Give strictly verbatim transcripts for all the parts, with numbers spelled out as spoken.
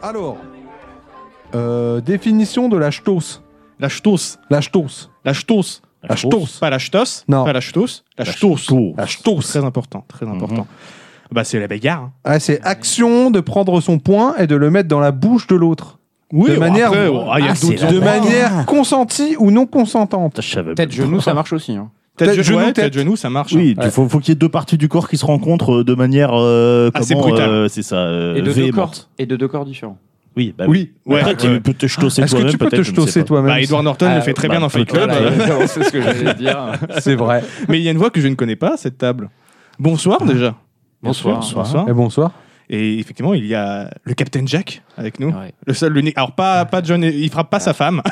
Alors, euh, définition de la ch'tos. La ch'tos. La ch'tos. La ch'tos. La ch'tos. Pas la ch'tos. Non. Pas la ch'tos. La La ch'tos. ch'tos. La ch'tos. Très important. Très important. Mm-hmm. Bah, c'est la bagarre. Hein. Ah, c'est action de prendre son poing et de le mettre dans la bouche de l'autre. Oui, de bon, manière, après, oh, ah, y a Ah, d'autres c'est la de endroits. manière consentie ou non consentante. Je savais Tête pas. genou, ça marche aussi. Hein. Tête, Tête, genou, genou, ouais, tête. tête, genou, ça marche. Oui, Ouais. il faut, faut qu'il y ait deux parties du corps qui se rencontrent de manière euh, Assez comment, brutale. euh, c'est ça, euh, Et de deux véhémente. corps. Et de deux corps différents. Oui, bah Oui, ouais. Après, ouais. tu peux te ch'tosser Est-ce que toi-même, tu peux te peut-être, je ne sais ch'tosser pas. toi-même Bah, Edward Norton Ah, le fait très bah, bien dans Fight Club. Voilà, euh, exactement, c'est ce que j'allais dire. C'est vrai. Mais il y a une voix que je ne connais pas, cette table. Bonsoir déjà. Bonsoir. Bonsoir. Bonsoir. Et bonsoir. Et effectivement, il y a le Captain Jack avec nous. Ouais. Le seul, l'unique. Alors, pas, pas John, il frappe pas sa femme.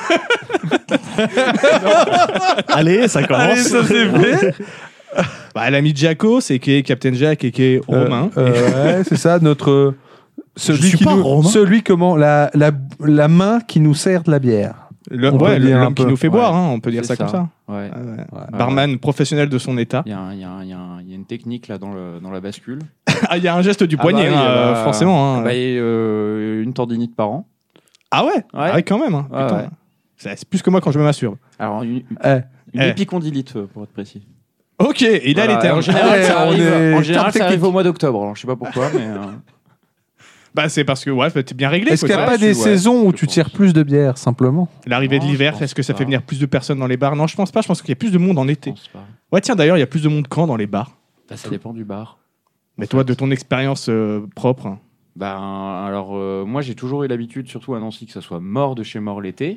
Allez, ça commence. Allez, ça c'est fait. Bah, l'ami Jacko, c'est qui est Captain Jack et qui est Romain. Euh, euh, ouais, c'est ça, notre. Celui suis qui pas nous, Romain. celui comment la, la, la main qui nous sert de la bière. Le- on peut ouais, le dire un l'homme qui peu. nous fait Ouais. boire, hein, on peut dire C'est ça, comme ça. Ouais. Ouais, ouais. Ouais. Barman professionnel de son état. Il y, a un- il y a un- il y a un- il y a une technique là dans, le, dans la bascule. Ah, il y a un geste du Ah poignet, bah oui, hein, bah, euh, forcément. hein. Bah, et, euh, une tendinite par an. Ah ouais, Ah ouais, quand même. hein, Ouais, putain. ouais. C'est c'est plus que moi quand je me masturbe. Alors, une, Eh. une Eh. épicondylite, euh, pour être précis. Ok, et là, Voilà, les termes. En général, Ouais, ça on arrive, est en général, carte ça arrive technique. au mois d'octobre. Alors, je sais pas pourquoi, mais. euh, Bah, c'est parce que, ouais, t'es bien réglé. Est-ce quoi, qu'il n'y a tu pas vois. des je- ouais, saisons où je tu pense. tires plus de bière, simplement? L'arrivée de Non, je l'hiver, pense est-ce que ça pas. fait venir plus de personnes dans les bars? Non, je pense pas. Je pense qu'il y a plus de monde en je été. pense pas. Ouais, tiens, d'ailleurs, il y a plus de monde quand dans les bars? Bah, ça dépend du bar. Mais toi, de ton expérience euh, propre. Ben, alors, euh, moi, j'ai toujours eu l'habitude, surtout à Nancy, que ça soit mort de chez mort l'été.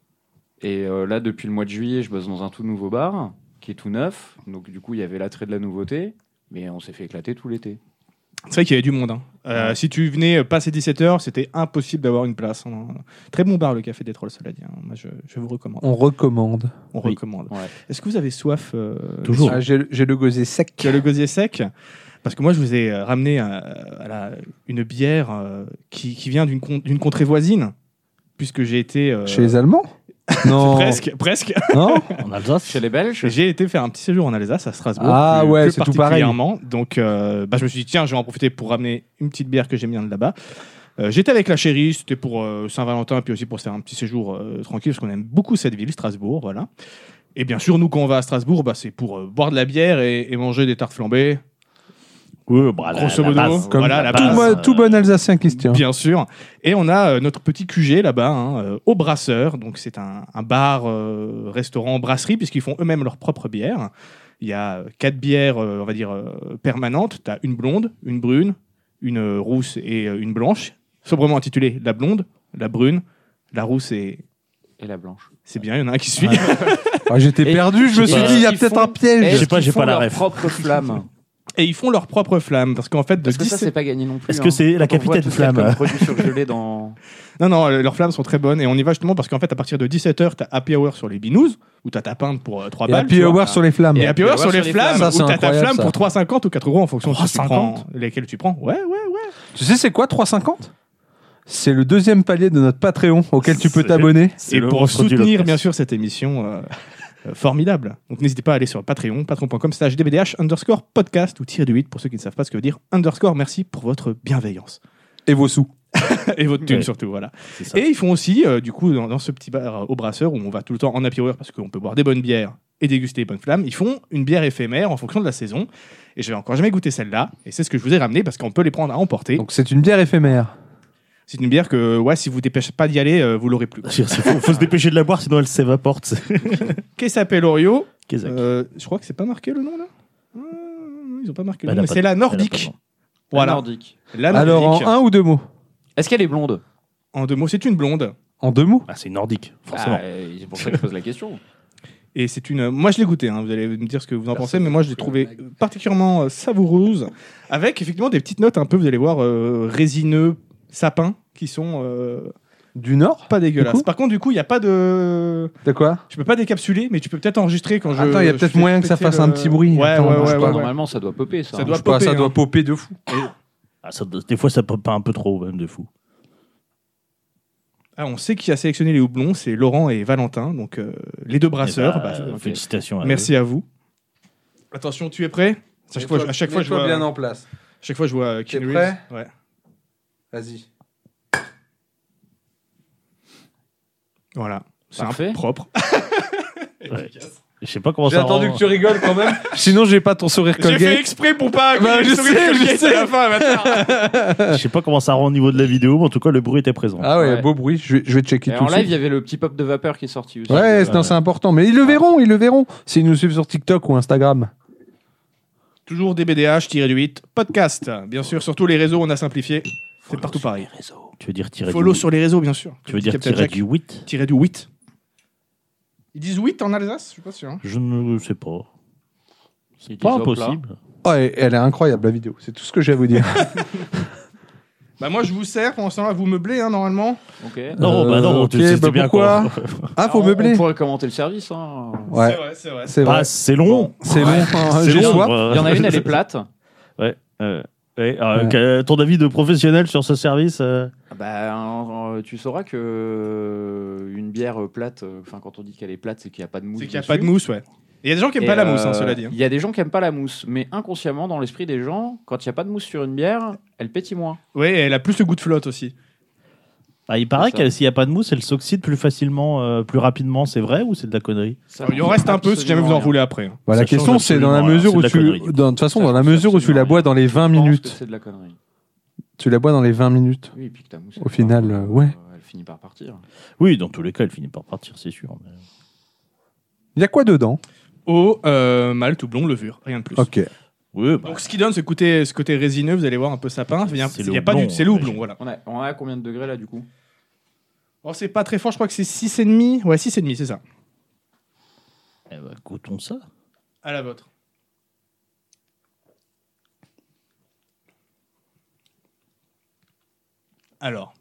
Et euh, là, depuis le mois de juillet, je bosse dans un tout nouveau bar, qui est tout neuf. Donc, du coup, il y avait l'attrait de la nouveauté. Mais on s'est fait éclater tout l'été. C'est vrai qu'il y avait du monde. hein. Euh, Ouais. Si tu venais passer dix-sept heures, c'était impossible d'avoir une place. hein. Très bon bar, le Café des Trolls, cela dit. hein. Moi, je, je vous recommande. On recommande. On Oui. recommande. Ouais. Est-ce que vous avez soif euh, Toujours. Ah, j'ai le- j'ai le gosier sec. Tu as le gosier sec? Parce que moi, je vous ai euh, ramené euh, à la- une bière euh, qui, qui vient d'une con- d'une contrée voisine, puisque j'ai été... euh, Chez les Allemands? Non. Presque, presque. Non. En Alsace. Chez les Belges, J'ai été faire un petit séjour en Alsace, à Strasbourg. Ah plus- ouais, plus c'est tout pareil. particulièrement. Donc, euh, bah, je me suis dit, tiens, je vais en profiter pour ramener une petite bière que j'aime bien de là-bas. Euh, J'étais avec la chérie, c'était pour euh, Saint-Valentin, puis aussi pour se faire un petit séjour euh, tranquille, parce qu'on aime beaucoup cette ville, Strasbourg, voilà. Et bien sûr, nous, quand on va à Strasbourg, bah, c'est pour euh, boire de la bière et, et manger des tartes flambées, Oui, bah, la- grosso la modo. base. Comme Voilà, la tout, base. bon- euh, tout bon Alsacien qui se tient. bien sûr. Et on a euh, notre petit Q G là-bas, hein, euh, au Brasseur. Donc, c'est un, un bar, euh, restaurant, brasserie, puisqu'ils font eux-mêmes leur propre bière. Il y a euh, quatre bières, euh, on va dire, euh, permanentes. Tu as une blonde, une brune, une euh, rousse et euh, une blanche. Sobrement intitulée la blonde, la brune, la rousse et. et la blanche. C'est bien, il y en a un qui suit. Ah, J'étais Et- perdu, je me et suis est-ce dit, il y a qu'ils peut-être font- un piège. Je sais pas, Est-ce j'ai qu'ils pas font la leur ref. propre flamme. Et ils font leur propre flamme. Parce qu'en fait, de Parce que ça, dix-sept c'est pas gagné non plus. Est-ce que hein. c'est la Quand on voit capitaine tout ce qu'il y a Flamme comme produit surgelé dans. Non, non, euh, leurs flammes sont très bonnes. Et on y va justement parce qu'en fait, à partir de dix-sept heures, tu as Happy Hour sur les binous, où tu as ta pinte pour euh, trois Et balles. Happy tu vois. Hour sur les flammes. Et Happy Hour sur les flammes, Ça, c'est où tu as ta incroyable, flamme ça. pour trois cinquante ou quatre euros en fonction de ce que tu trois prends, cinquante lesquels tu prends. Ouais, ouais, ouais. Tu sais, c'est quoi trois cinquante? C'est le deuxième palier de notre Patreon auquel tu peux C'est- t'abonner. C'est Et le pour monstre du soutenir, Loch bien Ness. sûr, cette émission euh, euh, formidable. Donc n'hésitez pas à aller sur Patreon, patreon.com slash dbdh underscore podcast ou tiré du huit pour ceux qui ne savent pas ce que veut dire underscore. Merci pour votre bienveillance. Et vos sous. Et votre thune Ouais. surtout, voilà. C'est ça. Et ils font aussi, euh, du coup, dans, dans ce petit bar euh, au Brasseur où on va tout le temps en happy hour parce qu'on peut boire des bonnes bières et déguster des bonnes flammes, ils font une bière éphémère en fonction de la saison. Et je n'ai encore jamais goûté celle-là. Et c'est ce que je vous ai ramené parce qu'on peut les prendre à emporter. Donc c'est une bière éphémère. C'est une bière que, ouais, si vous dépêchez pas d'y aller, euh, vous l'aurez plus. Il faut, faut se dépêcher de la boire, sinon elle s'évapore. tu sais. Qui s'appelle Orio. Qu'est-ce que- Euh, je crois que c'est pas marqué le nom là. Euh, ils ont pas marqué Bah, le elle nom, a mais pas c'est de- la elle a pas de nordique. nom. Voilà. La nordique. La Alors en nordique. un ou deux mots? Est-ce qu'elle est blonde? En deux mots, c'est une blonde. En deux mots? Ah, c'est nordique, forcément. Ah, euh, c'est pour ça que je pose la question. Et c'est une. Moi, je l'ai goûté. Hein, vous allez me dire ce que vous en pensez, mais moi, je l'ai trouvée particulièrement euh, savoureuse, avec effectivement des petites notes un peu, vous allez voir, euh, résineux, sapin, qui sont euh, Du Nord? pas Du dégueulasses. coup Par contre, du coup, il y a pas de. De quoi? Je peux pas décapsuler, mais tu peux peut-être enregistrer quand je. Attends, il y a je peut-être fais moyen que ça péter fasse le- un petit bruit. Ouais, Attends, ouais, bouge ouais, pas. ouais, ouais. Normalement, ça doit popper, ça. Ça hein. doit Je sais pas, popper, ça hein. doit popper de fou. Ah, ça- des fois, ça peut pas un peu trop, même, de fou. Ah, on sait qui a sélectionné les houblons, c'est Laurent et Valentin, donc euh, les deux brasseurs. Eh ben, Bah, euh, ok. Félicitations. à Merci à vous. Attention, tu es prêt? À chaque fois, je- à chaque fois, je vois, bien en place. chaque fois, je vois euh, T'es Keanu prêt Reeves. Ouais. Vas-y. Voilà. C'est Parfait. un propre. Ouais. Je sais pas comment J'ai ça attendu rend- que tu rigoles quand même. Sinon, j'ai pas ton sourire J'ai fait Colgate. exprès pour pas que Bah, le je sourire sais, je Colgate sais. à la fin, bâtard. Je sais pas comment ça rend au niveau de la vidéo, mais en tout cas, le bruit était présent. Ah ouais, Ouais. beau bruit. Je vais, je vais checker Et tout en de live, il suite. y avait le petit pop de vapeur qui est sorti aussi. Ouais, non, c'est important. Mais ils le verront, ils le verront. S'ils nous suivent sur TikTok ou Instagram. Toujours D B D H-huit podcast. Bien sûr, sur tous les réseaux, on a simplifié. C'est partout pareil. Tu veux dire tirer Follow du... sur les réseaux, bien sûr. Tu veux dire Captain tirer Jack. du huit? Tirer du huit. Ils disent huit en Alsace? Je suis pas sûr. hein. Je ne sais pas. C'est Pas impossible. Oh, et- elle est incroyable, la vidéo. C'est tout ce que j'ai à vous dire. Bah moi, je vous sers. Pendant ce temps-là, vous meublez, hein, normalement. Ok. Non, bah non, Euh, tu ok, sais bah bien pourquoi quoi. Ah, faut on, meubler. on pourrait commenter le service. Hein. Ouais, C'est vrai, c'est vrai. c'est vrai. Ah, c'est long. C'est long. hein, C'est J'ai long. soif. Ouais. Il y en a une, elle est plate. Ouais. euh, ouais, alors, Ouais. que- ton avis de professionnel sur ce service euh, Bah, euh, tu sauras que euh, une bière plate, enfin quand on dit qu'elle est plate, c'est qu'il n'y a pas de mousse. C'est qu'il n'y a dessus. pas de mousse, ouais. Il y a des gens qui aiment Et, pas la mousse, hein, euh, cela dit. hein. Il y a des gens qui aiment pas la mousse, mais inconsciemment, dans l'esprit des gens, quand il n'y a pas de mousse sur une bière, elle pétille moins. Ouais, et elle a plus le goût de flotte aussi. ah, il paraît C'est ça. que s'il n'y a pas de mousse, elle s'oxyde plus facilement, euh, plus rapidement. C'est vrai ou c'est de la connerie? Ça, Alors, il en reste un peu si jamais vous en voulez après. hein. Bah, la Ça change question, c'est dans la absolument mesure rien, où c'est tu. de la connerie. dans- De toute façon, Ça dans la change mesure où tu la absolument bois rien. dans les vingt Je pense que minutes. c'est de la connerie. Tu la bois dans les vingt minutes. Oui, et puis que ta mousse. Au elle final, part, euh, ouais. Elle finit par partir. Oui, dans tous les cas, elle finit par partir, c'est sûr. mais- Il y a quoi dedans? Eau, euh, malt, houblon, levure. Rien de plus. Ok. Oui, bah, Donc ce qui donne ce côté, ce côté résineux, vous allez voir un peu sapin. Il y a, C'est il le y a pas houblon, du, c'est le ouais. houblon, voilà. On a, on a à combien de degrés là du coup? Oh, c'est pas très fort, je crois que c'est six virgule cinq. Ouais, six virgule cinq, c'est ça. eh ben, goûtons ça. À la vôtre. Alors,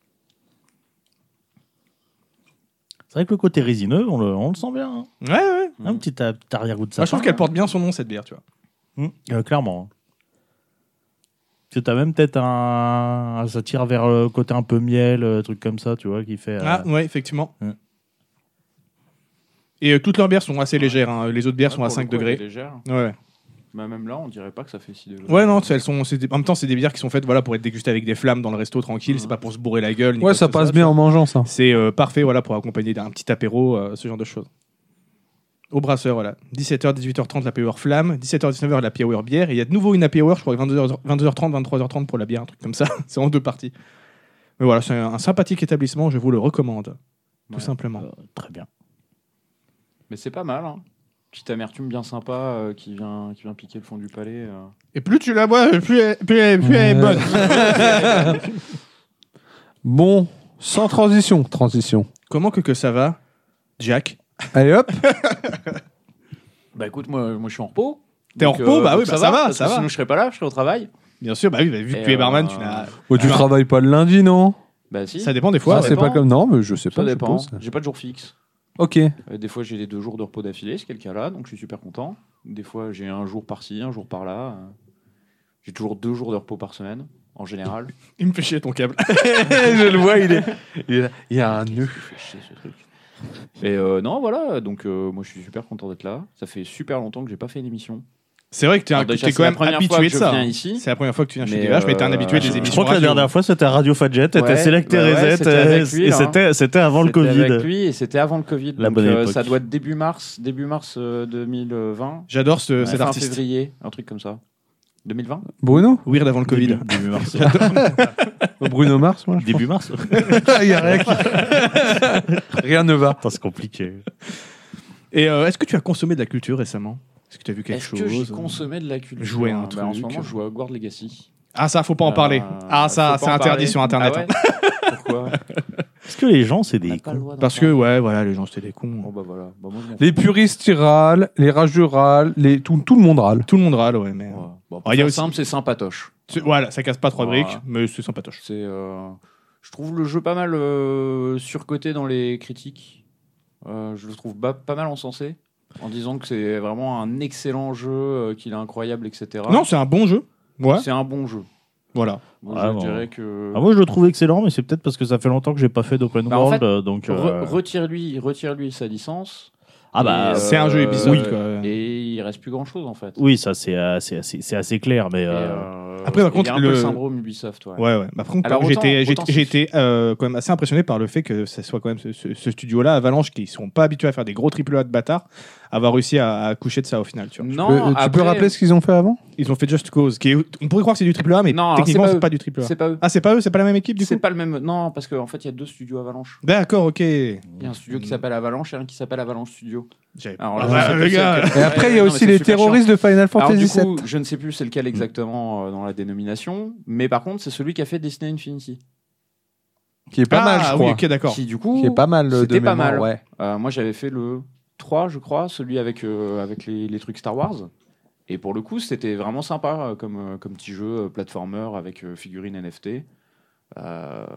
C'est vrai que le côté résineux, on le, on le sent bien. hein. ouais, ouais. Un petit, ta- petit arrière-goût de ça. Moi, je trouve qu'elle porte bien son nom, cette bière, tu vois. clairement. Tu as même peut-être un. Ça tire vers le côté un peu miel, euh, truc comme ça, tu vois, qui fait. euh, Ah, ouais, effectivement. Ouais. Et euh, toutes leurs bières sont assez légères. hein. Les autres bières sont Ah, à pour cinq le coup, elle est degrés. légère. Ouais. Bah, même là, on dirait pas que ça fait six degrés. Ouais, non, elles sont, c'est des- en même temps, c'est des bières qui sont faites voilà, pour être dégustées avec des flammes dans le resto tranquille. Mhm. C'est pas pour se bourrer la gueule. ni Ouais, quoi ça que ce passe soit, bien tu en vois. mangeant, ça. C'est euh, parfait voilà, pour accompagner d'un petit apéro, euh, ce genre de choses. Au brasseur, voilà. dix-sept heures, dix-huit heures trente, la Power Flamme. dix-sept heures, dix-neuf heures, la Power Bière. Et il y a de nouveau une Power, je crois, vingt-deux heures trente, vingt-trois heures trente pour la bière, un truc comme ça. C'est en deux parties. Mais voilà, c'est un, un sympathique établissement, je vous le recommande. Tout Ouais. simplement. euh, très bien. Mais c'est pas mal, hein. Petite amertume bien sympa euh, qui, vient, qui vient piquer le fond du palais. euh. Et plus tu la bois, plus elle, plus elle- plus elle est bonne. Bon, sans transition. Transition. Comment que, que ça va, Jack? Allez hop. Bah écoute, moi, moi je suis en repos. T'es en Donc, repos, bah donc oui, bah ça va, parce ça que va. Sinon je serais pas là, je serais au travail. Bien sûr, bah oui, bah, vu que Et tu es barman, euh, tu n'as. Oh, tu Alors- travailles pas le lundi, non? Bah si, Ça dépend des Ça, fois. ça c'est dépend. pas comme. Non, mais je sais ça pas. je dépend. suppose. J'ai pas de jour fixe. Ok. Euh, Des fois j'ai les deux jours de repos d'affilée, c'est le cas là, donc je suis super content. Des fois j'ai un jour par-ci, un jour par-là. euh. J'ai toujours deux jours de repos par semaine, en général. Il me fait chier ton câble. Je le vois, il est. Il, est- il y a un nœud. Ça fait chier, ce truc. Et euh, non, voilà, donc euh, moi je suis super content d'être là. Ça fait super longtemps que j'ai pas fait une émission. C'est vrai que tu es, Alors, déjà, t'es c'est quand la même première fois habitué que de je ça. viens hein. ici. C'est la première fois que tu viens chez Mais, D V H, mais t'as un euh, habitué des je émissions. Je crois que la radio. dernière fois, c'était à Radio Fadjet. T'étais Ouais, Select bah ouais, Reset. c'était euh, avec lui, et là. c'était c'était avant le C'était Covid. avec lui et c'était avant le Covid. La donc, bonne euh, époque. ça doit être début mars, début mars euh, deux mille vingt. J'adore ce, Ouais, cet fin artiste. février, un truc comme ça. deux mille vingt. Bruno Weird avant le Covid. Début, début mars. Bruno Mars, moi. je Début mars. pense. Il y a rien qui- Rien ne va. Attends, c'est compliqué. Et euh, est-ce que tu as consommé de la culture récemment? Est-ce que tu as vu quelque Est-ce chose que j'ai consommé de la culture? Jouer un Bah, En ce truc. moment, je joue à Hogwarts Legacy. Ah, ça, faut pas en parler. Euh, Ah, ça, faut c'est pas en interdit parler. sur Internet. Ah hein. ouais Pourquoi? Est-ce que les gens, c'est On des n'a pas le cons? droit d'en Parce que, parler. ouais, voilà, les gens, c'était des cons. Bon bah voilà. Bah, moi, je m'en fous. Les puristes ils râlent, les rageux râlent, les... tout, tout le monde râle. Tout le monde râle, ouais, mais. Ouais. Bon, pour Ah, il y a faire aussi- simple, c'est sympatoche. C'est- Voilà, ça casse pas trois Voilà. briques, mais c'est sympatoche. C'est, euh, je trouve le jeu pas mal euh, surcoté dans les critiques. Euh, je le trouve pas, pas mal encensé en disant que c'est vraiment un excellent jeu, euh, qu'il est incroyable, et cetera. Non, c'est un bon jeu. Ouais, c'est un bon jeu. voilà. Moi, Ah, je bon. dirais que Ah, moi, je le trouve excellent, mais c'est peut-être parce que ça fait longtemps que j'ai pas fait d'open Bah, en world, fait, euh, donc. euh, Re- retire-lui, retire-lui sa licence. Ah bah, Et, C'est un jeu euh, Ubisoft, oui. quoi. Et il reste plus grand chose en fait. Oui, ça c'est assez, assez, c'est assez clair, mais. Et, euh, euh, Après, par il y a contre, un peu le- le syndrome Ubisoft. Ouais. Ouais, ouais. Bah, par contre, Alors, j'ai autant- été, j'ai- autant j'ai c'est- été euh, quand même assez impressionné par le fait que ce soit quand même ce, ce- ce studio-là, Avalanche, qui sont pas habitués à faire des gros triple A de bâtards, avoir réussi à, à coucher de ça au final. Tu vois. Non, Euh, tu peux après, rappeler ce qu'ils ont fait avant? Ils ont fait Just Cause, qui est, on pourrait croire que c'est du triple A, mais Non, alors, techniquement c'est pas c'est eux. pas du triple A. c'est pas eux. Ah, c'est pas eux, c'est pas la même équipe du C'est coup. pas le même. Non, parce qu'en fait, il y a deux studios Avalanche. D'accord, ok. Il y a un studio qui s'appelle Avalanche et un qui s'appelle Avalanche Studio. J'avais- Alors, Ah, là, je sais le plus gars. c'est lequel. Et après, il y a Ouais, non, aussi mais les c'est super terroristes de Final Alors, Fantasy du sept. coup, je ne sais plus c'est lequel exactement euh, dans la dénomination, mais par contre, c'est celui qui a fait Disney Infinity. Qui est pas ah, mal, je oui, crois. ok, d'accord. Qui, du coup, Qui est pas mal euh, de c'était pas mémoire, mal. ouais. Euh, moi, j'avais fait le trois, je crois, celui avec, euh, avec les, les trucs Star Wars. Et pour le coup, c'était vraiment sympa euh, comme, euh, comme petit jeu euh, platformer avec euh, figurines N F T. Euh,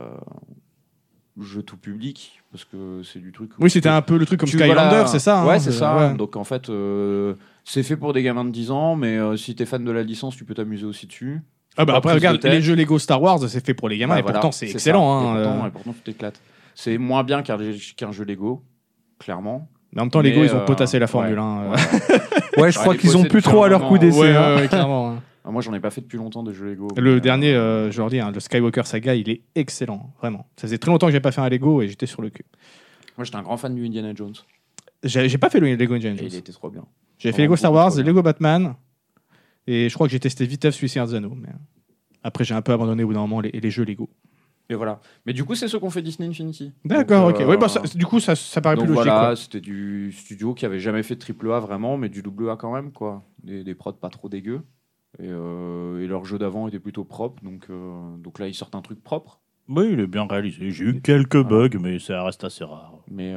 jeu tout public, parce que c'est du truc. Oui, c'était un peu le truc comme Tu- Skylander, voilà. c'est ça. hein, Ouais, c'est ça. ouais. Donc en fait, euh, c'est fait pour des gamins de dix ans, mais euh, si t'es fan de la licence, tu peux t'amuser aussi dessus. Ah bah Pas après, prise de regarde, tête. les jeux Lego Star Wars, c'est fait pour les gamins, Ouais, et voilà, pourtant c'est ça. excellent. Et hein, pourtant, euh. et pourtant, tu t'éclates. C'est moins bien qu'un, qu'un jeu Lego, clairement. Mais en même temps, Mais, Lego, ils ont euh, potassé la ouais, formule. hein, ouais, euh. ouais. Ouais, je Ouais, crois les qu'ils ont possède plus depuis trop un à leur moment. coup d'essai. Ouais, hein. ouais, ouais, clairement. hein. Ah, moi, j'en ai pas fait depuis longtemps de jeux Lego. Le mais, dernier, euh, euh, je leur dis, hein, le Skywalker Saga, il est excellent, vraiment. Ça faisait très longtemps que j'ai pas fait un Lego et j'étais sur le cul. Moi, j'étais un grand fan du Indiana Jones. J'ai j'ai pas fait le Lego Indiana Et Jones. il était trop bien. J'ai fait vraiment Lego Star beaucoup Wars, trop bien. Lego Batman, et je crois que j'ai testé Viteuf Suicide Zano. Mais après, j'ai un peu abandonné au bout d'un moment les, les jeux Lego. Et voilà. Mais du coup, c'est ceux qu'on fait Disney Infinity. D'accord, Donc, ok. euh, Ouais, bah, ça- du coup, ça, ça paraît donc plus logique. voilà, quoi. c'était du studio qui avait jamais fait de triple A vraiment, mais du double A quand même, quoi. Des, des prods pas trop dégueux. Et, euh, et leur jeu d'avant était plutôt propre, donc, euh, donc là, ils sortent un truc propre. Oui, il est bien réalisé. J'ai eu quelques bugs, mais ça reste assez rare. Mais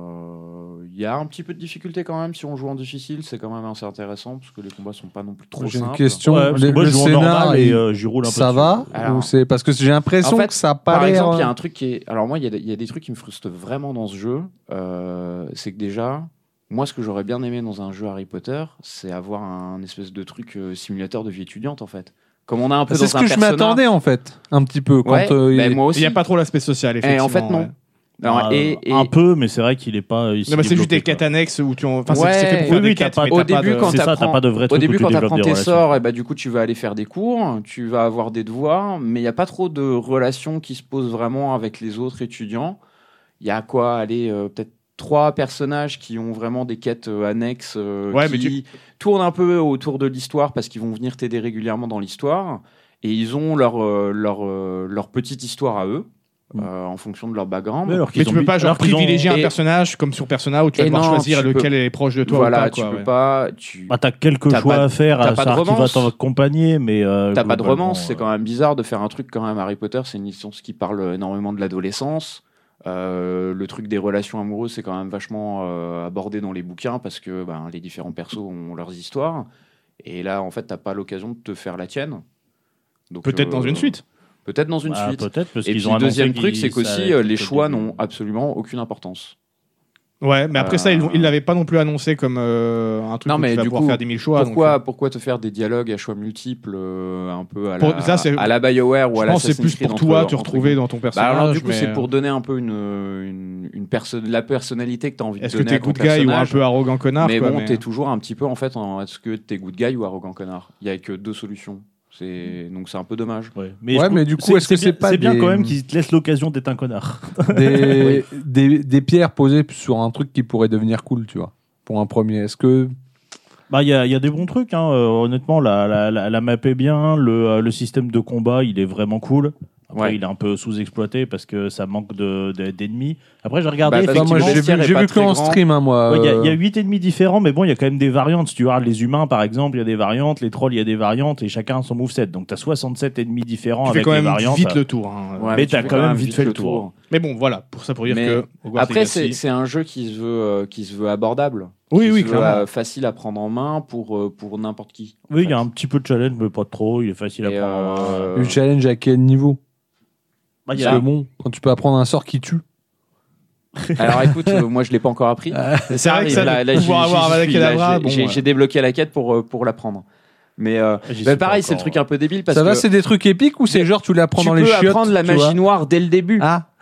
euh, il y a un petit peu de difficulté quand même si on joue en difficile, c'est quand même assez intéressant parce que les combats sont pas non plus trop J'ai une simples. question. Ouais, parce que Le- moi, le je joue en scénar, normal et il- euh, j'y roule un peu ça dessus. va Alors- ou c'est parce que j'ai l'impression En fait, que ça a pas Par l'air. exemple, il y a euh, un truc qui est. Alors, moi, il y, a des- il y a des trucs qui me frustrent vraiment dans ce jeu. Euh, c'est que déjà, moi, ce que j'aurais bien aimé dans un jeu Harry Potter, c'est avoir un espèce de truc euh, simulateur de vie étudiante, en fait. Comme on a un peu C'est dans ce un que je Persona. m'attendais en fait, un petit peu quand Ouais, euh, ben, il- moi aussi. Il n'y a pas trop l'aspect social, Et effectivement. en fait, non. ouais. Alors, Ah, et, et- Un peu, mais c'est vrai qu'il est pas. ici Non, mais c'est juste des développé, quêtes quoi. annexes où tu. en- Enfin, c'est- Ouais. c'est fait pour Oui, faire des oui, t'as quêtes, pas- mais Au t'as pas début, de- quand C'est ça, t'apprends- t'as pas de vrai Au truc où début, tu quand tu développes apprends des tes relations. sorts, et bah, du coup, tu vas aller faire des cours, tu vas avoir des devoirs, mais il n'y a pas trop de relations qui se posent vraiment avec les autres étudiants. Il y a quoi, aller euh, peut-être trois personnages qui ont vraiment des quêtes euh, annexes euh, Ouais, mais qui tournent un peu autour de l'histoire parce qu'ils vont venir t'aider régulièrement dans l'histoire. Et ils ont leur, euh, leur, euh, leur petite histoire à eux. Mm. euh, en fonction de leur background. Mais alors qu'ils Mais tu ont peux mis- pas genre alors qu'ils ont- privilégier un Et- personnage comme sur Persona où tu vas Et devoir non, choisir tu lequel peux- est proche de toi voilà, ou pas. tu quoi, peux ouais. pas. Tu... Bah, t'as quelques T'as choix pas de- à faire, t'as à pas de savoir qui va romance. t'accompagner, mais. euh, T'as pas de globalement, romance, c'est euh, quand même bizarre de faire un truc quand même. Harry Potter, c'est une licence qui parle énormément de l'adolescence. Euh, le truc des relations amoureuses, c'est quand même vachement euh, abordé dans les bouquins parce que ben, les différents persos ont leurs histoires. Et là, en fait, t'as pas l'occasion de te faire la tienne. Donc, Peut-être euh, dans une suite. Peut-être dans une bah, suite. Peut-être, parce Et qu'ils puis ont le annoncé deuxième qu'ils- truc, c'est ça qu'aussi allait euh, être les au choix début. n'ont absolument aucune importance. Ouais, mais après ça, ils l'ont- ils l'avaient pas non plus annoncé comme euh, un truc Non, où mais tu vas du pouvoir coup, faire des mille choix. donc, Pourquoi, euh, pourquoi te faire des dialogues à choix multiples, euh, un peu à Pour- la, ça, c'est- à la BioWare ou je à pense que c'est l'Assassin's plus Creed pour entre- toi te entre retrouver guillemets. dans ton Bah personnage. alors du coup, mais, c'est euh, pour donner un peu une, une, une perso- la personnalité que tu as envie de Est-ce que donner t'es à ton good guy ou un personnage. peu arrogant connard Mais quoi, bon, mais- t'es toujours un petit peu en fait en est-ce que t'es good guy ou arrogant connard. Il y a que deux solutions. C'est donc c'est un peu dommage. Ouais, Ouais, je- mais du coup, est-ce que c'est bien- pas C'est bien des- quand même qu'ils te laissent l'occasion d'être un connard. des, des, des pierres posées sur un truc qui pourrait devenir cool, tu vois, pour un premier. Est-ce que Bah, il y a, il y a des bons trucs, hein. Euh, honnêtement, la, la, la, la map est bien, le, euh, le système de combat, il est vraiment cool. Après, Ouais. il est un peu sous-exploité parce que ça manque de, de- d'ennemis. Après, j'ai regardé, Bah, parce Enfin, que moi, effectivement, j'ai bestiaire vu, est j'ai pas vu que très en grand. stream, hein, moi. ouais, il y a- euh, il y a huit ennemis différents, mais bon, il y a quand même des variantes. Si tu regardes les humains, par exemple, il y a des variantes, les trolls, il y a des variantes, et chacun a son moveset. Donc, tu as soixante-sept ennemis différents Tu fais avec quand les même variantes. vite le tour. hein. Ouais, Mais tu t'as fais quand même vite fait le tour. Mais bon, voilà, pour ça, pour dire Mais que Hogwarts Après, Legacy- c'est c'est un jeu qui se veut euh, qui se veut abordable. Oui, qui oui, se veut, clairement. euh, facile à prendre en main pour euh, pour n'importe qui. en Oui, il y a fait. un petit peu de challenge, mais pas trop. Il est facile à Et, prendre en main. euh, Le challenge à quel niveau? Bah, il y Parce a- que bon, quand tu peux apprendre un sort qui tue. Alors écoute, euh, moi je l'ai pas encore appris. C'est vrai que ça, Là, de là, j'y- pouvoir j'y avoir suis, Avada-Kedavra, là, j'ai- bon, j'ai ouais. j'ai débloqué la quête pour euh, pour l'apprendre. Mais euh, J'y bah, suis pas pareil, c'est le encore. truc un peu débile parce Ça va, que c'est des trucs épiques ou c'est genre tu l'apprends tu dans peux les chiottes? apprendre la tu magie vois noire dès le début. Ah,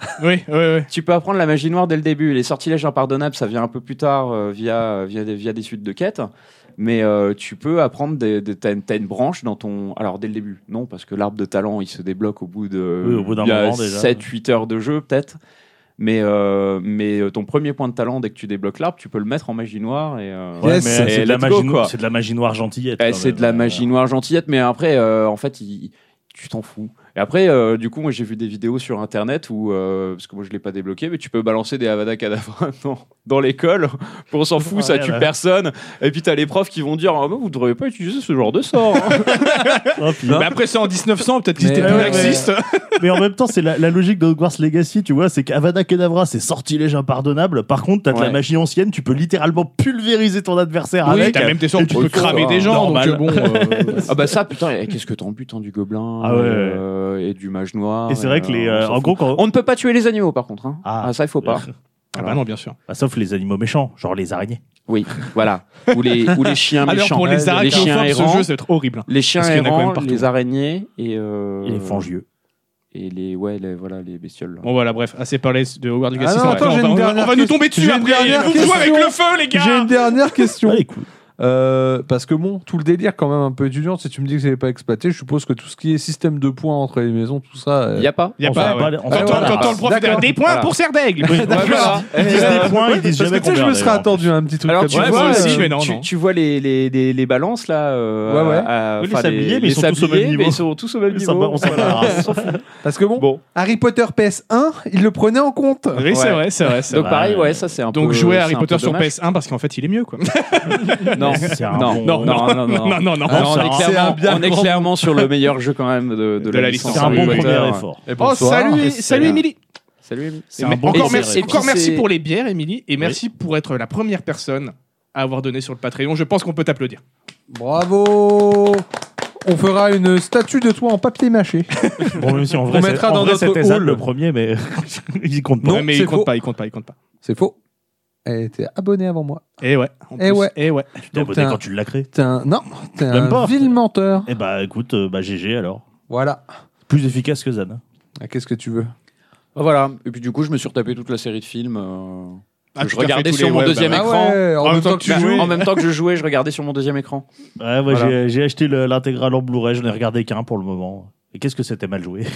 Oui, oui, oui. Tu peux apprendre la magie noire dès le début. Les sortilèges impardonnables, ça vient un peu plus tard euh, via, via, des, via des suites de quêtes. Mais euh, tu peux apprendre, des, des, t'as, une, t'as une branche dans ton... Alors, dès le début, non, parce que l'arbre de talent, il se débloque au bout de Oui, au bout d'un il y a moment, déjà. sept huit heures de jeu, peut-être. Mais, euh, mais ton premier point de talent, dès que tu débloques l'arbre, tu peux le mettre en magie noire. Et, euh, Ouais, Yes. mais Et c'est de, la let's magie go, no- quoi. c'est de la magie noire gentillette. Eh, quand c'est même. de la magie noire gentillette, mais après, euh, en fait, il- tu t'en fous. Et après, euh, du coup, moi, j'ai vu des vidéos sur Internet où, euh, parce que moi, je l'ai pas débloqué, mais tu peux balancer des Avada Kedavra dans, dans l'école. Pour on s'en fout, ça Ouais, tue ouais. personne. Et puis, t'as les profs qui vont dire, ah, bah, vous devriez pas utiliser ce genre de sort. hein. Oh, puis- Mais après ça, en dix-neuf cents, peut-être qu'ils Mais- étaient plus ouais, laxistes. Mais en même temps, c'est la, la logique de Hogwarts Legacy, tu vois, c'est qu'Avada Kedavra, c'est sortilège impardonnable. Par contre, t'as de la Ouais. magie ancienne, tu peux littéralement pulvériser ton adversaire Oui, avec. t'as même tes sorts où Et tu tu peux peux- cramer des gens. Normal. Donc, euh, bon. euh, ah, bah, ça, putain, et qu'est-ce que t'en butes, hein, du gobelin Ah ouais, euh, et du mage noir. Et c'est vrai que les, euh, euh, on s'en en fout. gros, quand, On ne peut pas tuer les animaux, par contre. Hein. Ah. Ah, ça, il faut pas. Ah bah non, bien sûr. bah, sauf les animaux méchants, genre les araignées. Oui, voilà. Ou les, ou les chiens Alors méchants. pour les les arachnophones, chiens ce errants. jeu, ça va être horrible. Les chiens Parce qu'il y en a quand errants, même partout. les araignées et, euh, Et les fangieux. et les ouais les voilà les bestioles. là. Bon voilà, bref, assez parlé de Hogwarts Legacy. Ah non, ça va- attends, on j'ai va, une on va- dernière on va nous question. tomber dessus J'ai une après. dernière Vous jouez avec question. le feu, les gars. J'ai une dernière question. Allez, cool. Euh, parce que bon, tout le délire quand même un peu étudiant, si tu me dis que c'est pas exploité, je suppose que tout ce qui est système de points entre les maisons, tout ça. euh, Il y a pas. Il y a On pas. s'en ouais. bat les- on Quand s'en Ouais, bat on- la quand race. on le prof D'accord. des points Voilà. pour Serdaigle. Oui, Voilà. Ils disent des points, ils disent Parce que jamais tu sais, je combien, me serais d'ailleurs. attendu à un petit truc Alors comme tu Ouais, ça. moi vois, aussi, euh, mais non, tu, non. tu vois les, les, les, les balances là. euh, Ouais, ouais. à- à- Oui, les enfin, sabliers, mais ils sont les tous au même sabliers, niveau. mais ils sont tous au même Ça niveau. va, on s'en bat la race. On s'en fout. Parce que bon, Bon. Harry Potter P S un, il le prenait en compte. Oui, c'est Ouais. vrai, c'est vrai. c'est Donc vrai. pareil, ouais, ça c'est un peu. Donc jouer à c'est Harry un Potter peu sur dommage. P S un parce qu'en fait il est mieux quoi. Non, C'est un non, bon- non, non, non, non, non, non, non. Ah, Non, on c'est est un- clairement, c'est un bien on est grand- clairement sur le meilleur jeu quand même de, de, De la, la licence. C'est licence un bon Harry Potter. premier effort. Et Oh bonsoir. salut, Et salut c'est- Émilie. Salut Amy. C'est Et un mais- bon encore premier merci, effort. encore Et puis merci c'est- pour les bières, Émilie, et merci pour être la première personne à avoir donné sur le Patreon. Je pense qu'on peut t'applaudir. Bravo. On fera une statue de toi en papier mâché. Bon, même si en vrai, On c'est- mettra en dans vrai, notre c'était Zad hall. le premier, mais il compte pas. Non, Ouais, mais c'est il compte faux. pas, il compte pas, il compte pas. C'est faux. Elle était abonnée avant moi. Et ouais. en Eh plus. ouais. Et ouais. Tu t'es Donc, abonné t'es un- quand tu l'as créé. T'es un... Non, t'es Même un pas. vil menteur. Eh bah écoute, euh, bah G G alors. Voilà. Plus efficace que Zan. Ah, qu'est-ce que tu veux? Ah, voilà. Et puis du coup, je me suis retapé toute la série de films. euh, Ah, que tu je t'as fait regardais tous sur les mon web, deuxième bah, Ah écran. ouais, en, même temps que tu bah, joues. En même temps que je jouais, je regardais sur mon deuxième écran. Ouais, moi Voilà. j'ai- j'ai acheté le- l'intégrale en Blu-ray, j'en ai regardé qu'un pour le moment. Et qu'est-ce que c'était mal joué.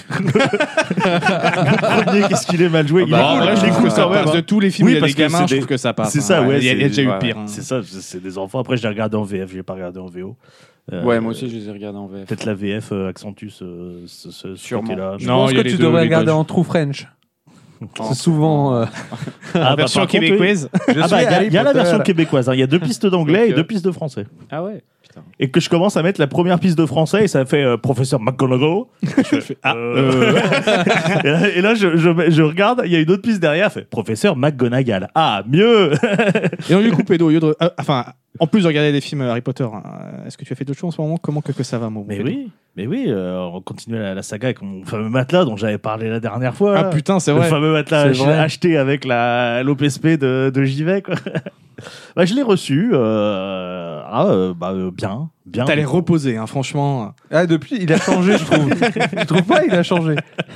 Le premier, qu'est-ce qu'il est mal joué. Ah Il bah, est- En vrai, je Ouais. les coups, ça Ouais. passe. De tous les films, Oui, il y a parce des que gamins, c'est je des- trouve que ça passe. c'est ça, hein. ouais, Il y a, il y a c'est- déjà eu ouais. pire. hein. C'est ça, c'est c'est des enfants. Après, je l'ai regardé en V F, j'ai pas regardé en V O. Euh, Ouais, moi aussi, je les ai regardés en V F. Peut-être la V F euh, Accentus, euh, ce, ce, ce Sûrement. côté-là. Je Non, pense il y a que les tu deux, devrais les regarder deux. en True French. Oh. C'est souvent. euh, Ah, En version par contre, oui. québécoise. je Ah bah, suis il y a, Harry il y a la Potter. version québécoise. hein. Il y a deux pistes d'anglais Donc, et euh, deux pistes de français. Ah ouais, putain. Et que je commence à mettre la première piste de français et ça fait euh, professeur McGonagall. Je fais, ah, euh. et là, et là, je, je, je regarde, il y a une autre piste derrière, fait professeur McGonagall. Ah, mieux. Et on lui coupe Edo au lieu de. euh, Enfin, en plus de regarder des films Harry Potter, hein, est-ce que tu as fait d'autres choses en ce moment? Comment que, que ça va, mon Mais mon Edo oui, mais oui, euh, on continue la, la saga avec mon fameux matelas dont j'avais parlé la dernière fois. Ah là. putain, c'est Le vrai. fameux matelas C'est ach- vrai. acheté avec la l'O P S P de, de J V E, quoi. Bah, je l'ai reçu. Euh, ah, euh, bah, euh, bien, bien. T'allais reposer, hein, franchement. Ah, depuis, il a changé, je trouve. Tu trouves pas? Il a changé.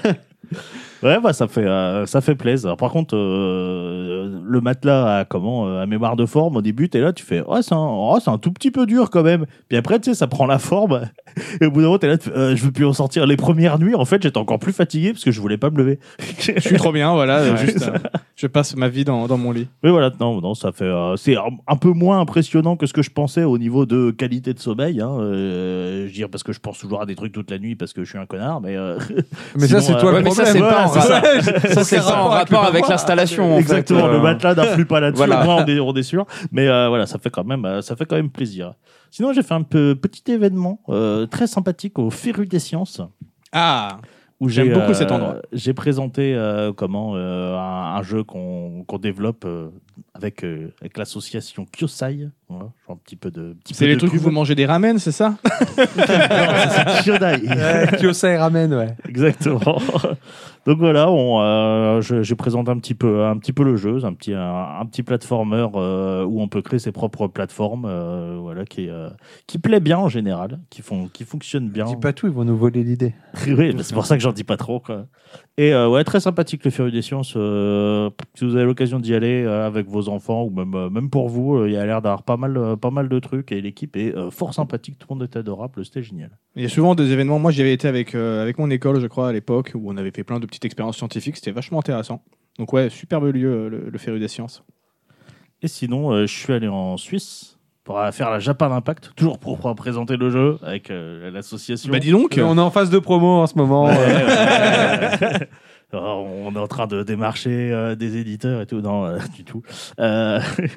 Ouais, bah, ça fait, euh, ça fait plaisir. Alors, par contre, euh, le matelas a comment, euh, à mémoire de forme au début, t'es là, tu fais, oh, c'est un, oh, c'est un tout petit peu dur quand même. Puis après, tu sais, ça prend la forme. Et au bout d'un moment, t'es là, tu fais, euh, je veux plus en sortir. Les premières nuits, en fait, j'étais encore plus fatigué parce que je voulais pas me lever. Je suis trop bien, voilà. euh, juste, euh, je passe ma vie dans, dans mon lit. Mais voilà, non, non, ça fait, euh, c'est un, un peu moins impressionnant que ce que je pensais au niveau de qualité de sommeil. Hein, euh, je veux dire, parce que je pense toujours à des trucs toute la nuit parce que je suis un connard, mais. Euh, Mais Sinon, ça, c'est euh, toi ouais, le mais ça, problème. c'est pas en c'est ça. Ça, c'est pas en rapport avec l'installation, en Exactement, fait. le euh. matelas n'influe pas là-dessus. Voilà. Au moins, on est, on est sûr. Mais euh, voilà, ça fait quand même, euh, ça fait quand même plaisir. Sinon, j'ai fait un peu, petit événement euh, très sympathique au Féru des Sciences. Ah, Où J'aime j'ai, beaucoup euh, cet endroit. J'ai présenté euh, comment euh, un, un jeu qu'on qu'on développe euh, avec, euh, avec l'association Kyosai. Voilà, je fais un petit peu de. Petit c'est peu les de trucs où pub. vous mangez des ramen, c'est ça? Non, c'est Kyodai. Ouais, Kyosai ramène, ouais. Exactement. Donc voilà, on, euh, je, je présente un petit peu, un petit peu le jeu, c'est un petit, un, un petit platformer euh, où on peut créer ses propres plateformes, euh, voilà, qui, euh, qui plaît bien en général, qui font, qui fonctionne bien. Dis pas tout, ils vont nous voler l'idée. Oui, bah, c'est pour ça que j'en dis pas trop, quoi. Et euh, ouais, très sympathique le Féru des Sciences. Euh, si vous avez l'occasion d'y aller euh, avec vos enfants ou même, euh, même pour vous, euh, il y a l'air d'avoir pas mal, euh, pas mal de trucs et l'équipe est euh, fort sympathique. Tout le monde était adorable, c'était génial. Il y a souvent des événements. Moi, j'y avais été avec, euh, avec mon école, je crois, à l'époque, où on avait fait plein de petites expériences scientifiques. C'était vachement intéressant. Donc, ouais, superbe lieu, euh, le, le Féru des Sciences. Et sinon, euh, je suis allé en Suisse pour euh, faire la Japan Impact, toujours pour, pour présenter le jeu avec euh, l'association. Bah, dis donc. On est en phase de promo en ce moment. Ouais, ouais, ouais. Alors, on est en train de démarcher euh, des éditeurs et tout. Non, euh, du tout. Euh,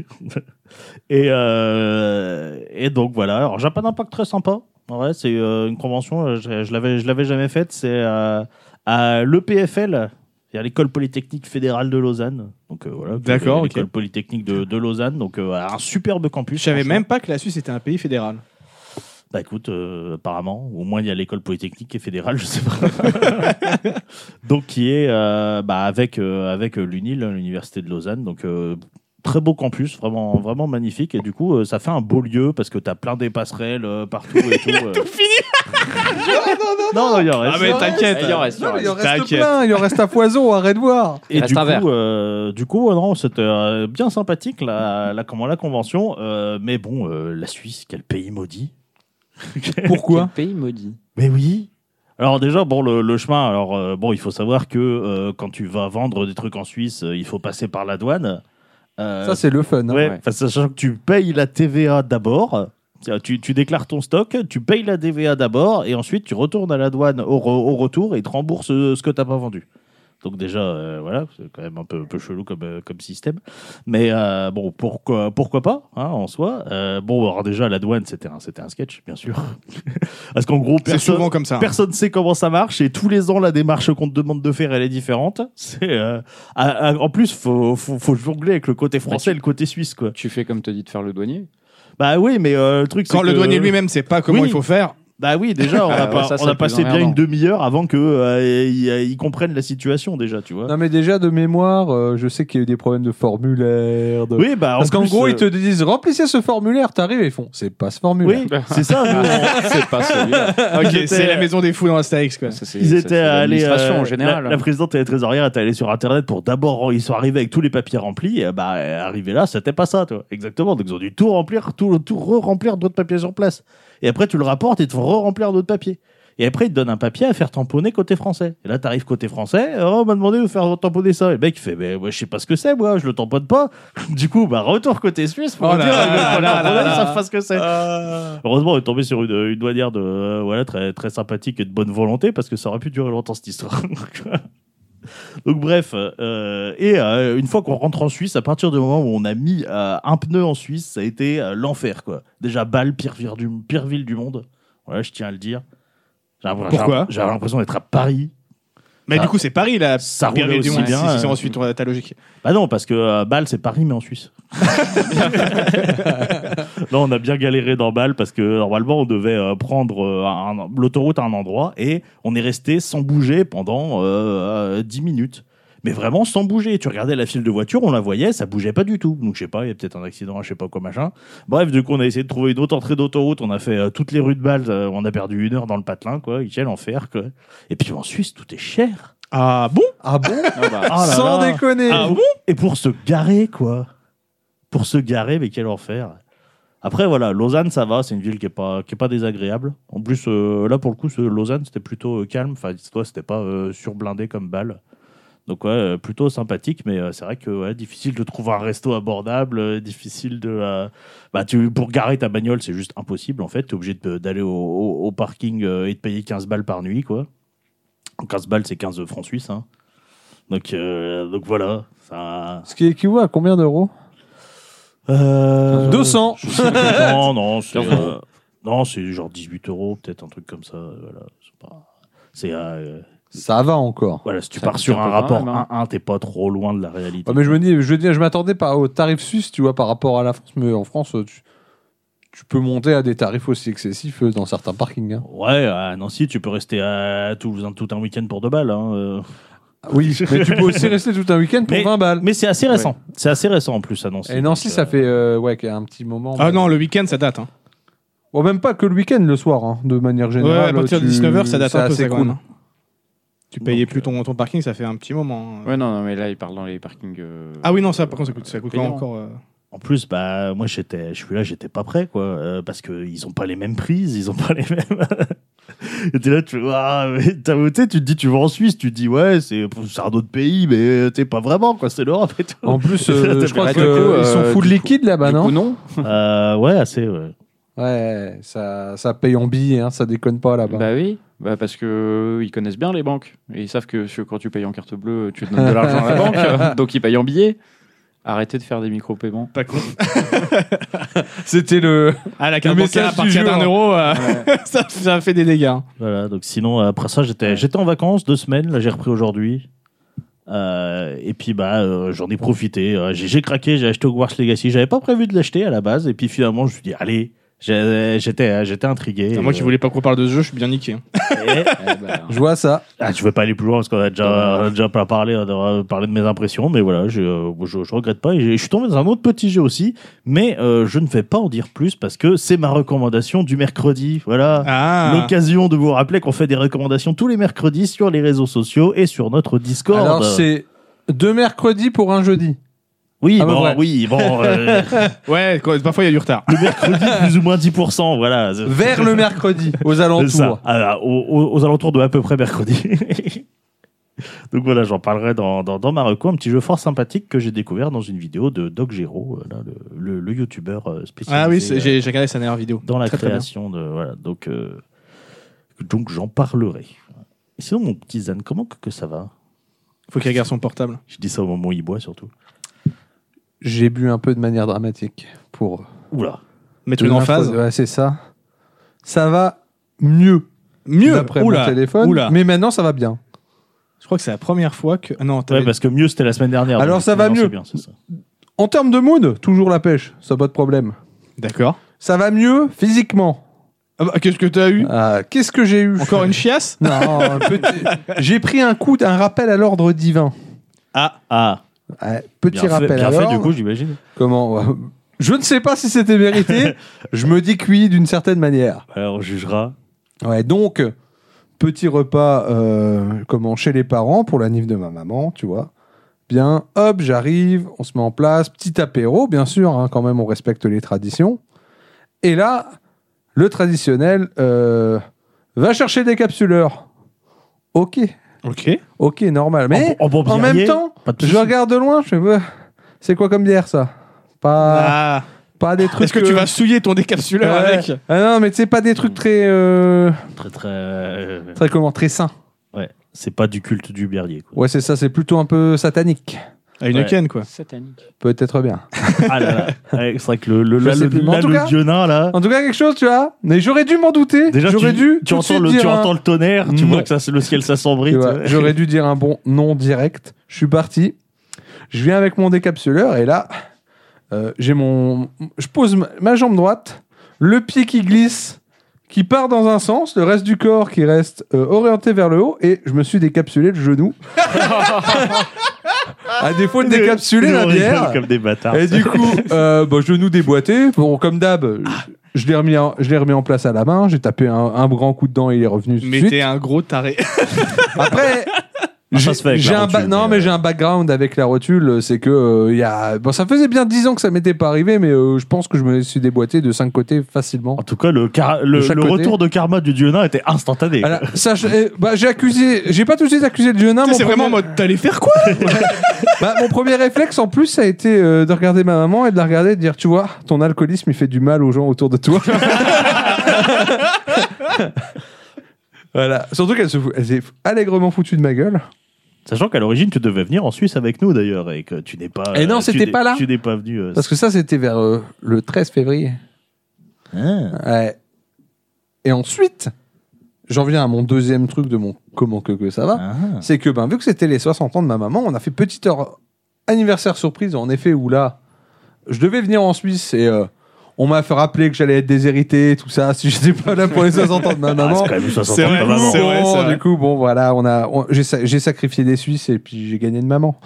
et, euh, et donc, voilà. Alors, Japan Impact, très sympa. En vrai, c'est euh, une convention, euh, je, je l'avais, je l'avais jamais faite. C'est euh, à l'E P F L, c'est-à-dire l'École Polytechnique Fédérale de Lausanne. Donc, euh, voilà. D'accord, L'école ok. Polytechnique de, de Lausanne. Donc, euh, un superbe campus. Je savais franchement. même pas que la Suisse était un pays fédéral. Bah écoute, euh, apparemment, au moins il y a l'école polytechnique qui est fédérale, je sais pas. Donc qui est euh, bah, avec euh, avec l'UNIL, l'université de Lausanne. Donc euh, très beau campus, vraiment vraiment magnifique. Et du coup, euh, ça fait un beau lieu parce que t'as plein des passerelles euh, partout et tout. euh. Tout fini. Non, non, il y en reste. Ah, mais t'inquiète. Il y en reste, il y en Non, il en reste. reste T'inquiète. plein, il en reste à foison, arrête de voir. Et reste du un verre. coup, euh, du coup, ouais, non, c'était euh, bien sympathique la, la comment la convention. Euh, mais bon, euh, la Suisse, quel pays maudit. Pourquoi Quel pays maudit. Mais oui. Alors déjà, bon, le, le chemin, alors euh, bon, il faut savoir que euh, quand tu vas vendre des trucs en Suisse, euh, il faut passer par la douane. Euh, Ça, c'est le fun. hein. ouais, ouais. enfin, sachant que tu payes la T V A d'abord. C'est-à-dire, Tu, tu déclares ton stock, tu payes la T V A d'abord, et ensuite tu retournes à la douane au, re- au retour et ils te remboursent euh, ce que tu n'as pas vendu. Donc déjà, euh, voilà, c'est quand même un peu, un peu chelou comme, euh, comme système. Mais euh, bon, pourquoi, pourquoi pas, hein, en soi. Euh, bon, alors déjà, la douane, c'était un, c'était un sketch, bien sûr. Parce qu'en gros, C'est personne souvent comme ça. personne ne sait comment ça marche, et tous les ans, la démarche qu'on te demande de faire, elle est différente. C'est, euh, à- à- en plus, il faut, faut, faut jongler avec le côté français tu- et le côté suisse, quoi. Tu fais comme te dit de faire le douanier. Bah oui, mais euh, le truc, c'est Quand le que- douanier lui-même sait pas comment Oui. il faut faire. Bah oui, déjà, on a, Ah, pas- ouais, ça, on c'est a le plus passé bien emmerdant. une demi-heure avant qu'ils euh, ils- ils comprennent la situation, déjà, tu vois. Non, mais déjà, de mémoire, euh, je sais qu'il y a eu des problèmes de formulaire. De... Oui, bah en Parce qu'en plus, gros, euh, ils te disent remplissez ce formulaire, t'arrives et ils font c'est pas ce formulaire. Oui, c'est ça. nous, on- C'est pas celui-là. Ok, Ils étaient- c'est la maison des fous dans Astérix, quoi. Ça, c'est- Ils ça, étaient c'est allés. l'administration euh, en général. La, la présidente et la trésorière étaient allées sur Internet pour d'abord. Ils sont arrivés avec tous les papiers remplis. Et bah, arrivé là, c'était pas ça, toi. Exactement. Donc, ils ont dû tout remplir, tout, tout re-remplir d'autres papiers sur place. Et après, tu le rapportes et ils te font re-remplir d'autres papiers. Et après, ils te donnent un papier à faire tamponner côté français. Et là, t'arrives côté français. Oh, on m'a demandé de faire tamponner ça. Et le mec, il fait, mais moi, je sais pas ce que c'est, moi, je le tamponne pas. Du coup, bah, retour côté suisse pour Oh dire, là euh, là le là tamponner, là ils là. savent pas ce que c'est. Heureusement, on est tombé sur une, une douanière de, euh, voilà, très, très sympathique et de bonne volonté parce que ça aurait pu durer longtemps cette histoire. Donc bref, euh, et euh, une fois qu'on rentre en Suisse, à partir du moment où on a mis euh, un pneu en Suisse, ça a été euh, l'enfer, quoi. Déjà, Bâle, pire, ville du, pire ville du monde. Voilà, je tiens à le dire. J'ai l'impression- Pourquoi J'avais l'impression d'être à Paris. Mais Ça- du coup, c'est Paris, la ça pire roulait ville du aussi monde. bien, Si, si, c'est euh, ensuite ta logique. Bah non, parce que euh, Bâle, c'est Paris, mais en Suisse. Là, on a bien galéré dans Bâle parce que normalement, on devait euh, prendre euh, un- l'autoroute à un endroit et on est resté sans bouger pendant euh, euh, dix minutes. Mais vraiment sans bouger. Tu regardais la file de voitures, on la voyait, ça bougeait pas du tout. Donc je sais pas, il y a peut-être un accident, je sais pas quoi machin. Bref, du coup, on a essayé de trouver une autre entrée d'autoroute. On a fait euh, toutes les rues de Bâle. euh, on a perdu une heure dans le patelin, quoi. Quel enfer, quoi. Et puis en Suisse, tout est cher. Ah bon? Ah bon Ah bah, Ah là Sans là. déconner. Ah bon? Et pour se garer, quoi. Pour se garer, mais quel enfer. Après, voilà, Lausanne, ça va, c'est une ville qui est pas, qui est pas désagréable. En plus, euh, là, pour le coup, ce- Lausanne, c'était plutôt euh, calme. Enfin, toi, c'était pas euh, surblindé comme Bâle. Donc, ouais, euh, plutôt sympathique, mais euh, c'est vrai que ouais, difficile de trouver un resto abordable, euh, difficile de. euh, bah, tu, pour garer ta bagnole, c'est juste impossible, en fait. Tu es obligé de- d'aller au, au- au parking euh, et de payer quinze balles par nuit, quoi. quinze balles, c'est quinze francs suisses. Hein. Donc, euh, donc voilà. Ça... Ce qui équivaut à combien d'euros Euh, deux cents. je sais pas. Non, non, c'est quinze euh, non, c'est genre dix-huit euros, peut-être un truc comme ça. Voilà, c'est pas. C'est euh, Ça va encore. voilà, si tu Ça pars coûte sur un un peu rapport quand même, hein. un un, t'es pas trop loin de la réalité. Ouais, mais je me dis, je veux dire, je m'attendais pas au tarif suisse, tu vois, par rapport à la France. Mais en France, tu, tu peux monter à des tarifs aussi excessifs euh, dans certains parkings. hein. Ouais, à Nancy, tu peux rester à Toulouse un- tout un week-end pour deux balles. Hein. euh. Oui, mais tu peux aussi rester tout un week-end pour Mais- vingt balles. Mais c'est assez récent. C'est assez récent en plus à Nancy. Et Nancy, Donc, ça euh, fait euh, ouais, qu'il y a un petit moment. Ah non, le week-end, ça date. Hein. Bon, même pas que le week-end, le soir, hein, de manière Ouais, générale. à partir de tu- dix-neuf heures, ça date c'est un peu, assez ça, quand cool. même. hein. Tu payais Donc, plus ton, ton parking, ça fait un petit moment. hein. Ouais, non, non, mais là, il parle dans les parkings. euh, Ah oui, non, ça, par contre, ça coûte, ça coûte Payant. encore. euh, En plus, bah, moi, j'étais, je suis là, j'étais pas prêt, quoi, euh, parce qu'ils ont pas les mêmes prises, ils ont pas les mêmes. Et t'es là, tu, ah, mais t'as voté, tu te dis, tu vas en Suisse, tu te dis, ouais, c'est, c'est un autre pays, mais t'es pas vraiment, quoi, c'est l'Europe et tout. En plus, euh, T'as je crois pas- qu'ils du coup, sont euh, full du coup- liquide là-bas, du non coup, non. Euh, ouais, assez, ouais. Ouais, ça, ça paye en billets, hein, ça déconne pas là-bas. Bah oui, bah parce que euh, ils connaissent bien les banques. Et ils savent que sur- quand tu payes en carte bleue, tu donnes de l'argent à la banque. euh, Donc ils payent en billets. Arrêtez de faire des micro-paiements. Pas con. C'était le. Ah, la Le carte bancaire à message du partir d'un jour. euro, euh, Ouais. ça, ça fait des dégâts. hein. Voilà, donc sinon, euh, après ça, j'étais, j'étais en vacances deux semaines, là, j'ai repris aujourd'hui. Euh, et puis, bah, euh, j'en ai profité. Euh, j'ai, j'ai craqué, j'ai acheté Hogwarts Legacy. J'avais pas prévu de l'acheter à la base. Et puis finalement, je me suis dit, allez, j'ai- j'étais, j'étais intrigué. Putain, moi qui Euh, voulais pas qu'on parle de ce jeu, je suis bien niqué. hein. et- Eh ben, Je vois ça. Ah, je veux pas aller plus loin parce qu'on a déjà, on a déjà pas parlé, on a parlé de mes impressions, mais voilà, je, euh, je, je regrette pas. Et j'ai- je suis tombé dans un autre petit jeu aussi, mais euh, je ne vais pas en dire plus parce que c'est ma recommandation du mercredi. Voilà. Ah, L'occasion de vous rappeler qu'on fait des recommandations tous les mercredis sur les réseaux sociaux et sur notre Discord. Alors, c'est deux mercredis pour un jeudi. Oui, à peu bon, près. oui, bon, euh, ouais, quoi, parfois il y a du retard. le mercredi, plus ou moins dix pour cent, voilà. Vers le mercredi, aux C'est ça. alentours. Ah, aux, aux- aux alentours de à peu près mercredi. Donc voilà, j'en parlerai dans, dans, dans ma reco, un petit jeu fort sympathique que j'ai découvert dans une vidéo de Doc Gero, euh, là, le, le, le youtubeur euh, spécialisé Ah oui, c'est- euh, j'ai j'ai regardé sa dernière vidéo. dans la Très, très bien. création de voilà. Donc euh, donc j'en parlerai. Et sinon mon petit Zan, comment que, que ça va? Faut qu'il regarde son portable. Je dis ça au moment où il boit surtout. J'ai bu un peu de manière dramatique pour. Oula. Mettre une emphase. Ouais, c'est ça. Ça va mieux. Mieux. D'après Oula. mon téléphone. Oula. Mais maintenant, ça va bien. Je crois que c'est la première fois que. Ah non, Ouais, t'avais- parce que mieux c'était la semaine dernière. Alors, donc, ça va non, mieux. c'est bien, c'est ça. En termes de mood, toujours la pêche. Ça pas de problème. D'accord. Ça va mieux physiquement. Ah bah, qu'est-ce que t'as eu Ah, qu'est-ce que j'ai eu Encore une chiasse Non, un petit- j'ai pris un coup, un rappel à l'ordre divin. Ah, Ah, Ouais, petit bien fait, rappel bien à fait l'ordre. du coup, j'imagine. Comment Je ne sais pas si c'était mérité. Je me dis que oui, d'une certaine manière. Alors on jugera. Ouais, donc petit repas, euh, comment chez les parents pour la nif de ma maman, tu vois. Bien, hop, j'arrive, on se met en place, petit apéro, bien sûr, hein, quand même, on respecte les traditions. Et là, le traditionnel, euh, va chercher des capsuleurs. Ok, ok. ok, normal. Mais en, bon en même biérier, temps, pas de je souci. regarde de loin, je fais, ouais, c'est quoi comme bière ça Pas, Ah. pas des trucs. Est-ce que tu vas souiller ton décapsuleur Ouais. avec Ah non, mais tu sais, pas des trucs très, euh, Très très. euh, très comment, très sains. Ouais, c'est pas du culte du berrier. Quoi. Ouais, c'est ça, c'est plutôt un peu satanique. À une Ouais. ken, quoi. satanique. Peut-être bien. Ah là là. Ouais, c'est vrai que le, le, Je là, sais le, plus, mais en là, tout le cas- dieu nain là. En tout cas, quelque chose, tu vois. Mais j'aurais dû m'en douter. Déjà, j'aurais tu, dû. tu tout de entends, suite le, dire tu un- entends le tonnerre, tu Non. vois que ça, c'est- le ciel Tu s'assombrit. vois, j'aurais dû dire un bon non direct. Je suis parti. Je viens avec mon décapsuleur et là, euh, j'ai mon. Je pose ma, ma jambe droite, le pied qui glisse, qui part dans un sens, le reste du corps qui reste euh, orienté vers le haut et je me suis décapsulé le genou. À défaut de décapsuler la On rigole bière. comme des bâtards. Et du coup, euh, bah, genou déboîté. Bon, comme d'hab, je l'ai remis, en- je l'ai remis en place à la main. J'ai tapé un, un grand coup dedans et il est revenu tout de Mais suite. t'es un gros taré. Après, Ah, ça j'ai, se fait avec j'ai la un ba- rotule, non, mais, mais euh, j'ai un background avec la rotule. C'est que euh, il y a, bon, ça faisait bien dix ans que ça m'était pas arrivé, mais euh, je pense que je me suis déboîté de cinq côtés facilement. En tout cas, le, car- le, De chaque le côté. retour de karma du dieu nain était instantané. Voilà, ça, je- eh, bah, j'ai accusé, j'ai pas tout de suite accusé le jeune homme. C'est vraiment en mode, t'allais faire quoi Bah, mon premier réflexe en plus, ça a été euh, de regarder ma maman et de la regarder et de dire, tu vois, ton alcoolisme, il fait du mal aux gens autour de toi. Voilà. Surtout qu'elle se fout, elle s'est allègrement foutue de ma gueule. Sachant qu'à l'origine, tu devais venir en Suisse avec nous d'ailleurs et que tu n'es pas. Et non, euh, tu c'était n'es- pas là. Tu n'es pas venu. euh, Parce que ça, c'était vers euh, le treize février. Ah. Ouais. Et ensuite, j'en viens à mon deuxième truc de mon comment que, que ça va. Ah. C'est que, ben, vu que c'était les soixante ans de ma maman, on a fait petite heure anniversaire surprise, en effet, où là, je devais venir en Suisse et euh, On m'a fait rappeler que j'allais être déshérité, tout ça, si j'étais pas là pour les soixante ans de ma Ah, maman. c'est quand même soixante C'est ans de vrai, ta maman. c'est vrai, c'est vrai. Du coup, bon, voilà, on a, on- j'ai, sa- j'ai sacrifié des Suisses et puis j'ai gagné de maman.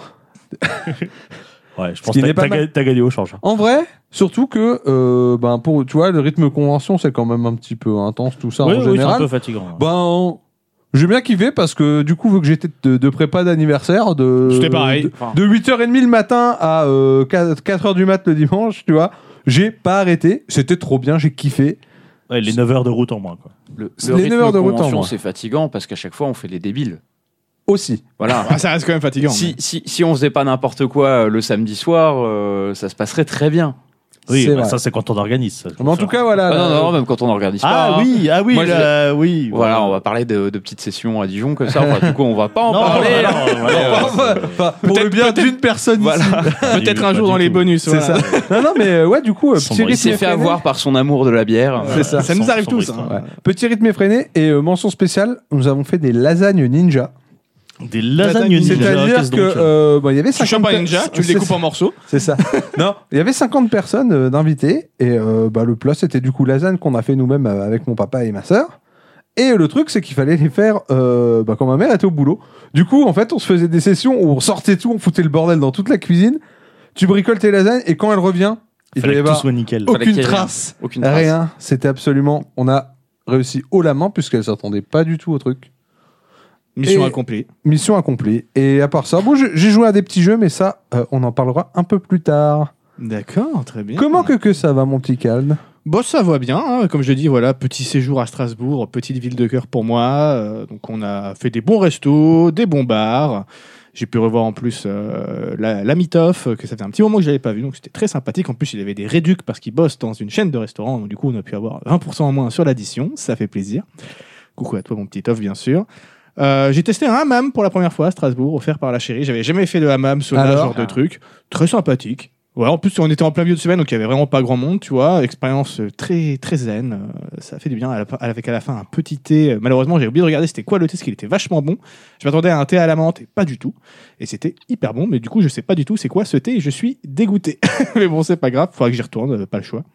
Ouais, je Ce pense qui que n'est t'as pas t'as mal. ga- t'as gagné au change. En vrai, surtout que, euh, ben, pour, tu vois, le rythme convention, c'est quand même un petit peu intense, tout ça, Oui, en oui, c'est un général. peu fatigant. Ben, j'ai bien kiffé parce que, du coup, vu que j'étais de, de prépa d'anniversaire, de, C'était pareil. de, Enfin, de huit heures trente le matin à euh, quatre heures du mat le dimanche, tu vois, j'ai pas arrêté. C'était trop bien, j'ai kiffé. Ouais, les neuf heures de route en moins. Quoi. le, C'est le les rythme neuf heures de route en convention, moins. c'est fatigant parce qu'à chaque fois, on fait les débiles. Aussi. Voilà. Ah, ça reste quand même fatigant. si, si, si on faisait pas n'importe quoi euh, le samedi soir, euh, ça se passerait très bien. Oui, C'est bah, vrai. ça c'est quand on organise. Ça, Mais en tout cas, voilà. Ah, non, là, non, même quand on n'organise Ah pas. oui, ah oui, Moi, là, oui. Voilà, on va parler de, de petites sessions à Dijon comme ça. Enfin, du coup, on va pas en Non, parler. voilà, là. voilà, Enfin, enfin, pour le bien d'une personne Voilà. ici. Peut-être un Pas jour du dans les tout. bonus. C'est voilà. ça. Non, non, mais euh, ouais, du coup, euh, Sans petit bruit. Il s'est rythme fait effréné. avoir par son amour de la bière. C'est ça. Ça nous Sans- arrive sans tous. bruit. hein. Ouais. Petit rythme effréné et euh, mention spéciale, nous avons fait des lasagnes ninja. Des lasagnes ninja. C'est-à-dire qu'est-ce que donc, euh, bon, il y avait Tu chopes cinquante un per- ninja, tu le c'est découpes ça. en morceaux. C'est ça. Non, il y avait cinquante personnes euh, d'invités et euh, bah, le plat c'était du coup lasagne qu'on a fait nous-mêmes euh, avec mon papa et ma sœur. Et euh, le truc c'est qu'il fallait les faire euh, bah, quand ma mère était au boulot. Du coup en fait on se faisait des sessions où on sortait tout, on foutait le bordel dans toute la cuisine. Tu bricoles tes lasagnes et quand elle revient, il Fallait doit y que tout avoir soit nickel. Fallait aucune qu'il y ait rien. trace, Aucune trace. rien. C'était absolument, on a réussi haut la main puisqu'elle s'attendait pas du tout au truc. Mission Et- accomplie. Mission accomplie. Et à part ça, bon, j'ai j'ai joué à des petits jeux, mais ça, euh, on en parlera un peu plus tard. D'accord, très bien. Comment que, que ça va, mon petit calme? Bon, ça va bien. hein. Comme je dis, voilà, petit séjour à Strasbourg, petite ville de cœur pour moi. Euh, donc, on a fait des bons restos, des bons bars. J'ai pu revoir en plus euh, la, la Mitoff, que ça fait un petit moment que je l'avais pas vu, donc c'était très sympathique. En plus, il avait des réducs parce qu'il bosse dans une chaîne de restaurants, donc du coup, on a pu avoir vingt pour cent en moins sur l'addition. Ça fait plaisir. Coucou à toi, mon petit Toff, bien sûr. Euh, j'ai testé un hammam pour la première fois à Strasbourg, offert par la chérie. J'avais jamais fait de hammam, sauna, Alors ce genre de truc. Très sympathique. Ouais, en plus, on était en plein milieu de semaine, donc il y avait vraiment pas grand monde, tu vois. Expérience euh, très très zen. Euh, ça fait du bien. À la- Avec à la fin un petit thé. Euh, Malheureusement, j'ai oublié de regarder c'était quoi le thé, parce qu'il était vachement bon. Je m'attendais à un thé à la menthe et pas du tout. Et c'était hyper bon, mais du coup, je sais pas du tout c'est quoi ce thé et je suis dégoûté. Mais bon, c'est pas grave, faudra que j'y retourne, euh, pas le choix.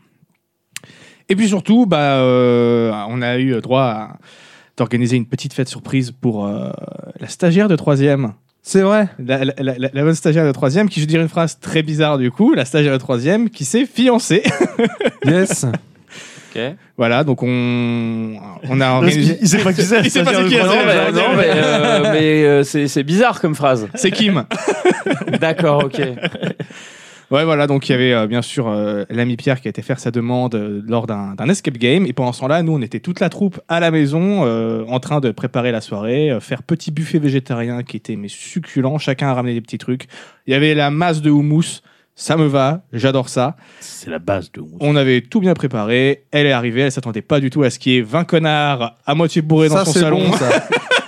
Et puis surtout, bah, euh, on a eu droit à d'organiser une petite fête surprise pour euh, la stagiaire de troisième. C'est vrai. La, la, la, la bonne stagiaire de troisième, qui je dirais une phrase très bizarre du coup, la stagiaire de troisième qui s'est fiancée. Yes. Ok. Voilà, donc on, on a Parce organisé... qu'il- Il sait pas qui c'est. Il sait pas c'est-à-dire qui le c'est. Non, troisième. mais, non, mais, euh, mais, euh, c'est c'est bizarre comme phrase. C'est Kim. D'accord, ok. Ouais, voilà, donc il y avait euh, bien sûr euh, l'ami Pierre qui a été faire sa demande euh, lors d'un d'un escape game. Et pendant ce temps-là, nous, on était toute la troupe à la maison euh, en train de préparer la soirée, euh, faire petit buffet végétarien qui était mais succulent. Chacun a ramené des petits trucs. Il y avait la masse de houmous. Ça me va, j'adore ça. C'est la base de houmous. On avait tout bien préparé. Elle est arrivée, elle s'attendait pas du tout à ce qu'il y ait vingt connards à moitié bourrés dans Ça, son c'est salon bon, ça.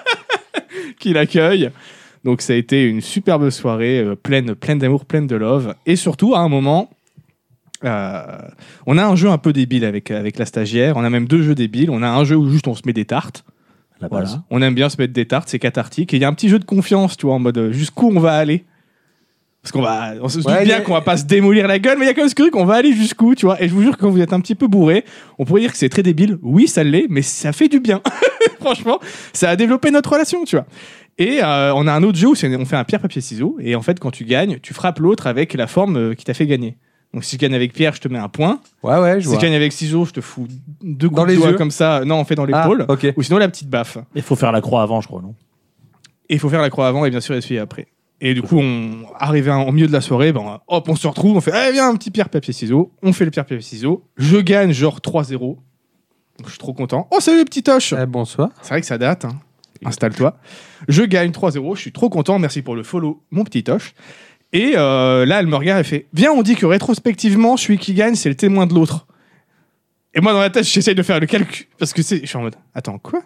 qui l'accueillent. Donc ça a été une superbe soirée, euh, pleine, pleine d'amour, pleine de love. Et surtout, à un moment, euh, on a un jeu un peu débile avec, avec la stagiaire. On a même deux jeux débiles. On a un jeu où juste on se met des tartes. La Voilà. base. On aime bien se mettre des tartes, c'est cathartique. Et il y a un petit jeu de confiance, tu vois, en mode euh, jusqu'où on va aller. Parce qu'on va, on se Ouais, doute bien y a- qu'on va pas se démolir la gueule, mais il y a quand même ce truc, on va aller jusqu'où, tu vois. Et je vous jure que quand vous êtes un petit peu bourré, on pourrait dire que c'est très débile. Oui, ça l'est, mais ça fait du bien. Franchement, ça a développé notre relation, tu vois. Et euh, on a un autre jeu où c'est- on fait un pierre-papier-ciseaux. Et en fait, quand tu gagnes, tu frappes l'autre avec la forme euh, qui t'a fait gagner. Donc si je gagne avec Pierre, je te mets un point. Ouais, ouais, je Si vois. je gagne avec ciseaux, je te fous deux Dans coups les de doigts yeux comme ça. Non, on fait dans Ah, l'épaule. ok. Ou sinon la petite baffe. Il faut faire la croix avant, je crois, non? Et il faut faire la croix avant et bien sûr essuyer après. Et du coup, on arrivé au milieu de la soirée, ben, hop, on se retrouve, on fait, allez, viens, un petit pierre-papier-ciseaux. On fait le pierre-papier-ciseaux. Je gagne genre trois zéro. Donc, je suis trop content. Oh, salut les petits toches. Eh, bonsoir. C'est vrai que ça date. Hein. Installe-toi. Je gagne trois zéro. Je suis trop content. Merci pour le follow, mon petit toche. Et euh, là, elle me regarde, elle fait, viens, on dit que rétrospectivement, celui qui gagne, c'est le témoin de l'autre. Et moi, dans la tête, j'essaye de faire le calcul. Parce que c'est. Je suis en mode, attends, quoi?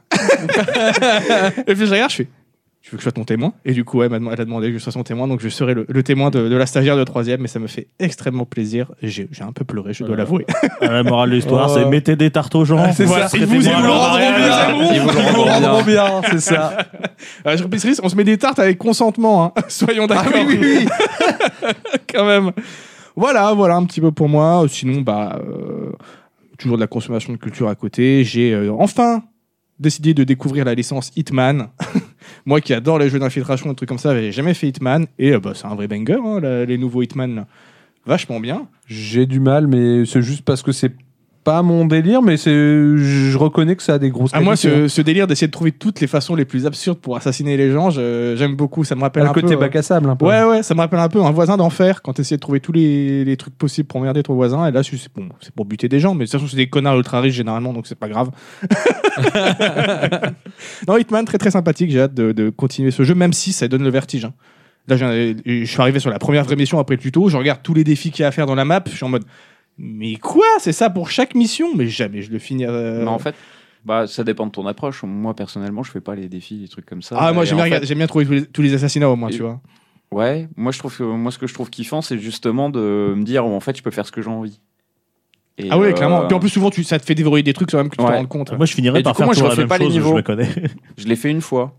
Et puis je regarde, je fais, tu veux que je sois ton témoin? Et du coup, ouais, elle m'a- elle a demandé que je sois son témoin, donc je serai le, le témoin de, de la stagiaire de troisième, mais ça me fait extrêmement plaisir. J'ai j'ai un peu pleuré, je dois Voilà. l'avouer. La morale de l'histoire, Oh. c'est mettez des tartes aux gens. C'est Voilà. ça. Ils vous- ils vous le rendront mariage. bien. Ils vous le Ils vous rendront rendront bien. bien, c'est ça. Euh, sur Pisserie, on se met des tartes avec consentement, hein. Soyons Ah d'accord. oui, oui, oui. Quand même. Voilà, voilà un petit peu pour moi. Sinon, bah, euh, toujours de la consommation de culture à côté. J'ai euh, enfin décidé de découvrir la licence Hitman. Moi qui adore les jeux d'infiltration, des trucs comme ça, j'avais jamais fait Hitman. Et euh, bah, c'est un vrai banger, hein, la, les nouveaux Hitman. Là. Vachement bien. J'ai du mal, mais c'est juste parce que c'est pas mon délire, mais c'est, je reconnais que ça a des grosses Ah, moi, qualités, ce, ce délire d'essayer de trouver toutes les façons les plus absurdes pour assassiner les gens, je- j'aime beaucoup. Ça me rappelle hein. un Le côté peu. bac à sable, un peu. Ouais, ouais, ça me rappelle un peu un voisin d'enfer quand tu essayais de trouver tous les, les trucs possibles pour emmerder ton voisin. Et là, c'est bon, c'est pour buter des gens, mais de toute façon, c'est des connards ultra riches généralement, donc c'est pas grave. Non, Hitman, très très sympathique. J'ai hâte de, de continuer ce jeu, même si ça donne le vertige. hein. Là, j'ai- je suis arrivé sur la première vraie mission après le tuto. Je regarde tous les défis qu'il y a à faire dans la map. Je suis en mode, mais quoi? C'est ça pour chaque mission? Mais jamais je le finis. euh, Mais en fait, bah, ça dépend de ton approche. Moi, personnellement, je fais pas les défis, les trucs comme ça. Ah, moi, Et j'aime en bien, fait- regarder- j'aime bien trouver tous les, tous les assassinats au moins, Et- tu vois. Ouais, moi, je trouve que, moi, ce que je trouve kiffant, c'est justement de me dire, en fait, je peux faire ce que j'ai envie. Et, Ah, ouais, euh, clairement. Puis en plus, souvent, tu, ça te fait déverrouiller des trucs sans même que tu Ouais. t'en rendes compte. Moi, je finirais Et par du coup, faire moi, je toujours la refais même pas les chose, niveaux. je me connais. je l'ai fait une fois.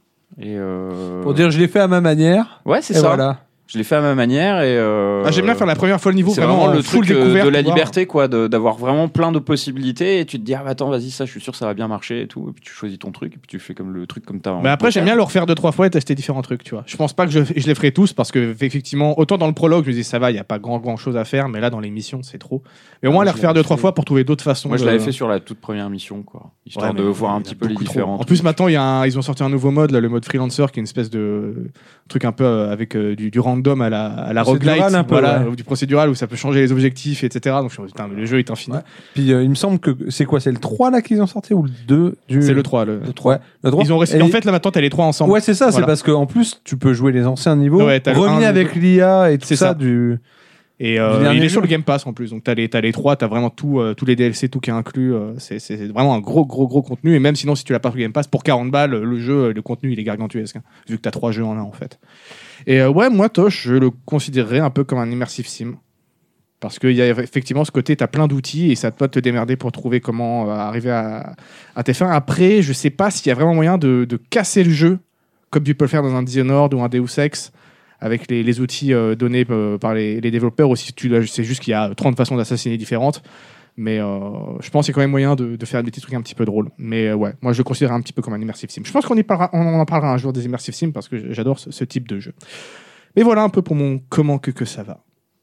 Et euh... Pour dire, je l'ai fait à ma manière. Ouais, c'est Et ça. voilà. Je l'ai fait à ma manière et. euh, Ah, j'aime bien faire la première fois le niveau C'est vraiment, vraiment en le full truc euh, découverte. de la pour voir. liberté, quoi, de- d'avoir vraiment plein de possibilités et tu te dis, ah bah attends, vas-y, ça, je suis sûr, ça va bien marcher et tout. Et puis tu choisis ton truc et puis tu fais comme le truc comme t'as. Mais après, j'aime bien le refaire deux, trois fois et tester différents trucs, tu vois. Je pense pas que je, je les ferai tous parce que, effectivement, autant dans le prologue, je me dis ça va, il y a pas grand, grand chose à faire, mais là, dans les missions, c'est trop. Mais au moins, Ah, les je refaire l'avais deux, trois fait. fois pour trouver d'autres façons. Moi, je de- l'avais fait sur la toute première mission, quoi. Histoire Ouais, de mais voir il y un en petit a peu les beaucoup trop. différents. En trucs. plus, maintenant, il y a un- ils ont sorti un nouveau mode, là, le mode freelancer, qui est une espèce de truc un peu euh, avec euh, du, du random à la, à la Procédural roguelite, un peu, voilà, ouais. ou du procédural où ça peut changer les objectifs, et cetera. Donc, je me dis, putain, mais le jeu est infini. Ouais. Puis euh, il me semble que c'est quoi? C'est le trois là qu'ils ont sorti ou le deux du... C'est le trois. Le... Le trois. Ouais, le trois. Ils ont resté- Et- En fait, là, maintenant, t'as les trois ensemble. Ouais, c'est ça, Voilà. c'est parce qu'en plus, tu peux jouer les anciens niveaux, Ouais, t'as le remis un, avec le l'I A et tout C'est ça, ça. du. Et euh, Du dernier il est jeu. sur le Game Pass en plus, donc t'as les, t'as les trois, t'as vraiment tout, euh, tous les D L C, tout qui est inclus. euh, c'est, c'est c'est vraiment un gros, gros, gros contenu. Et même sinon, si tu l'as pas sur le Game Pass, pour quarante balles, le jeu, le contenu, il est gargantuesque, hein, vu que t'as trois jeux en un en fait. Et euh, ouais, moi, Tosh, je le considérerais un peu comme un immersive sim. Parce qu'il y a effectivement ce côté, t'as plein d'outils et ça te doit te démerder pour trouver comment euh, arriver à, à tes fins. Après, je sais pas s'il y a vraiment moyen de, de casser le jeu, comme tu peux le faire dans un Dishonored ou un Deus Ex, avec les, les outils euh, donnés euh, par les, les développeurs, ou si tu c'est juste qu'il y a trente façons d'assassiner différentes. Mais euh, je pense qu'il y a quand même moyen de, de faire des petits trucs un petit peu drôles. Mais euh, ouais, moi je le considère un petit peu comme un immersive sim. Je pense qu'on y parlera, on en parlera un jour des immersive sims parce que j'adore ce, ce type de jeu. Mais voilà un peu pour mon comment que, que ça va.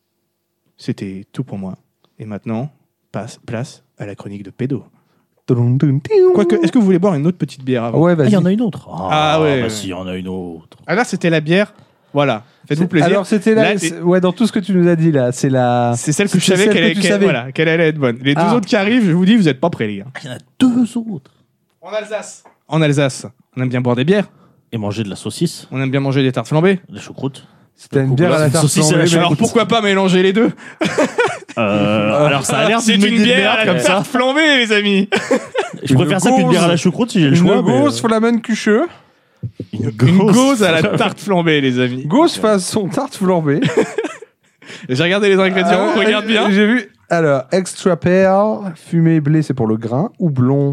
C'était tout pour moi. Et maintenant, passe, place à la chronique de Pédo. Quoique, est-ce que vous voulez boire une autre petite bière avant? Ouais, Ah, vas-y. il y en a une autre. Ah ouais. Bah, si, il y en a une autre. Ah là, c'était la bière. Voilà, faites-vous C'est- plaisir. Alors, c'était là, Là, c'est- ouais, dans tout ce que tu nous as dit là, c'est la. C'est celle que je c'est savais celle qu'elle que allait, tu qu'elle- savais. voilà, qu'elle allait être bonne. Les deux Ah. autres qui arrivent, je vous dis, vous n'êtes pas prêts, les gars. Ah, il y en a deux autres. En Alsace. En Alsace, on aime bien boire des bières, Et manger de la saucisse, on aime bien manger des tartes flambées. des choucroutes. C'était une bière à la Une tarte saucisse à la flambée, mais Alors écoute. pourquoi pas mélanger les deux? Euh, alors ça a l'air C'est d'une une idée de bière à merde la comme ça. tarte flambée, les amis. Je préfère ça qu'une bière à la choucroute si j'ai le Une choix. mais, euh, gauze Flamen Cucheux. Une Une gauze à la tarte flambée, les amis. Gauze fasse son tarte flambée. J'ai regardé les ingrédients, Ah, regarde bien. J'ai vu. Alors, extra pearl, fumé blé, c'est pour le grain. Houblon,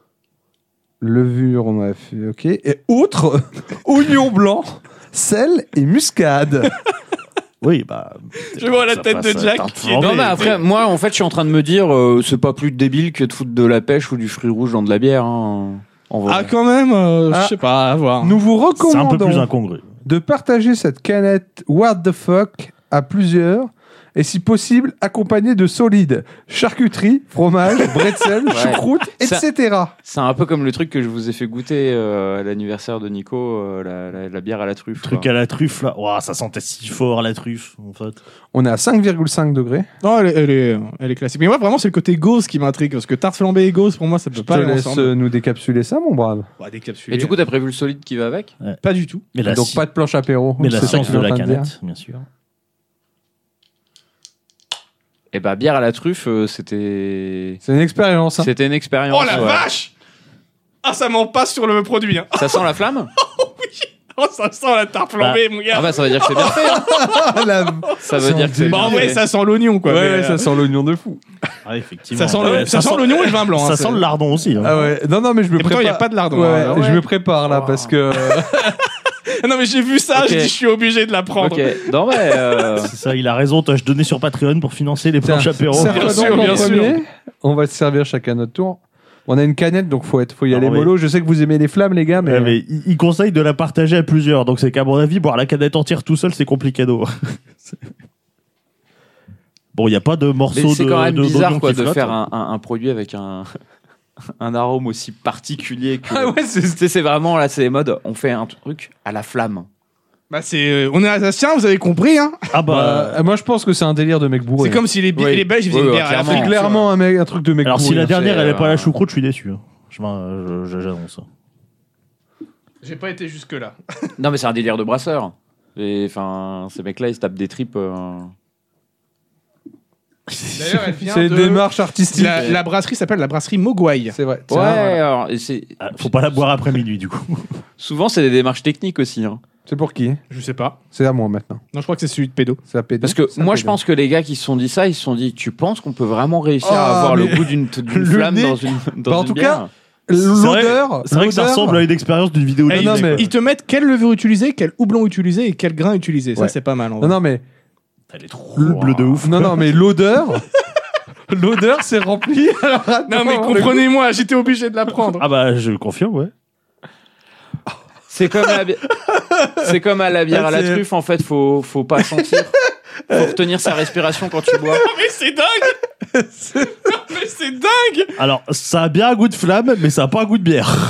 levure, on a fait. Ok. Et outre, oignon blanc, sel et muscade. Oui, bah. Je vois la ça tête passe de à Jack tarte qui est- flambée. Non, mais après, moi, en fait, je suis en train de me dire, euh, c'est pas plus débile que de foutre de la pêche ou du fruit rouge dans de la bière. Hein, en vrai. Ah, quand même, euh, Ah. je sais pas, à voir. Nous vous C'est un peu plus recommandons incongru. de partager cette canette What the fuck à plusieurs. Et si possible, accompagné de solides charcuterie, fromage, bretzel, Ouais. choucroute, Ça- et cetera. C'est un peu comme le truc que je vous ai fait goûter euh, à l'anniversaire de Nico, euh, la, la- la bière à la truffe. Truc quoi. à la truffe là. Ouah, ça sentait si fort la truffe en fait. On est à cinq virgule cinq degrés. Non, elle est, elle est, elle est classique. Mais moi, vraiment, c'est le côté gauze qui m'intrigue. Parce que tarte flambée et gauze, pour moi, ça peut Je pas te aller laisse ensemble. euh, nous décapsuler ça, mon brave. Bah, décapsulé. Et du coup, t'as prévu le solide qui va avec? pas du tout. Mais la, Donc sci- pas de planche apéro. mais la c'est ça que science tu es de en la train dire. canette, bien sûr. Et bah, bière à la truffe, euh, c'était. C'est une expérience. Hein. C'était une expérience. Oh la ouais. vache! Ah, ça m'en passe sur le produit. Hein. Ça sent la flamme? Oh, ça sent la tarte flambée, mon gars. Ah bah, ça veut dire que c'est bien fait. hein. Ah, la- Ça veut C'est dire que c'est un Bah, bien en vrai, fait. ça sent l'oignon, quoi. Ouais, mais, ouais, euh, ça sent l'oignon de fou. Ah, effectivement. ça sent le- Ouais, ça sent l'oignon et le vin blanc. hein, Ça c'est- sent le lardon aussi. hein. Ah ouais. Non, non, mais je me Et pourtant, prépare. il n'y a pas de lardon. Ouais, hein. je Ouais. me prépare là Oh. parce que Non, mais j'ai vu ça, Ok. j'ai dit, je suis obligé de la prendre. Ok, non, mais. euh, C'est ça, il a raison. Toi, je donnais sur Patreon pour financer les Tiens, planches apéro. serre-toi Bien donc sûr, en bien sûr. premier. On va se servir chacun notre tour. On a une canette, donc faut être, faut y Ah aller oui. mollo. Je sais que vous aimez les flammes, les gars, mais, Ouais, mais il, il conseille de la partager à plusieurs. Donc c'est qu'à mon avis, boire la canette entière tout seul, c'est complicado. Bon, il n'y a pas de morceaux Mais de. c'est quand même de- bizarre d'oignon quoi, qui de flottent. faire un, un- un produit avec un, un arôme aussi particulier que. Ah ouais, c'est- Tu sais, c'est vraiment là, c'est les modes. On fait un truc à la flamme. Bah, c'est. euh, on est alsaciens, vous avez compris, hein. Ah bah. Bah, moi je pense que c'est un délire de mec bourré. C'est comme si les, bi- Oui. les Belges ils faisaient Oui, une oui, bière à la clairement. c'est fin. clairement un, mec, un truc de mec Alors si bourré. la dernière, c'est, elle n'est pas euh, la choucroute, je suis déçu. hein. Je m'en- je- je- J'annonce. J'ai pas été jusque-là. Non, mais c'est un délire de brasseur. Et enfin, ces mecs-là, ils se tapent des tripes. euh, D'ailleurs, elle vient C'est une de- démarche artistique. La, la brasserie s'appelle la brasserie Mogwai. C'est vrai. Ouais, Tiens, voilà. alors, et c'est Ah, faut pas la boire après minuit, du coup. souvent c'est des démarches techniques aussi. hein. C'est pour qui? Je sais pas. C'est à moi maintenant. Non, je crois que c'est celui de pédo. C'est à pédo. Parce que C'est à moi, je pédo. pense que les gars qui se sont dit ça, ils se sont dit, tu penses qu'on peut vraiment réussir Ah, à avoir mais- le goût d'une d'une Le flamme nez- dans une dans Bah, en une tout bière L'odeur. C'est vrai que ça l'odeur- ressemble à une expérience d'une vidéo. Eh, non, ils, non, mais- ils te mettent quelle levure utiliser, quel houblon utiliser et quel grain utiliser. Ça, Ouais. c'est pas mal. En Non, vrai. non, mais. Elle est trop Le- bleu de ouf. Non, non, mais l'odeur. L'odeur, c'est rempli. Alors, attends, Non, mais le- comprenez-moi, j'étais obligé de la prendre. Ah bah, je confirme, ouais. C'est comme à la bi- c'est comme à la bière à la C'est- truffe. En fait, faut faut pas sentir. Faut retenir sa respiration quand tu bois. mais c'est dingue. Non, mais c'est dingue. Alors, ça a bien un goût de flamme, mais ça a pas un goût de bière.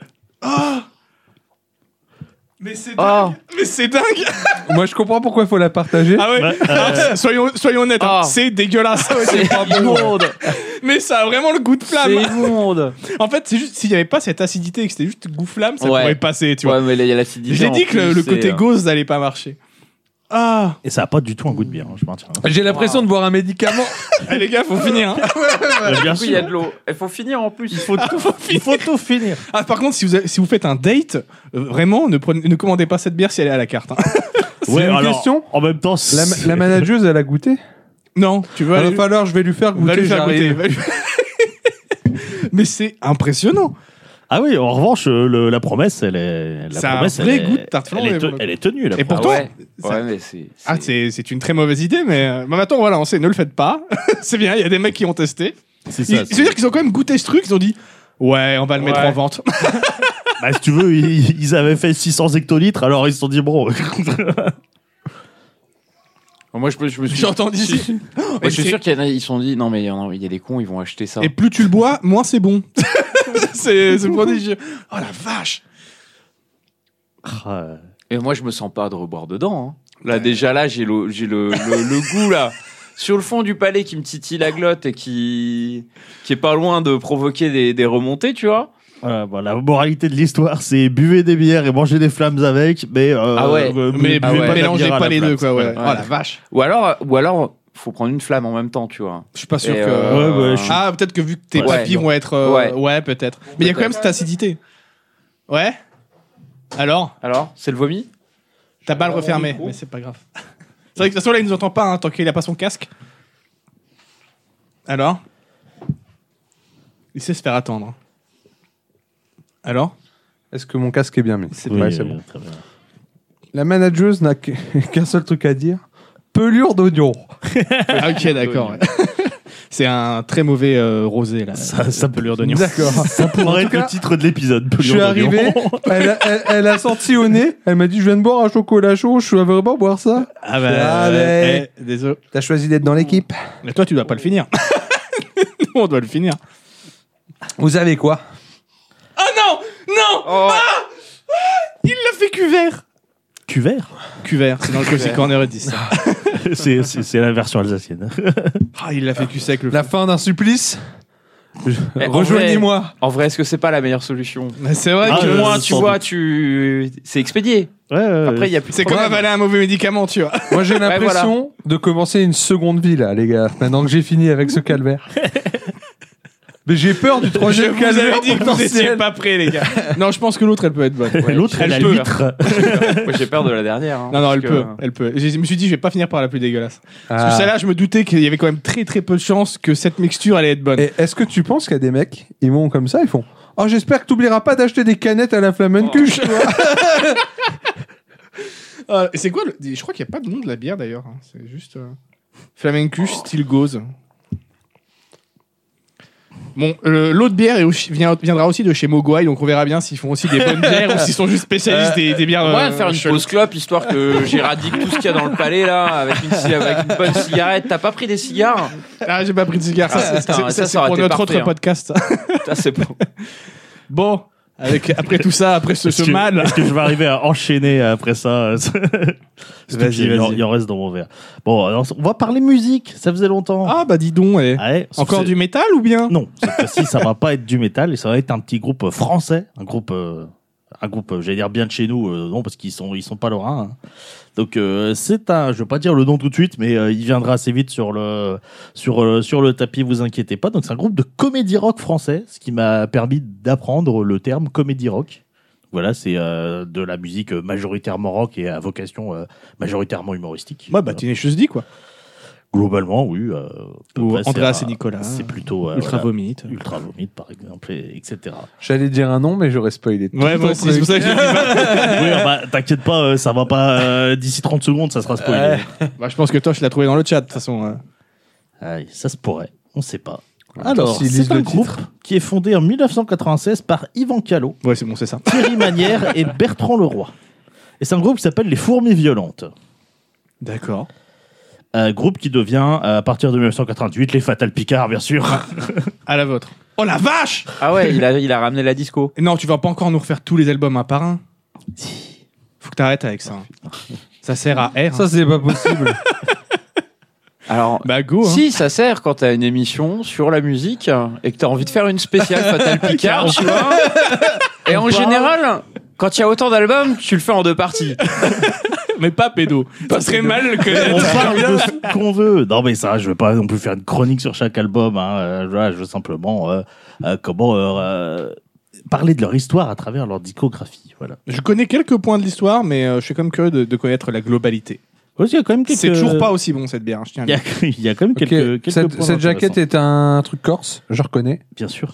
Mais c'est dingue. Ah. Mais c'est dingue. Moi, je comprends pourquoi il faut la partager. Ah ouais. Ouais, Alors, euh, soyons, soyons honnêtes, hein, Ah. c'est dégueulasse. C'est immonde. Mais ça a vraiment le goût de C'est flamme. immonde. En fait, c'est juste s'il y avait pas cette acidité et que c'était juste goût flamme, ça Ouais. pourrait passer, tu vois. Ouais, mais là, il y a l'acidité. Je l'ai en dit que le, plus, le c'est, côté euh, gauze n'allait pas marcher. Ah. Et ça a pas du tout un goût de bière, hein, je maintiens. J'ai l'impression de boire un médicament. Eh, les gars, faut finir. Hein. Euh, bien Du coup, il y a sûr. de l'eau. Il faut finir en plus. Il faut tout, il faut tout finir. Ah, par contre, si vous, avez- si vous faites un date, euh, vraiment, ne, prenez, ne commandez pas cette bière si elle est à la carte. hein. C'est une question. En même temps, La, c'est- la manageuse, elle a goûté. Non, tu veux Il aller... va falloir, je vais lui faire va goûter. lui faire goûter. j'arrive. va lui- Mais c'est impressionnant. Ah oui, en revanche, euh, le- la promesse, elle est. La C'est un promesse, vrai elle est- goût de tarte elle est, flambée, te- pour le elle est tenue, la Et promesse. pourtant, ouais. ça- Ouais, mais c'est. Ah, c'est c'est une très mauvaise idée, mais euh, bah, maintenant, voilà, on sait, ne le faites pas. C'est bien, il y a des mecs qui ont testé. C'est Ils- ça. C'est-à-dire qu'ils ont quand même goûté ce truc, ils ont dit ouais, on va le mettre Ouais. en vente. Bah, si tu veux, ils, ils avaient fait six cents hectolitres, alors ils se sont dit, bon. Moi, je, me- je me suis. J'entends d'ici. Moi, je suis sûr qu'il y en a, ils se sont dit, non, mais il y, en a, il y a des cons, ils vont acheter ça. Et plus tu le bois, moins c'est bon. c'est c'est prodigieux. Oh la vache. Ah, Et moi, je me sens pas de reboire dedans. hein. Là, déjà, là, j'ai le, j'ai le, le, le goût, là, sur le fond du palais qui me titille la glotte et qui, qui est pas loin de provoquer des, des remontées, tu vois. voilà, bon, la moralité de l'histoire, c'est buvez des bières et mangez des flammes avec, mais. euh, Ah ouais. euh, Mais, buvez mais pas de la mélangez bière à pas la les flamme. deux, quoi. Ouais. Ouais. Oh la vache. Ou alors, ou alors, faut prendre une flamme en même temps, tu vois. Je suis pas sûr Et, que. euh, Ouais, ouais, je suis- Ah, peut-être que vu que tes Ouais. papilles vont être. euh, Ouais. ouais, peut-être. Mais il y a quand même cette acidité. Ouais. Alors, Alors, c'est le vomi? ta balle refermée. Mais c'est pas grave. C'est vrai que de toute façon, là, il nous entend pas hein, tant qu'il a pas son casque. Alors il sait se faire attendre. Alors Est-ce que mon casque est bien mis Oui, Ouais, c'est euh, bon. très bien. La manageuse n'a que- qu'un seul truc à dire. Pelure d'oignon. Ah, ok, d'accord. ouais. C'est un très mauvais euh, rosé, là. Ça- ça- pelure d'oignon. D'accord. Ça pourrait En être tout cas, le titre de l'épisode. Je suis arrivé, elle a, elle- elle a senti au nez, elle m'a dit je viens de boire un chocolat chaud, je dois vraiment boire ça. Ah bah, Ah, mais- eh, désolé. T'as choisi d'être dans l'équipe. Mais toi, tu dois pas le finir. Nous, on doit le finir. Vous avez quoi? Oh non Non Oh, Il l'a fait cuvert Cuvert. Cuvert, c'est dans le Cozy Corner, ils disent ça. C'est c'est- c'est la version alsacienne. Ah, il l'a fait cul sec, le La fin d'un supplice. Je- Eh, en Rejoignez-moi. en vrai, est-ce que c'est pas la meilleure solution? Mais c'est vrai Ah, que... Au euh, moins, tu sans vois, doute. tu, c'est expédié. Ouais, ouais, Après, il y a plus de C'est comme problème. avaler un mauvais médicament, tu vois. Moi j'ai l'impression de commencer une seconde vie là, les gars. Maintenant que j'ai fini avec ce calvaire. Mais j'ai peur du Je troisième vous calvaire avais dit que vous étiez potentiel. pas près, les gars. Non, je pense que l'autre, elle peut être bonne. Ouais, L'autre, elle, elle a peut, l'huître. Moi, j'ai peur de la dernière. hein, Non, non, parce elle que- peut, elle peut. Je me suis dit, je vais pas finir par la plus dégueulasse. Parce Ah. que celle-là, je me doutais qu'il y avait quand même très très peu de chances que cette mixture allait être bonne. Et est-ce que tu penses qu'il y a des mecs, ils vont comme ça, ils font oh j'espère que t'oublieras pas d'acheter des canettes à la Flamencuche, tu vois. Ah, et c'est quoi le... Je crois qu'il n'y a pas de nom de la bière d'ailleurs. hein. C'est juste euh... Flamencus Style Gauze. Bon, euh, l'autre bière est aussi- vient- viendra aussi de chez Mogwai, donc on verra bien s'ils font aussi des bonnes bières ou s'ils sont juste spécialistes des, des bières. On va euh, faire une cheloues. pause clope histoire que j'éradique tout ce qu'il y a dans le palais là avec une, ci- avec une bonne cigarette. T'as pas pris des cigares? Ah, j'ai pas pris de cigare. Ça, Ah, c'est- putain, c'est- ça, ça, ça c'est aurait pour été notre parfait, autre hein. podcast. Ça c'est bon. Bon, avec, après tout ça, après ce, Est-ce ce que- mal. Est-ce que je vais arriver à enchaîner après ça? Vas-y, il, en- vas-y. il en reste dans mon verre. Bon, alors, on va parler musique. Ça faisait longtemps. Ah, bah dis donc, eh. Ouais, Encore c'est- du métal ou bien? Non, cette fois-ci, ça va pas être du métal, et ça va être un petit groupe français, un groupe, euh, un groupe, euh, j'allais dire bien de chez nous, euh, non parce qu'ils sont, ils sont pas lorrains. hein. Donc euh, c'est un, je vais pas dire le nom tout de suite, mais euh, il viendra assez vite sur le, sur euh, sur le tapis, vous inquiétez pas. Donc c'est un groupe de comédie rock français, ce qui m'a permis d'apprendre le terme comédie rock. Voilà, c'est euh, de la musique majoritairement rock et à vocation euh, majoritairement humoristique. Ouais, bah Voilà. Teenage dit quoi. Globalement, oui. Euh, à peu Ou près, c'est Andreas un- et Nicolas. C'est plutôt euh, Ultra voilà, Vomit. Ultra Vomit, par exemple, et, etc. J'allais dire un nom, mais j'aurais spoilé. tout Ouais, moi ton aussi, truc. c'est pour ça que j'ai dit pas. Oui, bah, t'inquiète pas, euh, ça va pas. euh, D'ici trente secondes, ça sera spoilé. Bah, je pense que toi, je l'ai trouvé dans le chat, de toute façon. euh. Aïe, ça se pourrait, on sait pas. Attends, Alors, s'ils c'est lisent un le groupe titre. qui est fondé en mille neuf cent quatre-vingt-seize par Yvan Callot, Ouais, c'est bon, c'est ça. Thierry Manière et Bertrand Leroy. Et c'est un groupe qui s'appelle Les Fourmis Violentes. D'accord. Un groupe qui devient, à partir de mille neuf cent quatre-vingt-huit, les Fatal Picard, bien sûr. À la vôtre. Oh la vache! Ah ouais, il a, il a ramené la disco. Non, tu vas pas encore nous refaire tous les albums un par un. Faut que t'arrêtes avec ça. hein. Ça sert à R. Ça, c'est pas possible. Alors, Bah go. Hein. si ça sert quand t'as une émission sur la musique et que t'as envie de faire une spéciale Fatal Picard, tu vois. Et en général, quand il y a autant d'albums, tu le fais en deux parties. Mais pas pédo. Ça serait mal le On connaître. parle de ce qu'on veut. Non, mais ça, je veux pas non plus faire une chronique sur chaque album. Hein. Euh, voilà, je veux simplement euh, euh, comment euh, euh, parler de leur histoire à travers leur discographie. Voilà. Je connais quelques points de l'histoire, mais euh, je suis quand même curieux de, de connaître la globalité. Aussi, il y a quand même quelques... C'est toujours pas aussi bon cette bière. hein, je tiens à Il y le a, il y a quand même Ok, quelques, quelques cette, points cette jaquette intéressants. est un truc corse, je reconnais. Bien sûr.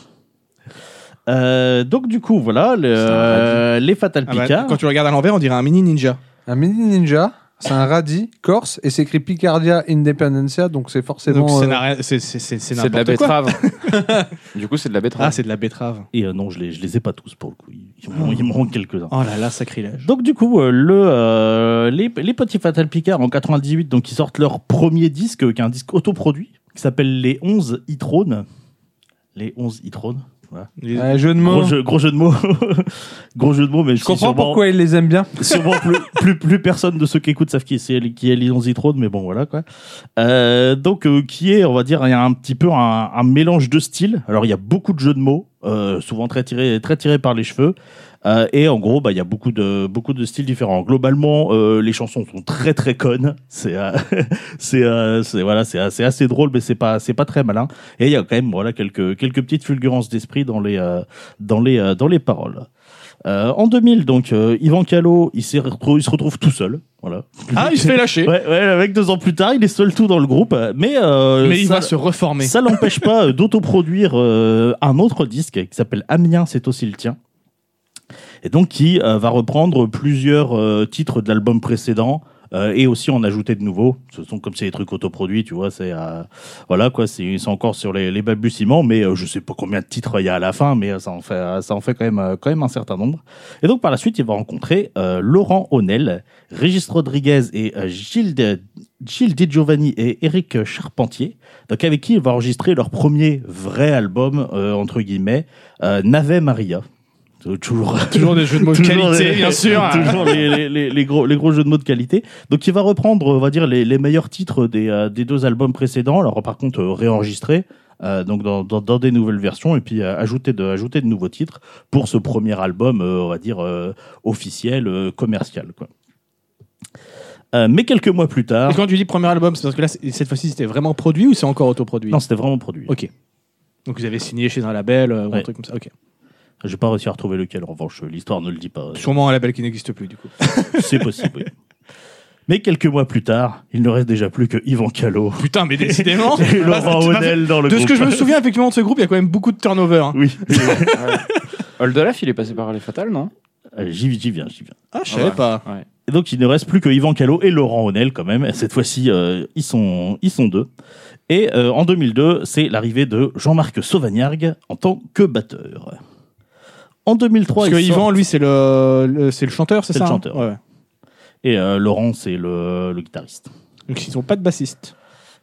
Euh, donc du coup, voilà, le- euh, les Fatal Ah bah, Picard. quand tu le regardes à l'envers, on dirait un mini ninja. Un mini ninja, c'est un radis corse et c'est écrit Picardia Independencia, donc c'est forcément. Donc c'est euh, n'a- c'est c'est- c'est- c'est C'est de la n'importe quoi. betterave. Du coup, c'est de la betterave. Ah, c'est de la betterave. Et euh, non, je les, je les ai pas tous pour le coup. Il, il, me- il me manque quelques-uns. Oh là là, sacrilège. Donc du coup, euh, le, euh, les, les petits Fatal Picard en quatre-vingt-dix-huit, donc ils sortent leur premier disque, euh, qui est un disque autoproduit, qui s'appelle Les onze e-trônes. Les onze e-trônes. Voilà. Les- un jeu de mots. Gros jeu, gros jeu de mots. Gros jeu de mots, mais Je comprends pourquoi ils les aiment bien. Sûrement plus, plus, plus personne de ceux qui écoutent savent qui est, qui est Lyon Zitrone, mais bon, voilà, quoi. Euh, donc, euh, qui est, on va dire, il y a un petit peu un, un mélange de styles. Alors, il y a beaucoup de jeux de mots, euh, souvent très tirés, très tirés par les cheveux. Euh, et en gros, bah, il y a beaucoup de, beaucoup de styles différents. Globalement, euh, les chansons sont très, très connes. C'est, euh, c'est, euh, c'est, voilà, c'est assez, assez drôle, mais c'est pas, c'est pas très malin. Et il y a quand même, voilà, quelques, quelques petites fulgurances d'esprit dans les, euh, dans les, euh, dans les paroles. Euh, en deux mille, donc, euh, Yvan Callot, il, s'est retrouvé, il se retrouve tout seul. Voilà. Ah, il se fait lâcher. Ouais, ouais, avec deux ans plus tard, il est seul tout dans le groupe. Mais, euh, Mais il ça, va se reformer. ça l'empêche pas euh, d'autoproduire euh, un autre disque qui s'appelle Amiens, c'est aussi le tien. Et donc, qui euh, va reprendre plusieurs euh, titres de l'album précédent. Euh, et aussi en ajouter de nouveaux. Ce sont comme c'est des trucs autoproduits, tu vois. C'est euh, voilà quoi. C'est c'est encore sur les, les balbutiements, mais euh, je sais pas combien de titres il y a à la fin, mais ça en fait ça en fait quand même euh, quand même un certain nombre. Et donc par la suite, il va rencontrer euh, Laurent Honel, Régis Rodriguez et euh, Gilles de, Gilles Di Giovanni et Éric Charpentier. Donc avec qui il va enregistrer leur premier vrai album euh, entre guillemets, euh, Navet Maria. Toujours, Toujours des jeux de mots de Toujours qualité, les- bien sûr. Toujours les, les, les, les gros, les gros jeux de mots de qualité. Donc, il va reprendre, on va dire, les, les meilleurs titres des, euh, des deux albums précédents. Alors, par contre, euh, réenregistrés, euh, donc dans, dans, dans des nouvelles versions, et puis euh, ajouter, de, ajouter de nouveaux titres pour ce premier album, euh, on va dire, euh, officiel, euh, commercial, quoi. Euh, mais quelques mois plus tard. Et quand tu dis premier album, c'est parce que là, c'est- cette fois-ci, c'était vraiment produit ou c'est encore autoproduit? Non, c'était vraiment produit. Ok. Donc vous avez signé chez un label euh, ou un Ouais. truc comme ça. Ok. J'ai pas réussi à retrouver lequel, en revanche, l'histoire ne le dit pas. Sûrement un label qui n'existe plus, du coup. C'est possible, oui. Mais quelques mois plus tard, il ne reste déjà plus que Yvan Callot Putain, mais décidément. et Laurent Bah, Honel dans le De groupe. ce que je me souviens, effectivement, de ce groupe, il y a quand même beaucoup de turnover. hein. Oui. Oldolaf, il est passé par les Fatales, non? Euh, J'y j'y viens, j'y viens. Ah, je savais Ouais. pas. Ouais. Et donc, il ne reste plus que Yvan Callot et Laurent Honnel, quand même. Cette fois-ci, euh, ils, sont, ils sont deux. Et euh, en deux mille deux, c'est l'arrivée de Jean-Marc Sauvagnargues en tant que batteur. En deux mille trois, Parce que il Yvan, sort- lui, c'est le, le- c'est le chanteur, c'est C'est ça le hein chanteur. Ouais, ouais. Et euh, Laurent, c'est le, le guitariste. Donc, ils n'ont pas de bassiste.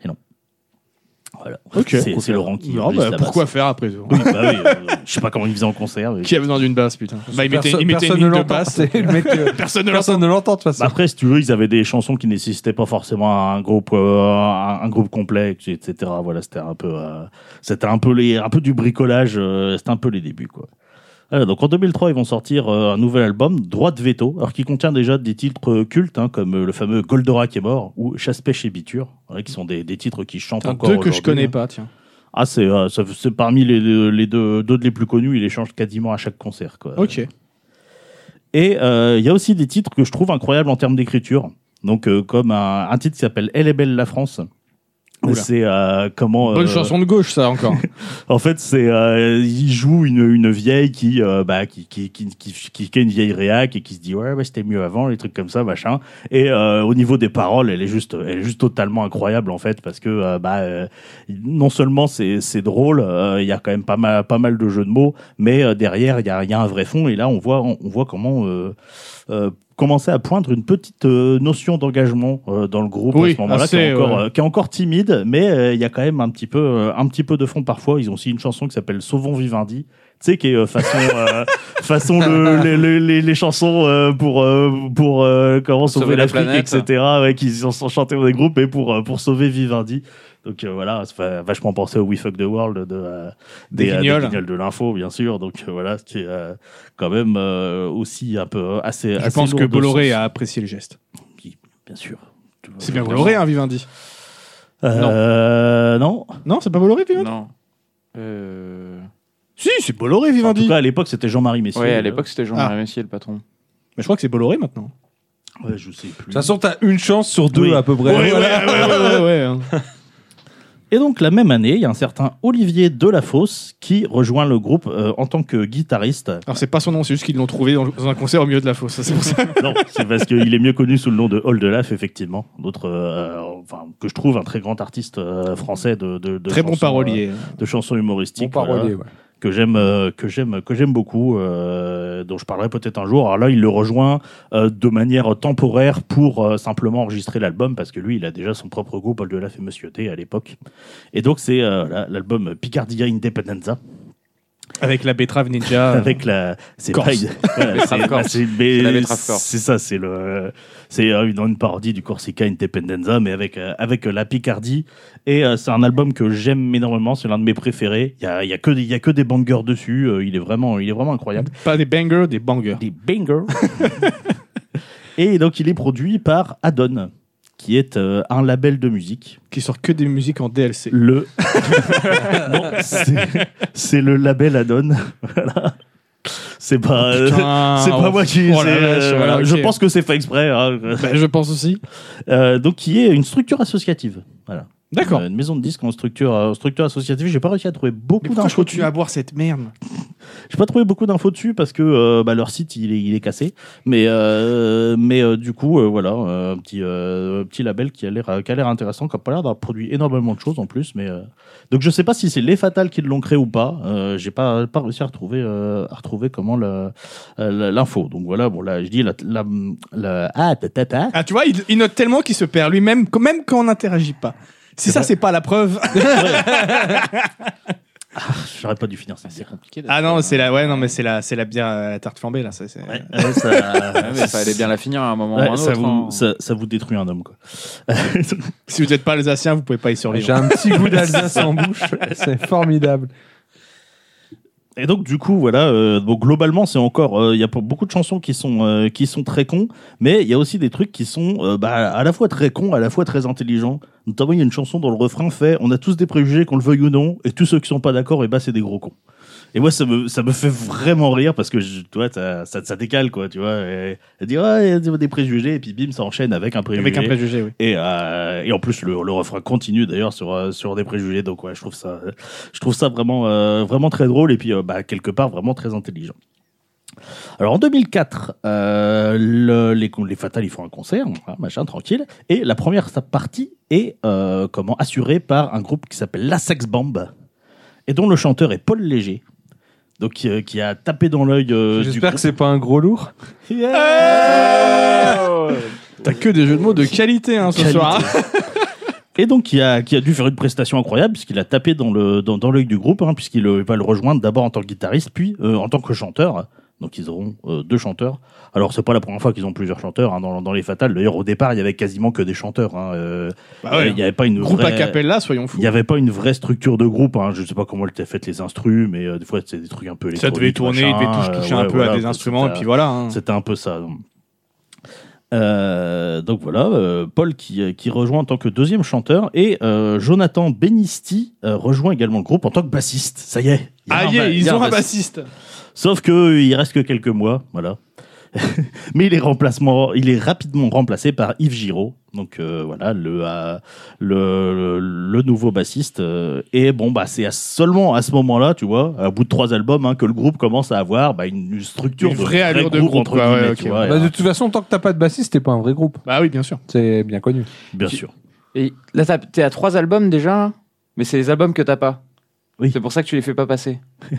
Voilà. Ok. C'est, c'est Laurent qui Non, enregistre bah, la pourquoi basse. faire après tout Oui, bah oui. euh, je sais pas comment il faisait en concert. mais- Qui a besoin d'une basse, putain Bah, il mettait, Perso- il mettait une personne ligne ne de l'entend. basse. C'est le mec, euh, Personne ne personne ne l'entend de toute façon. Bah après, si tu veux, ils avaient des chansons qui nécessitaient pas forcément un groupe, euh, un, un groupe complet, et cetera. Voilà, c'était un peu, euh, c'était un peu les, un peu du bricolage. euh, c'était un peu les débuts, quoi. Voilà, donc en deux mille trois, ils vont sortir euh, un nouvel album, Droit de veto, alors qui contient déjà des titres euh, cultes, hein, comme euh, le fameux Goldorak est mort ou Chasse pêche et biture, voilà, qui sont des, des titres qui chantent Putain, encore deux que je aujourd'hui, connais hein. pas, tiens. Ah, c'est, euh, ça- c'est parmi les, les deux, deux les plus connus. Il les change quasiment à chaque concert, quoi. Ok. Et euh, il y a aussi des titres que je trouve incroyables en termes d'écriture. Donc, euh, comme un, un titre qui s'appelle Elle est belle la France. Oula. C'est euh, comment. Bonne euh, chanson de gauche, ça, encore. En fait, c'est euh, il joue une, une vieille qui, euh, bah, qui, qui, qui, qui, qui, qui est une vieille réac et qui se dit ouais, bah, c'était mieux avant, les trucs comme ça, machin. Et euh, au niveau des paroles, elle est juste, elle est juste totalement incroyable en fait, parce que euh, bah, euh, non seulement c'est, c'est drôle, euh, il y a quand même pas mal, pas mal de jeux de mots, mais euh, derrière il y a, il y a un vrai fond. Et là, on voit, on, on voit comment. Euh, euh, commencer à poindre une petite euh, notion d'engagement euh, dans le groupe Oui, à ce moment-là, assez, qui, est encore, ouais. euh, qui est encore timide, mais euh, il y a quand même un petit peu, euh, un petit peu de fond parfois. Ils ont aussi une chanson qui s'appelle Sauvons Vivendi, tu sais, qui est euh, façon, euh, façon le, le- le- les, les chansons euh, pour, euh, pour euh, comment sauver, Sauver la l'Afrique, planète. et cetera. Ouais, qui sont, sont chantés dans des groupes, et pour, euh, pour sauver Vivendi. Donc euh, voilà, ça fait vachement penser au We Fuck the World de, euh, Des des, euh, Guignols. des Guignols de l'info, bien sûr. Donc euh, voilà, c'est euh, quand même euh, aussi un peu assez. Je assez pense que lourd de Bolloré sens. a apprécié le geste. Qui, bien sûr. Tu vois, C'est bien je Bolloré, pense. hein, Vivendi. Euh, non. Non, c'est pas Bolloré, Vivendi Non. Euh... Si, c'est Bolloré, En Vivendi. tout cas, à l'époque, c'était Jean-Marie Messier. Ouais, à l'époque, c'était Jean-Marie Ah. Messier, le patron. Mais je crois que c'est Bolloré maintenant. Ouais, je sais plus. De toute façon, t'as une chance sur deux Oui. à peu près. Ouais, Voilà. ouais, ouais, ouais, ouais, ouais, hein. Et donc, la même année, il y a un certain Olivier Delafosse qui rejoint le groupe euh, en tant que guitariste. Alors, c'est pas son nom, c'est juste qu'ils l'ont trouvé dans, dans un concert au milieu de la fosse. ça, C'est pour ça. Non, c'est parce qu'il est mieux connu sous le nom de Oldelaf, effectivement. D'autres, euh, enfin, que je trouve un très grand artiste euh, français de, de, de Très bon chansons, parolier. euh, de chansons humoristiques. Bon parolier, voilà, ouais. que j'aime, euh, que j'aime, que j'aime beaucoup, euh, dont je parlerai peut-être un jour. Alors là, il le rejoint euh, de manière temporaire pour euh, simplement enregistrer l'album, parce que lui, il a déjà son propre groupe, Oldelaf et Monsieur T à l'époque. Et donc, c'est euh, la- l'album Picardia Independenza. Avec la betterave ninja. Avec la, c'est Corse. pas une- voilà, Betterave c'est- corse. c'est- mais C'est la betterave corse. c'est ça, c'est le, c'est euh, une, une parodie du Corsica Independenza, mais avec euh, avec euh, la Picardie. Et euh, c'est un album que j'aime énormément, c'est l'un de mes préférés. Il y a il y a que des, il y a que des bangers dessus. euh, il est vraiment, il est vraiment incroyable. Pas des bangers, des bangers. Des bangers. Et donc il est produit par Adon, qui est euh, un label de musique. Qui sort que des musiques en D L C. Le, non, c'est, c'est le label Adon. Voilà. C'est pas, euh, Putain, c'est pas moi qui. oh la c'est, vache, euh, voilà, ok. Je pense que c'est fait exprès. hein. Bah, je pense aussi. Euh, donc, qui est une structure associative. Voilà. D'accord. Euh, Une maison de disques en structure, euh, structure associative. J'ai pas réussi à trouver beaucoup Mais pourquoi je d'infos continue dessus. à boire cette merde? J'ai pas trouvé beaucoup d'infos dessus parce que euh, bah, leur site il est, il est cassé. Mais, euh, mais euh, du coup, euh, voilà, euh, un petit, euh, petit label qui a l'air, qui a l'air intéressant, qui a pas l'air d'avoir produit énormément de choses en plus. Mais euh, donc je sais pas si c'est les Fatales qui l'ont créé ou pas. Euh, j'ai pas, pas réussi à retrouver, euh, à retrouver comment le, euh, l'info. Donc voilà, bon là je dis la, la, la ah ta ta ta. Ah, tu vois, il, il note tellement qu'il se perd lui-même, quand- même quand on n'interagit pas. Si ça, c'est pas la preuve. J'aurais pas dû finir ça. C'est compliqué. Ah non, c'est la, ouais, non, mais c'est la, c'est la bière à la tarte flambée, là. Ça, c'est... Ouais, ouais, ça, Ouais, mais ça allait bien la finir à un moment ouais, ou à un ça autre. vous, hein. ça, ça vous détruit un homme quoi. Si vous n'êtes pas alsacien, vous pouvez pas y survivre. J'ai un petit goût d'Alsace en bouche. C'est formidable. Et donc du coup voilà, euh, bon, globalement c'est encore, il y a pas beaucoup de chansons qui sont euh, qui sont très cons, mais il y a aussi des trucs qui sont euh, bah, à la fois très cons, à la fois très intelligents. Notamment il y a une chanson dont le refrain fait on a tous des préjugés qu'on le veuille ou non, et tous ceux qui sont pas d'accord et bah c'est des gros cons. Et moi ça me ça me fait vraiment rire parce que je, tu vois ça, ça ça décale quoi, tu vois. Et, elle dit ouais il y a des préjugés et puis bim ça enchaîne avec un préjugé. Avec un préjugé, oui. Et, euh, et en plus le, le refrain continue d'ailleurs sur euh, sur des préjugés, donc ouais je trouve ça je trouve ça vraiment euh, vraiment très drôle et puis euh, bah quelque part vraiment très intelligent. Alors en deux mille quatre, euh, le- les, les Fatales ils font un concert, hein, machin tranquille, et la première partie est euh, comment assurée par un groupe qui s'appelle La Sex Bomb et dont le chanteur est Paul Léger, donc qui, euh, qui a tapé dans l'œil. Euh, du J'espère que groupe. c'est pas un gros lourd. T'as que des jeux de mots de qualité hein, ce Qualité. soir. Et donc qui a, qui a dû faire une prestation incroyable puisqu'il a tapé dans le dans, dans l'œil du groupe, hein, puisqu'il euh, va le rejoindre d'abord en tant que guitariste, puis euh, en tant que chanteur. Donc ils auront euh, deux chanteurs. Alors c'est pas la première fois qu'ils ont plusieurs chanteurs hein, dans, dans les Fatales. D'ailleurs au départ il y avait quasiment que des chanteurs. Hein. Euh, Bah ouais. il y avait pas une Groupe vraie... a cappella, soyons Il fous. n'y avait pas une vraie structure de groupe. Hein. Je ne sais pas comment étaient faites les instrus, mais euh, des fois, c'est des trucs un peu Ça électroniques. devait tourner, il machin, devait toucher, toucher euh, un ouais, peu voilà, à des quoi, instruments, et c'était- puis voilà. hein. C'était un peu ça. donc. Euh, donc voilà, euh, Paul qui, qui rejoint en tant que deuxième chanteur et euh, Jonathan Benisti euh, rejoint également le groupe en tant que bassiste. Ça y est. il y a Ah, un yeah, ba- il y ils a ont un bassiste. bassiste. Sauf que euh, il reste que quelques mois, voilà. Mais il est remplacement, il est rapidement remplacé par Yves Giraud, donc euh, voilà le, euh, le, le le nouveau bassiste. euh, et bon bah c'est à- seulement à ce moment-là, tu vois, à bout de trois albums, hein, que le groupe commence à avoir bah, une, une structure Une de vraie vrai allure de groupe, entre quoi, guillemets, ouais, tu ok. vois, Bah, et, de euh, toute façon, tant que t'as pas de bassiste, t'es pas un vrai groupe. Bah oui, bien sûr. C'est bien connu. bien Tu- sûr. Et là, t'as- t'es à trois albums déjà, mais c'est les albums que t'as pas. Oui. C'est pour ça que tu les fais pas passer.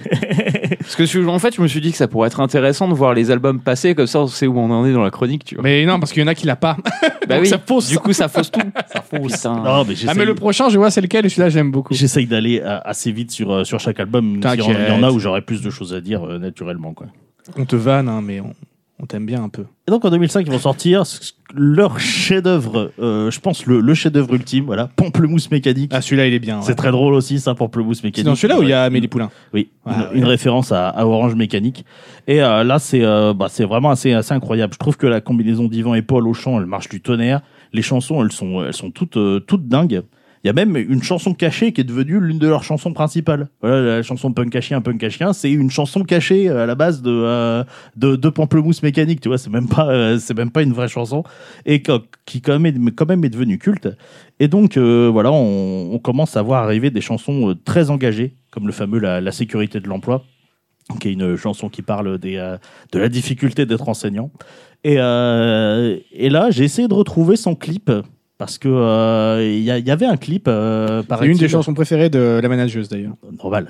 Parce que je- en fait, je me suis dit que ça pourrait être intéressant de voir les albums passer, comme ça on sait où on en est dans la chronique, tu vois. Mais non, parce qu'il y en a qui l'a pas. Bah Donc oui, ça fausse. du coup ça fausse tout. Ça fausse. Putain. Non, mais Ah, j'essaye, mais le prochain, je vois, c'est lequel, et celui-là, j'aime beaucoup. j'essaye d'aller euh, assez vite sur euh, sur chaque album. même s'il y en- Il y en a T'inquiète. où j'aurais plus de choses à dire euh, naturellement, quoi. On te vanne, hein, mais on, on t'aime bien un peu. Et donc en deux mille cinq, ils vont sortir c- leur chef-d'œuvre, euh, je pense le, le chef-d'œuvre ultime, voilà, Pamplemousse mécanique. Ah, celui-là, il est bien. C'est ouais. très drôle aussi, ça, Pamplemousse mécanique. C'est dans celui-là où il y a Ouais. Amélie Poulain. Oui, Ah, une, ouais. une référence à, à Orange Mécanique. Et euh, là, c'est euh, bah, c'est vraiment assez, assez incroyable. Je trouve que la combinaison d'Yvan et Paul au chant, elle marche du tonnerre. Les chansons, elles sont, elles sont toutes, euh, toutes dingues. Il y a même une chanson cachée qui est devenue l'une de leurs chansons principales. Voilà, la chanson Punk à chien, Punk à chien, c'est une chanson cachée euh, à la base de, euh, de, de Pamplemousse mécanique. Tu vois, c'est même pas, euh, c'est même pas une vraie chanson et qui, qui quand même est, quand même est devenue culte. Et donc, euh, voilà, on, on commence à voir arriver des chansons euh, très engagées, comme le fameux La, la sécurité de l'emploi, qui est une chanson qui parle des, euh, de la difficulté d'être enseignant. Et, euh, et là, j'ai essayé de retrouver son clip. Parce que euh, il y, a- il y avait un clip, euh, C'est une des paraît-il, chansons préférées de la manageuse, d'ailleurs. normal.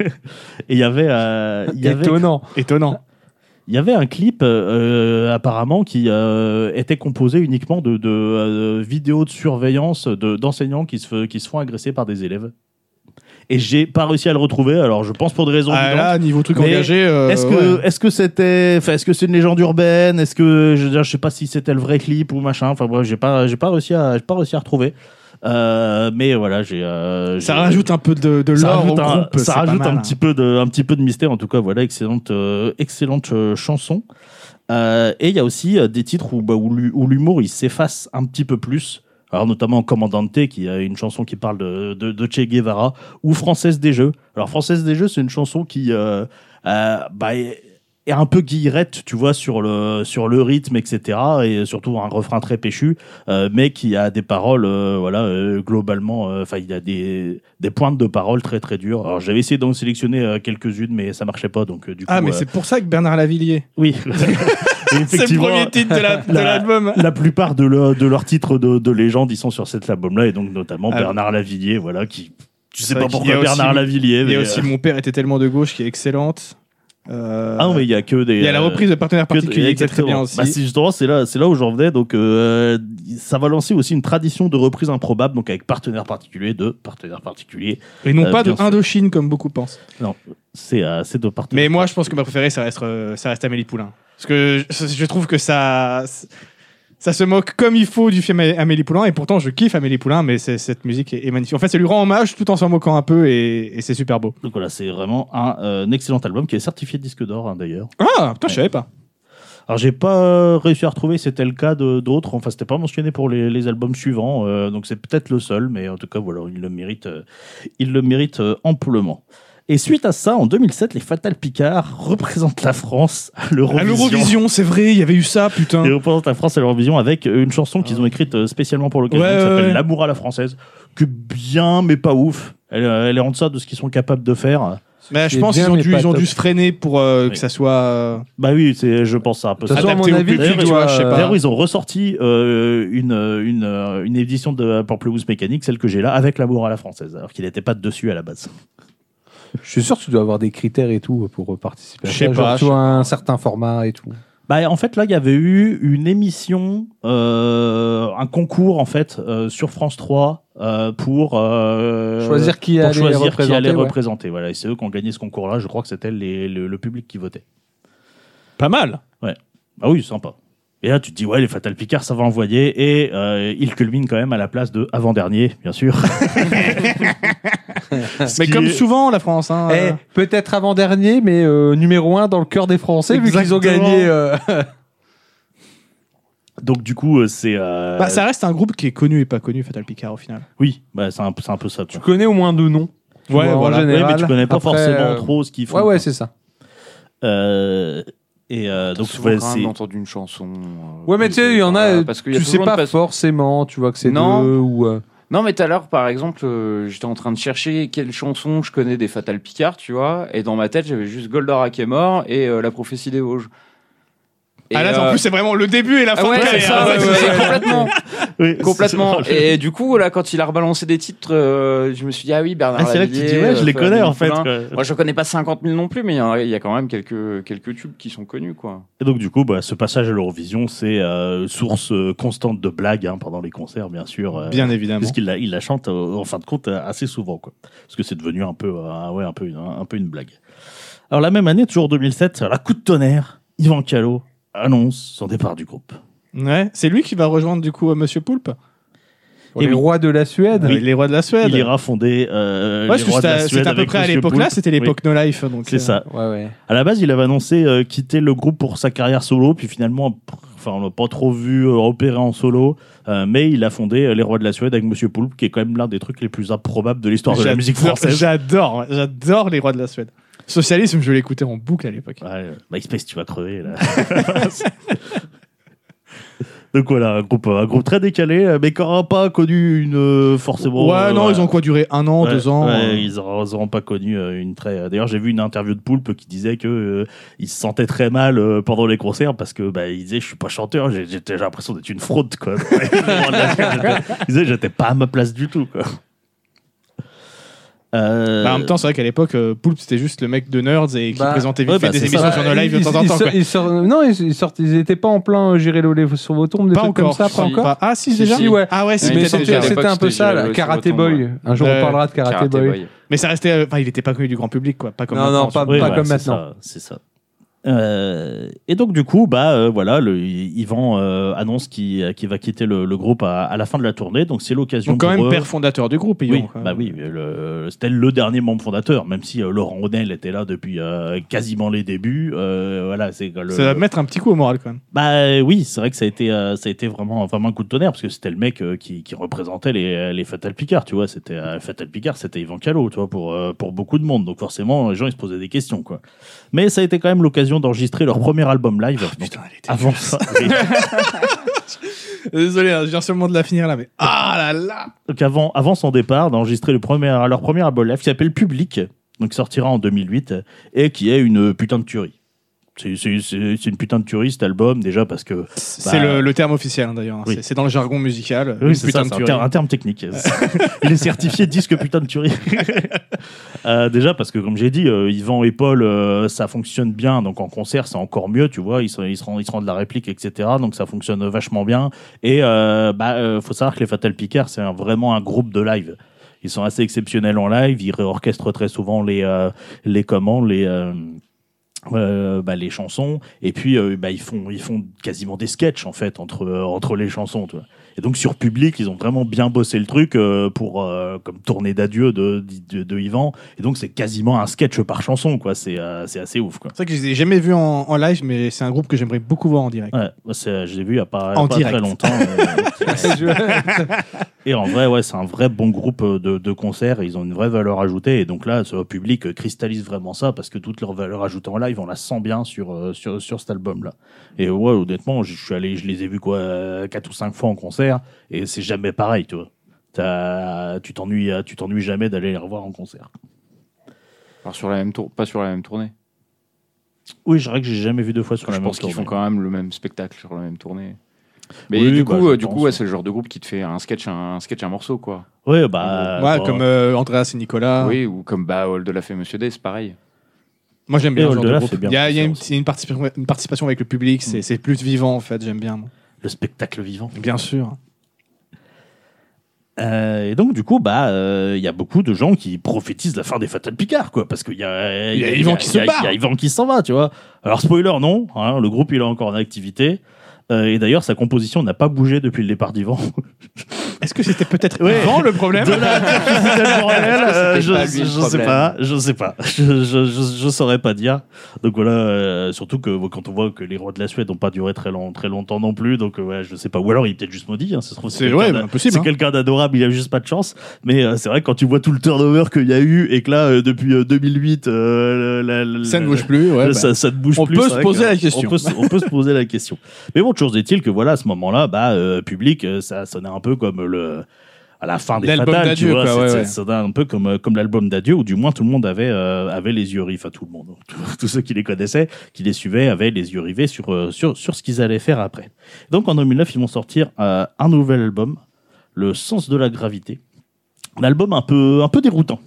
Et il y avait, euh, il y avait, Étonnant. Étonnant. il y avait un clip euh, apparemment qui euh, était composé uniquement de, de euh, vidéos de surveillance de, d'enseignants qui se, fe- qui se font agresser par des élèves. Et j'ai pas réussi à le retrouver. Alors je pense pour des raisons Ah, évidentes. là, niveau truc Mais engagé. euh, Est-ce que ouais. est-ce que c'était enfin est-ce que c'est une légende urbaine, est-ce que je veux dire, je sais pas si c'était le vrai clip ou machin, enfin bref, j'ai pas j'ai pas réussi à j'ai pas réussi à retrouver. Euh, mais voilà, j'ai euh, Ça j'ai- rajoute un peu de, de ça l'or au rajoute un, groupe. ça c'est pas rajoute mal, un hein. petit peu de un petit peu de mystère, en tout cas voilà, excellente euh, excellente euh, chanson. Euh, et il y a aussi euh, des titres où bah, où l'hu- où l'humour il s'efface un petit peu plus. Alors notamment Commandante, qui a une chanson qui parle de, de, de Che Guevara, ou Française des Jeux. Alors Française des Jeux, c'est une chanson qui euh, euh, bah, est est un peu guillerette, tu vois, sur le sur le rythme, et cetera. Et surtout un refrain très péchu, euh, mais qui a des paroles, euh, voilà, euh, globalement, enfin, il y a des des pointes de paroles très très dures. Alors j'avais essayé d'en sélectionner euh, quelques-unes, mais ça marchait pas, donc euh, du coup. Ah, mais euh, c'est pour ça que Bernard Lavillier. oui. Et C'est le effectivement, premier titre de la- de la- l'album. la plupart de, leur- de leurs titres de, de légende, ils sont sur cet album-là, et donc notamment Ah, Bernard Lavillier, voilà, qui. Je sais C'est pas vrai qu'il y pourquoi a Bernard aussi- Lavillier. Il y a mais, aussi euh, Mon père était tellement de gauche qui est excellente. Euh, Ah non, mais il y a que des. il y a la euh, reprise de Partenaire que de- particulier qui est très bien exactement. aussi. Bah, c'est justement, c'est là, c'est là où j'en venais. Donc, euh, ça va lancer aussi une tradition de reprise improbable, donc avec partenaire particulier de partenaire particulier. Et non euh, pas de bien sûr. Indochine comme beaucoup pensent. Non, c'est euh, c'est de partenaire. Mais moi, je pense que ma préférée, ça reste, euh, ça reste Amélie Poulain. Parce que je, je trouve que ça, ça se moque comme il faut du film Amélie Poulain. Et pourtant, je kiffe Amélie Poulain, mais c'est- cette musique est, est magnifique. En fait, ça lui rend hommage tout en s'en moquant un peu et, et c'est super beau. Donc voilà, c'est vraiment un, euh, un excellent album qui est certifié disque d'or, hein, d'ailleurs. Ah, putain, je savais pas. Alors j'ai pas réussi à retrouver, c'était le cas de d'autres, enfin c'était pas mentionné pour les, les albums suivants, euh, donc c'est peut-être le seul, mais en tout cas voilà, il le mérite, euh, il le mérite euh, amplement. Et suite à ça, en deux mille sept, les Fatal Picard représentent la France à À l'Eurovision. l'Eurovision, c'est vrai, il y avait eu ça, putain. Ils représentent la France à l'Eurovision avec une chanson qu'ils ont écrite euh, spécialement pour l'occasion, Ouais, qui s'appelle ouais. L'amour à la française, que bien mais pas ouf. Elle, euh, elle est en deçà de ce qu'ils sont capables de faire. Mais je Et pense bien, qu'ils ont mais dû, pas ils ont top. dû se freiner pour euh, Oui. que ça soit. euh, Bah oui, c'est, je pense ça un peu De toute ça. façon, à adapté mon au avis, public, tu tu vois, dois, je sais pas. D'ailleurs, ils ont ressorti euh, une, une, euh, une édition de Pamplemousse Mécanique, celle que j'ai là, avec l'amour à la française, alors qu'il n'était pas dessus à la base. Je suis sûr que tu dois avoir des critères et tout pour participer à Je ça. sais Genre, pas, tu je vois, sais un certain format et tout. Bah, en fait, là, il y avait eu une émission, euh, un concours, en fait, euh, sur France trois euh, pour, euh, Choisir qui pour allait choisir qui représenter, allait ouais. représenter. Voilà, et c'est eux qui ont gagné ce concours-là. Je crois que c'était les- le, le public qui votait. Pas mal. Ah oui, sympa. Et là, tu te dis, ouais, les Fatal Picard, ça va envoyer. Et euh, il culmine quand même à la place de avant-dernier, bien sûr. Ce Mais qui comme est- souvent, la France. Hein, Eh, euh, peut-être avant-dernier, mais euh, numéro un dans le cœur des Français, vu qu'ils ont Exactement. gagné. euh, Donc, du coup, euh, c'est. euh, bah, ça reste un groupe qui est connu et pas connu, Fatal Picard, au final. Oui, bah, c'est un, peu- c'est un peu ça. Tu Quoi. connais au moins deux noms. tu Ouais, vois, en voilà. Oui, général. mais tu connais pas Après, forcément euh, trop ce qu'ils font. Ouais, ouais, quoi. c'est ça. Euh, et euh, T'as donc, souvent voilà, quand c'est. même entendu une chanson. euh, Ouais, mais tu sais, il y en a, voilà, parce qu'il y a tu sais toujours une pas passe- forcément, tu vois que c'est Non. deux ou. euh, Non, mais tout à l'heure, par exemple, euh, j'étais en train de chercher quelle chanson je connais des Fatal Picard, tu vois, et dans ma tête, j'avais juste Goldorak est mort et euh, La prophétie des Vosges. Et, ah là, en euh, plus, c'est vraiment le début et la ah fin ouais, de c'est carrière. ça, hein, ouais, c'est- ouais, c'est- complètement, Oui, complètement. c'est- Et du coup, là, quand il a rebalancé des titres, euh, je me suis dit ah oui, Bernard Ah, c'est là que tu Lavilliers, dis, ouais, je euh, les connais en fait. Poulain. quoi. Moi, je connais pas cinquante mille non plus, mais il y en a- il y, a quand même quelques quelques tubes qui sont connus, quoi. Et donc, du coup, bah, ce passage à l'Eurovision, c'est euh, source euh, constante de blagues hein, pendant les concerts, bien sûr. euh, Bien évidemment. Puisqu'il la, il la chante, euh, en fin de compte, euh, assez souvent. Quoi. Parce que c'est devenu un peu, euh, ouais, un, peu une, un peu une blague. Alors, la même année, toujours deux mille sept, à la coup de tonnerre, Yvan Calot annonce son départ du groupe. Ouais, c'est lui qui va rejoindre du coup euh, Monsieur Poulpe, Pour Et les oui. rois de la Suède. Euh, les rois de la Suède. Il ira fonder euh, Ouais, les parce que rois de la c'était Suède c'était à peu avec près à Monsieur l'époque là, Poulpe. c'était l'époque Oui, No Life. donc c'est euh, ça. Ouais, ouais. À la base, il avait annoncé euh, quitter le groupe pour sa carrière solo, puis finalement, pff, enfin, on l'a pas trop vu euh, opérer en solo, euh, mais il a fondé euh, les Rois de la Suède avec Monsieur Poulpe, qui est quand même l'un des trucs les plus improbables de l'histoire de la J'adore- musique française. J'adore, ouais, j'adore les rois de la Suède. Socialisme, je l'écoutais en boucle à l'époque. Ouais, euh, MySpace, tu vas crever là. Donc voilà, un groupe, un groupe très décalé, euh, mais qui n'aura pas connu une euh, forcément. ouais, euh, non, voilà. ils ont quoi duré un an, Ouais, deux ans. ouais, euh. Ils n'auront pas connu euh, une très. D'ailleurs, j'ai vu une interview de Poulpe qui disait que euh, il se sentait très mal euh, pendant les concerts parce que bah, il disait je suis pas chanteur, j'ai j'ai- j'ai l'impression d'être une fraude quoi. Il disait j'étais pas à ma place du tout quoi. Euh, Bah, en même temps, c'est vrai qu'à l'époque, euh, Poulpe c'était juste le mec de Nerds et qui Bah, présentait vite ouais, fait bah, des c'est émissions ça. sur nos lives de Ils- temps en ils temps. sor- quoi. ils sor- Non, ils, ils sortent, ils étaient pas en plein euh, J'irai le sur vos tombes, des Pas trucs encore. comme ça, pas si. encore. Pas- Ah si, Si, déjà. si, ouais. Ah ouais, si, Ouais, Mais peut-être c'était c'était déjà. à l'époque, c'était un peu c'était ça, J'irai là, le Karate sur vos Boy. tombes, Un jour, Ouais. on parlera de Karate, Karate Boy. Boy. Mais ça restait, euh, enfin, il était pas connu du grand public, quoi. Pas comme Non, maintenant, non, pas- surtout. oui, pas voilà, comme c'est maintenant. ça, C'est ça. Euh, et donc du coup, bah euh, voilà, le, Yvan euh, annonce qu'il qu'il va quitter le, le groupe à, à la fin de la tournée, donc c'est l'occasion. Donc quand pour même eux- père fondateur du groupe. Oui, Yvan, quoi. bah oui, le- c'était le dernier membre fondateur, même si euh, Laurent Aunel était là depuis euh, quasiment les débuts. Euh, voilà, c'est le, Ça va mettre un petit coup au moral quand même. Bah euh, oui, c'est vrai que ça a été, euh, ça a été vraiment, vraiment un coup de tonnerre parce que c'était le mec euh, qui, qui représentait les, les Fatal Picard, tu vois. C'était euh, Fatal Picard, c'était Yvan Calot, tu vois, pour euh, pour beaucoup de monde. Donc forcément, les gens ils se posaient des questions, quoi. Mais ça a été quand même l'occasion d'enregistrer leur premier album live. donc, Putain, elle était avant ça, oui. Désolé, hein, je viens seulement de la finir là, mais ah là là. Donc avant, avant son départ, d'enregistrer le premier, leur premier album live qui s'appelle Public, donc sortira en deux mille huit et qui est une putain de tuerie. C'est c'est- c'est- c'est une putain de tuerie cet album déjà parce que C'est bah, le, le terme officiel hein, d'ailleurs. oui. C'est- C'est dans le jargon musical. oui, une c'est putain ça, de c'est un, tuerie. ter- un terme technique. Il est certifié disque putain de tuerie. Euh, déjà parce que comme j'ai dit, euh, Yvan et Paul, euh, ça fonctionne bien. Donc en concert, c'est encore mieux, tu vois. Ils se, ils se rendent, ils se rendent de la réplique, et cetera. Donc ça fonctionne vachement bien. Et euh, bah, euh, faut savoir que les Fatal Picard, c'est un- vraiment un groupe de live. Ils sont assez exceptionnels en live. Ils réorchestrent très souvent les euh, les comment les euh, euh, bah, les chansons et puis euh, bah, ils font ils font quasiment des sketchs en fait entre euh, entre les chansons, tu vois. Et donc sur Public ils ont vraiment bien bossé le truc euh, pour euh, comme tournée d'adieu de, de de Yvan et donc c'est quasiment un sketch par chanson quoi. C'est euh, c'est assez ouf quoi. C'est vrai que je les ai jamais vus en, en live, mais c'est un groupe que j'aimerais beaucoup voir en direct. Ouais, moi, c'est- je l'ai vu il y a pas, il y a En pas direct. très longtemps. Et, et en vrai, ouais, c'est un vrai bon groupe de, de concerts. Ils ont une vraie valeur ajoutée. Et donc là, ce public cristallise vraiment ça parce que toute leur valeur ajoutée en live, on la sent bien sur, euh, sur, sur cet album-là. Et ouais, honnêtement, je suis allé, je les ai vus quoi, euh, quatre ou cinq fois en concert. Et c'est jamais pareil, tu vois. T'as- tu t'ennuies, tu t'ennuies jamais d'aller les revoir en concert. Alors, sur la même tour... Pas sur la même tournée. Oui, je dirais que j'ai jamais vu deux fois sur Je la même pense qu'ils font tournée. quand même le même spectacle sur la même tournée. Mais Oui, du bah, coup, je euh, du pense, coup ouais, ouais. c'est le genre de groupe qui te fait un sketch, un, un sketch, un morceau, quoi. Ouais, bah. Ouais, bon, comme euh, Andreas et Nicolas. Oui, ou comme bah, All de la fait Monsieur D, c'est pareil. Moi, j'aime Et bien ce genre de Oldelaf, groupe. c'est bien Il y a, il y a une, aussi. une participation, une participation avec le public, c'est Mm. c'est plus vivant, en fait, j'aime bien. moi. Le spectacle vivant. Bien sûr. Euh, et donc, du coup, bah, il euh, y a beaucoup de gens qui prophétisent la fin des Fatal Picard, quoi, parce qu'il y a, Il y a Yvan qui se y a- barre. Il y a Yvan qui s'en va, tu vois. Alors, spoiler, non, hein, le groupe, il est encore en activité. Euh, et d'ailleurs, sa composition n'a pas bougé depuis le départ d'Yvan. Est-ce que c'était peut-être Ouais. Yvan le problème De là à dire que c'était le bordel, euh, C'était je, pas lui le je sais problème. pas, je sais pas, je, je, je, je saurais pas dire. Donc voilà, euh, surtout que bon, quand on voit que les rois de la Suède n'ont pas duré très, long, très longtemps non plus, donc euh, ouais, je sais pas. Ou alors il est peut-être juste maudit, hein, ça se trouve, C'est quelqu'un ouais, d'a- bah, possible. c'est hein. quelqu'un d'adorable, il a juste pas de chance. Mais euh, c'est vrai que quand tu vois tout le turnover qu'il y a eu et que là, euh, depuis euh, deux mille huit, euh, la, la, Ça ne la- bouge plus. Ouais, bah. ça, ça ne bouge On plus. peut c'est se vrai poser que, la euh, question. On peut, se- on peut se poser la question. Mais bon, chose est-il que voilà, à ce moment-là, bah, euh, public, euh, ça sonnait un peu comme le à la fin des L'album Fatales, tu d'adieu, vois, quoi, c'est- ouais, c'est- ouais. ça sonnait un peu comme euh, comme l'album d'adieu, où du moins tout le monde avait euh, avait les yeux rivés, enfin tout le monde, tous ceux qui les connaissaient, qui les suivaient, avaient les yeux rivés sur euh, sur sur ce qu'ils allaient faire après. Donc en deux mille neuf, ils vont sortir euh, un nouvel album, Le Sens de la Gravité, un album un peu un peu déroutant.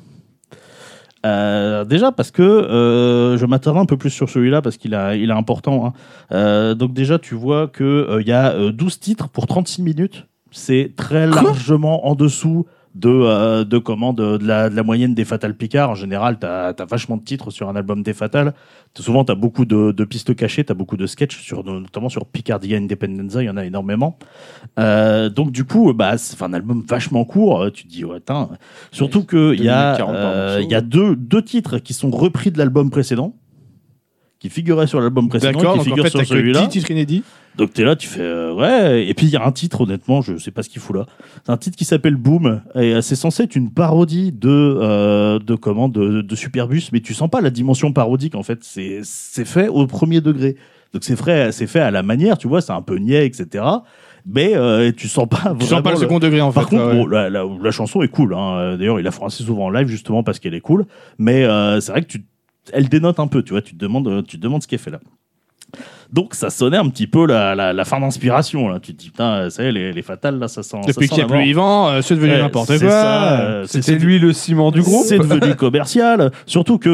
Euh, déjà parce que euh, je m'attarde un peu plus sur celui-là parce qu'il a, il est important. Hein. Euh, donc déjà, tu vois qu'il euh, y a euh, douze titres pour trente-six minutes. C'est très largement en dessous de, euh, de, comment, de, de, la, de la moyenne des Fatal Picard. En général, tu as vachement de titres sur un album des Fatal. Souvent, tu as beaucoup de, de pistes cachées, tu as beaucoup de sketchs, sur, notamment sur Picardia Independenza, il y en a énormément. Euh, donc du coup, bah, c'est un album vachement court. Tu te dis, ouais, attends. Surtout qu'il y a, deux minutes quarante par euh, morceau. il y a deux, deux titres qui sont repris de l'album précédent, qui figuraient sur l'album précédent, D'accord, qui donc en figurent fait, sur t'as que celui-là. dix titres inédits. Donc t'es là, tu fais euh, ouais. Et puis il y a un titre, honnêtement, je sais pas ce qu'il fout là. C'est un titre qui s'appelle Boom, et euh, c'est censé être une parodie de euh, de comment de, de Superbus, mais tu sens pas la dimension parodique en fait. C'est c'est fait au premier degré. Donc c'est fait c'est fait à la manière, tu vois, c'est un peu niais, et cetera. Mais euh, tu sens pas. Tu sens pas le second degré en Par fait. contre, ouais, ouais. bon, la, la, la chanson est cool. Hein. D'ailleurs, il la font assez souvent en live justement parce qu'elle est cool. Mais euh, c'est vrai que tu, elle dénote un peu. Tu vois, tu te demandes, tu te demandes ce qu'elle fait là. Donc ça sonnait un petit peu la, la, la fin d'inspiration là. Tu te dis putain, ça y est, les, les fatales là, ça sent. Depuis ça qu'il sent n'y a la plus mort. Yvan, euh, c'est devenu Ouais, n'importe c'est quoi. ça, euh, c'est- C'était c'est- lui le ciment du groupe. C'est devenu commercial. Surtout que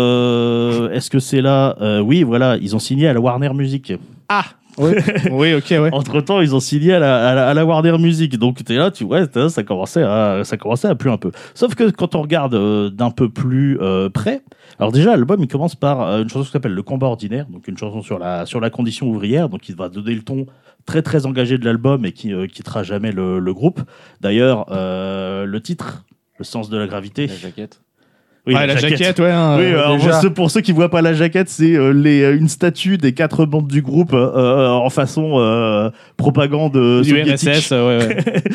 euh, est-ce que c'est là euh, Oui, voilà, ils ont signé à la Warner Music. Ah oui. Oui, ok, ouais. Entre temps, ils ont signé à la, à la, à la Warner Music. Donc t'es là, tu vois, t'es- ça commençait à ça commençait à puer un peu. Sauf que quand on regarde euh, d'un peu plus euh, près, alors déjà l'album il commence par euh, une chanson qui s'appelle Le Combat Ordinaire, donc une chanson sur la sur la condition ouvrière, donc il va donner le ton très très engagé de l'album et qui euh, quittera jamais le, le groupe. D'ailleurs, euh, le titre, Le Sens de la Gravité. La jaquette. Oui, Ouais, la jaquette, ouais. hein, Oui, euh, alors déjà. pour ceux, pour ceux qui voient pas la jaquette, c'est euh, les, euh, une statue des quatre membres du groupe euh, en façon euh, propagande l'U R soviétique. S S, ouais, ouais.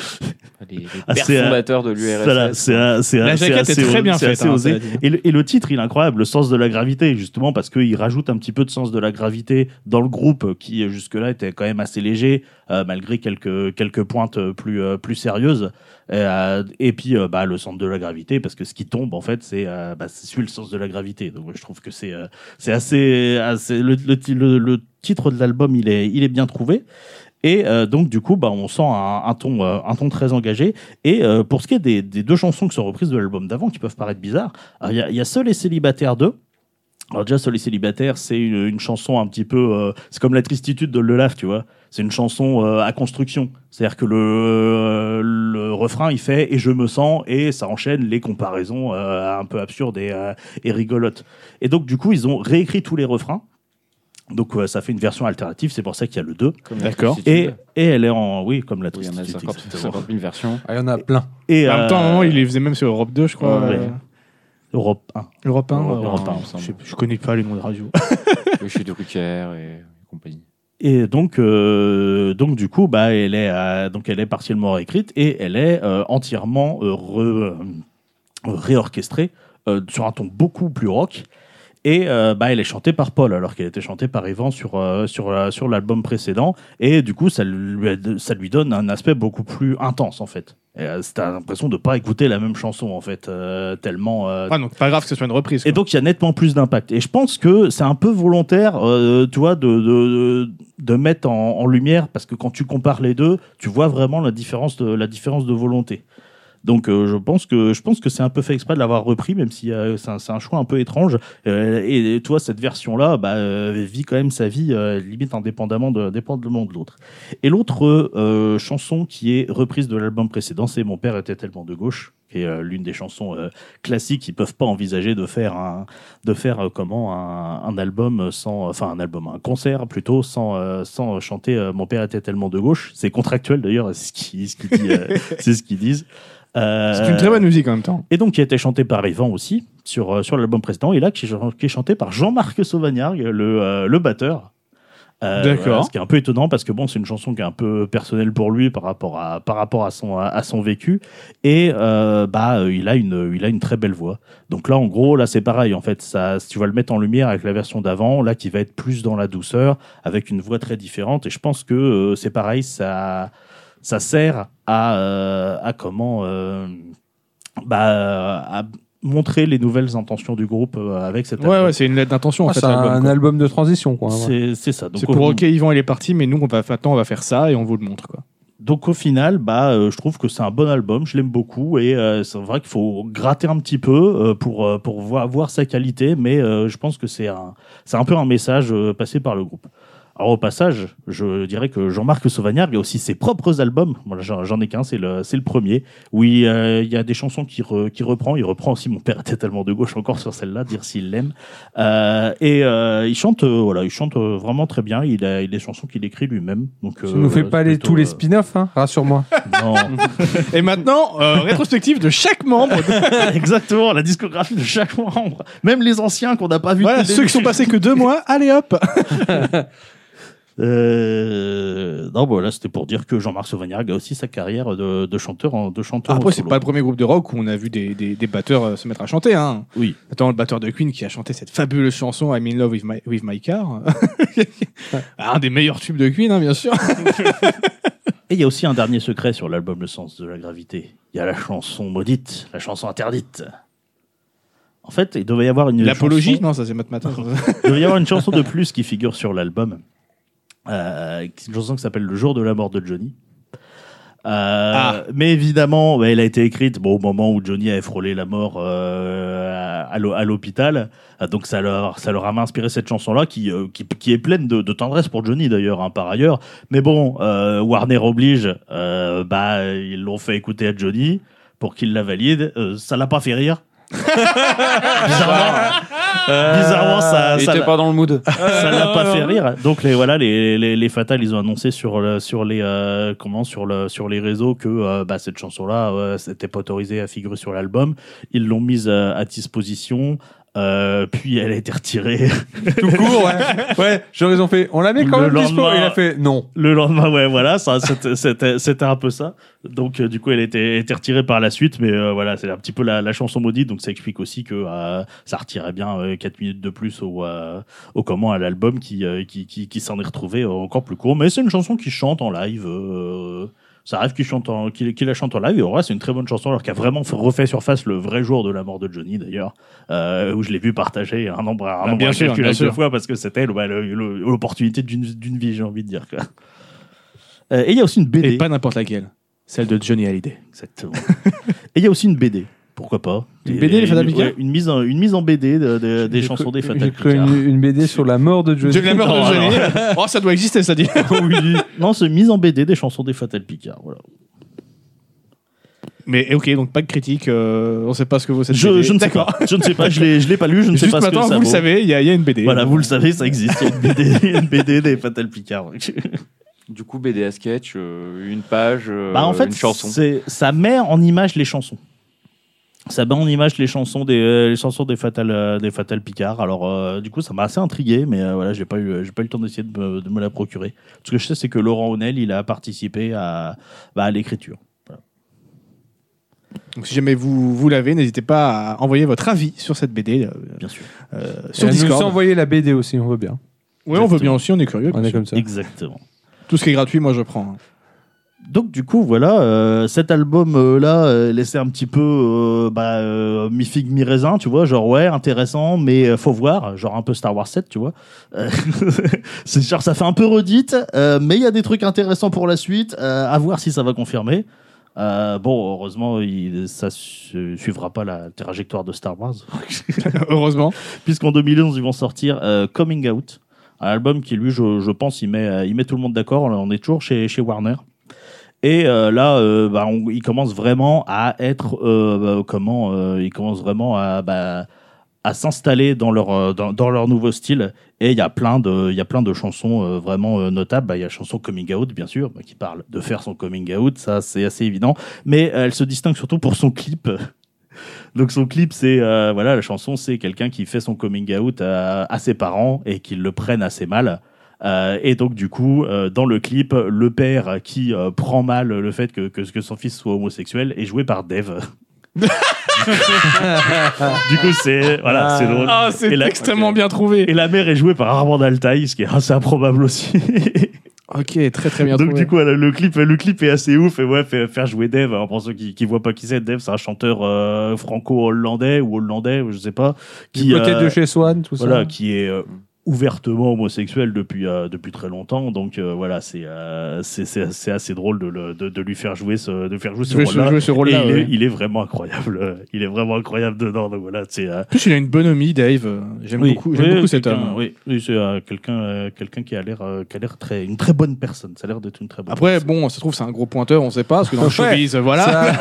Les, les Ah, pères c'est, euh, fondateurs de l'U R S S. Voilà, c'est, euh, c'est, La c'est jaquette est assez très osé, bien c'est faite. assez hein, osé. cela dit. Et le, et le titre, il est incroyable, Le Sens de la Gravité, justement parce qu'il rajoute un petit peu de sens de la gravité dans le groupe qui euh, jusque-là était quand même assez léger, euh, malgré quelques quelques pointes euh, plus euh, plus sérieuses. Euh, et puis euh, bah, le centre de la gravité, parce que ce qui tombe en fait, c'est euh, bah, c'est celui le sens de la gravité. Donc je trouve que c'est euh, c'est assez, assez le, le, le, le titre de l'album, il est il est bien trouvé. Et euh, donc du coup, bah, on sent un, un ton euh, un ton très engagé. Et euh, pour ce qui est des, des deux chansons qui sont reprises de l'album d'avant, qui peuvent paraître bizarres, il y a, y a Seul et Célibataire deux. Alors déjà, Seul et Célibataire, c'est une, une chanson un petit peu... Euh, c'est comme La Tristitude de Oldelaf, tu vois. C'est une chanson euh, à construction. C'est-à-dire que le, euh, le refrain, il fait « et je me sens » et ça enchaîne les comparaisons euh, un peu absurdes et, euh, et rigolotes. Et donc, du coup, ils ont réécrit tous les refrains. Donc, euh, ça fait une version alternative. C'est pour ça qu'il y a le deux. Comme la D'accord. Et, Tristitude. et elle est en... Oui, comme La Oui, il y en a Tristitude. cinquante, exactement. cinquante mille versions. Ah, il y en a plein. Et, En même temps, à un euh, moment, il les faisait même sur Europe deux, je crois. Ouais. euh, Europe un. Europe un. Europe euh, Europe un, il me je, semble. sais- je connais pas les noms de radio. Oui, chez de Rucker et compagnie. Et donc, euh, donc du coup, bah, elle est, euh, donc elle est partiellement réécrite et elle est euh, entièrement euh, re- euh, réorchestrée euh, sur un ton beaucoup plus rock. Et euh, bah, elle est chantée par Paul, alors qu'elle était chantée par Yvan sur, euh, sur, euh, sur l'album précédent. Et du coup, ça lui, ça lui donne un aspect beaucoup plus intense, en fait. Et, euh, t'as l'impression de pas écouter la même chanson, en fait, euh, tellement... Euh... Ah, donc pas grave que ce soit une reprise. Quoi. Et donc, il y a nettement plus d'impact. Et je pense que c'est un peu volontaire, euh, tu vois, de, de, de, de mettre en, en lumière, parce que quand tu compares les deux, tu vois vraiment la différence de, la différence de volonté. Donc euh, je pense que je pense que c'est un peu fait exprès de l'avoir repris, même si euh, c'est, un, c'est un choix un peu étrange. Euh, et, et toi, cette version-là, bah, euh, vit quand même sa vie euh, limite indépendamment de, indépendamment de l'autre. Et l'autre euh, chanson qui est reprise de l'album précédent, c'est Mon père était tellement de gauche, qui est euh, l'une des chansons euh, classiques. Ils peuvent pas envisager de faire un de faire euh, comment un, un album sans, enfin un album, un concert plutôt sans euh, sans chanter euh, Mon père était tellement de gauche. C'est contractuel d'ailleurs, c'est ce qu'ils, ce qu'ils, euh, c'est ce qu'ils disent. Euh, c'est une très bonne musique en même temps. Et donc qui a été chanté par Yvan aussi sur, euh, sur l'album précédent, et là qui, qui est chanté par Jean-Marc Sauvagnargues, le, euh, le batteur. Euh, D'accord. Voilà, ce qui est un peu étonnant parce que bon, c'est une chanson qui est un peu personnelle pour lui par rapport à, par rapport à, son, à, à son vécu. Et euh, bah, il, a une, il a une très belle voix. Donc là, en gros, là c'est pareil. En fait, ça, tu vas le mettre en lumière avec la version d'avant, là qui va être plus dans la douceur, avec une voix très différente. Et je pense que euh, c'est pareil, ça. Ça sert à, euh, à comment euh, bah, à montrer les nouvelles intentions du groupe euh, avec cet album. Ouais, ouais, c'est une lettre d'intention. Ah, en fait, c'est l'album, un quoi. album de transition, quoi. C'est, c'est ça. Donc, c'est pour OK, Yvan, il est parti, mais nous, on va, maintenant, on va faire ça et on vous le montre, quoi. Donc au final, bah, euh, je trouve que c'est un bon album, je l'aime beaucoup et euh, c'est vrai qu'il faut gratter un petit peu euh, pour, euh, pour voir, voir sa qualité, mais euh, je pense que c'est un, c'est un peu un message euh, passé par le groupe. Alors au passage, je dirais que Jean-Marc Sauvagnargues a aussi ses propres albums. Moi, j'en, j'en ai qu'un, c'est le, c'est le premier, où il, euh, il y a des chansons qu'il re, qu'il reprend. Il reprend aussi Mon père était tellement de gauche encore sur celle-là, dire s'il l'aime. Euh, et euh, il chante, euh, voilà, il chante euh, vraiment très bien. Il a, il a des chansons qu'il écrit lui-même. Donc, tu euh, nous fais pas les, plutôt, tous les euh... spin-offs, hein, rassure-moi. Non. Et maintenant, euh, rétrospective de chaque membre. De... Exactement, la discographie de chaque membre, même les anciens qu'on n'a pas vus. Voilà, ceux qui sont passés que deux mois. Allez hop. Euh... Non, bon, là, c'était pour dire que Jean-Marc Sauvagnargues a aussi sa carrière de, de chanteur en de chanteur. Après, c'est pas le premier groupe de rock où on a vu des, des, des batteurs euh, se mettre à chanter. Hein. Oui. Attends, le batteur de Queen qui a chanté cette fabuleuse chanson I'm in love with my, with my car. Un des meilleurs tubes de Queen, hein, bien sûr. Et il y a aussi un dernier secret sur l'album Le Sens de la Gravité. Il y a la chanson maudite, la chanson interdite. En fait, il devait y avoir une L'apologie, chanson... non, ça c'est Matt Matin. Il devait y avoir une chanson de plus qui figure sur l'album. Euh, une chanson qui s'appelle Le jour de la mort de Johnny. Euh, ah. Mais évidemment, bah, elle a été écrite bon, au moment où Johnny avait frôlé la mort euh, à, à l'hôpital. Donc ça leur, ça leur a inspiré cette chanson-là qui, euh, qui, qui est pleine de, de tendresse pour Johnny d'ailleurs, hein, par ailleurs. Mais bon, euh, Warner oblige, euh, bah, ils l'ont fait écouter à Johnny pour qu'il la valide. Euh, ça l'a pas fait rire. Bizarrement, euh, bizarrement ça, il ça était pas dans le mood. Ça l'a pas fait rire. Donc les voilà, les les, les Fatales, ils ont annoncé sur le, sur les euh, comment sur le sur les réseaux que euh, bah, cette chanson-là, euh, c'était pas autorisé à figurer sur l'album. Ils l'ont mise à, à disposition. Euh, puis elle a été retirée. Tout court, ouais. Ouais, genre ils ont fait, on la met quand Le même dispo. lendemain- Et il a fait, non. Le lendemain, ouais, voilà, ça, c'était, c'était, c'était un peu ça. Donc, euh, du coup, elle a été, été retirée par la suite, mais euh, voilà, c'est un petit peu la, la chanson maudite, donc ça explique aussi que euh, ça retirait bien euh, quatre minutes de plus au, euh, au comment à l'album qui, euh, qui, qui, qui s'en est retrouvé encore plus court. Mais c'est une chanson qui chante en live. Euh, ça arrive qu'il chante en, qu'il, qu'il la chante en live, et en vrai, c'est une très bonne chanson, alors qu'il a vraiment refait surface le vrai jour de la mort de Johnny, d'ailleurs, euh, où je l'ai vu partager un nombre, un Ah, nombre bien sûr, incalculable bien sûr. de fois, parce que c'était bah, le- le- l'opportunité d'une, d'une vie, j'ai envie de dire. Quoi. Euh, et il y a aussi une B D. Et pas n'importe laquelle. Celle de Johnny Hallyday. Exactement. Et il y a aussi une B D. Pourquoi pas Une B D, les Fatal une, Picard ouais, une, mise en, une mise en B D de, de, des J'ai chansons cru- des Fatal J'ai cru Picard. une, une B D sur la mort de Johnny. Johnny la mort Non, de Johnny. Oh, ça doit exister, ça dit. Oui. Non, c'est une mise en B D des chansons des Fatal Picard. Voilà. Mais ok, donc pas de critique. Euh, on sait pas ce que vaut cette Je, B D. je ne sais D'accord. pas. Je ne sais pas. Je l'ai, je l'ai pas lu. Je ne sais Juste pas ce que maintenant, ça vous le vaut. savez, il y, a- il y a une B D. Voilà, vous le savez, ça existe. Il y a une B D, il y a une B D des Fatal Picard. Du coup, B D à sketch, euh, une page, euh, Bah en fait, une chanson. c'est, ça met en image les chansons. Ça met en image les chansons des, euh, les chansons des Fatal, euh, des Fatal Picard. Alors, euh, du coup, ça m'a assez intrigué, mais euh, voilà, j'ai pas eu, j'ai pas eu le temps d'essayer de me, de me la procurer. Ce que je sais, c'est que Laurent Honnel, il a participé à, bah, à l'écriture. Voilà. Donc si jamais vous, vous l'avez, n'hésitez pas à envoyer votre avis sur cette B D. Euh, Bien sûr. euh, Et sur à nous Discord. envoyer la B D aussi, on veut bien. Oui, on veut bien aussi, on est curieux. On est comme ça. Exactement. Tout ce qui est gratuit, moi je prends. Donc du coup voilà, euh, cet album euh, là euh, laissait un petit peu euh, bah, euh, mi figue mi raisin, tu vois, genre ouais intéressant, mais euh, faut voir, genre un peu Star Wars sept, tu vois. Euh, c'est genre ça fait un peu redite, euh, mais il y a des trucs intéressants pour la suite, euh, à voir si ça va confirmer. Euh, bon, heureusement, il, ça ne suivra pas la trajectoire de Star Wars, Heureusement. puisqu'en deux mille onze ils vont sortir euh, Coming Out, un album qui lui, je, je pense, il met, il met tout le monde d'accord. On est toujours chez, chez Warner. Et euh, là, euh, bah, on, ils commencent vraiment à être, euh, bah, comment, euh, ils commencent vraiment à, bah, à s'installer dans leur, dans, dans leur nouveau style. Et il y a plein de, il y a plein de chansons euh, vraiment euh, notables. Bah, il y a la chanson Coming Out, bien sûr, bah, qui parle de faire son coming out. Ça, c'est assez évident. Mais euh, elle se distingue surtout pour son clip. Donc son clip, c'est euh, voilà, la chanson, c'est quelqu'un qui fait son coming out à, à ses parents et qu'ils le prennent assez mal. Euh, et donc du coup, euh, dans le clip, le père qui euh, prend mal le fait que, que, que son fils soit homosexuel est joué par Dave. Du coup, c'est voilà, c'est drôle. Ah, c'est Et la- extrêmement bien trouvé. Et la mère est jouée par Armand Altaï, ce qui est assez improbable aussi. Ok, très très bien Donc trouvé. du coup, voilà, le clip, le clip est assez ouf. Et ouais, fait- faire jouer Dave, hein, pour ceux qui, qui voient pas qui c'est, Dave, c'est un chanteur euh, franco-hollandais ou hollandais, je sais pas, qui Du côté euh, de chez Swan, tout voilà, ça. qui est euh, ouvertement homosexuel depuis euh, depuis très longtemps. Donc euh, voilà, c'est euh, c'est c'est c'est assez drôle de, le, de de lui faire jouer ce de faire jouer ce Jouer ce- rôle-là. jouer ce Et rôle-là, il, ouais. est, il est vraiment incroyable. euh, Il est vraiment incroyable dedans. Donc voilà, c'est euh, En plus, il a une bonhomie, Dave. Euh, J'aime oui, beaucoup, j'aime oui, beaucoup cet quelqu'un- homme. Oui, oui, c'est euh, quelqu'un euh, quelqu'un qui a l'air euh, qui a l'air très une très bonne personne. Ça a l'air d'être une très bonne. Après, personne. bon, ça se trouve, c'est un gros pointeur, on sait pas, parce que dans le Ouais. showbiz, voilà.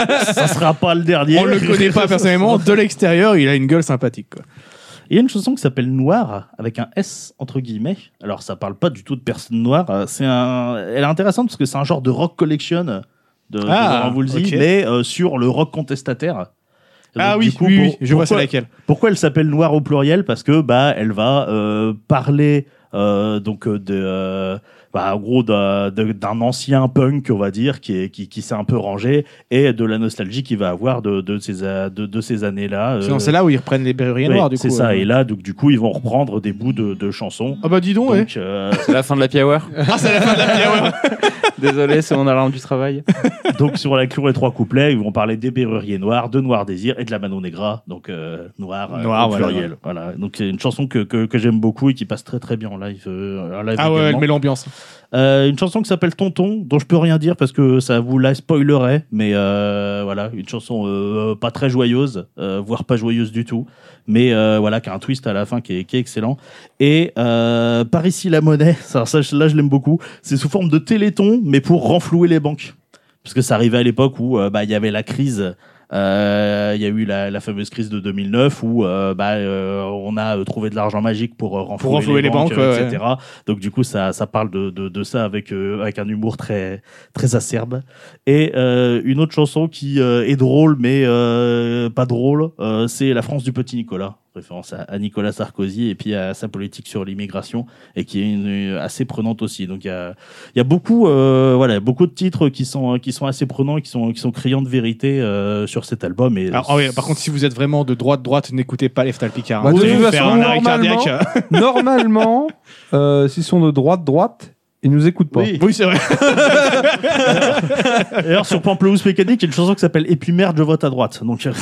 ça sera pas le dernier. On le connaît pas personnellement. De l'extérieur, il a une gueule sympathique, quoi. Il y a une chanson qui s'appelle Noir avec un S entre guillemets. Alors ça parle pas du tout de personnes noires. Euh, C'est un, elle est intéressante parce que c'est un genre de rock collection de, de Ah, Laurent Voulzy, ok. mais euh, sur le rock contestataire. Et Ah donc, oui, du coup, oui, pour- oui, je vois c'est pourquoi- laquelle. Pourquoi elle s'appelle Noir au pluriel? Parce que bah elle va euh, parler euh, donc euh, de euh, bah, en gros d'un de- d'un ancien punk, on va dire, qui est qui, qui s'est un peu rangé, et de la nostalgie qu'il va avoir de de ces a- de, de ces années-là. Sinon, euh, c'est là où ils reprennent les berruriers oui, noirs, du coup. c'est ça. euh. Et là, donc du coup, ils vont reprendre des bouts de, de chansons. Ah bah dis donc, ouais. Donc, euh, C'est la fin de la Hour. Ah, c'est la fin de la pierre, Désolé, c'est mon alarme du travail. donc sur la sur les trois couplets, ils vont parler des Berruriers Noirs, de Noir Désir et de la Mano Negra. Donc euh, noir, euh, Noir, au voilà, pluriel. Voilà. Donc c'est une chanson que, que, que j'aime beaucoup et qui passe très très bien en live. euh, en live Ah ouais, elle également. met l'ambiance. Euh, une chanson qui s'appelle Tonton, dont je peux rien dire parce que ça vous la spoilerait, mais euh, voilà, une chanson euh, pas très joyeuse, euh, voire pas joyeuse du tout, mais euh, voilà, qui a un twist à la fin qui est, qui est excellent. Et euh, par ici la monnaie, ça, ça, là je l'aime beaucoup, c'est sous forme de téléthon, mais pour renflouer les banques, parce que ça arrivait à l'époque où euh, bah il y avait la crise. Euh, Il y a eu la, la fameuse crise de deux mille neuf où euh, bah, euh, on a euh, trouvé de l'argent magique pour euh, renflouer, renflouer les banques, euh, ouais, et cetera. Donc du coup, ça, ça parle de, de, de ça avec, euh, avec un humour très, très acerbe. Et euh, une autre chanson qui euh, est drôle, mais euh, pas drôle, euh, c'est La France du petit Nicolas, référence à, à Nicolas Sarkozy et puis à sa politique sur l'immigration, et qui est une, assez prenante aussi. Donc il y a, il y a beaucoup, euh, voilà, beaucoup de titres qui sont, qui sont assez prenants, et qui sont, qui sont criants de vérité euh, sur cet album. Et Alors, ah ouais, par contre, si vous êtes vraiment de droite droite, n'écoutez pas Leftal Picard. Bah, Vous de allez toute vous faire façon, un arrêt normalement- cardiaque. Normalement, euh, s'ils sont de droite, droite, ils nous écoutent pas. Oui. Oui, c'est vrai. D'ailleurs, sur Pamplemousse Mécanique, il y a une chanson qui s'appelle Et puis merde, je vote à droite. Donc, euh,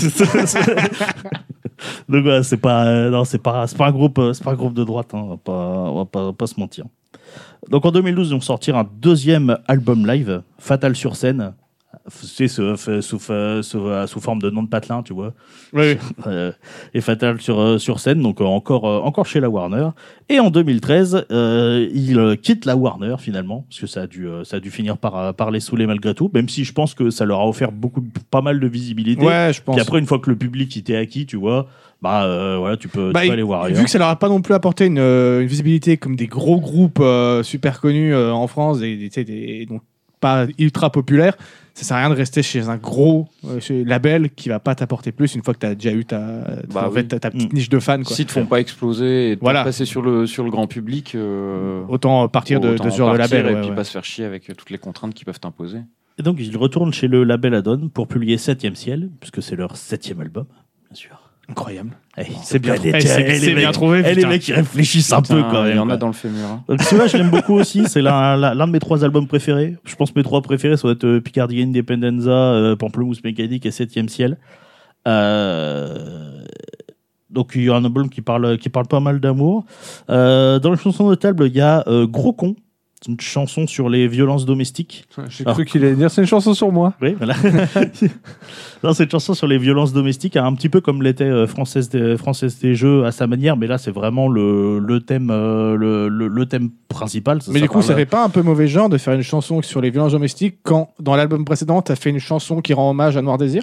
donc voilà, c'est pas, euh, non, c'est pas, c'est pas un groupe, euh, c'est pas un groupe de droite. Hein, on va pas, on va pas, pas se mentir. Donc en deux mille douze, ils vont sortir un deuxième album live, Fatal sur scène. C'est sous, sous, sous, sous forme de nom de patelin, tu vois. Oui. Euh, et Fatal sur, euh, sur scène, donc euh, encore, euh, encore chez la Warner. Et en deux mille treize, euh, il euh, quitte la Warner finalement, parce que ça a dû, euh, ça a dû finir par, euh, par les saouler malgré tout, même si je pense que ça leur a offert beaucoup, pas mal de visibilité. Ouais, je pense. Puis après, une fois que le public était acquis, tu vois, bah euh, voilà, tu peux, tu Bah, peux il- aller voir ailleurs. vu que ça leur a pas non plus apporté une, euh, une visibilité comme des gros groupes euh, super connus euh, en France et des, tu sais, des- donc pas ultra populaires, ça sert à rien de rester chez un gros euh, chez label qui va pas t'apporter plus une fois que tu as déjà eu ta, Bah en fait, oui. ta, ta petite Mm. niche de fans, quoi. S'ils te font pas exploser et te Voilà. passer sur le, sur le grand public, euh, Autant partir de, autant de ce genre de partir label. et ouais, puis ouais. pas se faire chier avec toutes les contraintes qui peuvent t'imposer. Et donc, ils retournent chez le label Adon pour publier Septième Ciel, puisque c'est leur septième album, bien sûr. Incroyable. Hey, C'est bien, les- eh, c'est- eh, les c'est mecs- bien trouvé. eh, les putain. mecs, ils réfléchissent un peu Putain, quand même. Il y en a quoi. dans le fémur. hein. Donc celui-là, je l'aime beaucoup aussi. C'est l'un, l'un l'un de mes trois albums préférés. Je pense que mes trois préférés, ça doit être euh, Picardy Independenza, euh, Pamplemousse Mécanique et Septième Ciel. Euh... Donc il y a un album qui parle, qui parle pas mal d'amour. Euh, dans les chansons notables, il y a euh, Gros Con. C'est une chanson sur les violences domestiques. J'ai Alors- cru qu'il allait dire c'est une chanson sur moi. Oui, voilà. Non, c'est une chanson sur les violences domestiques, un petit peu comme l'était euh, Française, des, Française des Jeux à sa manière, mais là c'est vraiment le, le, thème, euh, le, le, le thème principal. Ça, Mais ça du coup, ça parle- fait pas un peu mauvais genre de faire une chanson sur les violences domestiques quand, dans l'album précédent, t'as fait une chanson qui rend hommage à Noir Désir?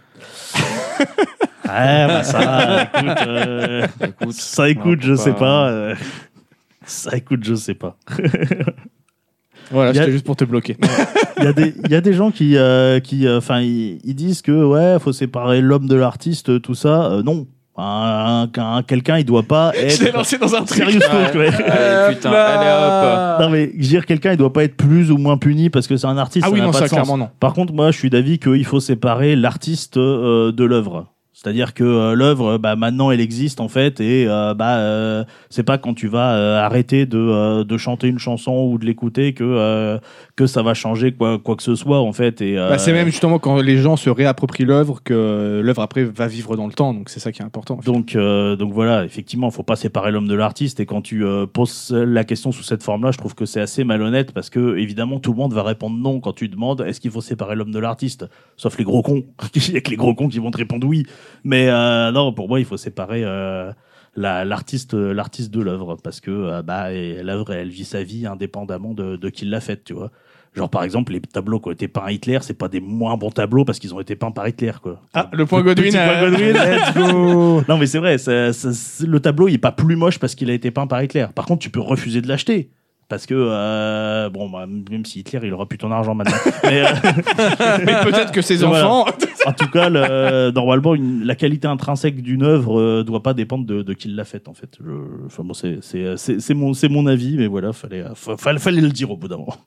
Ouais, bah ça, écoute, euh, Écoute, ça écoute, non, je faut sais pas- pas. euh, Ça écoute, je sais pas. Voilà, Il y a- c'était juste pour te bloquer. Il y a des, il y a des gens qui, euh, qui, enfin, ils, ils disent que ouais, faut séparer l'homme de l'artiste, tout ça. Euh, non, un, un- quelqu'un, il doit pas Je l'ai être. lancé dans un truc. Sérieux talk, ouais. Allez, putain, allez hop. Non mais je veux dire, quelqu'un, il doit pas être plus ou moins puni parce que c'est un artiste. Ah oui, ça n'a non, pas ça, de sens. clairement, non. Par contre, moi, je suis d'avis qu'il faut séparer l'artiste euh, de l'œuvre. C'est-à-dire que euh, l'œuvre, bah, maintenant, elle existe en fait, et euh, bah, euh, c'est pas quand tu vas euh, arrêter de, euh, de chanter une chanson ou de l'écouter que euh, que ça va changer quoi, quoi que ce soit en fait. Et euh, Bah, c'est même justement quand les gens se réapproprient l'œuvre que l'œuvre après va vivre dans le temps, donc c'est ça qui est important. en fait. donc euh, donc voilà, effectivement, faut pas séparer l'homme de l'artiste. Et quand tu euh, poses la question sous cette forme-là, je trouve que c'est assez malhonnête parce que évidemment, tout le monde va répondre non quand tu demandes est-ce qu'il faut séparer l'homme de l'artiste, sauf les gros cons. Il y a que les gros cons qui vont te répondre oui. Mais euh, non, pour moi, il faut séparer euh, la, l'artiste, l'artiste de l'œuvre parce que euh, bah, et l'œuvre, elle vit sa vie indépendamment de, de qui l'a faite, tu vois. Genre, par exemple, les tableaux qui ont été peints à Hitler, c'est pas des moins bons tableaux parce qu'ils ont été peints par Hitler, quoi. Ah, le point Petit Godwin. point euh, Godwin, let's go. Non, mais c'est vrai, ça- ça- c'est- le tableau, il est pas plus moche parce qu'il a été peint par Hitler. Par contre, tu peux refuser de l'acheter. Parce que, euh, bon, bah, même si Hitler, il aura plus ton argent maintenant. Mais, euh, Mais peut-être que ses Voilà. enfants. en tout cas, le- normalement, une- la qualité intrinsèque d'une œuvre euh, doit pas dépendre de, de qui l'a faite, en fait. Je- Enfin bon, c'est c'est c'est c'est mon c'est mon avis, mais voilà, fallait fa- fallait, fallait le dire au bout d'un moment.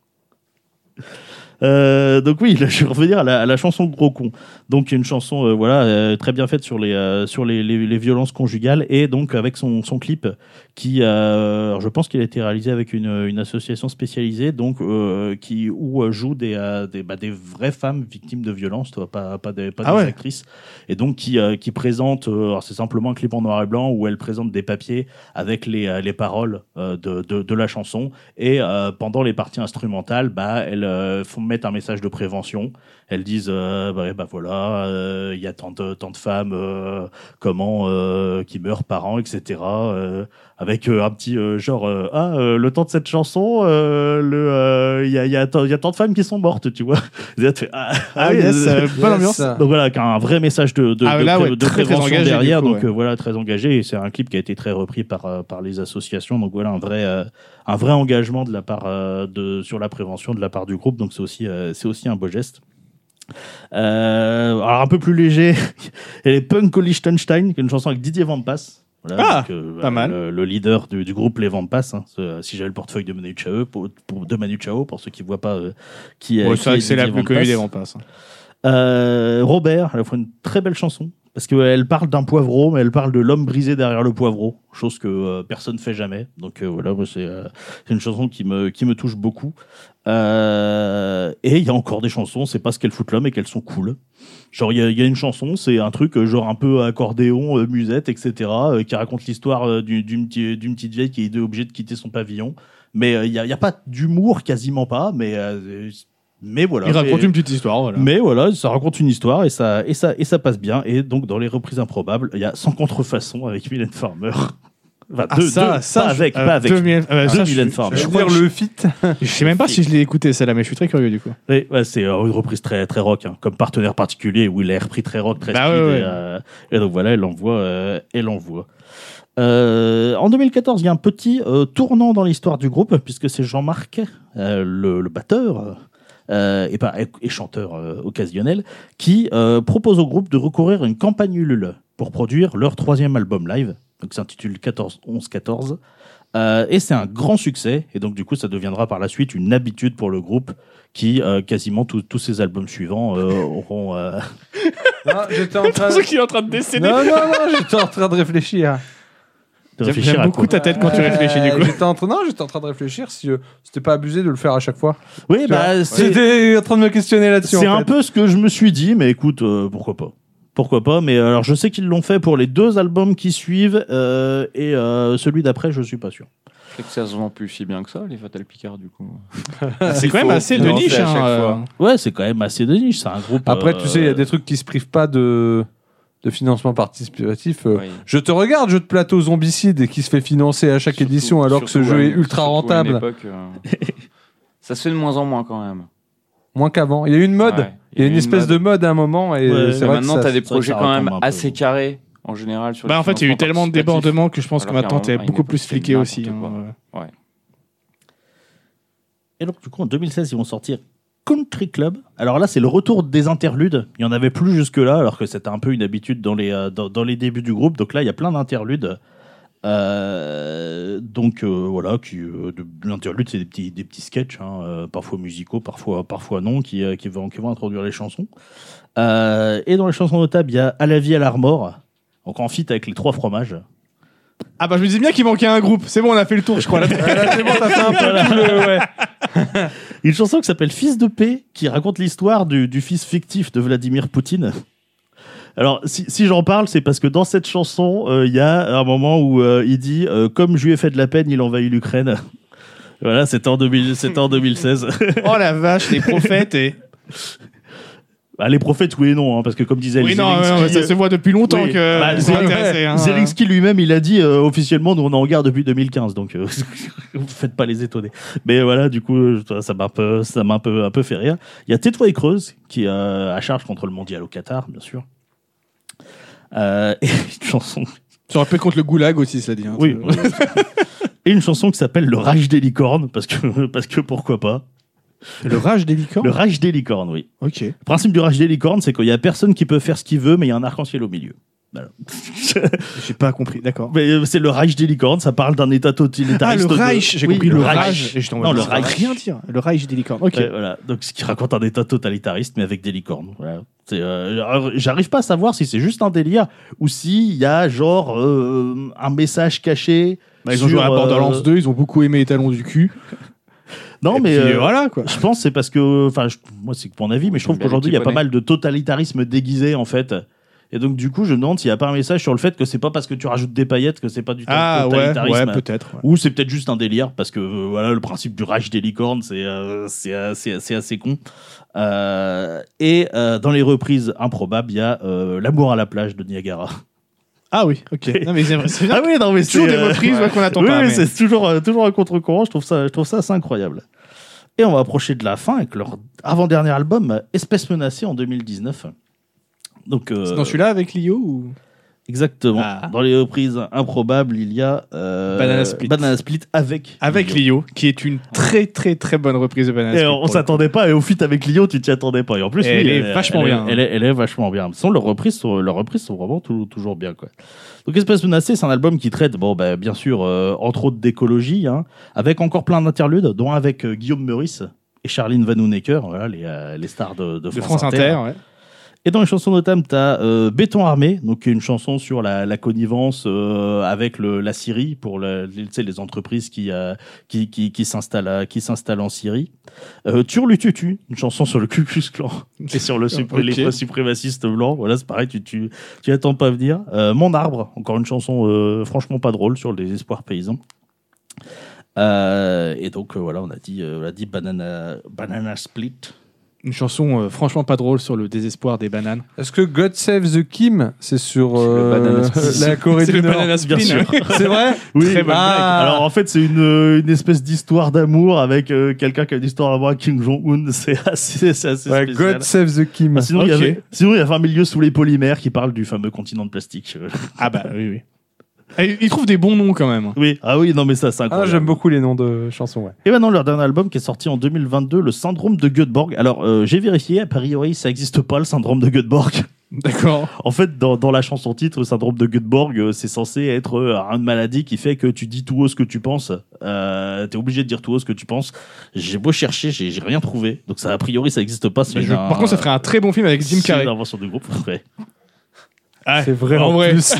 Euh, donc oui, là, je vais revenir à la, à la chanson Gros Con. Donc une chanson, euh, voilà, euh, très bien faite sur les euh, sur les, les, les violences conjugales et donc avec son son clip qui, euh, alors, je pense qu'il a été réalisé avec une, une association spécialisée, donc euh, qui où euh, jouent des euh, des, bah, des vraies femmes victimes de violences, toi, pas pas des pas Ah des ouais. actrices, et donc qui euh, qui présente, euh, alors c'est simplement un clip en noir et blanc où elle présente des papiers avec les euh, les paroles euh, de, de de la chanson et euh, pendant les parties instrumentales, bah elles euh, font mettre un message de prévention. Elles disent euh, bah, bah voilà, il euh, y a tant de tant de femmes euh, comment euh, qui meurent par an, et cetera. Euh, avec euh, un petit euh, genre euh, ah euh, le temps de cette chanson, euh, le il y a il y a tant- il y a tant de femmes qui sont mortes, tu vois. Et là, tu fais, ah, Ah oui, yes, euh, euh, bonne Yes. ambiance. donc voilà, avec un vrai message de, de, Ah, de là, pré- ouais, de très, très prévention engagé, derrière, du coup, donc ouais. euh, voilà, très engagé. Et c'est un clip qui a été très repris par euh, par les associations, donc voilà un vrai euh, un vrai engagement de la part euh, de sur la prévention de la part du groupe. Donc c'est aussi euh, c'est aussi un beau geste. Euh, alors un peu plus léger, il y a les Punk au Liechtenstein, qui est une chanson avec Didier Vampas. Voilà, Ah, donc, euh, pas mal. Le, le leader du, du groupe Les Vampas. Hein, ce- si j'avais le portefeuille de Manu Chao, pour, pour- de Manu Chao, pour ceux qui ne voient pas euh, qui, euh, Ouais, qui c'est vrai est que c'est la Didier plus connue Vampas. des Vampas. Euh, Robert, à la fois une très belle chanson, parce qu'elle parle d'un poivreau, mais elle parle de l'homme brisé derrière le poivreau, chose que euh, personne ne fait jamais. Donc euh, voilà, moi, c'est euh, c'est une chanson qui me, qui me touche beaucoup. Euh, et il y a encore des chansons, c'est pas ce qu'elles foutent l'homme et qu'elles sont cool. Genre, il y, a- il y a une chanson, c'est un truc euh, genre un peu accordéon, euh, musette, et cetera, euh, qui raconte l'histoire euh, du- d'une petite d'une petite vieille qui est obligée de quitter son pavillon. Mais euh, il n'y a, il y a pas d'humour, quasiment pas, mais, euh, mais voilà. Il raconte Mais- une petite histoire, voilà. mais voilà, ça raconte une histoire et ça, et ça, et ça passe bien. Et donc, dans les reprises improbables, il y a Sans contrefaçon avec Mylène Farmer. Enfin, Ah, deux, ça, deux, ça, pas je- avec, euh, pas avec. deux Mylène- euh, Deux ça, je- Mylène Farmer. Je je veux dire crois que le fit. Je sais même pas si je l'ai écouté celle-là, mais je suis très curieux du coup. Oui, ouais, c'est euh, une reprise très, très rock, hein, comme partenaire particulier où il a repris très rock, très Bah speed. ouais, ouais. Et, euh, et donc voilà, elle l'envoie. Euh, elle l'envoie. Euh, en deux mille quatorze, il y a un petit euh, tournant dans l'histoire du groupe, puisque c'est Jean-Marc, euh, le, le batteur, euh, et, pas, et, et chanteur euh, occasionnel, qui euh, propose au groupe de recourir à une campagne Ulule pour produire leur troisième album live, donc ça s'intitule quatorze onze quatorze. Euh, et c'est un grand succès. Et donc, du coup, ça deviendra par la suite une habitude pour le groupe qui, euh, quasiment tous tous ses albums suivants, euh, auront. Euh... Non, j'étais en train Pour ceux qui est en train de décéder. Non, non, non, j'étais en train de réfléchir. de J'aime réfléchir j'aime à beaucoup quoi. ta tête quand tu réfléchis du Euh, coup. J'étais en train, non, j'étais en train de réfléchir si euh, c'était pas abusé de le faire à chaque fois. Oui, Tu bah, vois. c'est J'étais en train de me questionner là-dessus. c'est en un fait. peu ce que je me suis dit, mais écoute, euh, pourquoi pas. Pourquoi pas, mais alors je sais qu'ils l'ont fait pour les deux albums qui suivent, euh, et euh, celui d'après, je suis pas sûr. C'est que ça se vend plus si bien que ça, les Fatal Picard, du coup. C'est Il quand même faut assez de financer niche. à chaque hein, euh. fois. Ouais, c'est quand même assez de niche, c'est un groupe. Après, euh, tu sais, il y a des trucs qui se privent pas de, de financement participatif. Euh, Oui. Je te regarde, jeu de plateau zombicide et qui se fait financer à chaque Surtout- édition alors que ce surtout jeu à est une- ultra surtout à une rentable. époque, euh, ça se fait de moins en moins quand même. Moins qu'avant. Il y a eu une mode. Ouais, Il y a une espèce de mode à un moment et Ouais, c'est Mais vrai maintenant, que ça- t'as des c'est vrai que projets ça quand même retombe un peu. assez carrés en général. Sur Bah les en fait, il y a eu financements tellement de participatifs. débordements que je pense que Alors maintenant qu'à t'es un- à une beaucoup époque, plus c'était fliqué aussi. n'importe hein, quoi. euh. Ouais. Et donc, du coup, en deux mille seize, ils vont sortir Country Club. Alors là, c'est le retour des interludes. Il n'y en avait plus jusque-là, alors que c'était un peu une habitude dans les, euh, dans, dans les débuts du groupe. Donc là, il y a plein d'interludes. Euh, donc euh, voilà, qui, euh, de, l'interlude, c'est des petits, des petits sketchs, hein, euh, parfois musicaux, parfois, parfois non, qui, euh, qui, vont, qui vont introduire les chansons. Euh, et dans les chansons notables, il y a À la vie, à la mort, donc en feat avec les trois fromages. Ah bah je me disais bien qu'il manquait un groupe. C'est bon, on a fait le tour, je crois. Là. Là, c'est bon, t'as fait un peu tout le. Ouais. Une chanson qui s'appelle Fils de paix, qui raconte l'histoire du, du fils fictif de Vladimir Poutine. Alors, si, si j'en parle, c'est parce que dans cette chanson, il euh, y a un moment où euh, il dit euh, comme je lui ai fait de la peine, il envahit l'Ukraine. Voilà, c'était en, deux mille, c'était en deux mille seize. Oh la vache, les prophètes et. Bah, les prophètes, oui et non, hein, parce que comme disait Oui, non, Zelensky, ouais, ça se voit depuis longtemps oui. que. Bah, c'est Zelensky- intéressé. Hein. Zelensky lui-même, il a dit euh, officiellement, nous on est en guerre depuis deux mille quinze, donc euh, vous faites pas les étonner. Mais voilà, du coup, euh, ça m'a un peu, ça m'a un peu, un peu fait rire. Il y a Tais-toi et creuse qui est euh, à charge contre le mondial au Qatar, bien sûr. Euh, et une chanson. Ça aurait pu être contre le goulag aussi, ça dit. Hein, Oui. tu- Et une chanson qui s'appelle Le Rage des licornes, parce que, parce que pourquoi pas. Le rage des licornes. Le Rage des licornes, oui. Ok. Le principe du Rage des licornes, c'est qu'il y a personne qui peut faire ce qu'il veut, mais il y a un arc-en-ciel au milieu. Voilà. J'ai pas compris, d'accord. Mais euh, c'est le Reich des licornes, ça parle d'un état Ah, totalitariste. le de- Reich, j'ai Oui, compris le Reich. Rage. Et j'étais en Non, mode, le ça veut Reich. rien dire. Le Reich des licornes. Ok. Ouais, voilà. Donc, ce qui raconte un état totalitariste, mais avec des licornes. Voilà. C'est, euh, alors, j'arrive pas à savoir si c'est juste un délire ou s'il y a genre euh, un message caché. Bah, ils ont sur, joué à Borderlands euh, deux, ils ont beaucoup aimé les talons du cul. Non, Et mais puis, euh, voilà quoi. je pense que c'est parce que, enfin, je- moi c'est que mon avis, mais je trouve J'aime bien qu'aujourd'hui il les y a pas petits mal de totalitarisme déguisé en fait. Et donc du coup, je me demande s'il n'y a pas un message sur le fait que c'est pas parce que tu rajoutes des paillettes que c'est pas du Ah ouais, totalitarisme. ouais, peut-être. ouais. Ou c'est peut-être juste un délire parce que euh, voilà le principe du rage des licornes c'est euh, c'est assez, c'est assez con. Euh, et euh, dans les reprises improbables il y a euh, L'amour à la plage de Niagara. Ah oui, ok. Non mais c'est c'est bien. Ah oui non mais Toujours c'est des euh, reprises ouais, qu'on attend oui, pas. oui, mais- c'est toujours euh, toujours un contre-courant. Je trouve ça je trouve ça assez incroyable. Et on va approcher de la fin avec leur avant-dernier album euh, Espèce menacée en deux mille dix-neuf. Donc euh, C'est dans celui-là avec Lio ou exactement. Ah. Dans les reprises improbables, il y a euh, Banana Split. Banana Split avec avec Lio. Lio, qui est une très très très bonne reprise de Banana Et Split, on pour le s'attendait pas, et au feat avec Lio, tu t'y attendais pas. Et en plus, Et oui, elle est vachement elle bien, hein. Elle est, elle est vachement bien. Sans leurs reprises, sont, leurs reprises sont vraiment tout- toujours bien, quoi. Donc, Espèce menacée, c'est un album qui traite, bon, bah, bien sûr, euh, entre autres d'écologie, hein, avec encore plein d'interludes, dont avec euh, Guillaume Meurice et Charline Vanhoenacker, voilà, les, euh, les stars de, de coup. France, de France Inter. ouais. Et dans les chansons notables, tu as euh, Béton armé, donc une chanson sur la, la connivence euh, avec le, la Syrie pour le, les, tu sais, les entreprises qui, euh, qui, qui, qui s'installent à- qui s'installent en Syrie. Euh, Turlututu, une chanson sur le Ku Klux Klan et sur le supré- Ok. les suprémacistes blancs. Voilà, c'est pareil, tu tu tu attends pas venir. Euh, Mon arbre, encore une chanson euh, franchement pas drôle sur le désespoir paysan. Euh, et donc euh, voilà, on a dit euh, on a dit Banana Banana Split. Une chanson euh, franchement pas drôle sur le désespoir des bananes. Est-ce que God Save the Kim, c'est sur C'est le euh, Banana Split. la Corée C'est du le Nord Banana Bien Split. sûr. ouais. C'est vrai Oui, Très bonne Ah. Alors en fait, c'est une, euh, une espèce d'histoire d'amour avec euh, quelqu'un qui a une histoire d'amour avec Kim Jong-un. C'est assez, c'est assez Ouais, spécial. God Save the Kim. Ah, sinon, il y Ok. avait, sinon, il y avait un milieu sous les polymères qui parle du fameux continent de plastique. Ah bah oui, oui. Et ils trouvent des bons noms quand même. oui, ah oui, non mais ça, c'est Ah, incroyable. j'aime beaucoup les noms de chansons, ouais. Et maintenant, leur dernier album qui est sorti en deux mille vingt-deux, Le Syndrome de Göteborg. Alors, euh, j'ai vérifié, a priori, ça n'existe pas, le syndrome de Göteborg. D'accord. En fait, dans, dans la chanson titre, le syndrome de Göteborg, euh, c'est censé être euh, une maladie qui fait que tu dis tout haut ce que tu penses. Euh, T'es obligé de dire tout haut ce que tu penses. J'ai beau chercher, j'ai j'ai rien trouvé. Donc ça, a priori, ça n'existe pas. Mais je- Par contre, ça ferait un très bon film avec Jim C'est Carrey. une invention du groupe. Ouais. C'est vrai en en vrai. plus.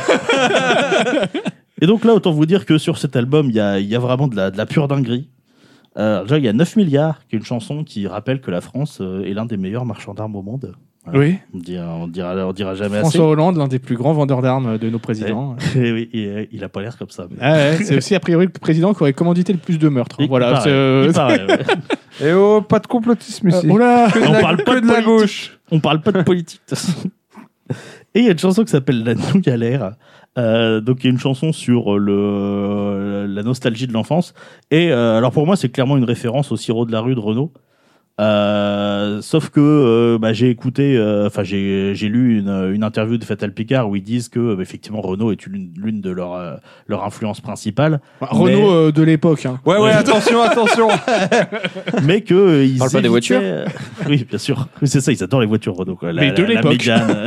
Et donc là, autant vous dire que sur cet album, il y a, il y a vraiment de la, de la pure dinguerie. Euh, déjà, il y a neuf milliards, qui est une chanson qui rappelle que la France euh, est l'un des meilleurs marchands d'armes au monde. Voilà. Oui. On dira, on dira, on dira jamais François Hollande, l'un des plus grands vendeurs d'armes de nos présidents. assez. Et oui, et, il a pas l'air comme ça. mais- Ah ouais, c'est aussi a priori le président qui aurait commandité le plus de meurtres. Il Voilà. paraît, c'est, euh, il paraît, ouais. Et oh, pas de complotisme ici. Euh, oula. Que de On la, parle pas que de de la politique. gauche. On parle pas de politique. de toute façon. Et il y a une chanson qui s'appelle La Nouille à l'air. Euh, donc il y a une chanson sur le, la nostalgie de l'enfance. Et euh, alors pour moi, c'est clairement une référence au sirop de la rue de Renaud. Euh, sauf que euh, bah, j'ai écouté, enfin euh, j'ai j'ai lu une, une interview de Fatal Picard où ils disent que euh, effectivement Renaud est l'une l'une de leurs euh, leur influences principales, Renault mais- euh, de l'époque. Hein. Ouais, ouais, attention, attention. mais que euh, ils Parle pas des évitaient- voitures Oui, bien sûr. Oui, c'est ça, ils adorent les voitures Renault. Quoi. La, Mais de la- la l'époque. Mégane, euh,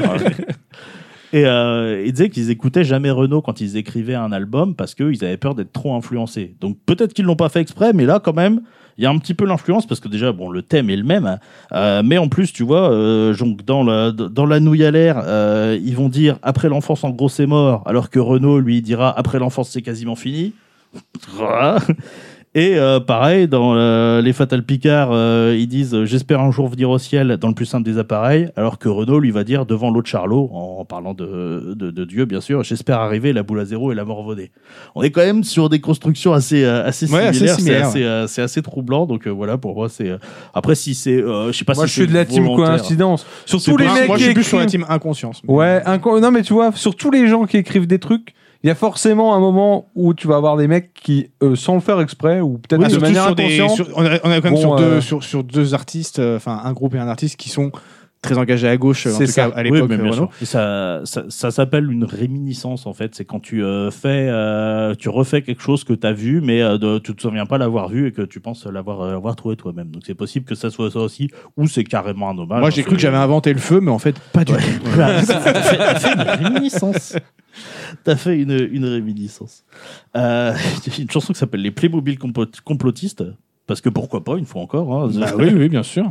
Et euh, ils disaient qu'ils écoutaient jamais Renaud quand ils écrivaient un album parce qu'ils avaient peur d'être trop influencés. Donc peut-être qu'ils l'ont pas fait exprès, mais là quand même, il y a un petit peu l'influence parce que déjà, bon, le thème est le même, hein. Euh, mais en plus, tu vois, euh, donc dans la dans la nouille à l'air, euh, ils vont dire après l'enfance en gros c'est mort, alors que Renaud lui dira après l'enfance c'est quasiment fini. Voilà. Et euh, pareil, dans euh, les Fatal Picard, euh, ils disent euh, j'espère un jour venir au ciel dans le plus simple des appareils, alors que Renaud lui va dire devant l'autre Charlot, en, en parlant de, de, de Dieu bien sûr, j'espère arriver la boule à zéro et la mort vaudée. On est quand même sur des constructions assez euh, assez Ouais, similaires, assez similaires, c'est assez, euh, c'est assez troublant. Donc euh, voilà, pour moi c'est. Euh... Après si c'est, euh, je sais pas Moi, si je suis c'est de la team volontaire. coïncidence. Sur C'est tous les pas- mecs Moi, qui je suis plus sur la écrivent. team inconscience. Ouais, inco- non, mais tu vois, sur tous les gens qui écrivent des trucs, il y a forcément un moment où tu vas avoir des mecs qui, euh, sans le faire exprès, ou peut-être Ah, de surtout manière sur des- inconsciente, sur- on, a, on a quand même Bon, sur, deux, euh, sur, sur deux artistes, euh, enfin un groupe et un artiste qui sont très engagés à gauche, euh, en C'est tout ça. cas à l'époque. Oui, mais bien Renaud. sûr. Et ça, ça, ça s'appelle une réminiscence en fait. C'est quand tu euh, fais, euh, tu refais quelque chose que tu as vu, mais euh, de, tu te souviens pas l'avoir vu et que tu penses l'avoir euh, l'avoir trouvé toi-même. Donc c'est possible que ça soit ça aussi, ou c'est carrément un hommage. Moi, j'ai hein, cru que c'est- j'avais inventé le feu, mais en fait, pas du Ouais. tout. Voilà, c'est- t'as fait, t'as fait une réminiscence. T'as fait une, une réminiscence. Euh, Il y a une chanson qui s'appelle Les Playmobil complo- complotistes, parce que pourquoi pas, une fois encore. Hein. Bah oui, oui, bien sûr.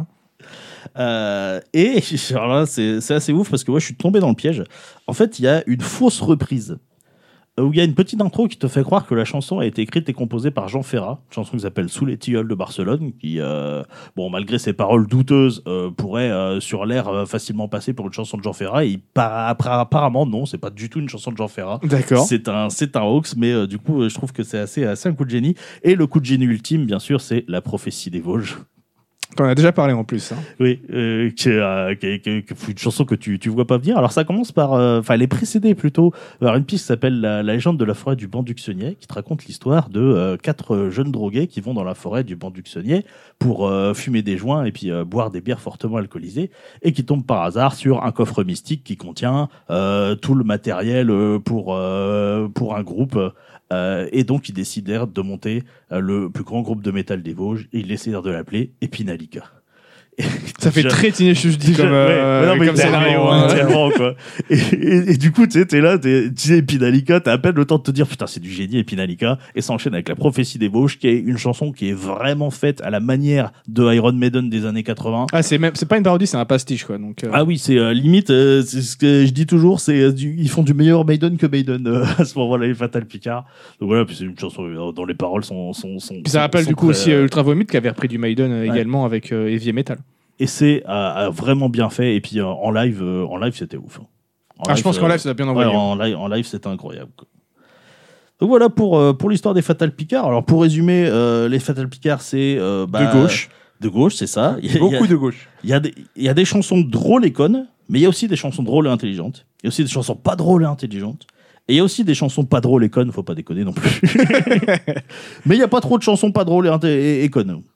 Euh, et alors là, c'est c'est assez ouf parce que moi, je suis tombé dans le piège. En fait, il y a une fausse reprise euh, où il y a une petite intro qui te fait croire que la chanson a été écrite et composée par Jean Ferrat, une chanson qui s'appelle Sous les tilleuls de Barcelone, qui, euh, bon, malgré ses paroles douteuses, euh, pourrait euh, sur l'air euh, facilement passer pour une chanson de Jean Ferrat. Et par- appara- apparemment, non, c'est pas du tout une chanson de Jean Ferrat. D'accord. C'est un, c'est un hoax, mais euh, du coup, euh, je trouve que c'est assez, assez un coup de génie. Et le coup de génie ultime, bien sûr, c'est La prophétie des Vosges. T'en as déjà parlé en plus. Hein. Oui, euh, qui, est, euh, qui, est, qui est- qui est une chanson que tu tu vois pas venir. Alors ça commence par, euh, enfin elle est précédée plutôt par une piste qui s'appelle la, la légende de la forêt du Banc-du-Xenier, qui te raconte l'histoire de euh, quatre euh, jeunes drogués qui vont dans la forêt du Banc-du-Xenier pour euh, fumer des joints et puis euh, boire des bières fortement alcoolisées, et qui tombent par hasard sur un coffre mystique qui contient euh, tout le matériel euh, pour euh, pour un groupe. Euh, et donc ils décidèrent de monter euh, le plus grand groupe de métal des Vosges, et ils décidèrent de l'appeler Epinalica. Et Ça fait déjà- très Teenage Mutant déjà, comme, ouais, euh, mais non, mais comme tellement, scénario. hein, hein. tellement, quoi. Et, et- et du coup, tu sais, t'es là, t'es, tu sais, Epinalica, t'as à peine le temps de te dire, putain, c'est du génie, Epinalica, et ça enchaîne avec La prophétie des Vosges, qui est une chanson qui est vraiment faite à la manière de Iron Maiden des années quatre-vingts. Ah, c'est même, c'est pas une parodie, c'est un pastiche quoi. Donc. euh, Ah oui, c'est euh, limite, euh, c'est ce que je dis toujours, c'est euh, du- ils font du meilleur Maiden que Maiden euh, à ce moment-là, les Fatal Picard. Donc voilà, puis c'est une chanson euh, dont les paroles sont sont sont. Puis ça sont- rappelle sont du coup très, aussi euh, euh, Ultra Vomit qui avait repris du Maiden euh, Ouais. également avec euh, Heavy Metal. et c'est euh, euh, vraiment bien fait. Et puis euh, en live, euh, en live, c'était ouf. hein. En Ah, je pense qu'en euh, live ça doit bien Ouais, envoyer. en live, en live c'était incroyable. quoi. Donc voilà pour, euh, pour l'histoire des Fatal Picard. Alors pour résumer, euh, les Fatal Picard, c'est. euh, bah, De gauche. De gauche, c'est ça. Il y a- il y a- beaucoup de gauche. Il y, a des, il y a des chansons drôles et connes, mais il y a aussi des chansons drôles et intelligentes. Il y a aussi des chansons pas drôles et intelligentes. Et il y a aussi des chansons pas drôles et connes, faut pas déconner non plus. Mais il n'y a pas trop de chansons pas drôles et, inté- et, et connes.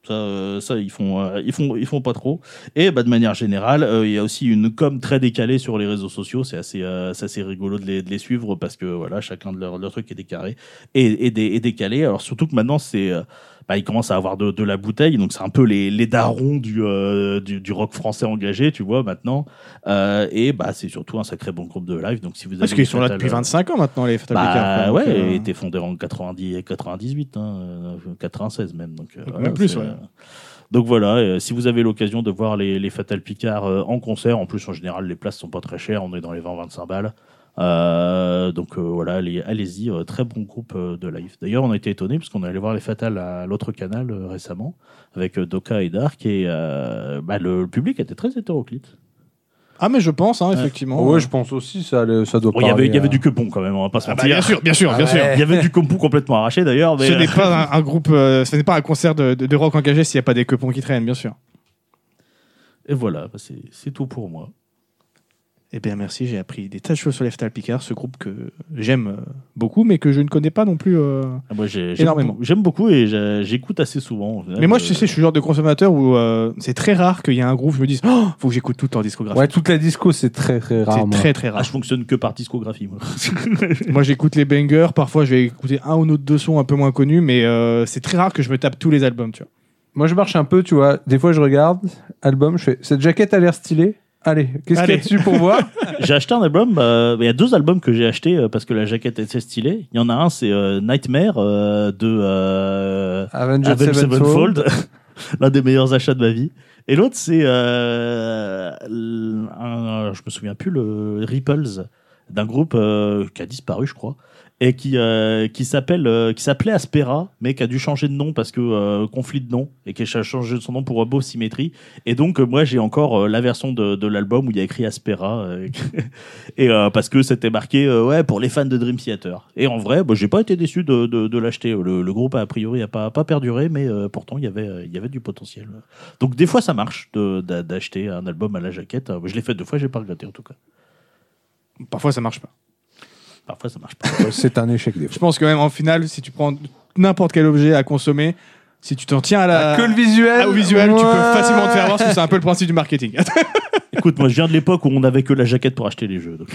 Ça, euh, ça ils font, euh, ils font, ils font pas trop. Et bah, de manière générale, euh, il y a aussi une com très décalée sur les réseaux sociaux. C'est assez, euh, c'est assez rigolo de les, de les suivre parce que voilà, chacun de leurs leur trucs est décalé et, et, dé, et décalé. Alors surtout que maintenant, c'est, euh, bah, ils commencent à avoir de, de la bouteille, donc c'est un peu les, les darons du, euh, du, du rock français engagé, tu vois maintenant. Euh, et bah, c'est surtout un sacré bon groupe de live. Donc si vous avez Parce qu'ils sont là Fatal, depuis vingt-cinq ans maintenant, les Fatal Picard. bah, quoi. ouais, Donc, euh, il était fondé en quatre-vingt-dix, quatre-vingt-dix-huit, hein, quatre-vingt-seize même. Donc, euh, Même voilà, plus, c'est, ouais. euh, Donc voilà, euh, si vous avez l'occasion de voir les, les Fatal Picard euh, en concert, en plus en général les places sont pas très chères, on est dans les vingt à vingt-cinq balles. Euh, donc euh, voilà, allez, allez-y, euh, très bon groupe euh, de live. D'ailleurs, on a été étonnés parce qu'on est allé voir les Fatal à l'autre canal euh, récemment avec euh, Doka et Dark et euh, bah, le, le public était très hétéroclite. Ah, mais je pense, hein, effectivement. Ouais, je pense aussi, ça, allait- ça doit Bon, il y avait, parler il y avait à- du quepon quand même, on va pas se Ah bah, mentir. bien sûr, bien sûr, bien Ah sûr. ouais. Il y avait du quepon complètement arraché d'ailleurs. Mais Ce n'est pas un, un groupe, euh, ce n'est pas un concert de, de, de rock engagé s'il n'y a pas des quepons qui traînent, bien sûr. Et voilà, bah, c'est, c'est tout pour moi. Eh bien, merci, j'ai appris des tas de choses sur les Fatal Picard, ce groupe que j'aime euh, beaucoup, mais que je ne connais pas non plus. euh. Ah, moi, j'ai, j'aime, Énormément. beaucoup, j'aime beaucoup et j'ai- j'écoute assez souvent. Mais moi, Euh, je sais, je suis le genre de consommateur où euh, c'est très rare qu'il y ait un groupe, je me dise, oh, faut que j'écoute toute leur discographie. Ouais, toute la disco, c'est très, très rare. c'est moi. très, très Ah, rare. je fonctionne que par discographie, moi. Moi, j'écoute les bangers, parfois je vais écouter un ou autre deux sons un peu moins connus, mais euh, c'est très rare que je me tape tous les albums, tu vois. Moi, je marche un peu, tu vois. Des fois, je regarde, album, je fais, cette jaquette a l'air stylée. Allez, qu'est-ce qu'il y Allez. a dessus pour voir? J'ai acheté un album, euh, il y a deux albums que j'ai achetés euh, parce que la jaquette est assez stylée. Il y en a un, c'est euh, Nightmare euh, de euh, Avenged Avenged Sevenfold. Sevenfold, l'un des meilleurs achats de ma vie. Et l'autre, c'est euh, l- un, je me souviens plus, le Ripples d'un groupe euh, qui a disparu, je crois, et qui euh, qui s'appelle euh, qui s'appelait Aspera, mais qui a dû changer de nom parce que euh, conflit de nom et qui a changé son nom pour Above Symmetry. Et donc euh, moi j'ai encore euh, la version de, de l'album où il y a écrit Aspera euh, et euh, parce que c'était marqué euh, ouais pour les fans de Dream Theater. Et en vrai, bah, j'ai pas été déçu de, de, de l'acheter. Le, le groupe a priori a pas pas perduré, mais euh, pourtant il y avait euh, il y avait du potentiel. Donc des fois ça marche de, d'a- d'acheter un album à la jaquette. Je l'ai fait deux fois, j'ai pas regretté en tout cas. Parfois, ça marche pas. Parfois ça marche pas. Ouais, c'est un échec, des fois. Je pense que même en finale, si tu prends n'importe quel objet à consommer, si tu t'en tiens à la... Ah, que le visuel. Ah, au visuel, tu peux Ouais. facilement te faire voir parce que c'est un peu le principe du marketing. Écoute, moi je viens de l'époque où on avait que la jaquette pour acheter les jeux. Donc.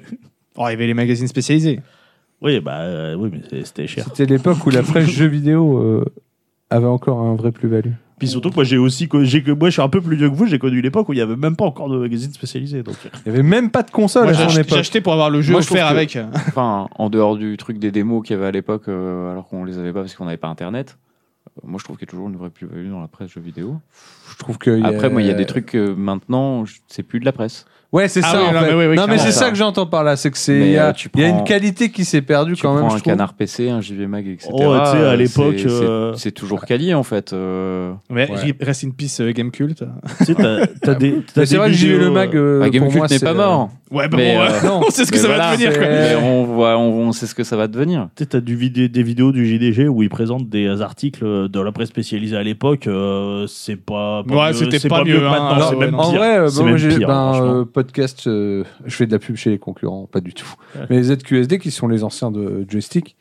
Oh, il y avait les magazines spécialisés. Oui, bah euh, oui, mais c'est- c'était cher. C'était l'époque où la fraîche jeux vidéo euh, avait encore un vrai plus-value. Puis surtout que moi j'ai aussi co- j'ai que moi je suis un peu plus vieux que vous, j'ai connu l'époque où il y avait même pas encore de magazines spécialisés. Donc Il n'y avait même pas de console Moi, à j'ai son ach- j'ai époque. acheté pour avoir le jeu Moi, je trouve offert que- avec. Enfin, en dehors du truc des démos qu'il y avait à l'époque, euh, alors qu'on les avait pas parce qu'on n'avait pas Internet, euh, moi je trouve qu'il y a toujours une vraie plus-value dans la presse jeux vidéo. Je trouve que il y a- Après, moi, il y a des trucs que maintenant, je- c'est plus de la presse. Ouais, c'est Ah ça. oui, en non, fait. mais oui, oui, non, mais clairement. c'est ça que j'entends par là, c'est que c'est Mais, il y a, euh, tu il y a prends- une qualité qui s'est perdue Tu quand même. prends je un trouve. Canard P C, un J V Mag, et cetera. Oh, tu sais, à euh, l'époque, c'est- c'est- euh, c'est toujours quali en fait. euh. Mais Ouais. reste in peace euh, Game Cult. tu sais, t'as, t'as des. T'as Mais c'est des vrai que J V vidéos, Le Mag, euh, Ah, pour Gamecult moi, n'est c'est, pas euh, mort. Ouais, bah Mais, bon, euh, euh, non, on sait ce que mais ça voilà, va devenir. c'est- quoi. Mais on, voit, on, on sait ce que ça va devenir. Tu sais, t'as du vidé- des vidéos du J D G où ils présentent des articles de la presse spécialisée à l'époque. euh, c'est pas. pas Ouais, mieux- c'était c'est pas mieux mieux, que hein. maintenant, Alors, c'est ouais, même non. En pire. vrai, euh, C'est moi, même j'ai pire, ben, franchement. euh, podcast, euh, je fais de la pub chez les concurrents, pas du tout. Ouais. Mais les Z Q S D qui sont les anciens de Joystick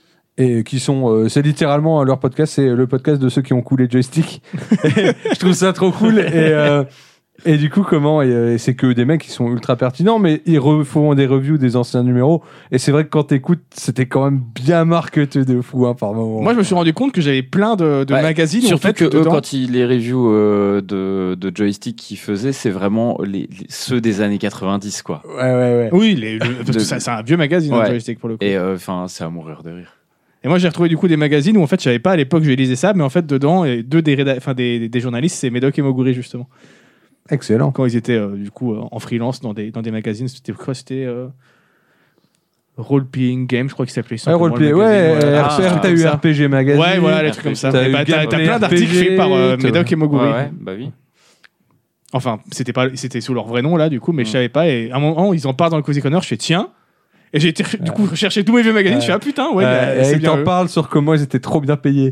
et qui sont, euh, c'est littéralement leur podcast, c'est le podcast de ceux qui ont coulé Joystick. Et je trouve ça trop cool et euh, et du coup comment et, euh, et c'est que des mecs qui sont ultra pertinents, mais ils refont des reviews des anciens numéros et c'est vrai que quand t'écoutes, c'était quand même bien marqueteux de fou hein, par moment. Moi, je me suis rendu compte que j'avais plein de, de Ouais, magazines. où, en Surtout fait, que eux, dedans- quand ils, les reviews euh, de, de joystick qu'ils faisaient, c'est vraiment les, les- ceux des années quatre-vingt-dix, quoi. Ouais ouais ouais. Oui, les- le- parce que De- ça, c'est un vieux magazine, Ouais. hein, Joystick, pour le coup. Et enfin, c'est à mourir de rire. Et moi, j'ai retrouvé du coup des magazines où en fait, je savais pas à l'époque que je lisais ça, mais en fait, dedans, et deux des, réda- enfin, des, des journalistes, c'est Médoc et Moguri, justement. Excellent. Quand ils étaient euh, du coup euh, en freelance dans des, dans des magazines, c'était quoi C'était euh, Role Playing Game, je crois qu'il s'appelait. Ouais, simplement, roleplay, le ouais, magazine, euh, Ah, R P R, un truc t'as comme eu ça. R P G Magazine. Ouais, voilà, les trucs comme ça. T'as Et eu bah, T'as t'as Gameplay plein d'articles R P G, faits par euh, t'as- Médoc et Moguri. Ouais, ouais, bah oui. Enfin, c'était pas, c'était sous leur vrai nom là, du coup, mais Mm. je savais pas. Et à un moment, ils en parlent dans le Cozy Corner. Je fais tiens. Et j'ai été du coup chercher tous mes vieux magazines. Ouais. Je fais ah putain, ouais. Ouais, bah, et c'est ils bien t'en eux. parlent sur comment ils étaient trop bien payés.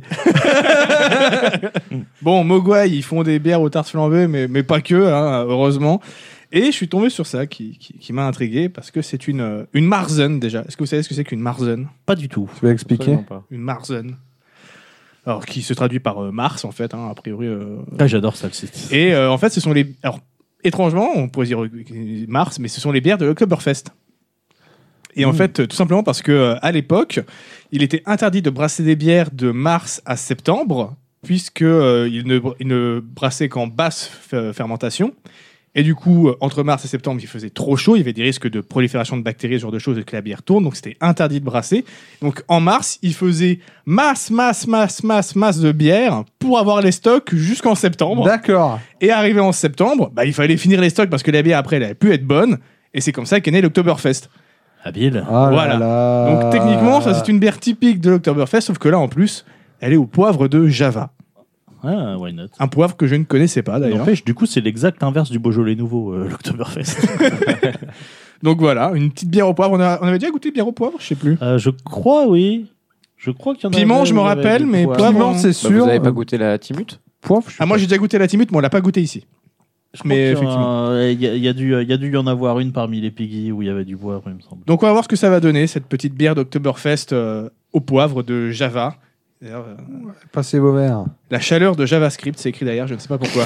Bon, Mogwai, ils font des bières aux tartes flambées, mais, mais pas que, hein, heureusement. Et je suis tombé sur ça qui, qui, qui m'a intrigué parce que c'est une, euh, une Marzen déjà. Est-ce que vous savez ce que c'est qu'une Marzen? Pas du tout. Tu vas expliquer? Absolument pas. Une Marzen. alors qui se traduit par euh, Mars en fait, hein, a priori. euh, Ah, j'adore ça le site. Et euh, en fait, ce sont les. Alors, étrangement, on pourrait dire euh, Mars, mais ce sont les bières de l'Oktoberfest. Et en Mmh. fait, tout simplement parce que euh, à l'époque, il était interdit de brasser des bières de mars à septembre, puisque euh, il, ne, il ne brassait qu'en basse f- fermentation. Et du coup, euh, entre mars et septembre, il faisait trop chaud, il y avait des risques de prolifération de bactéries, ce genre de choses, et que la bière tourne, donc c'était interdit de brasser. Donc en mars, il faisait masse, masse, masse, masse, masse de bière pour avoir les stocks jusqu'en septembre. D'accord. Et arrivé en septembre, bah, il fallait finir les stocks parce que la bière après, elle avait pu être bonne. Et c'est comme ça qu'est né l'Oktoberfest. Habile. Ah là Voilà. là. Donc techniquement, ça c'est une bière typique de l'Oktoberfest, sauf que là en plus, elle est au poivre de Java. Ah, why not? Un poivre que je ne connaissais pas d'ailleurs. N'empêche, du coup, c'est l'exact inverse du Beaujolais nouveau, euh, l'Oktoberfest. Donc voilà, une petite bière au poivre. On, a- on avait déjà goûté bière au poivre, je sais plus. euh, je crois, oui. Je crois qu'il y en a. Piment, je me rappelle, mais poivre, Piment, on- c'est Bah, sûr. vous avez pas goûté la Timut? Poivre, je sais Ah moi j'ai déjà goûté la Timut, mais on l'a pas goûté ici. Mais Mais effectivement. Il y, a- il y a dû il y a dû y en avoir une parmi les Piggy où il y avait du poivre, il me semble. Donc on va voir ce que ça va donner, cette petite bière d'Oktoberfest euh, au poivre de Java. D'ailleurs, euh, Passez vos verres. la chaleur de JavaScript, c'est écrit derrière, je ne sais pas pourquoi.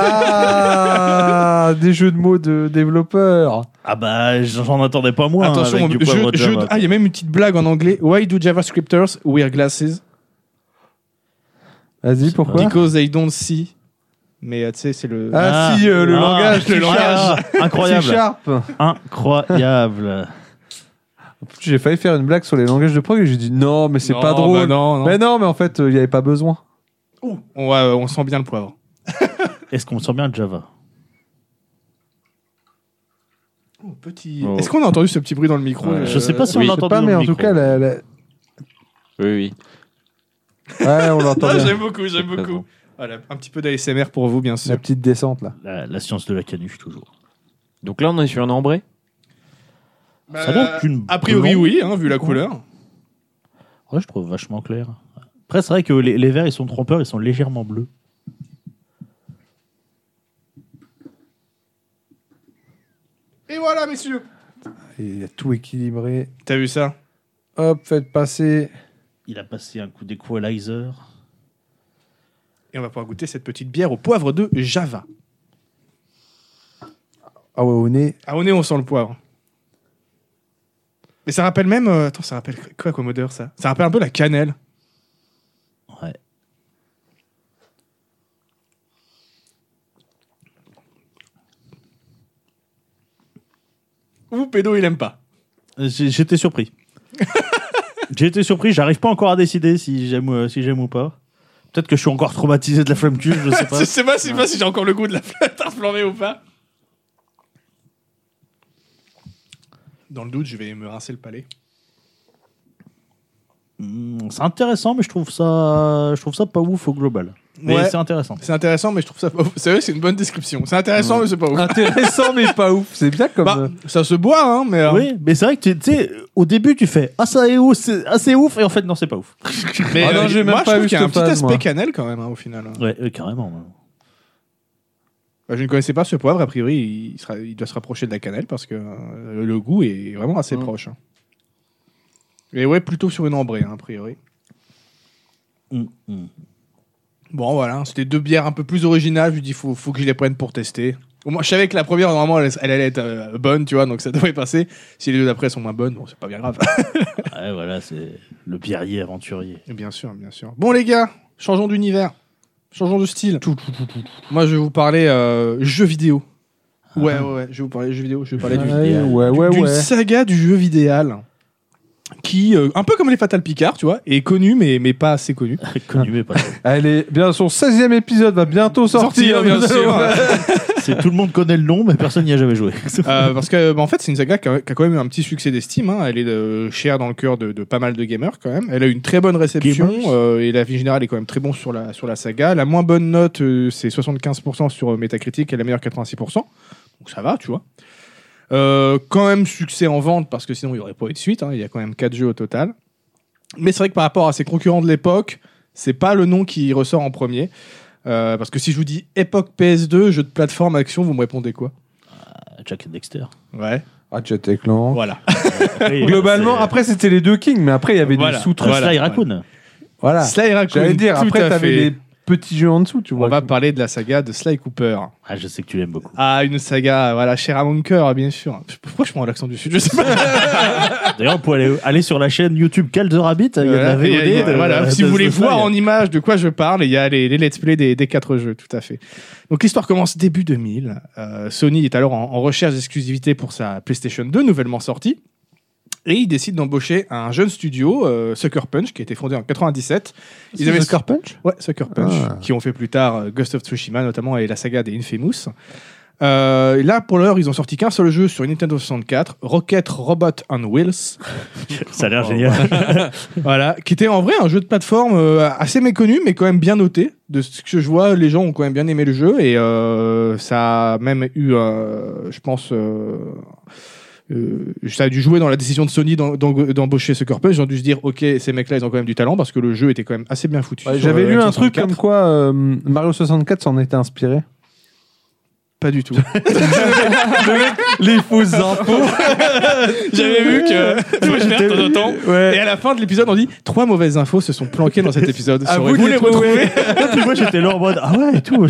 Ah, des jeux de mots de développeurs. Ah bah, j'en attendais pas moins. Attention, avec du jeu- poivre de jeu- Java, ah, il y a même une petite blague en anglais. Why do JavaScripters wear glasses? Vas-y, pourquoi Because they don't see. Mais euh, tu sais, c'est le. Ah, si, euh, le ah, langage, le c'est langage. sharp. Incroyable. C'est sharp. Incroyable. J'ai failli faire une blague sur les langages de prog et j'ai dit non, mais c'est Non, pas bah drôle. non, non. Mais non, mais en fait, il n'y avait pas besoin. Ouh, on, va- on sent bien le poivre. Est-ce qu'on sent bien le Java? Oh, petit... Oh. Est-ce qu'on a entendu ce petit bruit dans le micro Ouais, euh, Je sais pas si oui, on l'a Je sais entendu pas, dans mais le en tout micro. cas, la, la- Oui, oui. ouais, on l'entend Ah, bien. j'aime beaucoup, j'aime C'est très beaucoup. bon. Voilà, un petit peu d'A S M R pour vous, bien sûr. La petite descente là. La, la science de la canuche, toujours. Donc là, on est sur un ambré. Bah, Ça a l'air qu'une a priori, blonde. oui, hein, vu la couleur. Ouais, je trouve vachement clair. Après, c'est vrai que les, les verts, ils sont trompeurs, ils sont légèrement bleus. Et voilà, messieurs. Et il a tout équilibré. T'as vu ça? Hop, faites passer. Il a passé un coup d'équalizer. Et on va pouvoir goûter cette petite bière au poivre de Java. Ah ouais, au nez. Ah, au nez, on sent le poivre. Mais ça rappelle même... euh, Attends, ça rappelle quoi comme odeur, ça? Ça rappelle un peu la cannelle. Ouais. Ou Pédo, il aime pas. J'ai- J'étais surpris. J'ai été surpris, j'arrive pas encore à décider si j'aime euh, si j'aime ou pas. Peut-être que je suis encore traumatisé de la flamme cuve, je sais pas. Je sais pas, je sais pas si j'ai encore le goût de la tarte flambée ou pas. Dans le doute, je vais me rincer le palais. Hmm, c'est intéressant, mais je trouve ça, je trouve ça pas ouf au global. Mais Ouais. c'est intéressant. C'est intéressant, mais je trouve ça pas ouf. C'est vrai, c'est une bonne description. C'est intéressant, mais c'est pas ouf. Intéressant, mais pas ouf. C'est bien comme. Bah, euh, ça se boit, hein, mais... euh, Oui, mais c'est vrai que tu tu sais, au début tu fais ah ça est ouf, c'est ah, c'est ouf, et en fait non c'est pas ouf. mais Ah non, euh, j'ai même moi, pas je trouve vu qu'il y a un cette petit phase, aspect moi. cannelle, quand même, hein, au final. Ouais, euh, carrément. ouais. Bah, je ne connaissais pas ce poivre, a priori, il, sera- il doit se rapprocher de la cannelle, parce que euh, le goût est vraiment assez Mm. proche. hein. Et ouais, plutôt sur une ambrée, hein, a priori. Hmm, hmm. Bon, voilà, c'était deux bières un peu plus originales. Je lui dis, faut, faut que je les prenne pour tester. Au moins, je savais que la première, normalement, elle, elle allait être euh, bonne, tu vois, donc ça devrait passer. Si les deux d'après sont moins bonnes, bon, c'est pas bien grave. Ouais, voilà, c'est le biérier aventurier. bien sûr, bien sûr. Bon, les gars, changeons d'univers. Changeons de style. Moi, je vais vous parler euh, jeux vidéo. Ouais, ouais, ouais, je vais vous parler jeux vidéo. Je vais parler du ouais, idéal. ouais, ouais, d'une ouais. saga du jeu vidéal qui, euh, un peu comme les Fatal Picard, tu vois, est connue, mais, mais pas assez connue. Connu mais pas trop. Elle est bien, son seizième épisode va bientôt sortir. Sortir, bien sûr. C'est tout le monde connaît le nom, mais personne n'y a jamais joué. Euh, parce que, bah, en fait, c'est une saga qui a, qui a quand même eu un petit succès d'estime. hein. Elle est euh, chère dans le cœur de, de pas mal de gamers, quand même. Elle a eu une très bonne réception Gamers. euh, et l'avis général est quand même très bon sur la, sur la saga. La moins bonne note, euh, c'est soixante-quinze pour cent sur euh, Metacritic et la meilleure quatre-vingt-six pour cent. Donc ça va, tu vois. Euh, quand même succès en vente parce que sinon il n'y aurait pas eu de suite. hein. Il y a quand même quatre jeux au total. Mais c'est vrai que par rapport à ses concurrents de l'époque, c'est pas le nom qui ressort en premier. Euh, parce que si je vous dis époque P S deux, jeu de plateforme action, vous me répondez quoi? Jack and Dexter. Ouais, Ratchet et Clank. voilà. Après, Globalement, c'est- après c'était les deux kings, mais après il y avait Voilà. des sous-trucs. Sly Voilà. Raccoon. Voilà. Sly Raccoon, J'allais dire, tout après, à t'avais fait. les petits jeux en dessous, tu On vois. va parler de la saga de Sly Cooper. Ah, je sais que tu l'aimes beaucoup. Ah, une saga, voilà, chère à mon cœur, bien sûr. Pourquoi je prends l'accent du sud? Je sais pas. D'ailleurs, vous pouvez aller, aller sur la chaîne YouTube Cal the Rabbit. Il y a de la V O D. Il y a- de- voilà, de- si de vous voulez Sly. voir en image de quoi je parle, il y a les, les let's play des, des quatre jeux, tout à fait. Donc l'histoire commence début deux mille. Euh, Sony est alors en, en recherche d'exclusivité pour sa PlayStation deux, nouvellement sortie. Et il décide d'embaucher un jeune studio, euh, Sucker Punch, qui a été fondé en quatre-vingt-dix-sept. Ils avaient Sucker Punch. Ouais, Sucker Punch, Ah. qui ont fait plus tard euh, Ghost of Tsushima notamment et la saga des Infamous. Euh, là, pour l'heure, ils ont sorti qu'un seul jeu sur une Nintendo soixante-quatre, Rocket Robot on Wheels. Ça a l'air génial. Voilà, qui était en vrai un jeu de plateforme euh, assez méconnu, mais quand même bien noté. De ce que je vois, les gens ont quand même bien aimé le jeu et euh, ça a même eu, euh, je pense, euh, euh, ça a dû jouer dans la décision de Sony d'em- d'em- d'embaucher Sucker Punch. Ils ont dû se dire, ok, ces mecs-là, ils ont quand même du talent parce que le jeu était quand même assez bien foutu. Ouais, sur, J'avais euh, lu un N truc soixante-quatre. comme quoi euh, Mario soixante-quatre s'en était inspiré. Pas du tout. Les fausses infos. J'avais vu que moi, je fais de temps en temps. Et Ouais. à la fin de l'épisode, on dit trois mauvaises infos se sont planquées dans cet épisode. À Saurez-vous vous de les les trouver. retrouver. Puis moi, j'étais là en mode ah ouais et tout.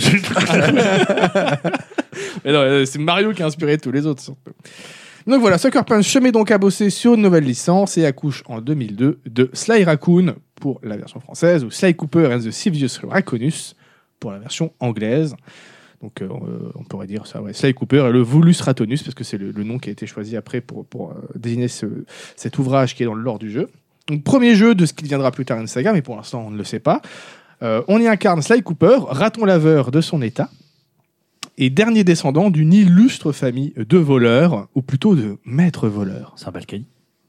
Mais non, euh, c'est Mario qui a inspiré tous les autres. surtout. Donc voilà, Sucker Punch se met donc à bosser sur une nouvelle licence et accouche en deux mille deux de Sly Raccoon pour la version française ou Sly Cooper and the Thievius Raccoonus pour la version anglaise. Donc euh, on pourrait dire ça, ouais. Sly Cooper et le Volus Ratonus parce que c'est le, le nom qui a été choisi après pour, pour euh, désigner ce, cet ouvrage qui est dans le lore du jeu. Donc premier jeu de ce qui deviendra plus tard une saga, mais pour l'instant on ne le sait pas. Euh, on y incarne Sly Cooper, raton laveur de son état, et dernier descendant d'une illustre famille de voleurs, ou plutôt de maîtres voleurs. C'est un Balkany.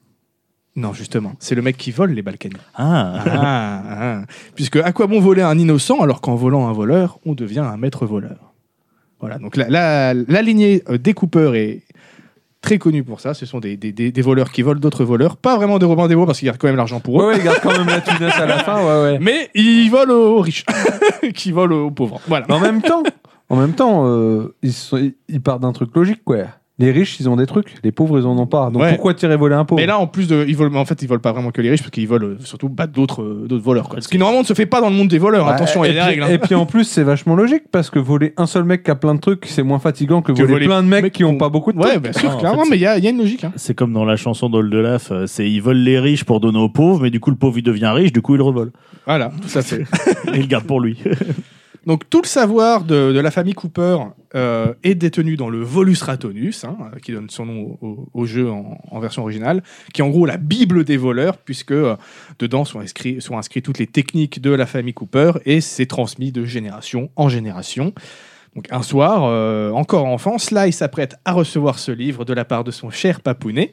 Non, justement, c'est le mec qui vole les Balkany. Ah. Ah, ah. Puisque à quoi bon voler un innocent alors qu'en volant un voleur, on devient un maître voleur. Voilà, donc la, la, la lignée euh, des Cooper est très connue pour ça. Ce sont des, des, des, des voleurs qui volent d'autres voleurs. Pas vraiment des Robins des Bois parce qu'ils gardent quand même l'argent pour eux. Ouais, ouais, il garde quand même la tunasse à la fin, ouais, ouais. Mais ils volent aux riches, qui volent aux pauvres. Voilà. Mais en même temps, en même temps, euh, ils, sont, ils, ils partent d'un truc logique, quoi. Les riches, ils ont des trucs, les pauvres, ils en ont pas. Donc Ouais. pourquoi tirer voler un pauvre? Mais là, en plus de, ils volent, mais en fait, ils volent pas vraiment que les riches parce qu'ils volent euh, surtout bah, d'autres, euh, d'autres voleurs. Quoi. Ce qui normalement ne se fait pas dans le monde des voleurs. Ouais, Attention, il et y a des puis- règles. hein. Et puis en plus, c'est vachement logique parce que voler un seul mec qui a plein de trucs, c'est moins fatigant que, Que voler, voler plein de mecs, mecs qui ont qui pas ont- beaucoup de Ouais, trucs. bien sûr, Non, en clairement, fait, mais il y a, il y a une logique. Hein. C'est comme dans la chanson d'Oldelaf, euh, c'est ils volent les riches pour donner aux pauvres, mais du coup le pauvre il devient riche, du coup il le revole. Voilà, tout à fait. Et il le garde pour lui. Donc tout le savoir de, de la famille Cooper euh, est détenu dans le Volus Ratonus, hein, euh, qui donne son nom au, au- au jeu en, en version originale, qui est en gros la Bible des voleurs, puisque euh, dedans sont inscrits, sont inscrits toutes les techniques de la famille Cooper et c'est transmis de génération en génération. Donc un soir, euh, encore enfant, Sly s'apprête à recevoir ce livre de la part de son cher papounet.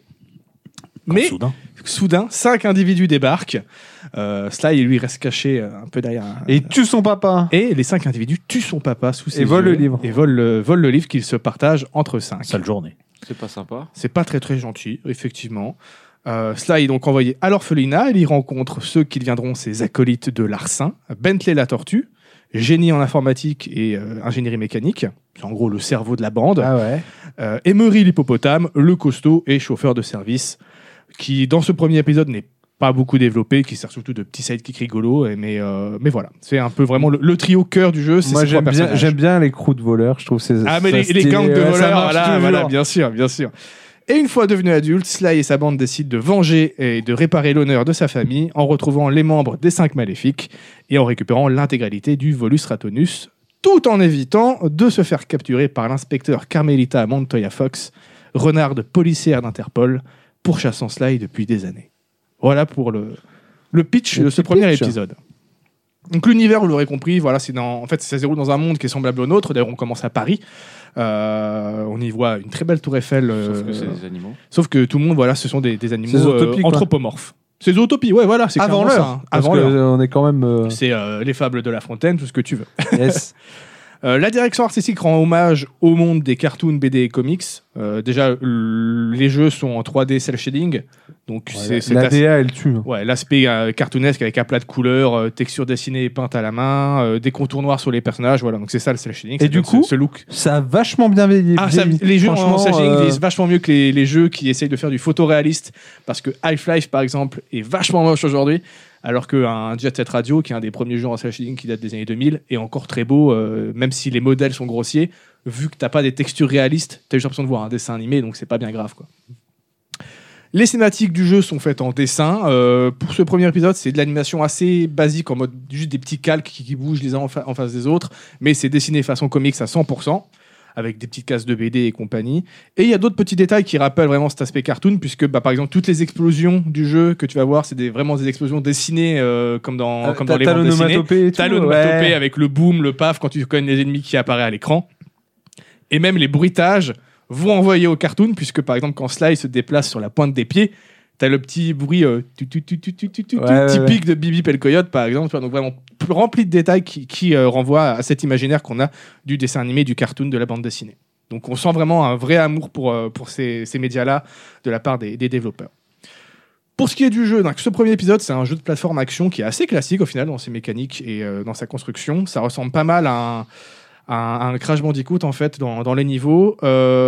Mais Soudain. soudain, cinq individus débarquent. Euh, Sly, lui, reste caché euh, un peu derrière un, Et il tue son papa. et les cinq individus tuent son papa sous ses Et volent yeux le livre. Et volent le, volent le livre qu'ils se partagent entre cinq. Sale journée. C'est pas sympa. C'est pas très très gentil, effectivement. Euh, Sly est donc envoyé à l'orphelinat. Il y rencontre ceux qui deviendront ses acolytes de larcin. Bentley la tortue, génie en informatique et euh, ingénierie mécanique. C'est en gros le cerveau de la bande. Ah ouais. Euh, Emery l'hippopotame, le costaud et chauffeur de service, qui dans ce premier épisode n'est pas beaucoup développé, qui sert surtout de petits sidekicks rigolos, et- mais, euh, mais voilà, c'est un peu vraiment le, le trio cœur du jeu. C'est Moi ces trois j'aime bien, personnages. j'aime bien les crews de voleurs. Je trouve c'est Ah mais ça les, les stylé. gangs de Ouais, ça voleurs, marche voilà, toujours. voilà, bien sûr, bien sûr. Et une fois devenu adulte, Sly et sa bande décident de venger et de réparer l'honneur de sa famille en retrouvant les membres des cinq maléfiques et en récupérant l'intégralité du Volus Ratonus, tout en évitant de se faire capturer par l'inspecteur Carmelita Montoya Fox, renarde policière d'Interpol, pourchassant Sly depuis des années. Voilà pour le, le pitch Le de ce petit premier pitch. épisode. Donc l'univers, vous l'aurez compris, voilà, c'est dans, en fait, ça se déroule dans un monde qui est semblable au nôtre. D'ailleurs, on commence à Paris. Euh, on y voit une très belle tour Eiffel. euh, Sauf que c'est des animaux. sauf que tout le monde, voilà, ce sont des, des animaux C'est Zootopie, euh, quoi. anthropomorphes. C'est Zootopie, ouais, voilà, c'est Avant clairement ça, l'heure. hein. Parce Avant que, l'heure. euh, on est quand même. euh, C'est euh, les fables de La Fontaine, tout ce que tu veux. yes. Euh, la direction artistique rend hommage au monde des cartoons, B D et comics. Euh, déjà, l- les jeux sont en trois D cel shading, donc c'est c'est La assez- D A, elle tue. hein. Ouais, l'aspect euh, cartoonesque avec un plat de couleurs, euh, texture dessinée et peinte à la main, euh, des contours noirs sur les personnages, voilà, donc c'est ça le cel shading. Et ça du donne coup, ce, ce look. Ça a vachement bien vieilli. Ah, ça- vieilli. les jeux en Franchement, cel shading euh, vieillissent vachement mieux que les, les jeux qui essayent de faire du photoréaliste, parce que Half-Life par exemple est vachement moche aujourd'hui, alors qu'un Jet Set Radio, qui est un des premiers jeux en cel shading qui date des années deux mille, est encore très beau, euh, même si les modèles sont grossiers, vu que t'as pas des textures réalistes, t'as juste l'impression de voir un dessin animé, donc c'est pas bien grave, quoi. Les cinématiques du jeu sont faites en dessin. Euh, pour ce premier épisode, c'est de l'animation assez basique, en mode juste des petits calques qui, qui bougent les uns en, fa- en face des autres, mais c'est dessiné façon comics à cent pour cent, avec des petites cases de B D et compagnie. Et il y a d'autres petits détails qui rappellent vraiment cet aspect cartoon, puisque bah, par exemple, toutes les explosions du jeu que tu vas voir, c'est des, vraiment des explosions dessinées euh, comme dans, Euh, comme t'as- dans les t'as bandes dessinées. l'onomatopée et T'as tout, l'onomatopée ouais. avec le boom, le paf, quand tu connais les ennemis qui apparaissent à l'écran. Et même les bruitages vont envoyer au cartoon, puisque par exemple, quand Sly se déplace sur la pointe des pieds, t'as le petit bruit euh, tu, tu, tu, tu, tu, tu, tu, Ouais, ouais, typique de Bibi et le Coyote, par exemple. Donc vraiment plus rempli de détails qui, qui euh, renvoient à cet imaginaire qu'on a du dessin animé, du cartoon, de la bande dessinée. Donc on sent vraiment un vrai amour pour, euh, pour ces, ces médias-là de la part des, des développeurs. Pour ce qui est du jeu, donc ce premier épisode, c'est un jeu de plateforme action qui est assez classique au final dans ses mécaniques et euh, dans sa construction. Ça ressemble pas mal à un, à un Crash Bandicoot en fait dans, dans les niveaux.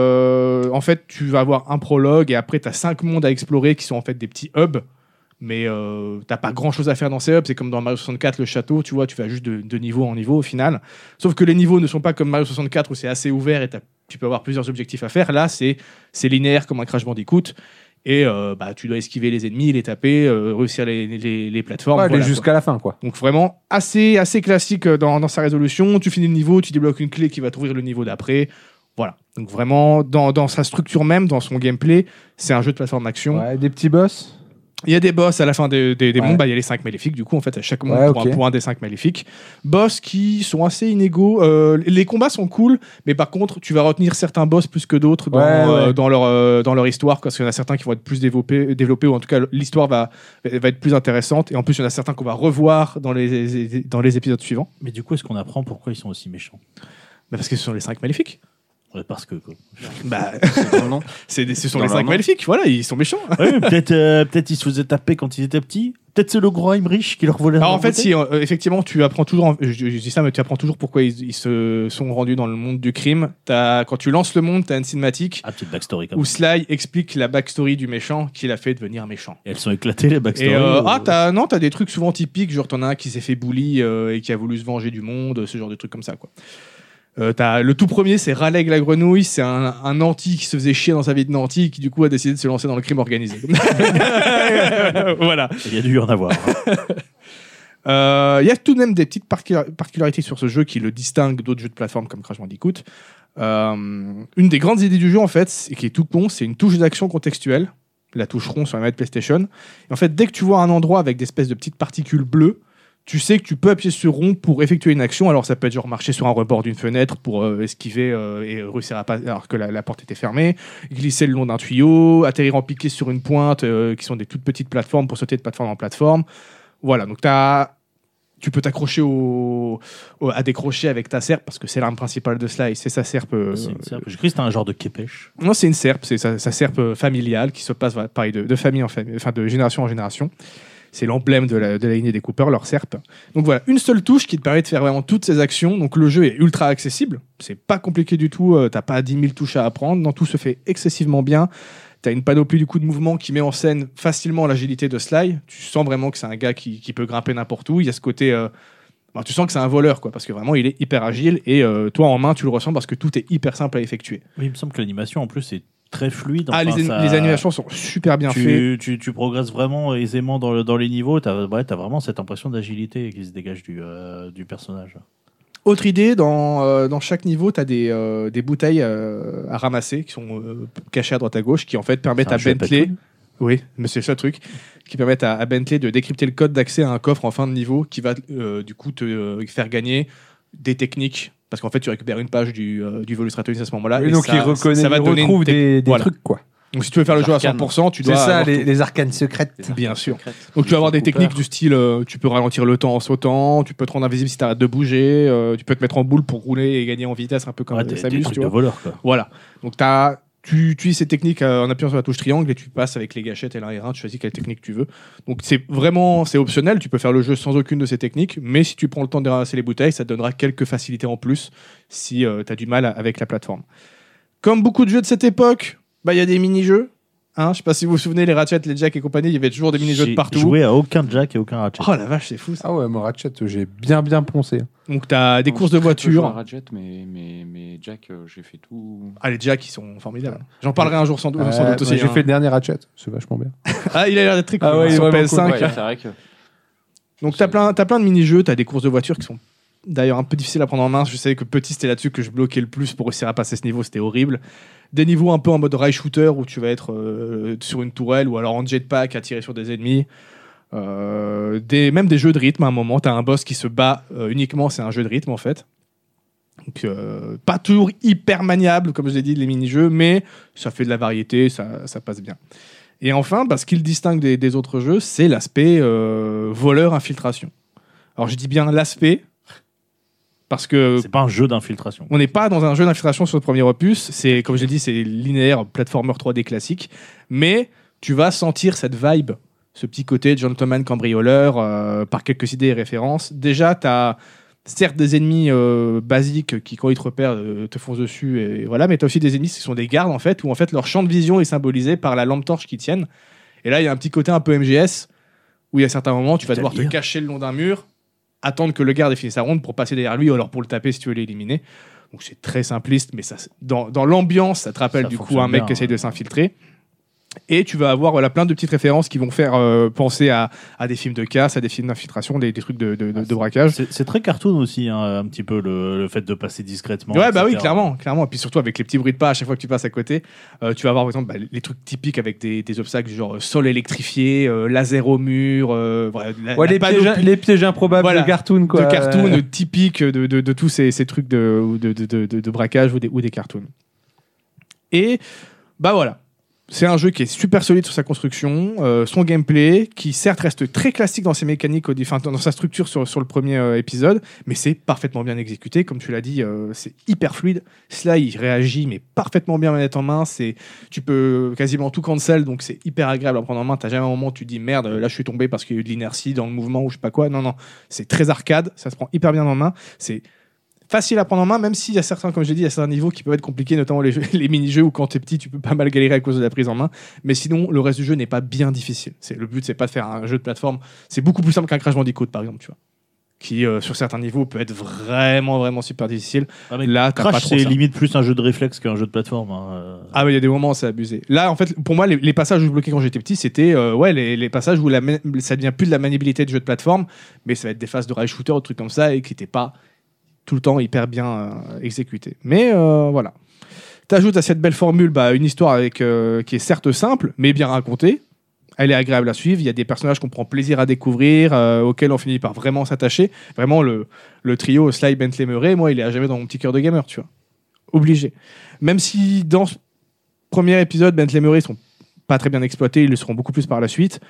Euh, en fait, tu vas avoir un prologue et après tu as cinq mondes à explorer qui sont en fait des petits hubs. Mais euh, t'as pas grand chose à faire dans ces hubs, c'est comme dans Mario soixante-quatre, le château, tu vois, tu vas juste de, de niveau en niveau au final. Sauf que les niveaux ne sont pas comme Mario soixante-quatre où c'est assez ouvert et t'as- tu peux avoir plusieurs objectifs à faire. Là, c'est, c'est linéaire comme un Crash Bandicoot et euh, bah, tu dois esquiver les ennemis, les taper, euh, réussir les, les, les plateformes. Ouais, aller voilà, jusqu'à quoi. la fin, quoi. Donc vraiment assez, assez classique dans, dans sa résolution. Tu finis le niveau, tu débloques une clé qui va t'ouvrir le niveau d'après. Voilà. Donc vraiment, dans, dans sa structure même, dans son gameplay, c'est un jeu de plateforme action. Ouais, des petits boss. Il y a des boss à la fin des, des, des Ouais. mondes, bah, il y a les cinq maléfiques, du coup, en fait, à chaque monde Ouais, pour, ok. un, pour un des cinq maléfiques. Boss qui sont assez inégaux. Euh, les combats sont cool, mais par contre, tu vas retenir certains boss plus que d'autres dans, Ouais, euh, ouais. dans, leur, euh, dans leur histoire, parce qu'il y en a certains qui vont être plus développés, développés ou en tout cas, l'histoire va, va être plus intéressante. Et en plus, il y en a certains qu'on va revoir dans les, dans les épisodes suivants. Mais du coup, est-ce qu'on apprend pourquoi ils sont aussi méchants? Bah, parce que ce sont les cinq maléfiques. Ouais, parce que quoi. Bah, C'est dans le nom. c'est des- ce sont Dans les leur cinq nom. maléfiques, voilà, ils sont méchants. Ouais, peut-être euh, peut-être ils se faisaient taper quand ils étaient petits. Peut-être c'est le gros Heinrich qui leur volait. Alors leur en fait, beauté. si euh, effectivement tu apprends toujours, en- je, je dis ça, mais tu apprends toujours pourquoi ils, ils se sont rendus dans le monde du crime. T'as- quand tu lances le monde, tu as une cinématique Ah, petite backstory quand où même. Sly explique la backstory du méchant qui l'a fait devenir méchant. Et elles sont éclatées les backstories. Et euh, ou- ah t'as non t'as des trucs souvent typiques, genre t'en as un qui s'est fait bully euh, et qui a voulu se venger du monde, ce genre de trucs comme ça quoi. Euh, t'as, le tout premier, c'est Raleigh la grenouille, c'est un, un nanti qui se faisait chier dans sa vie de nanti, qui du coup a décidé de se lancer dans le crime organisé. Voilà. Il y a dû y en avoir. hein. Il euh, y a tout de même des petites particula- particularités sur ce jeu qui le distinguent d'autres jeux de plateforme comme Crash Bandicoot. Euh, une des grandes idées du jeu, en fait, et qui est tout con, c'est une touche d'action contextuelle, la touche rond sur la manette PlayStation. Et en fait, dès que tu vois un endroit avec des espèces de petites particules bleues, tu sais que tu peux appuyer sur rond pour effectuer une action. Alors ça peut être genre marcher sur un rebord d'une fenêtre pour euh, esquiver euh, et réussir à passer alors que la, la porte était fermée, glisser le long d'un tuyau, atterrir en piqué sur une pointe, euh, qui sont des toutes petites plateformes pour sauter de plateforme en plateforme. Voilà, donc t'as... tu peux t'accrocher au... au- à des crochets avec ta serpe, parce que c'est l'arme principale de Sly, c'est sa serpe. euh, C'est une serpe. J'ai cru que c'était un genre de képèche. Non, c'est une serpe, c'est sa, sa serpe euh, familiale qui se passe voilà, pareil, de, de famille en famille, enfin de génération en génération. C'est l'emblème de la, de la lignée des Cooper, leur serpe. Donc voilà, une seule touche qui te permet de faire vraiment toutes ces actions. Donc le jeu est ultra accessible, c'est pas compliqué du tout, euh, t'as pas dix mille touches à apprendre, non, tout se fait excessivement bien. T'as une panoplie du coup de mouvement qui met en scène facilement l'agilité de Sly. Tu sens vraiment que c'est un gars qui, qui peut grimper n'importe où. Il y a ce côté... euh, bah, tu sens que c'est un voleur, quoi, parce que vraiment il est hyper agile et euh, toi en main tu le ressens parce que tout est hyper simple à effectuer. Oui, il me semble que l'animation en plus est très fluide. ah, Enfin, les, ça- les animations sont super bien faites. tu, tu, tu progresses vraiment aisément dans, le- dans les niveaux. Tu as, ouais, t'as vraiment cette impression d'agilité qui se dégage du, euh, du personnage. Autre idée, dans, euh, dans chaque niveau, tu as des, euh, des bouteilles euh, à ramasser qui sont euh, cachées à droite à gauche, qui en fait permettent C'est un à jeu à Bentley, Pac-Man. oui, mais c'est ça le truc, qui permettent à, à Bentley de décrypter le code d'accès à un coffre en fin de niveau, qui va euh, du coup te euh, faire gagner des techniques, parce qu'en fait tu récupères une page du, euh, du Volustratonix à ce moment-là. Oui, et donc ça, il reconnaît, ça va il te donner une retrouve tec- des, des voilà. trucs, quoi. Donc si tu veux faire le jeu à cent Arcanes. pour cent, tu C'est dois ça, avoir les, tout. les arcanes secrètes. Bien sûr. Secrète. Donc tu vas avoir des Cooper. techniques du style, euh, tu peux ralentir le temps en sautant, tu peux te rendre invisible si tu arrêtes de bouger, euh, tu peux te mettre en boule pour rouler et gagner en vitesse un peu comme Ouais, euh, des, des Samus, trucs tu de vois. voleur, quoi. Voilà. Donc t'as, tu utilises ces techniques euh, en appuyant sur la touche triangle et tu passes avec les gâchettes et l'un R un, tu choisis quelle technique tu veux. Donc c'est vraiment, c'est optionnel, tu peux faire le jeu sans aucune de ces techniques, mais si tu prends le temps de ramasser les bouteilles, ça te donnera quelques facilités en plus si tu as du mal avec la plateforme. Comme beaucoup de jeux de cette époque, bah, il y a des mini-jeux Hein, je sais pas si vous vous souvenez, les Ratchet, les Jack et compagnie, il y avait toujours des mini-jeux de partout. J'ai joué à aucun Jack et aucun Ratchet. Oh la vache, c'est fou ça. Ah ouais, moi Ratchet, j'ai bien bien poncé. Donc t'as des Non, courses j'ai de très peu joué à voiture. Ratchet, mais, mais, mais Jack, euh, j'ai fait tout. Ah, les Jack, ils sont formidables. J'en parlerai un jour sans doute, Euh, sans doute aussi. moi, j'ai hein. fait le dernier Ratchet, c'est vachement bien. Ah, il a l'air d'être très cool. Ah ouais, hein, il est sur vraiment P S cinq. cool, Ouais, c'est vrai que. Donc t'as plein, t'as plein de mini-jeux, t'as des courses de voiture qui sont d'ailleurs un peu difficiles à prendre en main. Je savais que petit, c'était là-dessus que je bloquais le plus pour réussir à passer ce niveau, c'était horrible. Des niveaux un peu en mode rail shooter où tu vas être euh, sur une tourelle ou alors en jetpack à tirer sur des ennemis. Euh, des, même des jeux de rythme à un moment. T'as un boss qui se bat euh, uniquement, c'est un jeu de rythme en fait. Donc, euh, pas toujours hyper maniable, comme je l'ai dit, les mini-jeux, mais ça fait de la variété, ça, ça passe bien. Et enfin, bah, ce qui le distingue des, des autres jeux, c'est l'aspect euh, voleur-infiltration. Alors je dis bien l'aspect, parce que C'est pas un jeu d'infiltration. on n'est pas dans un jeu d'infiltration sur le premier opus, c'est, comme je l'ai dit, c'est linéaire, platformer trois D classique, mais tu vas sentir cette vibe, ce petit côté gentleman cambrioleur, euh, par quelques idées et références. Déjà, tu as certes des ennemis euh, basiques qui, quand ils te repèrent, euh, te foncent dessus, et voilà, mais tu as aussi des ennemis qui sont des gardes, en fait, où en fait, leur champ de vision est symbolisé par la lampe torche qu'ils tiennent. Et là, il y a un petit côté un peu M G S, où il y a certains moments, tu vas devoir te C'est-à-dire cacher le long d'un mur, attendre que le garde ait fini sa ronde pour passer derrière lui, ou alors pour le taper si tu veux l'éliminer. Donc c'est très simpliste, mais ça, dans, dans l'ambiance, ça te rappelle Ça du coup fonctionne un mec bien, qui essaye ouais. de s'infiltrer. Et tu vas avoir voilà, plein de petites références qui vont faire euh, penser à, à des films de casse, à des films d'infiltration, des, des trucs de, de, de, de braquage. C'est c'est très cartoon aussi, hein, un petit peu le, le fait de passer discrètement. Ouais, bah et cetera. oui, clairement, clairement. Et puis surtout avec les petits bruits de pas à chaque fois que tu passes à côté, euh, tu vas avoir par exemple bah, les trucs typiques avec des, des obstacles du genre euh, sol électrifié, euh, laser au mur, euh, voilà, la- Ouais, la les, pièges, panoplie les pièges improbables Voilà. de cartoon, quoi. de cartoons Euh, typiques de, de, de tous ces, ces trucs de, de, de, de, de- de braquage ou des, ou des cartoons. Et bah voilà. C'est un jeu qui est super solide sur sa construction, euh, son gameplay, qui certes reste très classique dans ses mécaniques, au- enfin, dans sa structure sur, sur le premier euh, épisode, mais c'est parfaitement bien exécuté. Comme tu l'as dit, euh, c'est hyper fluide. Sly, il réagit, mais parfaitement bien manette en main. C'est, tu peux quasiment tout cancel, donc c'est hyper agréable à prendre en main. T'as jamais un moment où tu te dis merde, là je suis tombé parce qu'il y a eu de l'inertie dans le mouvement ou je sais pas quoi. Non, non, c'est très arcade, ça se prend hyper bien en main. C'est facile à prendre en main, même s'il y a certains, comme je l'ai dit, il y a certains niveaux qui peuvent être compliqués, notamment les, jeux- les mini-jeux où quand t'es petit, tu peux pas mal galérer à cause de la prise en main. Mais sinon, le reste du jeu n'est pas bien difficile. C'est, le but, c'est pas de faire un jeu de plateforme. C'est beaucoup plus simple qu'un Crash Bandicoot, par exemple, tu vois. Qui, euh, sur certains niveaux, peut être vraiment, vraiment super difficile. Ah, mais Là, t'as pas Crash, trop c'est ça. limite plus un jeu de réflexe qu'un jeu de plateforme. hein, euh. Ah, mais il y a des moments où c'est abusé. Là, en fait, pour moi, les, les passages où je bloquais quand j'étais petit, c'était euh, ouais, les, les passages où la, ma- ça devient plus de la maniabilité de jeu de plateforme, mais ça va être des phases de rail shooter, des trucs comme ça, et qui n'étaient pas tout le temps hyper bien euh, exécuté. Mais euh, voilà. T'ajoutes à cette belle formule bah, une histoire avec, euh, qui est certes simple, mais bien racontée. Elle est agréable à suivre. Il y a des personnages qu'on prend plaisir à découvrir, euh, auxquels on finit par vraiment s'attacher. Vraiment, le, le trio Sly, Bentley, Murray, moi, il est à jamais dans mon petit cœur de gamer, tu vois. Obligé. Même si dans ce premier épisode, Bentley, Murray sont pas très bien exploités, ils le seront beaucoup plus par la suite.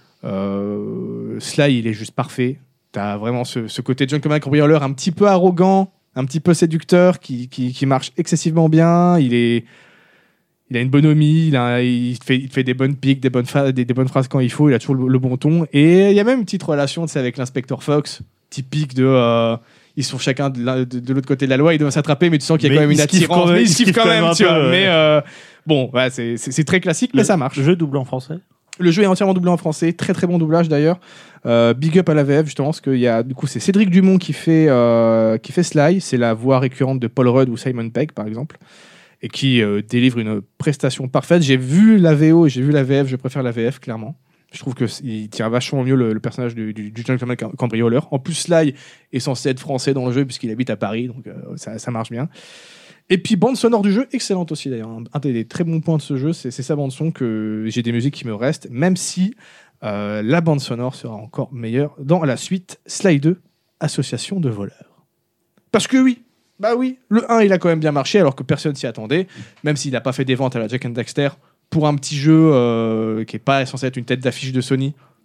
Euh, Sly, il est juste parfait. T'as vraiment ce, ce côté gentleman cambrioleur un petit peu arrogant, un petit peu séducteur, qui, qui, qui marche excessivement bien. Il est, il a une bonhomie, il, a, il, te fait, il te fait des bonnes piques, des bonnes, fa- des, des bonnes phrases quand il faut. Il a toujours le, le bon ton. Et il y a même une petite relation, tu sais, avec l'inspecteur Fox, typique de. Euh, ils sont chacun de, l'un- de, de l'autre côté de la loi, ils doivent s'attraper, mais tu sens qu'il y a Mais quand même ils une se kiffent attirance. quand même, Mais ils ils se se kiffent quand kiffent même, quand tu même un vois. peu, Mais ouais. euh, bon, ouais, c'est, c'est, c'est très classique, mais Le- ça marche. Le jeu est doublé en français. Le jeu est entièrement doublé en français, très très bon doublage d'ailleurs. Euh, big up à la V F justement, parce qu'il y a du coup c'est Cédric Dumont qui fait euh, qui fait Sly, c'est la voix récurrente de Paul Rudd ou Simon Pegg par exemple, et qui euh, délivre une prestation parfaite. J'ai vu la V O et j'ai vu la V F, je préfère la V F clairement. Je trouve que c- il tient vachement mieux le, le personnage du, du, du gentleman cam- cambrioleur. En plus Sly est censé être français dans le jeu puisqu'il habite à Paris, donc euh, ça, ça marche bien. Et puis bande sonore du jeu, excellente aussi d'ailleurs. Un des très bons points de ce jeu, c'est, c'est sa bande son, que j'ai des musiques qui me restent, même si euh, la bande sonore sera encore meilleure dans la suite Sly deux, Association de voleurs. Parce que oui, bah oui, le un il a quand même bien marché alors que personne s'y attendait, même s'il n'a pas fait des ventes à la Jack and Daxter, pour un petit jeu euh, qui n'est pas censé être une tête d'affiche de Sony,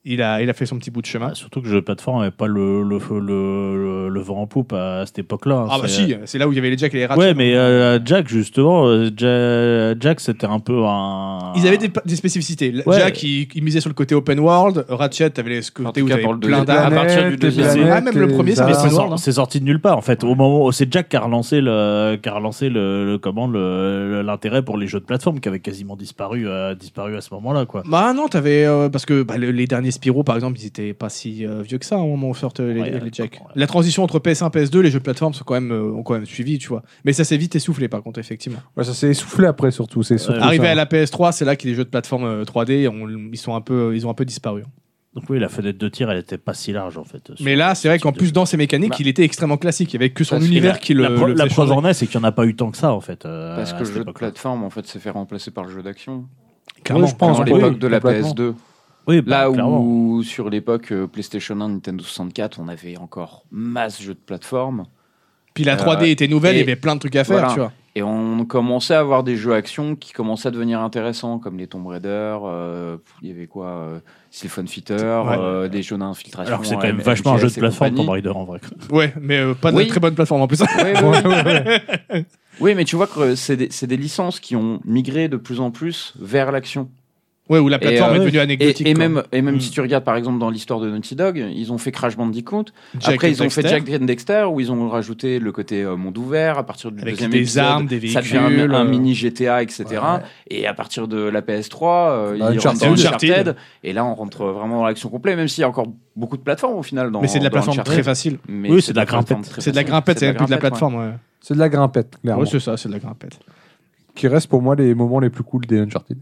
il a, il a fait son petit bout de chemin. Ah, surtout que le jeu de plateforme n'avait pas le, le, le, le, le vent en poupe à cette époque-là. hein. Ah bah C'est- si, c'est là où il y avait les jacks et les ratchets. Ouais, mais euh, Jack, justement, euh, Ja- Jack, c'était un peu un. Ils avaient des, des spécificités. Ouais. Jack, il, il misait sur le côté open world. Ratchet, t'avais les- ce En côté tout où cas, t'avais pour le plein deuxième- d'armes. à partir du Planète, deuxième. planète, Ah, même le premier, ça les Mais fait c'est, open sor- world, hein. c'est sorti de nulle part en fait. Au moment où c'est Jack qui a relancé le, qui a relancé le, le comment le, le- l'intérêt pour les jeux de plateforme qui avait quasiment disparu, euh, disparu à ce moment-là quoi. Bah non, t'avais. euh, parce que bah, le- les derniers Spyro, par exemple, ils étaient pas si euh, vieux que ça au moment où sortent les, Ouais, les ouais, jacks. ouais. La transition entre P S un et P S deux, les jeux de plateforme sont quand même, euh, ont quand même suivi, tu vois. Mais ça s'est vite essoufflé, par contre, effectivement. Ouais, ça s'est essoufflé après, surtout. C'est surtout Arrivé ça. à la P S trois, c'est là que les jeux de plateforme euh, trois D, ont- ils, sont un peu, ils ont un peu disparu. Donc oui, la fenêtre de tir, elle était pas si large en fait. Mais là, c'est vrai qu'en plus, dans ses mécaniques, Bah. il était extrêmement classique. Il y avait que son Parce qu'il univers a- qui le. la, pro- le la faisait preuve changer. en est, c'est qu'il n'y en a pas eu tant que ça en fait. euh, Parce à que le cette jeu de époque-là. plateforme, en fait, s'est fait remplacer par le jeu d'action. Clairement, Ouais, je pense, Dans oui, l'époque de la P complètement. S deux. Oui, bah, Là clairement. où, sur l'époque euh, PlayStation un, Nintendo soixante-quatre, on avait encore masse jeux de plateforme. Puis la trois D Euh, était nouvelle, et- il y avait plein de trucs à faire, voilà. tu vois. Et on commençait à avoir des jeux action qui commençaient à devenir intéressants, comme les Tomb Raider, euh, il y avait quoi euh, Siphon Fighter, Ouais. euh, des jeux d'infiltration. Alors que c'est quand euh, même vachement un jeu de M G S et plateforme compagnie. Tomb Raider en vrai. Ouais, mais euh, pas de Oui. très bonne plateforme en plus. Oui, oui, oui. Oui, mais tu vois que c'est des, c'est des licences qui ont migré de plus en plus vers l'action. Ouais, où la plateforme euh, est devenue Et, anecdotique. et quoi. même, et même Mm. si tu regardes par exemple dans l'histoire de Naughty Dog, ils ont fait Crash Bandicoot. Jack Après, and ils ont fait Dexter, Jack and Dexter où ils ont rajouté le côté euh, monde ouvert. À partir du avec deuxième des épisode, armes, des ça véhicules. devient un, un euh, mini G T A, et cetera. Ouais. Et à partir de la P S trois, euh, Bah, ils rentrent Uncharted. dans Uncharted. Uncharted. Et là, on rentre vraiment dans l'action complète, même s'il y a encore beaucoup de plateformes au final. Dans, Mais c'est de la dans plateforme Uncharted. très facile. Mais Oui, c'est de la plateforme grimpette. très C'est de la facile. grimpette, c'est plus de la grimpette, plateforme. Ouais, C'est de la grimpette, clairement. ouais c'est ça, c'est de la grimpette. Qui reste pour moi les moments les plus cool des Uncharted.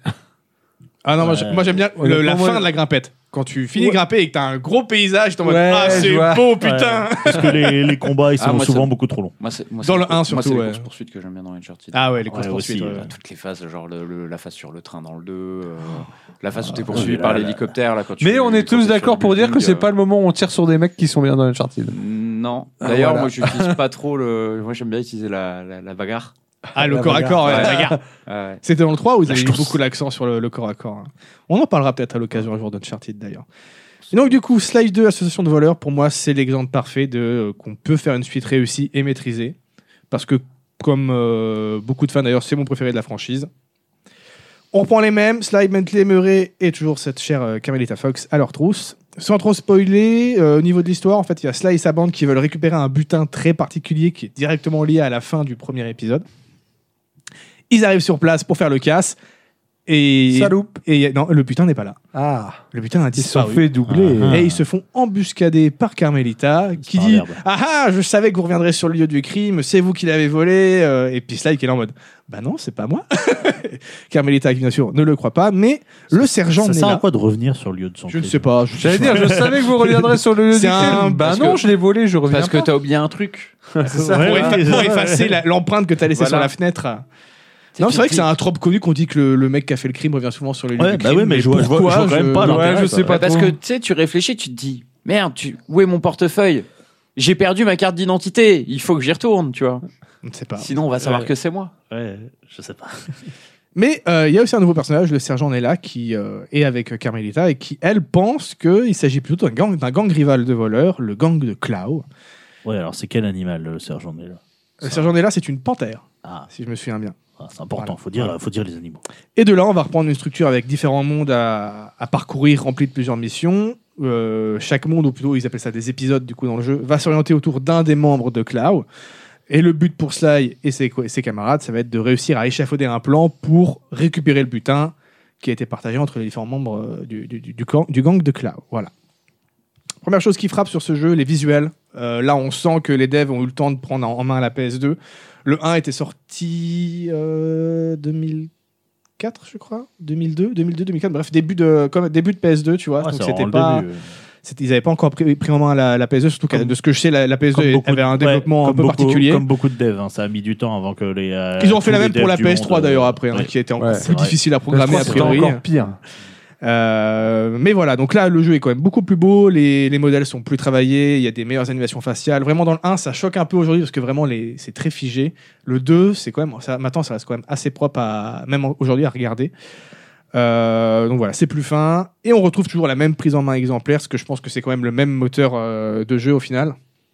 Ah non, moi, Ouais. j'ai- moi j'aime bien le- Honnêtement, la moi, fin je- de la grimpette. Quand tu finis Ouais. de grimper et que t'as un gros paysage, t'es en mode Ouais, ah je c'est vois. beau putain. Ouais, parce que les, les combats, ils Ah, sont moi, souvent c'est- beaucoup trop longs. Moi, c'est- moi, Dans c'est le les courses- un, moi, surtout, c'est les ouais. courses poursuites que j'aime bien dans Uncharted. Ah ouais, les Ouais, courses poursuites. aussi, ouais. euh, Bah, toutes les phases, genre le, le- la phase sur le train dans le deux, euh, la phase où t'es Ah, poursuivi là, par là, l'hélicoptère. Là, quand tu- Mais on est quand tous t'es sur d'accord le pour dire que building, c'est euh, pas le moment où on tire sur des mecs qui sont bien dans Uncharted. Non. Ah, D'ailleurs, voilà. moi, j'utilise pas trop le. Moi, j'aime bien utiliser la, la, la bagarre. Ah, le La corps à corps, ouais, bagarre. la bagarre. Ouais. C'était dans le trois où vous La avez mis ch'tousse. beaucoup l'accent sur le, le corps à corps. hein. On en parlera peut-être à l'occasion un jour d'Uncharted d'ailleurs. Et donc du coup, Slice deux, Association de voleurs, pour moi, c'est l'exemple parfait de euh, qu'on peut faire une suite réussie et maîtrisée. Parce que, comme euh, beaucoup de fans d'ailleurs, c'est mon préféré de la franchise. On reprend les mêmes, Sly, Bentley, Murray et toujours cette chère euh, Carmelita Fox à leur trousse. Sans trop spoiler, euh, au niveau de l'histoire, en fait, il y a Sly et sa bande qui veulent récupérer un butin très particulier qui est directement lié à la fin du premier épisode. Ils arrivent sur place pour faire le casse. Et, Saloupe. et y a- non, le butin n'est pas là. Ah, Le butin a ils se sont disparu. fait doubler. Ah, Et ils se font embuscader par Carmelita qui par dit l'herbe. ah ah je savais que vous reviendrez sur le lieu du crime, c'est vous qui l'avez volé. euh, et puis Sly qui est là en mode bah non c'est pas moi. Carmelita qui bien sûr ne le croit pas, mais le sergent Ça n'est sert à là. quoi de revenir sur le lieu de son Je ne crime sais pas. je- J'allais dire, je savais que vous reviendrez sur le lieu C'est du un- crime. Bah parce non, que- je l'ai volé, je reviens Parce que pas. t'as oublié un truc. C'est ça. Ouais, pour, ouais, effa- c'est pour ça, effacer ouais. la- l'empreinte que t'as laissée Voilà. sur la fenêtre. C'est Non, c'est vrai que tout c'est petit. un trope connu qu'on dit que le, le mec qui a fait le crime revient souvent sur les lieux Ouais, du bah crime. ouais, mais je vois- je vois- pourquoi, je vois quand même pas Ouais, l'intérêt, je quoi. sais pas Bah, parce trop. que tu sais, tu réfléchis, tu te dis merde, tu... où est mon portefeuille? J'ai perdu ma carte d'identité. Il faut que j'y retourne, tu vois. On ne sait pas. Sinon, on va savoir Ouais. que c'est moi. Ouais, je sais pas. Mais euh, il y a aussi un nouveau personnage, le sergent Nella, qui euh, est avec euh, Carmelita et qui, elle, pense qu'il s'agit plutôt d'un gang, d'un gang rival de voleurs, le gang de Clow. Ouais, alors c'est quel animal, le sergent Nella? Le sergent Nella, c'est une panthère, Ah, si je me souviens bien. ah, c'est important, Voilà. faut dire, Voilà. faut dire les animaux. Et de là, on va reprendre une structure avec différents mondes à, à parcourir, remplis de plusieurs missions. Euh, chaque monde, ou plutôt ils appellent ça des épisodes du coup dans le jeu, va s'orienter autour d'un des membres de Clow. Et le but pour Sly et ses, co- ses camarades, ça va être de réussir à échafauder un plan pour récupérer le butin qui a été partagé entre les différents membres euh, du, du, du, du gang, du gang de Clow. Voilà. Première chose qui frappe sur ce jeu, les visuels. Euh, là, on sent que les devs ont eu le temps de prendre en, en main la P S deux. Le un était sorti euh, deux mille quatre, je crois, deux mille deux, deux mille deux, deux mille quatre, bref, début de, comme, début de P S deux, tu vois. Ouais, donc c'est c'était vraiment le pas, début. c'était- ils n'avaient pas encore pris, pris en main la, la P S deux, surtout que Comme- de ce que je sais, la, la P S deux Comme beaucoup avait de- un ouais, développement un comme peu beaucoup- particulier. Comme beaucoup de devs, hein, ça a mis du temps avant que les. euh, Ils ont fait tous la les même pour devs la du P S trois monde, d'ailleurs euh, après, hein, ouais. qui a été encore Ouais, plus c'est vrai. difficile à Je programmer crois a que c'était priori. encore pire. Euh, mais voilà, donc là, le jeu est quand même beaucoup plus beau, les, les modèles sont plus travaillés, il y a des meilleures animations faciales. Vraiment, dans le un, ça choque un peu aujourd'hui parce que vraiment, les, c'est très figé. Le deux, c'est quand même, ça, maintenant, ça reste quand même assez propre, à, même aujourd'hui, à regarder. Euh, donc voilà, c'est plus fin. Et on retrouve toujours la même prise en main exemplaire, parce que je pense que c'est quand même le même moteur euh, de jeu au final.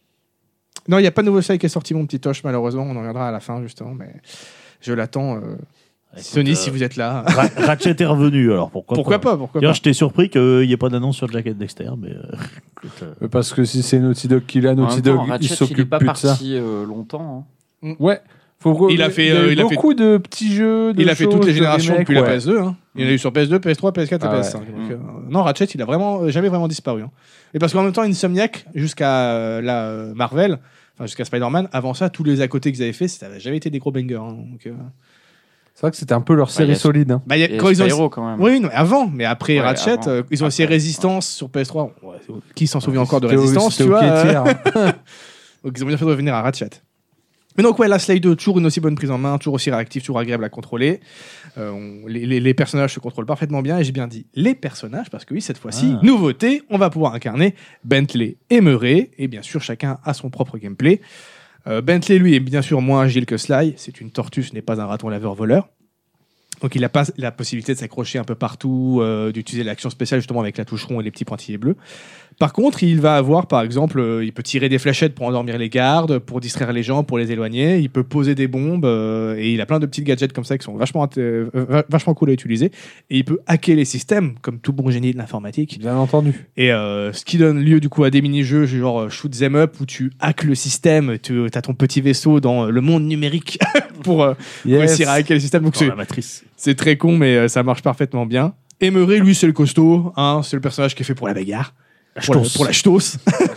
Non, il n'y a pas de nouveau slide qui est sorti, mon petit Tosh, malheureusement. On en reviendra à la fin, justement. Mais je l'attends. Euh... Écoute, Sony, euh, si vous êtes là. Ra- Ratchet est revenu, alors pourquoi, Pourquoi pas, pourquoi D'ailleurs, pas. j'étais surpris qu'il n'y ait pas d'annonce sur Jack and Dexter, mais. euh, écoute, euh, Parce que si c'est Naughty Dog qui l'a, En Naughty même Dog, temps, il Ratchet, il est s'occupe pas plus de ça. parti euh, longtemps. hein. Ouais. Faut Il a fait, il y a euh, eu il a fait- beaucoup de petits jeux. De Il a fait choses, toutes les de générations remakes, depuis la ouais. P S deux. Hein. Il y en a eu sur P S deux, P S trois, P S quatre et Ah P S cinq. ouais. Donc, Mm. euh, non, Ratchet, il a vraiment, euh, jamais vraiment disparu. Hein. Et parce qu'en même temps, Insomniac, jusqu'à euh, la euh, Marvel, enfin jusqu'à Spider-Man, avant ça, tous les à côté qu'ils avaient fait, ça n'avait jamais été des gros bangers. Hein. Donc, euh... C'est vrai que c'était un peu leur Bah, série y a- solide. hein. bah, y a- Et quand ils ont Spyro, quand même. Oui, non, mais avant, mais après Ouais, Ratchet, avant. euh, ils ont essayé Après, Résistance sur P S trois. Ouais, qui s'en souvient Ouais, encore de c'était au- Résistance, c'était tu au vois pied euh, tiers. Donc ils ont bien fait de revenir à Ratchet. Mais donc ouais, la Slide deux, toujours une aussi bonne prise en main, toujours aussi réactif, toujours agréable à contrôler. Euh, on- les, les- les personnages se contrôlent parfaitement bien, et j'ai bien dit les personnages, parce que oui, cette fois-ci, Ah. nouveauté, on va pouvoir incarner Bentley et Murray, et bien sûr, chacun a son propre gameplay. Euh, Bentley, lui, est bien sûr moins agile que Sly, c'est une tortue, ce n'est pas un raton laveur voleur. Donc il n'a pas la possibilité de s'accrocher un peu partout, euh, d'utiliser l'action spéciale justement avec la touche rond et les petits pointillés bleus. Par contre, il va avoir, par exemple, euh, il peut tirer des fléchettes pour endormir les gardes, pour distraire les gens, pour les éloigner. Il peut poser des bombes euh, et il a plein de petits gadgets comme ça qui sont vachement, int- euh, va- vachement cool à utiliser. Et il peut hacker les systèmes comme tout bon génie de l'informatique. Bien entendu. Et euh, ce qui donne lieu du coup à des mini-jeux genre euh, shoot them up où tu hackes le système, tu as ton petit vaisseau dans le monde numérique pour euh, Yes. réussir à hacker les systèmes. Donc dans c'est la matrice. c'est très con, mais euh, ça marche parfaitement bien. Et Murray, lui, c'est le costaud. Hein, c'est le personnage qui est fait pour la bagarre. Pour la, ch'tos. pour la ch'tos.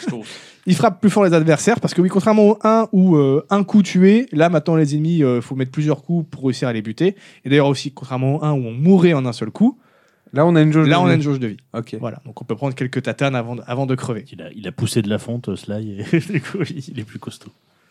Il frappe plus fort les adversaires parce que, oui, contrairement au un où euh, un coup tué, là, maintenant, les ennemis, il faut mettre plusieurs coups pour réussir à les buter. Et d'ailleurs, aussi, contrairement au un où on mourait en un seul coup, Là, on a une jauge. là, de on a vie. une jauge de vie. Ok. Voilà. Donc, on peut prendre quelques tatanes avant de, avant de crever. Il a, il a poussé de la fonte, euh, Sly, et du coup, il est plus costaud.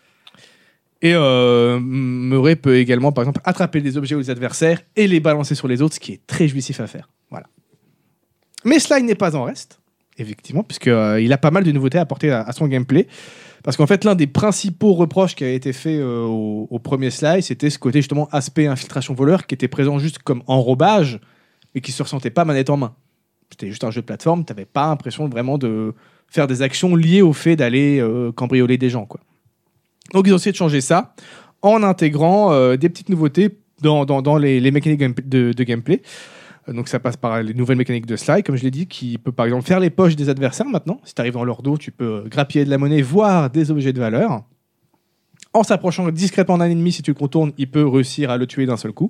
Et euh, Murray peut également, par exemple, attraper des objets ou des adversaires et les balancer sur les autres, ce qui est très jouissif à faire. Voilà. Mais Sly n'est pas en reste, effectivement, puisqu'il euh, a pas mal de nouveautés à apporter à, à son gameplay. Parce qu'en fait, l'un des principaux reproches qui a été fait euh, au, au premier Sly, c'était ce côté justement aspect infiltration voleur qui était présent juste comme enrobage, mais qui se ressentait pas manette en main. C'était juste un jeu de plateforme, tu n'avais pas l'impression vraiment de faire des actions liées au fait d'aller euh, cambrioler des gens, quoi. Donc ils ont essayé de changer ça en intégrant euh, des petites nouveautés dans, dans, dans les, les mécaniques game- de, de gameplay. Euh, donc ça passe par les nouvelles mécaniques de Sly, comme je l'ai dit, qui peut par exemple faire les poches des adversaires maintenant. Si tu arrives dans leur dos, tu peux euh, grappiller de la monnaie, voire des objets de valeur. En s'approchant discrètement d'un ennemi, si tu le contournes, il peut réussir à le tuer d'un seul coup.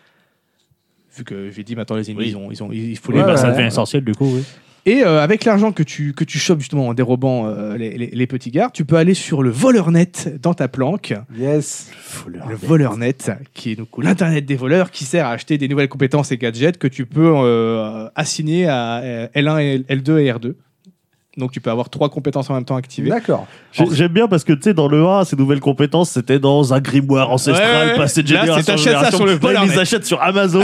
Vu que j'ai dit maintenant les ennemis, Oui. ils ont, ils ont, il faut Oui, les Ouais, bah, ça ouais. devient essentiel, du coup, oui. Et euh, avec l'argent que tu, que tu chopes justement en dérobant euh, les, les, les petits gardes, tu peux aller sur le voleur net dans ta planque. Yes. Le voleur net, qui est donc l'internet des voleurs, qui sert à acheter des nouvelles compétences et gadgets que tu peux euh, assigner à euh, L un, et L deux et R deux. Donc tu peux avoir trois compétences en même temps activées. D'accord. J'ai- J'aime bien parce que, tu sais, dans le un, ces nouvelles compétences, c'était dans un grimoire ancestral, Ouais, ouais, passé de là, génération c'est en t'achètes ça génération. sur le Là, voleur ils les net. achètent sur Amazon.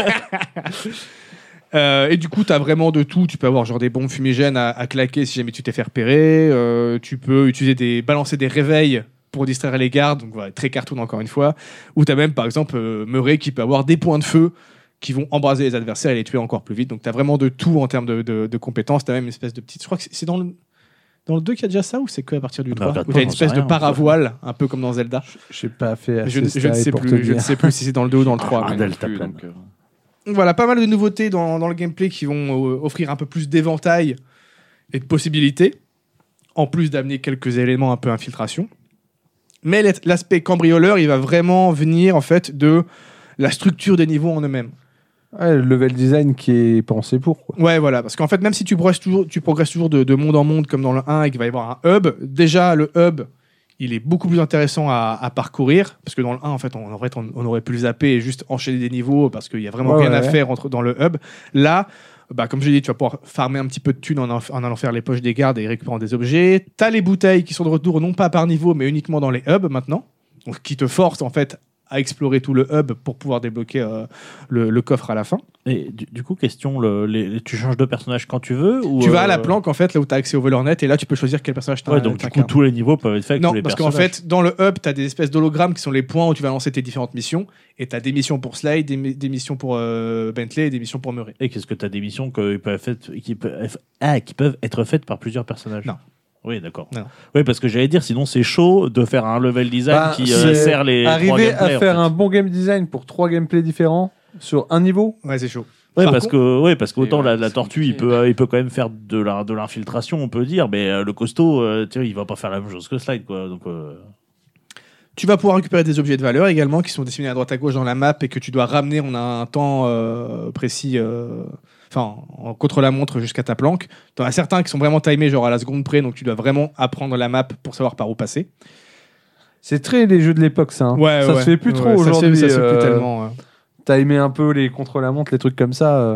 Euh, et du coup, tu as vraiment de tout. Tu peux avoir genre des bombes fumigènes à, à claquer si jamais tu t'es fait repérer. Euh, tu peux utiliser des, balancer des réveils pour distraire les gardes. Donc voilà, très cartoon encore une fois. Ou tu as même par exemple euh, Murray qui peut avoir des points de feu qui vont embraser les adversaires et les tuer encore plus vite. Donc tu as vraiment de tout en termes de, de, de compétences. Tu as même une espèce de petite. Je crois que c'est- c'est dans le. Dans le deux qu'il y a déjà ça ou c'est que à partir du Bah, trois regarde où pas, t'as une j'en sais espèce de rien. paravoile, un peu comme dans Zelda. J'ai pas fait assez Je, ne- je ne Sly sais pour plus, te je ne dire. sais plus si c'est dans le deux ou dans le trois. Ah, mais- Delta Plus, plane. donc, euh, Voilà, pas mal de nouveautés dans, dans le gameplay qui vont euh, offrir un peu plus d'éventail et de possibilités, en plus d'amener quelques éléments un peu infiltration. Mais l'as- l'aspect cambrioleur, il va vraiment venir en fait de la structure des niveaux en eux-mêmes. Ouais, le level design qui est pensé pour. Quoi. Ouais, voilà, parce qu'en fait, même si tu progresses toujours, tu progresses toujours de, de monde en monde comme dans le un et qu'il va y avoir un hub, déjà le hub, il est beaucoup plus intéressant à, à parcourir, parce que dans le un, en fait, on, en vrai, on, on aurait pu le zapper et juste enchaîner des niveaux, parce qu'il y a vraiment Ouais, rien ouais, à ouais. faire entre, dans le hub. Là, bah, comme je l'ai dit, tu vas pouvoir farmer un petit peu de thunes en, en, en allant faire les poches des gardes et récupérant des objets. T'as les bouteilles qui sont de retour non pas par niveau, mais uniquement dans les hubs maintenant, donc qui te forcent en fait à explorer tout le hub pour pouvoir débloquer euh, le, le coffre à la fin. Et du, du coup, question, le, les, tu changes de personnage quand tu veux ou Tu vas à euh, la planque, en fait, là où tu as accès au VelourNet, et là tu peux choisir quel personnage tu Ouais, donc du coup, tous les niveaux peuvent être faits avec Non, tous les parce qu'en personnages. fait, dans le hub, tu as des espèces d'hologrammes qui sont les points où tu vas lancer tes différentes missions. Et tu as des missions pour Slide, des, mi- des missions pour euh, Bentley et des missions pour Murray. Et qu'est-ce que tu as des missions que, ils peuvent être, qui, peuvent, ah, qui peuvent être faites par plusieurs personnages? Non. Oui, d'accord. Non. Oui, parce que j'allais dire, sinon c'est chaud de faire un level design Bah, qui c'est euh, sert les trois Arriver gameplays, à en faire fait. un bon game design pour trois gameplays différents sur un niveau. Ouais, c'est chaud. Ouais, Par parce contre- que, ouais, parce qu'autant Et la, ouais, la c'est tortue, il compliqué. peut, euh, il peut quand même faire de la, de l'infiltration, on peut dire, mais euh, le costaud, euh, tu vois, il va pas faire la même chose que Slide, quoi. Donc, euh, Tu vas pouvoir récupérer des objets de valeur également qui sont dessinés à droite à gauche dans la map et que tu dois ramener en un temps euh, précis, euh, enfin en contre-la-montre jusqu'à ta planque. Tu en as certains qui sont vraiment timés, genre à la seconde près, donc tu dois vraiment apprendre la map pour savoir par où passer. C'est très les jeux de l'époque, ça. hein. Ouais, ça ouais. se fait plus Ouais, trop ça se fait- aujourd'hui. Ça se fait plus euh, tellement. ouais. T'as aimé un peu les contre-la-montre, les trucs comme ça. euh.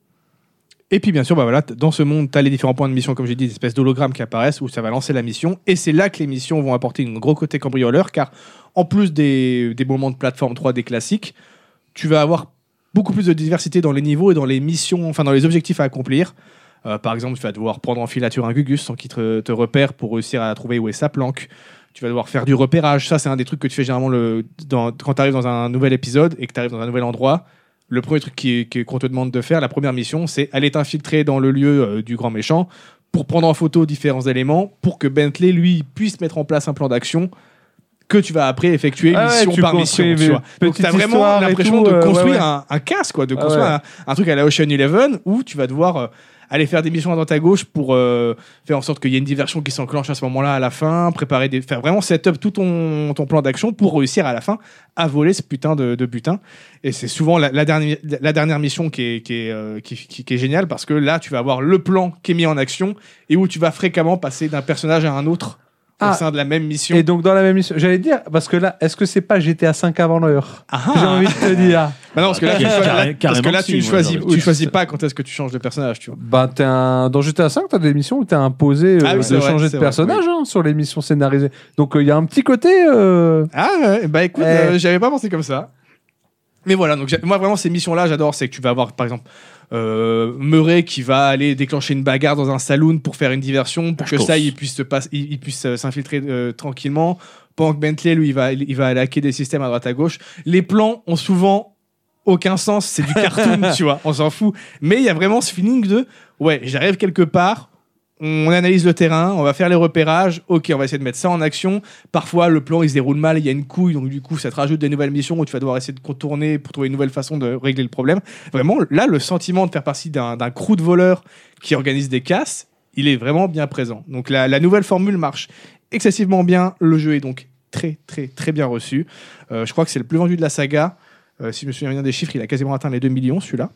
Et puis bien sûr, bah voilà, t- dans ce monde, tu as les différents points de mission, comme j'ai dit, des espèces d'hologrammes qui apparaissent où ça va lancer la mission. Et c'est là que les missions vont apporter un gros côté cambrioleur, car en plus des, des moments de plateforme trois D classiques, tu vas avoir beaucoup plus de diversité dans les niveaux et dans les missions, enfin dans les objectifs à accomplir. Euh, par exemple, tu vas devoir prendre en filature un Gugus sans qu'il te, te repère pour réussir à trouver où est sa planque. Tu vas devoir faire du repérage. Ça, c'est un des trucs que tu fais généralement le, dans- quand tu arrives dans un nouvel épisode et que tu arrives dans un nouvel endroit. Le premier truc qui- qui- qu'on te demande de faire, la première mission, c'est aller t'infiltrer dans le lieu euh, du grand méchant pour prendre en photo différents éléments pour que Bentley, lui, puisse mettre en place un plan d'action que tu vas après effectuer Ah ouais, mission tu par construis mission. Tu une vois. Donc, petite tu as vraiment histoire et l'impression tout, de euh, construire ouais, ouais. un, un casse, quoi, de Ah construire ouais. un, un truc à la Ocean Eleven où tu vas devoir euh, aller faire des missions à droite à gauche pour euh, faire en sorte qu'il y ait une diversion qui s'enclenche à ce moment-là à la fin, préparer des, faire vraiment set up tout ton, ton plan d'action pour réussir à la fin à voler ce putain de, de butin. Et c'est souvent la, la, dernière, la dernière mission qui est, qui, est, euh, qui, qui- qui est géniale parce que là, tu vas avoir le plan qui est mis en action et où tu vas fréquemment passer d'un personnage à un autre au Ah. sein de la même mission. Et donc dans la même mission, j'allais dire, parce que là, est-ce que c'est pas G T A cinq avant l'heure? Ah J'ai envie de te dire. Bah non, parce que là, tu, Carré- choisis- là- parce carrément que là, si, tu ne moi, choisis, j'ai envie de tu dire. choisis pas quand est-ce que tu changes de personnage, tu vois. Bah, t'es un... dans G T A cinq, t'as des missions où t'es imposé euh, Ah oui, c'est de vrai, changer c'est de vrai, personnage hein, sur les missions scénarisées. Donc il y a un petit côté. euh, Ah ouais, bah écoute, Eh. euh, j'avais pas pensé comme ça. Mais voilà, donc j'ai- moi vraiment ces missions-là, j'adore. C'est que tu vas avoir par exemple euh, Murray qui va aller déclencher une bagarre dans un saloon pour faire une diversion, pour que Ch'tos. ça il puisse se passe, il, il puisse euh, s'infiltrer euh, tranquillement. Pendant que Bentley, lui, il va, il va aller hacker des systèmes à droite à gauche. Les plans ont souvent aucun sens, c'est du cartoon, tu vois, on s'en fout. Mais il y a vraiment ce feeling de ouais, j'arrive quelque part. On analyse le terrain, on va faire les repérages. Ok, on va essayer de mettre ça en action. Parfois, le plan il se déroule mal, il y a une couille, donc du coup, ça te rajoute des nouvelles missions où tu vas devoir essayer de contourner pour trouver une nouvelle façon de régler le problème. Vraiment, là, le sentiment de faire partie d'un d'un crew de voleurs qui organise des casses, il est vraiment bien présent. Donc la, la nouvelle formule marche excessivement bien. Le jeu est donc très, très, très bien reçu. Euh, je crois que c'est le plus vendu de la saga. Euh, si je me souviens bien des chiffres, il a quasiment atteint les deux millions, celui-là.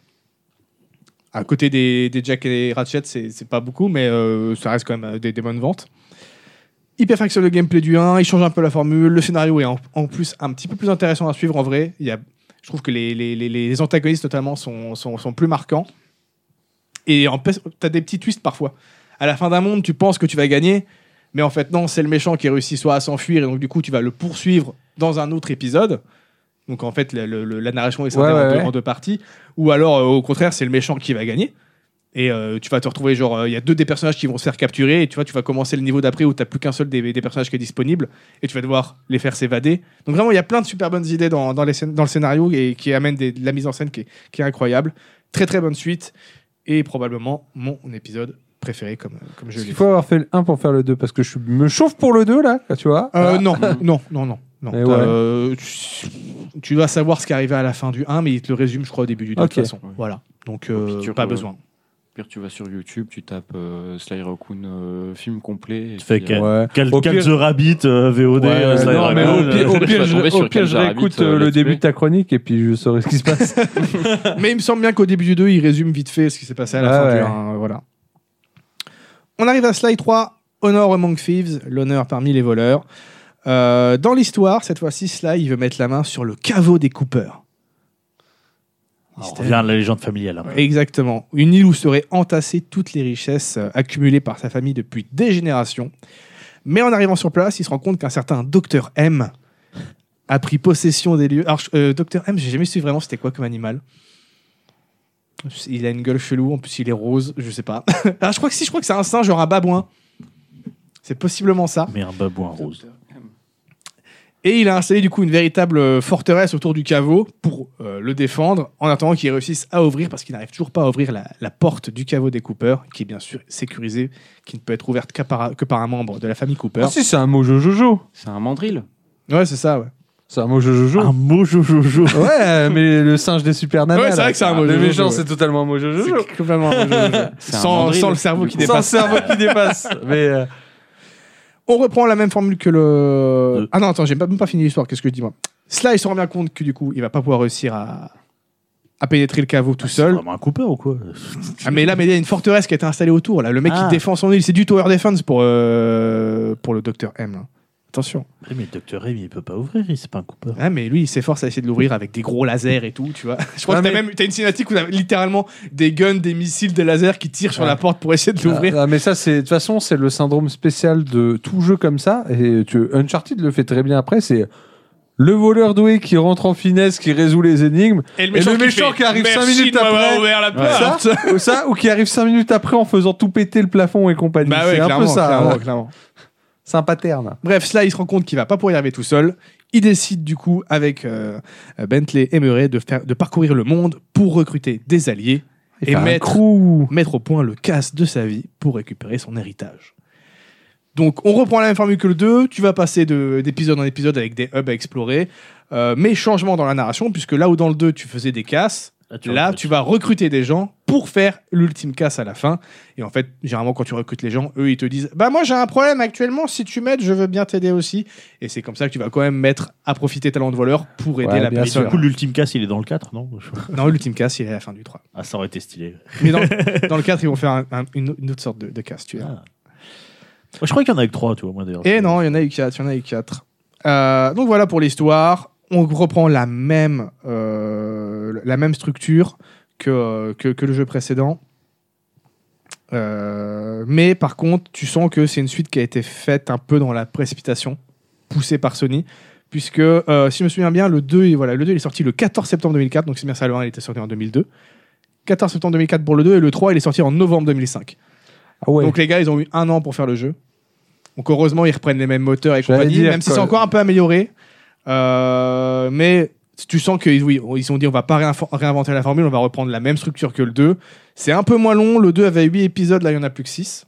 À côté des, des Jack et des Ratchet, c'est c'est pas beaucoup, mais euh, ça reste quand même euh, des, des bonnes ventes. Il perfectionne le gameplay du un, il change un peu la formule, le scénario est en, en plus un petit peu plus intéressant à suivre en vrai. Il y a, je trouve que les, les, les, les antagonistes notamment sont, sont, sont plus marquants. Et en plus, t'as des petits twists parfois. À la fin d'un monde, tu penses que tu vas gagner, mais en fait non, c'est le méchant qui réussit soit à s'enfuir, et donc du coup tu vas le poursuivre dans un autre épisode. Donc en fait, le- le- la narration est scindée Ouais, ouais, en, deux, ouais. en deux parties. Ou alors, euh, au contraire, c'est le méchant qui va gagner. Et euh, tu vas te retrouver, genre, il y a deux des personnages qui vont se faire capturer. Et tu vois, tu vas commencer le niveau d'après où tu n'as plus qu'un seul des, des personnages qui est disponible. Et tu vas devoir les faire s'évader. Donc vraiment, il y a plein de super bonnes idées dans, dans, les scènes- dans le scénario et qui amènent des- de la mise en scène qui est, qui est incroyable. Très très bonne suite. Et probablement mon épisode préféré, comme, comme je l'ai Il dit. faut avoir fait le un pour faire le deux, parce que je me chauffe pour le deux là, tu vois. Euh, Ah. non, non, non, non. non. Et T'as, ouais. euh, tu, tu dois savoir ce qui arrivait à la fin du un, mais il te le résume, je crois, au début du deux, Ok. de toute façon. Ouais. Voilà. Donc, Et euh, puis tu pas re- besoin. Pire, tu vas sur YouTube, tu tapes euh, Sly Raccoon euh, film complet. et Tu fais puis, euh, quel, Ouais. quel, Au quel pire- The Rabbit, euh, V O D, Ouais, euh, Sly non, mais Raccoon, au pire, euh, au je pire, vais je, tomber sur au pire, je Kenza réécoute Rabbit, euh, euh, le let's début play. de ta chronique et puis je saurai ce qui se passe. Mais il me semble bien qu'au début du deux, il résume vite fait ce qui s'est passé à la Ah fin ouais. du un. euh, Voilà. On arrive à Sly trois, Honor Among Thieves, l'honneur parmi les voleurs. Euh, dans l'histoire, cette fois-ci, Sly il veut mettre la main sur le caveau des Cooper. On revient à la légende familiale. après. Exactement. Une île où seraient entassées toutes les richesses euh, accumulées par sa famille depuis des générations. Mais en arrivant sur place, il se rend compte qu'un certain Docteur M a pris possession des lieux. Alors, euh, Docteur M, j'ai jamais su vraiment c'était quoi comme animal. Il a une gueule chelou, en plus il est rose, je sais pas. Alors, je crois que si, je crois que c'est un singe, genre un babouin. C'est possiblement ça. Mais un babouin rose. Et il a installé du coup une véritable forteresse autour du caveau pour euh, le défendre, en attendant qu'il réussisse à ouvrir, parce qu'il n'arrive toujours pas à ouvrir la, la porte du caveau des Cooper, qui est bien sûr sécurisée, qui ne peut être ouverte qu'à par, que par un membre de la famille Cooper. Ah si, c'est un mojo jojo. C'est un mandrill. Ouais, c'est ça, ouais. C'est un mojo jojo. Un mojo jojo. Ouais, mais le singe des super nanas. Ouais, c'est là. vrai que c'est un mojo Le jojo, méchant, ouais. c'est totalement un mojo jojo. C'est complètement un mojo jojo. C'est un sans, mandrill. sans le cerveau qui Sans le dépasse. cerveau qui dépasse. Mais euh, On reprend la même formule que le. Euh. Ah non, attends, j'ai pas- même pas fini l'histoire. Qu'est-ce que je dis moi Sly il se rend bien compte que du coup, il va pas pouvoir réussir à, à pénétrer le caveau tout C'est seul. vraiment un Cooper ou quoi? Ah, mais là, mais il y a une forteresse qui a été installée autour. Là. Le mec Ah. qui défend son île, c'est du tower defense pour, euh, pour le Docteur M. Là. Attention. Ouais, mais le Docteur Rémi, il peut pas ouvrir, il c'est pas un Cooper. Ah, mais lui, il s'efforce à essayer de l'ouvrir avec des gros lasers et tout, tu vois. Je crois Non, que t'as mais- même t'as une cinématique où t'as littéralement des guns, des missiles, des lasers qui tirent sur Ouais. la porte pour essayer de l'ouvrir. ah, mais ça, c'est de toute façon, c'est le syndrome spécial de tout jeu comme ça. Et tu, Uncharted le fait très bien après. C'est le voleur doué qui rentre en finesse, qui résout les énigmes. Et le Et le qui, méchant fait, qui arrive cinq Merci minutes de m'avoir après. ouvert la Ouais. porte. Ça, ou ça, ou qui arrive cinq minutes après en faisant tout péter le plafond et compagnie. Bah ouais, c'est un clairement, peu ça. clairement, hein. clairement. C'est un pattern. Bref, Sly, il se rend compte qu'il va pas pouvoir y arriver tout seul. Il décide du coup, avec euh, Bentley et Murray, de, faire, de parcourir le monde pour recruter des alliés et, faire un mettre, crew. mettre au point le casse de sa vie pour récupérer son héritage. Donc, on reprend la même formule que le deux. Tu vas passer de- d'épisode en épisode avec des hubs à explorer, euh, mais changement dans la narration, puisque là où dans le deux, tu faisais des casses, là, recrutes. tu vas recruter des gens pour faire l'ultime casse à la fin. Et en fait, généralement, quand tu recrutes les gens, eux, ils te disent Bah, moi, j'ai un problème actuellement. Si tu m'aides, je veux bien t'aider aussi. Et c'est comme ça que tu vas quand même mettre à profiter talent de voleur pour aider Ouais, la bien personne. Du coup, l'ultime casse, il est dans le quatre, non? Non, l'ultime casse, il est à la fin du trois. Ah, ça aurait été stylé. Mais dans, dans le quatre, ils vont faire un- un- une, une autre sorte de, de casse, tu vois. Ah. Moi, je crois qu'il y en a que trois, tu vois, moi d'ailleurs. Et non, il y en a eu quatre. Il y en a eu quatre. Euh, donc voilà pour l'histoire. On reprend la même, euh, la même structure que, que, que le jeu précédent. Euh, mais par contre, tu sens que c'est une suite qui a été faite un peu dans la précipitation, poussée par Sony. Puisque, euh, si je me souviens bien, le deux, est- voilà, le deux il est sorti le quatorze septembre deux mille quatre. Donc c'est bien ça, le un il était sorti en deux mille deux. quatorze septembre deux mille quatre pour le deux et le trois il est sorti en novembre deux mille cinq. Ah ouais. Donc les gars, ils ont eu un an pour faire le jeu. Donc heureusement, ils reprennent les mêmes moteurs et J'allais compagnie, dire, même si quoi. c'est encore un peu amélioré. Euh, mais tu sens qu'ils oui, ils se sont dit on va pas réinf- réinventer la formule, on va reprendre la même structure que le deux. C'est un peu moins long, le deux avait huit épisodes, là il y en a plus que six.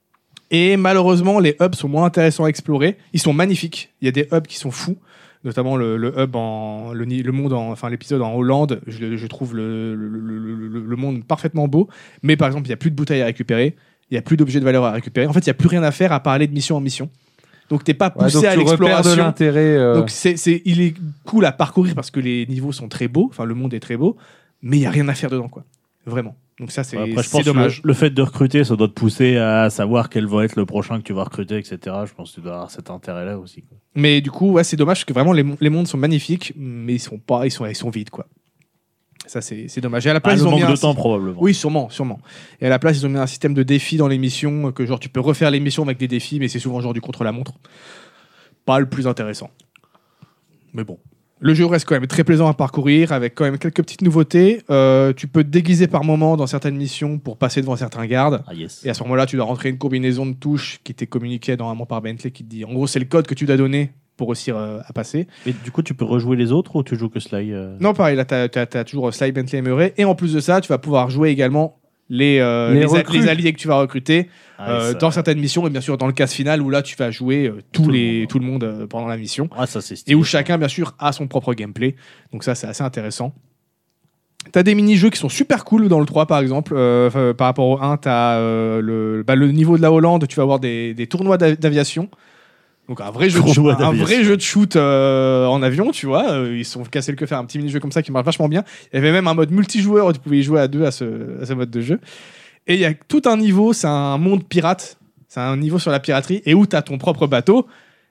Et malheureusement, les hubs sont moins intéressants à explorer. Ils sont magnifiques, il y a des hubs qui sont fous. Notamment le, le hub en le, ni- le monde en, enfin l'épisode en Hollande, je, je trouve le, le, le- le- le monde parfaitement beau. Mais par exemple, il y a plus de bouteilles à récupérer, il y a plus d'objets de valeur à récupérer. En fait, il y a plus rien à faire à parler de mission en mission. Donc t'es pas Ouais, poussé donc à tu repères de l'exploration. l'intérêt. euh, Donc c'est, c'est, il est cool à parcourir parce que les niveaux sont très beaux, enfin le monde est très beau, mais il y a rien à faire dedans quoi, vraiment. Donc ça c'est, Ouais, après, je c'est pense que dommage. le, le fait de recruter, ça doit te pousser à savoir quel va être le prochain que tu vas recruter, et cetera. Je pense que tu dois avoir cet intérêt-là aussi, quoi. Mais du coup ouais c'est dommage parce que vraiment les, mon- les mondes sont magnifiques, mais ils sont pas, ils sont, ils sont vides quoi. Ça c'est, c'est dommage. Et à la Ah, place le ils ont mis manque un de temps, probablement. Oui, sûrement, sûrement. Et à la place, ils ont mis un système de défis dans les missions, que genre tu peux refaire les missions avec des défis, mais c'est souvent genre du contre-la-montre. Pas le plus intéressant. Mais bon. Le jeu reste quand même très plaisant à parcourir, avec quand même quelques petites nouveautés. Euh, tu peux te déguiser par moment dans certaines missions pour passer devant certains gardes. Ah, yes. Et à ce moment-là, tu dois rentrer une combinaison de touches qui t'est communiquée normalement par Bentley, qui te dit, en gros, c'est le code que tu dois donner pour réussir euh, à passer. Et du coup, tu peux rejouer les autres ou tu joues que Sly euh Non, pareil, là, tu as, toujours Sly, Bentley et Murray. Et en plus de ça, tu vas pouvoir jouer également les, euh, Les les, a- recrues. les alliés que tu vas recruter Ah, euh, ça- dans certaines missions, et bien sûr dans le casse final où là, tu vas jouer euh, tous Tout le les, monde. tout le monde euh, pendant la mission. Ah, ça, c'est stylé. Et où chacun, bien sûr, a son propre gameplay. Donc ça, c'est assez intéressant. T'as des mini-jeux qui sont super cool dans le trois, par exemple. Euh, enfin, par rapport au un, t'as euh, le, bah, le niveau de la Hollande, tu vas avoir des, des tournois d'av- d'aviation. Donc un vrai jeu de, Tournoi shoot- un d'aviation. vrai jeu de shoot euh, en avion, tu vois. Euh, ils se sont cassés le queue faire un petit mini-jeu comme ça qui marche vachement bien. Il y avait même un mode multijoueur où tu pouvais y jouer à deux à ce, à ce mode de jeu. Et il y a tout un niveau, c'est un monde pirate. C'est un niveau sur la piraterie et où tu as ton propre bateau.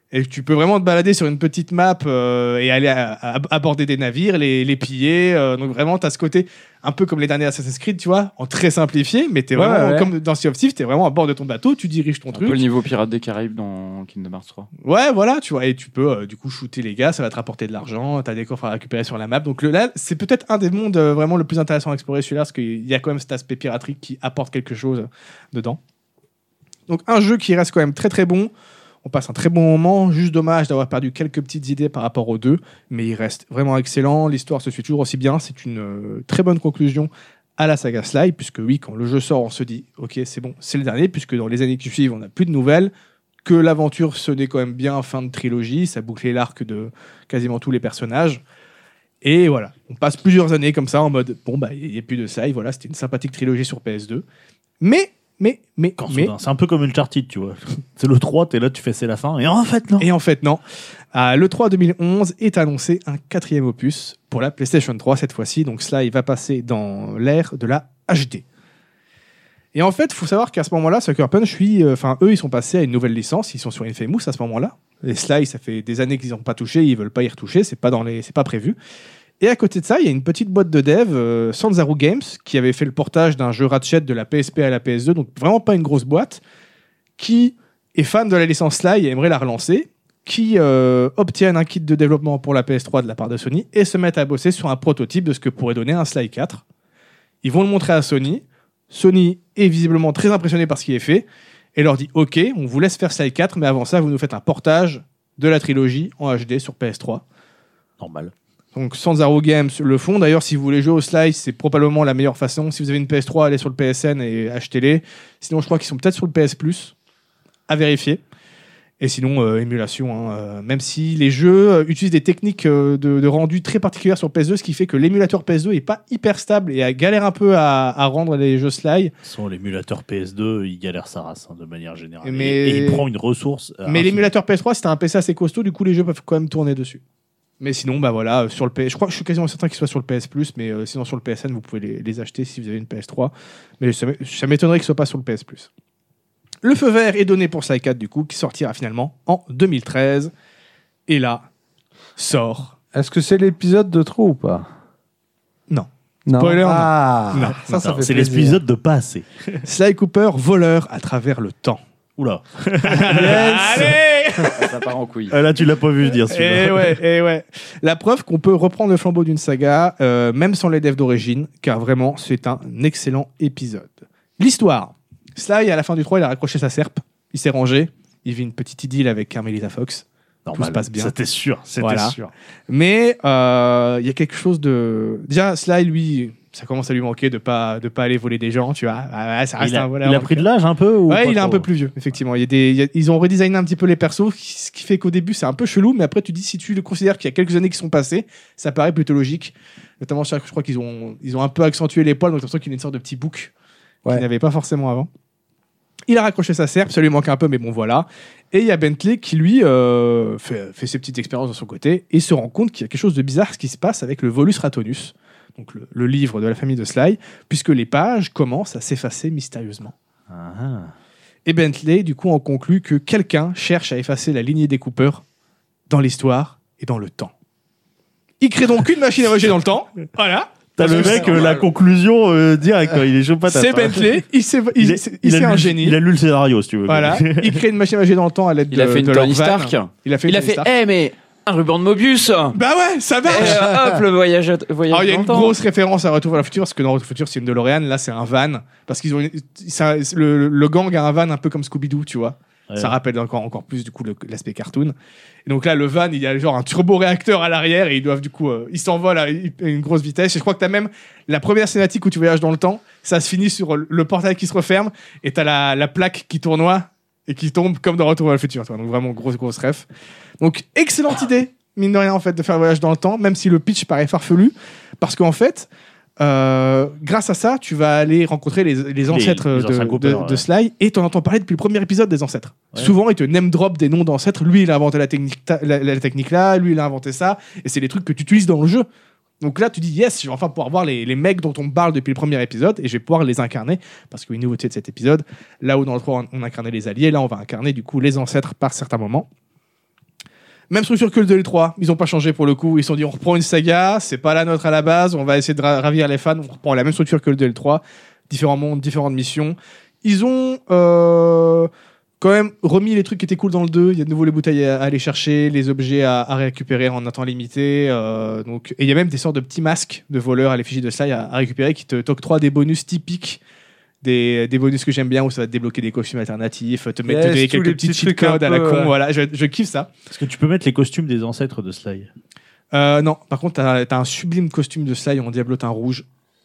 Et tu peux vraiment te balader sur une petite map euh, et aller à, à, aborder des navires, les, les piller. Euh, donc vraiment, tu as ce côté un peu comme les derniers Assassin's Creed, tu vois, en très simplifié, mais t'es Ouais, vraiment, ouais. comme dans Sea of Thieves, t'es vraiment à bord de ton bateau, tu diriges ton Un truc. peu le niveau Pirates des Caraïbes dans Kingdom Hearts trois. Ouais, voilà, tu vois, et tu peux euh, du coup shooter les gars, ça va te rapporter de l'argent, t'as des coffres à récupérer sur la map. Donc le, là, c'est peut-être un des mondes euh, vraiment le plus intéressant à explorer celui-là, parce qu'il y a quand même cet aspect piraterie qui apporte quelque chose dedans. Donc un jeu qui reste quand même très très bon. On passe un très bon moment, juste dommage d'avoir perdu quelques petites idées par rapport aux deux, mais il reste vraiment excellent, l'histoire se suit toujours aussi bien, c'est une euh, très bonne conclusion à la saga Sly, puisque oui, quand le jeu sort, on se dit « Ok, c'est bon, c'est le dernier », puisque dans les années qui suivent, on n'a plus de nouvelles, que l'aventure sonnait quand même bien fin de trilogie, ça bouclait l'arc de quasiment tous les personnages, et voilà, on passe plusieurs années comme ça en mode « Bon, bah, il n'y a plus de Sly, voilà, c'était une sympathique trilogie sur P S deux », mais... Mais, mais, Quand mais, soudain, c'est un peu comme Uncharted, tu vois. C'est le trois, t'es là, tu fais c'est la fin. Et en fait, non. Et en fait, non. Euh, le trois deux mille onze est annoncé un quatrième opus pour la PlayStation trois cette fois-ci. Donc cela, il va passer dans l'ère de la H D. Et en fait, il faut savoir qu'à ce moment-là, Sucker Punch, lui, euh, enfin, eux, ils sont passés à une nouvelle licence. Ils sont sur Infamous à ce moment-là. Les Sly, ça fait des années qu'ils n'ont pas touché. Ils veulent pas y retoucher. C'est pas dans les, c'est pas prévu. Et à côté de ça, il y a une petite boîte de dev, euh, Sanzaru Games, qui avait fait le portage d'un jeu Ratchet de la P S P à la P S deux, donc vraiment pas une grosse boîte, qui est fan de la licence Sly et aimerait la relancer, qui euh, obtiennent un kit de développement pour la P S trois de la part de Sony et se mettent à bosser sur un prototype de ce que pourrait donner un Sly quatre. Ils vont le montrer à Sony. Sony est visiblement très impressionné par ce qui est fait et leur dit « Ok, on vous laisse faire Sly quatre, mais avant ça, vous nous faites un portage de la trilogie en H D sur P S trois. » Normal. Donc Sanzaru Games le font. D'ailleurs, si vous voulez jouer au Sly, c'est probablement la meilleure façon. Si vous avez une P S trois, allez sur le P S N et achetez-les. Sinon, je crois qu'ils sont peut-être sur le P S Plus, à vérifier. Et sinon, euh, émulation. Hein, euh, même si les jeux euh, utilisent des techniques euh, de, de rendu très particulières sur P S deux, ce qui fait que l'émulateur P S deux est pas hyper stable et a galère un peu à, à rendre les jeux Sly. Sans l'émulateur P S deux, il galère sa race hein, de manière générale. Mais- Et, et il prend une ressource. euh, Mais infinie. l'émulateur P S trois, c'était un P C assez costaud, du coup, les jeux peuvent quand même tourner dessus. Mais sinon, bah voilà, euh, sur le P S, je crois que je suis quasiment certain qu'ils soient sur le P S Plus, mais euh, sinon sur le P S N, vous pouvez les, les acheter si vous avez une P S trois. Mais ça, m'é- ça m'étonnerait qu'ils soient pas sur le P S Plus. Le feu vert est donné pour Sly quatre, du coup, qui sortira finalement en deux mille treize. Et là, sort. Est-ce que c'est l'épisode de trop ou pas? Non. Non. Spoiler, non. Ah, Non. ça, ça Alors, fait c'est plaisir. l'épisode de pas assez. Sly Cooper, voleur à travers le temps. Oula. Allez Ça part en couille. Ah, là, tu l'as pas vu dire Eh celui-là. ouais, eh ouais. La preuve qu'on peut reprendre le flambeau d'une saga, euh, même sans les devs d'origine, car vraiment, c'est un excellent épisode. L'histoire. Sly, à la fin du trois, il a raccroché sa serpe, il s'est rangé, il vit une petite idylle avec Carmelita Fox. Normal. se passe bien. C'était sûr. C'était Voilà. sûr. Mais euh, il y a quelque chose de... Déjà, Sly, lui, ça commence à lui manquer de pas, de pas aller voler des gens, tu vois. Ah, ouais, ça reste Il a, un voleur. il a pris de l'âge un peu ou Ouais, pas il est un trop peu plus vieux, effectivement. Il y a des, il y a- ils ont redesigné un petit peu les persos, ce qui fait qu'au début, c'est un peu chelou, mais après, tu dis, si tu le considères qu'il y a quelques années qui sont passées, ça paraît plutôt logique. Notamment, je crois qu'ils ont, ils ont un peu accentué les poils, donc t'as l'impression qu'il y a une sorte de petit bouc Ouais. qu'il n'avait pas forcément avant. Il a raccroché sa serpe, ça lui manque un peu, mais bon, voilà. Et il y a Bentley qui, lui, euh, fait, fait ses petites expériences de son côté et se rend compte qu'il y a quelque chose de bizarre ce qui se passe avec le Volus Ratonus, donc le, le livre de la famille de Sly, puisque les pages commencent à s'effacer mystérieusement. Ah, ah. Et Bentley, du coup, en conclut que quelqu'un cherche à effacer la lignée des Cooper dans l'histoire et dans le temps. Il crée donc une machine à voyager dans le temps. Voilà. T'as Parce le que mec, c'est euh, la normal. conclusion euh, direct, quoi. Il est chaud patate. C'est hein. Bentley. Il sait, il, Il, est- c'est- il il a c'est un lu, génie. il a lu le scénario, si tu veux. Voilà. Il crée une machine à voyager dans le temps à l'aide de Il a fait une de leur Tony van. Stark. Il a fait une Il a Tony fait, Stark. eh mais un ruban de Mobius. Bah ouais, ça Et marche. euh, hop, le voyage, à- voyage Alors, il y a dans une le temps. grosse référence à Retour vers le futur, parce que dans Retour vers le futur, c'est une DeLorean, là, c'est un van. Parce qu'ils ont une- ça- le, le gang a un van un peu comme Scooby-Doo, tu vois. Ouais. Ça rappelle encore, encore plus, du coup, le- l'aspect cartoon. Et donc là, le van, il y a genre un turbo-réacteur à l'arrière et ils doivent, du coup, euh, ils s'envolent à une grosse vitesse. Et je crois que t'as même la première cinématique où tu voyages dans le temps, ça se finit sur le portail qui se referme et t'as la, la plaque qui tournoie et qui tombe comme dans Retour vers le futur. Tu vois. Donc vraiment, grosse, grosse ref. Donc, excellente idée, mine de rien, en fait, de faire un voyage dans le temps, même si le pitch paraît farfelu. Parce qu'en fait, euh, grâce à ça, tu vas aller rencontrer les, les ancêtres les de, anciens de- Cooper, de ouais. Sly et t'en entends parler depuis le premier épisode des ancêtres. Ouais. Souvent, ils te name drop des noms d'ancêtres. Lui, il a inventé la technique, ta- la, la technique là, lui, il a inventé ça, et c'est des trucs que tu utilises dans le jeu. Donc là, tu dis yes, je vais enfin pouvoir voir les, les mecs dont on me parle depuis le premier épisode et je vais pouvoir les incarner. Parce qu'une nouveauté de cet épisode, là où dans le trois on, on incarnait les alliés, là on va incarner du coup les ancêtres par certains moments. Même structure que le deux et le trois, ils ont pas changé pour le coup. Ils se sont dit, on reprend une saga, c'est pas la nôtre à la base, on va essayer de ra- ravir les fans, on reprend la même structure que le deux et le trois, différents mondes, différentes missions. Ils ont euh, quand même remis les trucs qui étaient cool dans le deux. Il y a de nouveau les bouteilles à, à aller chercher, les objets à, à récupérer en un temps limité. Euh, donc, et il y a même des sortes de petits masques de voleurs à l'effigie de Sly à, à récupérer qui te t'octroient des bonus typiques. Des, des bonus que j'aime bien où ça va te débloquer des costumes alternatifs, te mettre Yes, te donner tous quelques les petits petits cheat trucs un codes à la peu, con. ouais. Voilà, je, je kiffe ça. Est-ce que tu peux mettre les costumes des ancêtres de Sly? Euh, non, par contre, t'as as un sublime costume de Sly en diablotin rouge.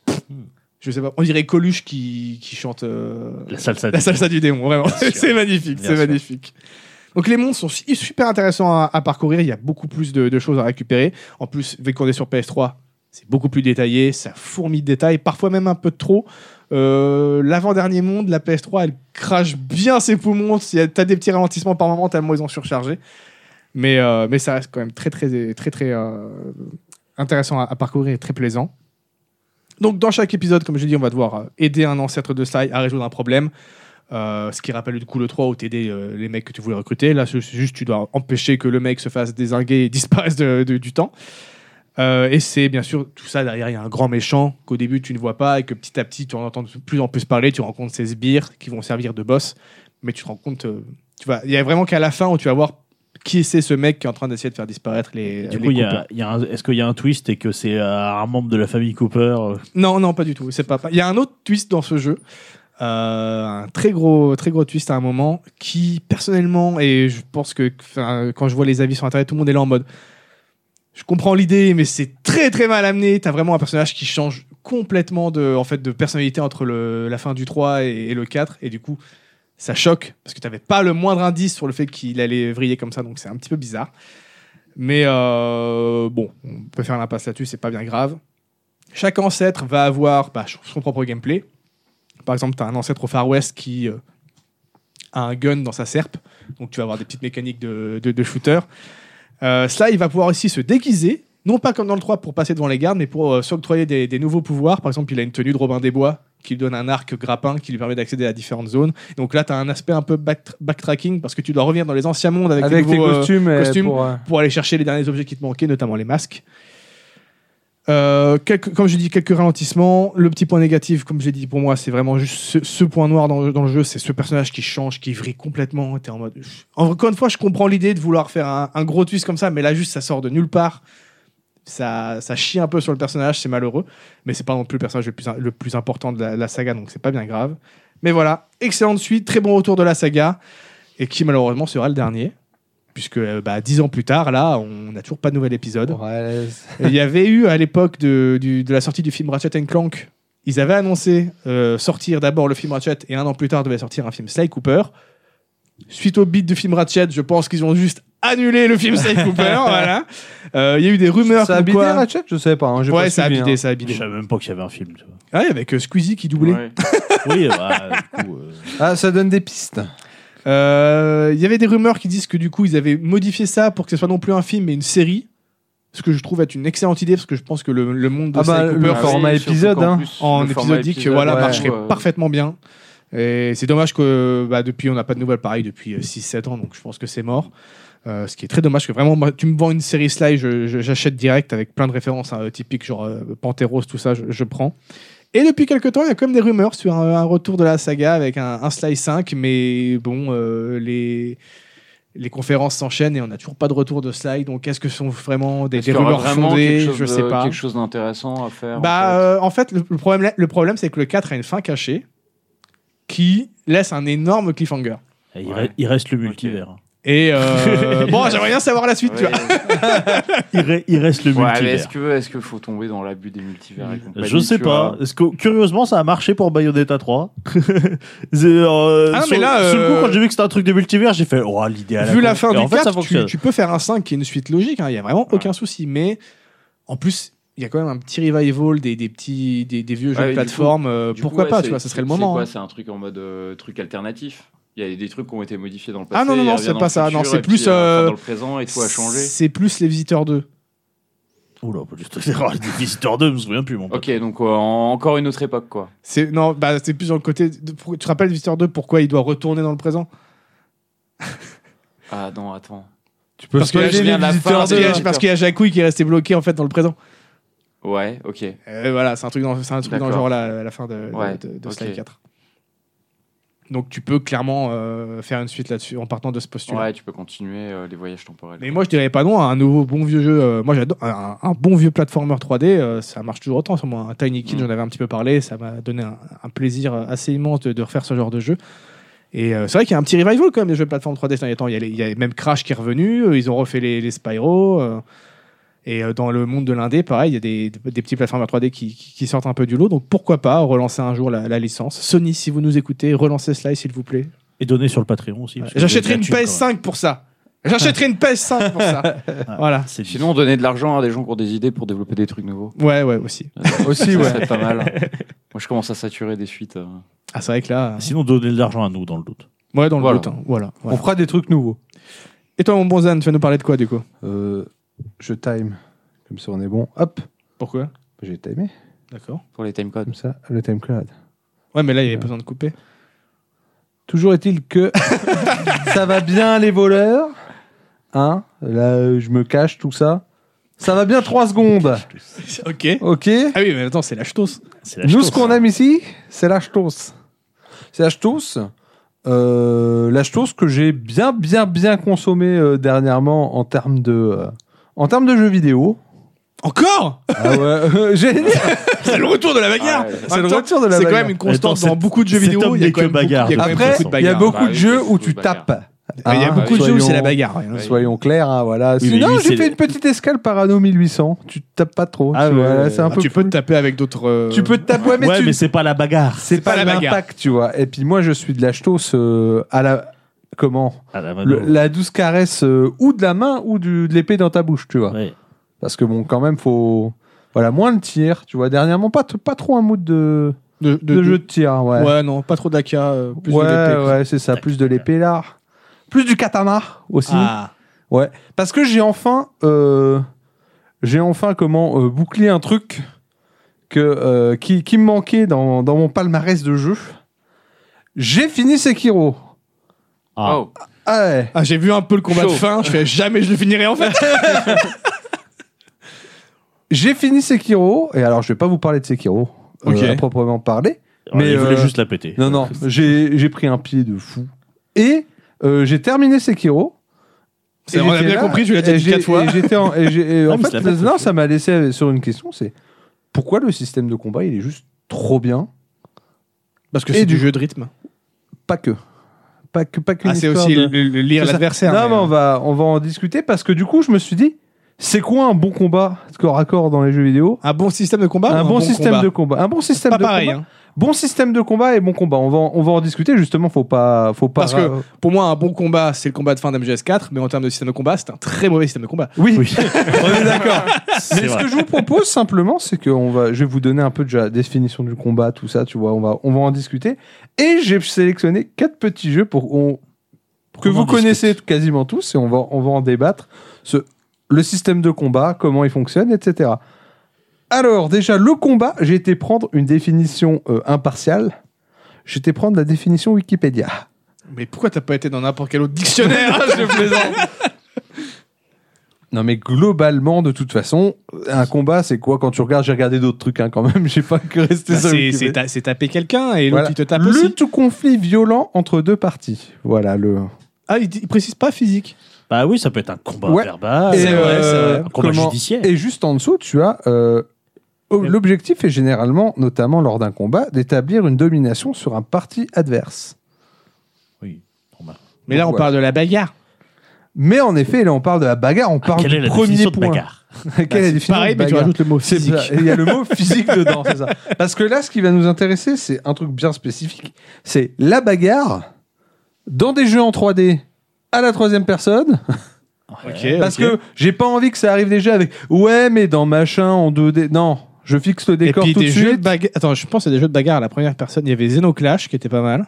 Je sais pas, on dirait Coluche qui, qui chante euh, La salsa. la du- salsa du démon, vraiment. sûr. C'est magnifique, Bien c'est sûr. magnifique. Donc les mondes sont su- super intéressants à, à parcourir, il y a beaucoup plus de, de choses à récupérer. En plus, vu qu'on est sur P S trois, c'est beaucoup plus détaillé, ça fourmille de détails, parfois même un peu de trop. Euh, L'avant-dernier monde, la P S trois, elle crache bien ses poumons. Si t'as des petits ralentissements par moment, tellement ils ont surchargé. Mais, euh, mais ça reste quand même très, très, très, très euh, intéressant à, à parcourir et très plaisant. Donc, dans chaque épisode, comme je dis, on va devoir euh, aider un ancêtre de Sly à résoudre un problème. Euh, ce qui rappelle du coup le trois où t'aidais euh, les mecs que tu voulais recruter. Là, c'est juste tu dois empêcher que le mec se fasse dézinguer et disparaisse de, de- du temps. Euh, et c'est bien sûr tout ça derrière, il y a un grand méchant qu'au début tu ne vois pas et que petit à petit tu en entends de plus en plus parler. Tu rencontres ces sbires qui vont servir de boss, mais tu te rends compte, euh, tu vas, il y a vraiment qu'à la fin où tu vas voir qui c'est ce mec qui est en train d'essayer de faire disparaître les. Du les coup, il y Cooper. a, il y a un- est-ce qu'il y a un twist et que c'est euh, un membre de la famille Cooper euh, Non, non, pas du tout. C'est pas. pas- Il y a un autre twist dans ce jeu. Euh, un très gros, très gros twist à un moment qui, personnellement, et je pense que enfin, quand je vois les avis sur Internet, tout le monde est là en mode. Je comprends l'idée, mais c'est très très mal amené. T'as vraiment un personnage qui change complètement de, en fait, de personnalité entre le, la fin du trois et, et le quatre. Et du coup, ça choque parce que t'avais pas le moindre indice sur le fait qu'il allait vriller comme ça. Donc c'est un petit peu bizarre. Mais euh, bon, on peut faire l'impasse là-dessus, c'est pas bien grave. Chaque ancêtre va avoir bah, son propre gameplay. Par exemple, tu as un ancêtre au Far West qui euh, a un gun dans sa serpe. Donc tu vas avoir des petites mécaniques de, de, de shooter. Euh, cela, il va pouvoir aussi se déguiser. Non pas comme dans le trois pour passer devant les gardes, mais pour euh, s'octroyer des, des nouveaux pouvoirs. Par exemple, il a une tenue de Robin des Bois qui lui donne un arc grappin qui lui permet d'accéder à différentes zones. Donc là, tu as un aspect un peu back- backtracking parce que tu dois revenir dans les anciens mondes avec, Avec les les nouveaux, euh, costumes, et costumes. pour, euh, pour aller chercher les derniers objets qui te manquaient, notamment les masques. Euh, quelques, comme je dis, quelques ralentissements. Le petit point négatif, comme j'ai dit, pour moi, c'est vraiment juste ce, ce point noir dans, le- dans le jeu, c'est ce personnage qui change, qui vrille complètement. T'es en mode. Encore une fois, je comprends l'idée de vouloir faire un, un gros twist comme ça, mais là, juste, ça sort de nulle part. Ça, ça chie un peu sur le personnage, c'est malheureux, mais c'est pas non plus le personnage le plus, le plus important de la, la saga, donc c'est pas bien grave. Mais voilà, excellente suite, très bon retour de la saga, et qui malheureusement sera le dernier. Puisque bah, dix ans plus tard, là, on n'a toujours pas de nouvel épisode. ouais, Il y avait eu, à l'époque de, du- de la sortie du film Ratchet and Clank, ils avaient annoncé euh, sortir d'abord le film Ratchet et un an plus tard devait sortir un film Sly Cooper. Suite au beat du film Ratchet, je pense qu'ils ont juste annulé le film Sly Cooper. Voilà. Euh, Il y a eu des rumeurs ça a comme bidé quoi... Ratchet, je sais pas. Hein, j'ai Ouais, pas ça a suivi, bidé, hein. ça a Je bidé. savais même pas qu'il y avait un film. Tu vois. Ah, avec euh, Squeezie qui doublait. Ouais. Oui, bah, du coup, euh, Ah, ça donne des pistes. Euh, Il y avait des rumeurs qui disent que du coup ils avaient modifié ça pour que ce soit non plus un film mais une série, ce que je trouve être une excellente idée parce que je pense que le, le monde de Ah bah, Sly Cooper le format surtout épisode, qu'en hein. plus, en le format épisodique épisode, voilà ouais. marcherait euh, parfaitement bien. Et c'est dommage que bah, depuis on n'a pas de nouvelles pareilles depuis six sept ans, donc je pense que c'est mort. Euh, ce qui est très dommage que vraiment moi, tu me vends une série Sly, je- je- j'achète direct avec plein de références hein, typiques genre euh, Panteros, tout ça, je, je prends. Et depuis quelques temps, il y a quand même des rumeurs sur un, un retour de la saga avec un, un Sly cinq, mais bon, euh, les, les conférences s'enchaînent et on n'a toujours pas de retour de Sly. Donc, est-ce que ce sont vraiment des, Est-ce des qu'il y aura rumeurs vraiment fondées quelque chose Je de- sais pas. Quelque chose d'intéressant à faire. Bah, en fait euh, en fait, le, le problème, le problème c'est que le quatre a une fin cachée qui laisse un énorme cliffhanger. il, Ouais. re- il reste le multivers. Et euh, bon, j'aimerais bien savoir la suite, tu Ouais. vois. Il, re- il reste le Ouais, mais multivers. est-ce que est-ce qu'il faut tomber dans l'abus des multivers et compagnie, Je sais tu pas. vois Est-ce que, curieusement, ça a marché pour Bayonetta trois. C'est, euh, Ah non, sur, mais là, sur le coup, euh, quand j'ai vu que c'était un truc de multivers, j'ai fait oh l'idée à la Vu con. la fin Et du en fait, ça quatre, fonctionne. tu, tu peux faire un cinq qui est une suite logique, il n'y a vraiment aucun souci. Mais en plus, il y a quand même un petit revival des, des, petits, des, des vieux jeux Ouais, de du plateforme. euh, Du pourquoi coup, ouais, pas, c'est- tu vois, ce serait le c'est moment. quoi, hein. C'est un truc en mode euh, truc alternatif. Il y a des trucs qui ont été modifiés dans le passé. Ah non, non, ils non, reviennent c'est dans pas le ça. futur, Non, c'est et plus, puis, euh, enfin, euh, dans le présent et tout a changé. C'est plus les Visiteurs deux. Oula, pas du tout. Des Visiteurs deux, je me souviens plus, mon pote. Ok, donc euh, en- encore une autre époque, quoi. C'est, non, bah, c'est plus dans le côté. de- pour- tu te rappelles Visiteurs deux, pourquoi il doit retourner dans le présent? Ah non, attends. Tu peux Parce que là, spoiler je viens les de la visiteurs fin, Parce de- qu'il y a, parce qu'il y a Jacouille qui est resté bloqué en fait dans le présent. Ouais, ok. Euh, voilà, c'est un truc dans, c'est un truc dans le D'accord. genre là, à la fin de, Ouais, de, de, de ok. Sly quatre. Donc tu peux clairement euh, faire une suite là-dessus en partant de ce postulat. Ouais, tu peux continuer euh, les voyages temporels. Mais moi je dirais pas non à un nouveau bon vieux jeu. euh, moi j'adore un, un bon vieux platformer trois D. euh, ça marche toujours autant sur moi. Un Tiny Kid, Mm. j'en avais un petit peu parlé. Ça m'a donné un, un plaisir assez immense de, de refaire ce genre de jeu. Et euh, c'est vrai qu'il y a un petit revival quand même des jeux de plateforme trois D ces derniers temps. Il y a, les- il y a même Crash qui est revenu. euh, Ils ont refait les, les Spyro. euh, et euh, dans le monde de l'indé, pareil, il y a des, des petits plateformers trois D qui, qui, qui sortent un peu du lot. Donc pourquoi pas relancer un jour la, la licence. Sony, si vous nous écoutez, relancez Sly s'il vous plaît. Et donner sur le Patreon aussi. parce que J'achèterai la une thune, P S cinq pour ça. J'achèterai une P S cinq pour ça. quand même. Voilà. C'est dit. Sinon, donner de l'argent à des gens qui ont des idées pour développer des trucs nouveaux. Ouais, ouais, aussi. Aussi, Ça ouais. serait pas mal. Moi, je commence à saturer des suites. euh. Ah, c'est vrai que là. Sinon, donner de l'argent à nous dans le doute. Ouais, dans le Voilà. doute. hein. Voilà. On voilà. fera des trucs nouveaux. Et toi, mon bon Zan, tu vas nous parler de quoi, du coup Euh, je time. Comme ça, on est bon. Hop, Pourquoi j'ai timé. D'accord. Pour les timecodes. Comme ça, le time cloud. Ouais, mais là, il y avait besoin de couper. Toujours est-il que ça va bien les voleurs. Hein, là, euh, je me cache, tout ça. Ça va bien trois secondes. Ok. Ok. Ah oui, mais attends, c'est la ch'tos. C'est la Nous, chose, ce qu'on hein. aime ici, c'est la ch'tos. C'est la ch'tos. Euh, la ch'tos que j'ai bien, bien, bien consommé euh, dernièrement en termes de, euh, en termes de jeux vidéo. Encore Ah ouais, euh, génial. C'est le retour de la bagarre. Ah ouais. En C'est même le temps, retour de la C'est quand bagarre. même une constante Attends, dans cet- beaucoup de jeux cet vidéo. homme Il y a n'est quand que même beaucoup- bagarre. il y a quand même Après, beaucoup de il y a bagarres. beaucoup Bah de oui, jeux c'est où beaucoup tu de bagarres. tapes. Il y a Ah, beaucoup de jeux où c'est la soyons- bagarre. ouais. Oui. Soyons clairs, hein, voilà. Oui, mais Sinon, lui, j'ai c'est fait les- une petite escale par Anno mille huit cents. Tu te tapes pas trop. Ah tu vois, ouais, là, c'est un Ah, peu tu peux te taper avec d'autres. euh, Tu peux te taper, ouais, mais Ouais, tu- mais c'est pas la bagarre. c'est pas pas la bagarre. l'impact, tu vois. Et puis moi, je suis de la ch'tos euh, à la comment À la Le- mano. la douce caresse euh, ou de la main ou du- de l'épée dans ta bouche, tu vois. Ouais. Parce que bon, quand même, faut voilà moins de tir, tu vois. Dernièrement, pas t- pas trop un mood de de, de, de- jeu de tir, ouais. Ouais, non, pas trop d'A K. euh, Plus ouais, de l'épée. ouais, c'est ça, plus de l'épée là, plus du katana aussi. Ah. Ouais, parce que j'ai enfin, euh, j'ai enfin comment euh, boucler un truc que euh, qui, qui me manquait dans, dans mon palmarès de jeux. J'ai fini Sekiro. Ah. Oh, Ah ouais. Ah, j'ai vu un peu le combat de Chaud. fin. Je fais jamais je le finirai en fait. J'ai fini Sekiro et alors je vais pas vous parler de Sekiro euh, Ok. à proprement parler. Mais Mais, il voulait euh, juste la péter. Non non, j'ai j'ai pris un pied de fou et euh, j'ai terminé Sekiro. C'est- Et on a j'étais bien là, compris, tu l'as déjà et dit j'ai- quatre fois. et j'étais en, et j'ai- et Ah, en mais fait, c'est la bête, non, ça. ça m'a laissé sur une question, c'est pourquoi le système de combat il est juste trop bien. Parce que Et c'est du du jeu de rythme. Pas que, pas que, pas qu'une Ah, c'est histoire aussi de- le- le- lire C'est ça. l'adversaire. Non, mais, mais on euh, va, on va en discuter parce que du coup, je me suis dit, c'est quoi un bon combat corps à corps dans les jeux vidéo? Un bon système de combat. Un ou bon, système combat de combat. Un bon système Pas de pareil. combat. hein. Bon système de combat et bon combat. On va, en- on va en discuter justement. Faut pas, faut pas. Parce que pour moi, un bon combat, c'est le combat de fin d'M G S quatre, mais en termes de système de combat, c'est un très mauvais système de combat. oui, Oui. on est d'accord. C'est Mais ce vrai. que je vous propose simplement, c'est que on va, je vais vous donner un peu de la définition du combat, tout ça, tu vois. On va, on va en discuter. Et j'ai sélectionné quatre petits jeux pour on- que qu'on vous en connaissez quasiment tous et on va, on va en débattre. Ce, le système de combat, comment il fonctionne, et cetera. Alors déjà le combat, j'ai été prendre une définition euh, impartiale. J'ai été prendre la définition Wikipédia. Mais pourquoi t'as pas été dans n'importe quel autre dictionnaire Je plaisante. Non mais globalement, de toute façon, un combat, c'est quoi quand tu regardes? J'ai regardé d'autres trucs hein, quand même. J'ai pas que resté Bah, sur c'est, Wikipédia. c'est, ta- c'est taper quelqu'un et l'autre Voilà. il te tape aussi. Lutte ou conflit violent entre deux parties. Voilà le. Ah, il, il précise pas physique. Bah oui, ça peut être un combat Ouais. verbal. Et, c'est vrai, euh, c'est vrai. Un combat comment- judiciaire. Et juste en dessous, tu as euh, oh, l'objectif est généralement, notamment lors d'un combat, d'établir une domination sur un parti adverse. Oui. Normal. Mais là, on Ouais. parle de la bagarre. Mais en effet, là, on parle de la bagarre, on Ah, parle quelle est du la premier définition de point. bagarre? Quelle Bah, est la c'est définition pareil, de mais tu bagarre? rajoutes le mot C'est physique. ça. Il y a le mot physique dedans, c'est ça. Parce que là, ce qui va nous intéresser, c'est un truc bien spécifique. C'est la bagarre dans des jeux en trois D à la troisième personne. Ok, Parce ok. que j'ai pas envie que ça arrive déjà avec ouais, mais dans machin en deux D. Non, je fixe le Et décor puis tout de des jeux de suite. bagarre. Attends, je pense à des jeux de bagarre à la première personne. Il y avait Xenoclash qui était pas mal.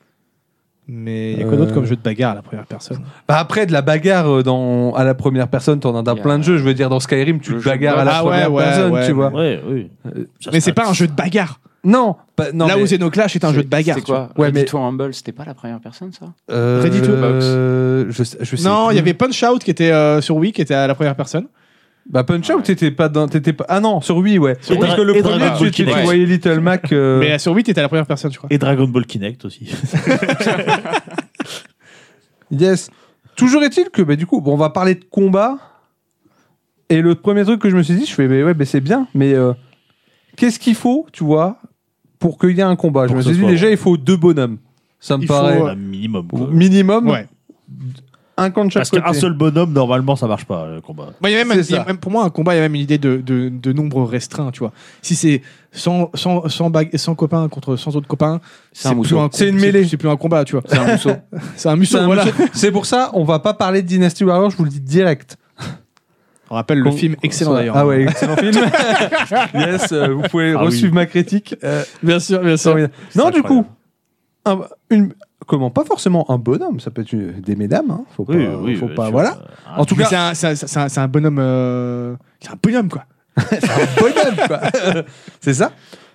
Mais il y a quoi Euh. d'autre comme jeu de bagarre à la première personne? Bah après, de la bagarre euh, dans... à la première personne, t'en as dans Il y a- plein de jeux. Je veux dire, dans Skyrim, tu Le te jeu de bagarres à la Ah ouais, première ouais, personne, ouais, tu vois. Ouais, oui. Ça Mais serait- c'est pas un jeu de bagarre. Non, pas- non. Là mais- où Xenoclash est un jeu de bagarre. C'est quoi Ouais, Ready mais- to Rumble, c'était pas la première personne, ça Euh, Ready to euh, je, sais- je sais Non, il plus. y avait Punch Out qui était euh, sur Wii, qui était à la première personne. Bah Punch Out, Ouais. t'étais pas dans, t'étais pas. Ah non, sur Wii, ouais. Sur Parce Dra- que le et premier, Dragon tu, Ball tu, tu Kinect. voyais Little Mac. euh, Mais euh, sur Wii, t'étais à la première personne, je crois. Et Dragon Ball Kinect aussi. Yes. Toujours est-il que, bah, du coup, bon, on va parler de combat. Et le premier truc que je me suis dit, je fais, mais ouais, mais c'est bien, mais euh, qu'est-ce qu'il faut, tu vois, pour qu'il y ait un combat? Je Pour me que suis ce dit, soit déjà, il faut deux bonhommes. Ça me Il paraît faut, Un minimum. quoi. minimum. Ouais. Un camp de chaque Parce côté. qu'un seul bonhomme, normalement, ça marche pas, le combat. Bah, il y a même, C'est il y a ça. même- pour moi, un combat, il y a même une idée de, de, de nombre restreint, tu vois. Si c'est cent, cent, cent, bag- cent copains contre cent autres copains, C'est un plus mousseau. un- C'est une mêlée. C'est plus un combat, tu vois. C'est un mousseau. C'est un museau, C'est un voilà. monsieur- C'est pour ça, on va pas parler de Dynasty Warriors, je vous le dis direct. On rappelle le Qu'on- film excellent soit- d'ailleurs. Ah ouais, excellent film. Yes, euh, vous pouvez Ah resuivre oui. ma critique. Euh, Bien sûr, bien sûr. formidable. non, C'est du incroyable. coup, un- une, comment, pas forcément un bonhomme, ça peut être une- des mesdames, hein, faut pas, Oui, oui. faut bien pas, sûr. voilà. Ah, En tout Mais cas, c'est un, c'est un- c'est un- c'est un bonhomme. euh, C'est un bonhomme, quoi. c'est un bonhomme, quoi. C'est ça.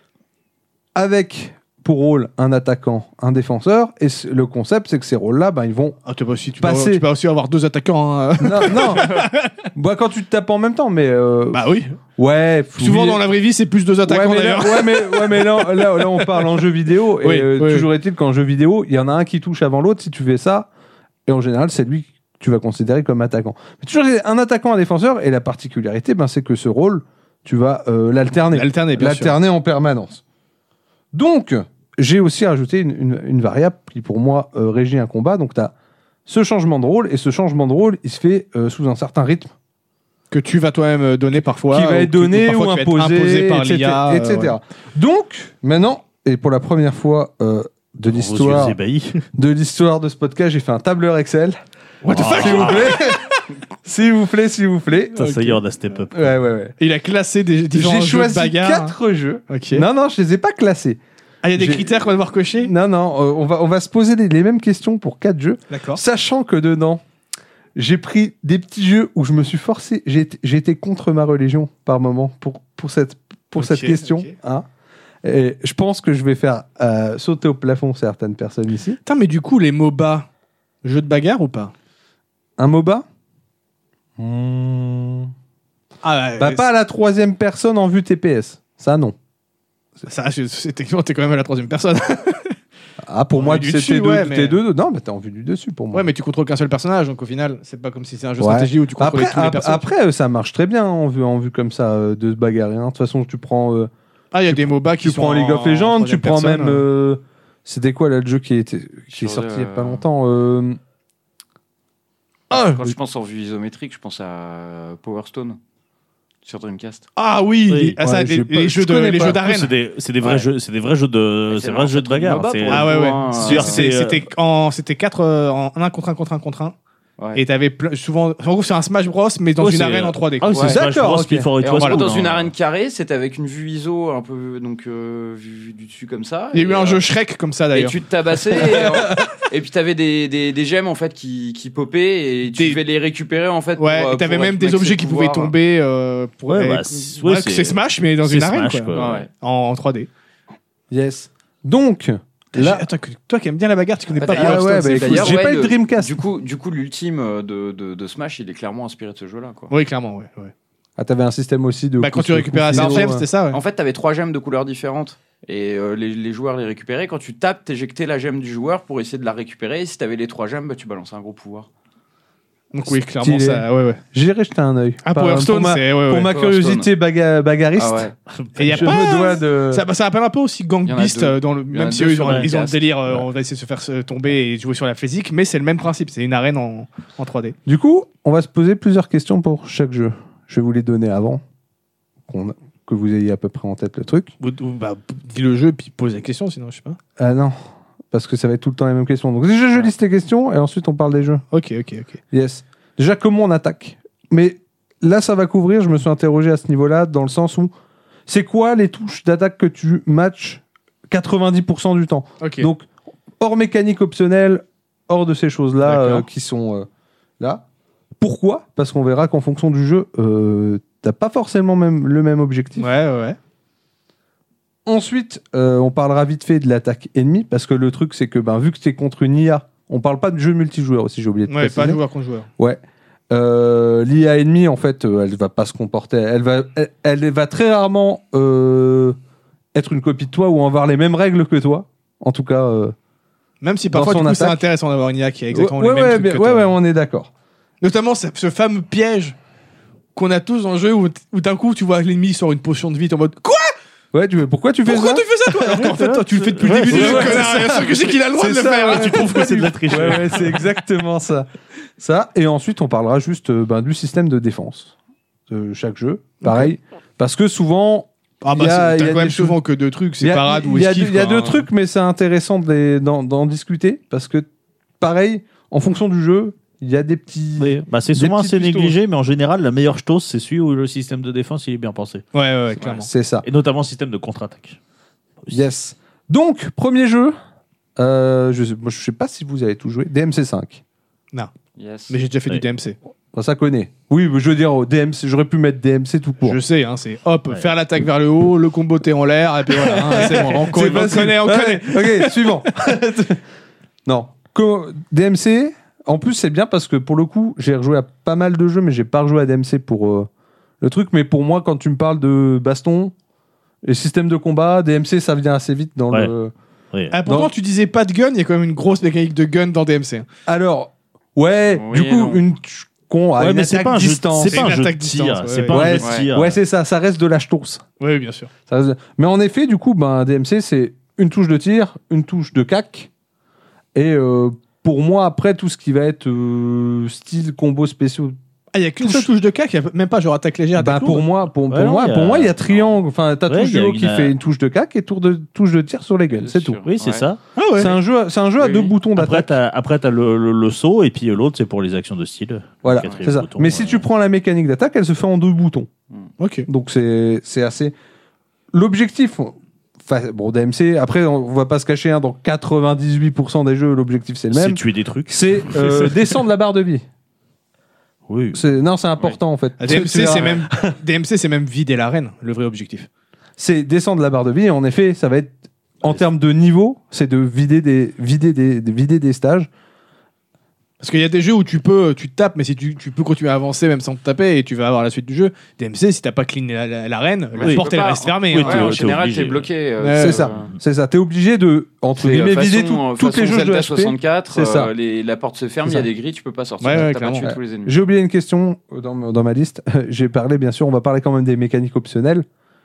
Avec pour rôle un attaquant, un défenseur, et c- le concept, c'est que ces rôles-là, ben, ils vont. Ah, tu peux aussi, tu Passer. peux, tu peux aussi avoir deux attaquants. hein. Non, non. Bah, quand tu te tapes en même temps, mais. euh, Bah oui. ouais. Souvent oui. dans la vraie vie, c'est plus deux Ouais, attaquants mais là, d'ailleurs. ouais, mais, ouais, mais là, là, là, on parle en jeu vidéo. Et Oui, euh, oui. toujours est-il qu'en jeu vidéo, il y en a un qui touche avant l'autre. Si tu fais ça, et en général, c'est lui que tu vas considérer comme attaquant. Mais toujours un attaquant, un défenseur. Et la particularité, ben, c'est que ce rôle, tu vas euh, l'alterner. L'alterner, bien sûr. L'alterner en permanence. Donc, j'ai aussi rajouté une, une- une variable qui, pour moi, euh, régit un combat. Donc, tu as ce changement de rôle. Et ce changement de rôle, il se fait euh, sous un certain rythme. Que tu vas toi-même donner parfois. qui va ou être que- donné parfois ou qui va être imposé, imposé par et cetera, l'I A. et cetera. Donc, maintenant, et pour la première fois euh, de Vos l'histoire yeux ébahis. de l'histoire de ce podcast, j'ai fait un tableur Excel. What the fuck S'il vous plaît. S'il vous plaît, s'il vous plaît. Ça, ça y est, on a step up. Ouais, ouais, ouais. Il a classé des différents J'ai jeux de choisi bagarre. quatre jeux. Ok. Non, non, je les ai pas classés. Ah, il y a des j'ai- critères qu'on va devoir cocher. Non, non, euh, on, va, on va se poser les, les mêmes questions pour quatre jeux, D'accord. sachant que dedans, j'ai pris des petits jeux où je me suis forcé, j'ai été- j'ai été contre ma religion par moment pour, pour, cette, pour Ok, cette question. ok. Hein. Et je pense que je vais faire euh, sauter au plafond certaines personnes ici. Putain, mais du coup, les MOBA, jeux de bagarre ou pas? Un MOBA Hmm. Ah, Bah, pas à la troisième personne en vue T P S. Ça, non. Ça, c'est- c'est techniquement, t'es quand même à la troisième personne. Ah, pour En moi, vue du c'était dessus, deux, ouais, t'es mais- deux. Non, mais t'es en vue du dessus pour moi. Ouais, mais tu contrôles qu'un seul personnage, donc au final, c'est pas comme si c'est un jeu de Ouais. stratégie où tu contrôles Après, tous les ap- personnages. après euh, ça marche très bien en vue, en vue comme ça euh, de se bagarrer. hein. De toute façon, tu prends, euh, Ah, il y a des MOBA qui tu sont prends League of en Legends, tu troisième prends personne. même. euh, C'était quoi là le jeu qui, était, qui est Sur, sorti il y a euh, pas longtemps euh, Ah, Quand je pense en vue isométrique, je pense à Power Stone sur Dreamcast. ah oui, Oui. les- ah, ça, Ouais, les, j'ai pas- les je jeux de connais les pas. jeux d'arène. C'est des, c'est des vrais Ouais. jeux, c'est des vrais jeux de, Mais c'est c'est des vrais un jeux de truc bagarre. MOBA C'est- pour Ah ouais, ouais. Hein, C'est- euh, c'est- c'est- C'était en c'était quatre euh, en un contre un contre un contre un. Ouais. Et t'avais plein- souvent en gros c'est un Smash Bros mais dans Ouais, une c'est- arène en trois D. Ah oui, c'est Ouais. Smash D'accord, Bros. ok. Before It Et en Was gros, Cool, dans hein. une arène carrée, c'était avec une vue ISO un peu donc euh, vue, vue du dessus comme ça. Il y a eu Et, un euh, jeu Shrek comme ça Et d'ailleurs. tu te tabassais et, euh, et puis t'avais des, des, des gemmes en fait qui, qui popaient et tu Des- devais les récupérer en fait. Ouais, pour, euh, et t'avais pour même des maxer objets le qui pouvaient pouvoir. tomber euh, pour Ouais, et- bah, c'est- ouais, ouais, c'est c'est- Smash mais dans c'est une arène Smash, quoi. quoi. Ouais. En, en trois D. Yes. Donc, Là, là. attends, que- toi qui aimes bien la bagarre, tu connais Bah, pas d'ailleurs, Power Ah Stone, ouais, bah, c'est- écoute, d'ailleurs, j'ai ouais, pas eu de le- Dreamcast. Du coup, du coup, l'ultime de, de, de Smash, il est clairement inspiré de ce jeu-là. Quoi. Oui, clairement, ouais. ouais. Ah, t'avais un système aussi de. Bah, quand coups tu sur récupères la coups système, finaux, c'était ça, ouais. En fait, t'avais trois gemmes de couleurs différentes et euh, les, les joueurs les récupéraient. Quand tu tapes, t'éjectais la gemme du joueur pour essayer de la récupérer. Et si t'avais les trois gemmes, bah, tu balançais un gros pouvoir. Donc oui, clairement Stylé. ça, ouais, ouais. J'irai jeter un œil. Ah, Par- Power pour Stone, ma, c'est ouais, pour ouais. ma Power curiosité baga- bagarriste. Ah ouais. Et y a je pas- me dois de. Ça, bah, ça rappelle un peu aussi Gang Il y en a Beast, deux. euh, dans le, Il y en a même si deux eux, ils sur ont, le ils ont le cast. délire, euh, Ouais. on va essayer de se faire se tomber et jouer sur la physique, mais c'est le même principe, c'est une arène en, en trois D. Du coup, on va se poser plusieurs questions pour chaque jeu. Je vais vous les donner avant qu'on a- que vous ayez à peu près en tête le truc. Ou- ou, bah, dis le jeu, puis pose la question, sinon je sais pas. Ah non, parce que ça va être tout le temps les mêmes questions. Donc déjà, je liste les questions et ensuite on parle des jeux. Ok, ok, ok. Yes. Déjà, comment on attaque? Mais là, ça va couvrir, je me suis interrogé à ce niveau-là, dans le sens où c'est quoi les touches d'attaque que tu matches quatre-vingt-dix pour cent du temps? Ok. Donc, hors mécanique optionnelle, hors de ces choses-là D'accord. euh, qui sont euh, là. Pourquoi? Parce qu'on verra qu'en fonction du jeu, euh, t'as pas forcément même, le même objectif. ouais, ouais, ouais. Ensuite, euh, on parlera vite fait de l'attaque ennemie, parce que le truc, c'est que ben, vu que tu es contre une I A, on parle pas de jeu multijoueur aussi, j'ai oublié de Ouais, préciser. pas joueur contre joueur. Ouais. Euh, L'I A ennemie, en fait, euh, elle va pas se comporter. Elle va, elle, elle va très rarement euh, être une copie de toi ou avoir les mêmes règles que toi. En tout cas. Euh, Même si Dans parfois, du son coup, c'est attaque. intéressant d'avoir une I A qui a exactement ouais, les mêmes ouais, trucs bien- que ouais, toi. ouais, on est d'accord. Notamment ce, ce fameux piège qu'on a tous dans le jeu où, où d'un coup, tu vois l'ennemi sur une potion de vie, t'es en mode quoi? Ouais, tu, pourquoi tu fais Pourquoi ça tu fais ça, toi? Alors qu'en fait, toi, tu le fais depuis le Ouais, début du ouais, jeu, ouais, connard. Bien sûr que c'est qu'il a le droit de C'est le ça, faire. ouais. hein. Tu trouves que c'est de la triche. Ouais, ouais, c'est exactement ça. Ça, et ensuite, on parlera juste euh, ben, du système de défense de chaque jeu. Pareil. Parce que souvent. Ah il y bah, a- c'est- il y t'as a quand même des souvent choses- que deux trucs, Il c'est y a- parade ou il y a, esquive. deux- il y a quoi, deux hein. trucs, mais c'est intéressant de les- d'en d'en discuter. Parce que, pareil, en fonction du jeu, il y a des petits. Oui, bah c'est Des souvent petites assez pistos. négligé, mais en général, la meilleure chose, c'est celui où le système de défense il est bien pensé. Ouais, ouais, ouais, clairement. C'est ça. Et notamment le système de contre-attaque. Yes. Donc, premier jeu. Euh, je, moi, je sais pas si vous avez tout joué. D M C cinq. Yes. Mais j'ai déjà fait Ouais. du D M C. Bon, ça connaît. Oui, mais je veux dire, au D M C, j'aurais pu mettre D M C tout court. Je sais, hein, c'est hop, Ouais. faire l'attaque vers le haut, le combo T en l'air, et puis voilà, hein, c'est bon, on connaît, on facile. connaît, on Ouais, connaît. Ok, suivant. Non. Co- D M C, en plus, c'est bien parce que pour le coup, j'ai rejoué à pas mal de jeux, mais j'ai pas rejoué à D M C pour euh, le truc. Mais pour moi, quand tu me parles de baston et système de combat, D M C, ça vient assez vite dans Ouais. le. Oui. Ah, pourtant, Non. tu disais pas de gun, il y a quand même une grosse mécanique de gun dans D M C. hein. Alors, ouais, Oui du et coup, non. une con à Ouais, une mais c'est attaque pas un jeu, distance. c'est C'est pas un une jeu de attaque tir. distance, C'est ouais, pas ouais. un jeu de Ouais. tir. Ouais, c'est ça, ça reste de l'achtos. Oui, bien sûr. Ça reste- Mais en effet, du coup, ben, D M C, c'est une touche de tir, une touche de cac. Et euh, pour moi, après, tout ce qui va être euh, style combo spéciaux. Ah, il y a qu'une Touche. seule touche de cac, il y a même pas genre attaque légère, Ben, attaque pour lourde. moi, pour, pour Ouais, non, moi, il y a- pour moi, il y a triangle. Enfin, t'as Ouais, touche il y a du haut une, qui euh, fait une touche de cac et tour de, touche de tir sur les guns. Bien C'est sûr. tout. Oui, c'est Ouais. ça. Ah ouais. C'est un jeu, c'est un jeu à Oui, deux oui. boutons Après, d'attaque. t'as, après, t'as le, le, le saut, et puis euh, l'autre, c'est pour les actions de style. Voilà, Le quatrième c'est ça. bouton, Mais si euh, tu prends la mécanique d'attaque, elle se fait en deux boutons. Ok. Donc c'est c'est assez. L'objectif, enfin, bon, D M C, après, on va pas se cacher, hein, dans quatre-vingt-dix-huit pour cent des jeux, l'objectif c'est le c'est même. tuer des trucs. C'est euh, descendre la barre de vie. Oui. C'est- Non, c'est important en fait. Ah, D M Tu C, verras. c'est même, D M C, c'est même vider l'arène, le vrai objectif. C'est descendre la barre de vie. Et en effet, ça va être en termes de niveau, c'est de vider des, vider des, de vider des stages. Parce qu'il y a des jeux où tu peux, tu te tapes, mais si tu, tu peux continuer à avancer même sans te taper et tu vas avoir la suite du jeu. D M C, si t'as pas cleané la- la- l'arène, Ouais, la tu porte peux elle pas. reste fermée. Oui, hein. Ouais, t'es- en t'es général, obligé. t'es bloqué. euh, Ouais, c'est euh, ça, c'est ça. T'es obligé de entre C'est guillemets euh, vider façon, tout- euh, toutes les façon jeux de Zelda H P. soixante-quatre, C'est ça. euh, les- la porte se ferme, C'est il y a ça. des grilles, tu peux pas sortir. Ouais, ouais, t'as pas clairement. tué Ouais. tous les ennemis. J'ai oublié une question dans, dans ma liste. J'ai parlé, bien sûr, on va parler quand même des mécaniques optionnelles.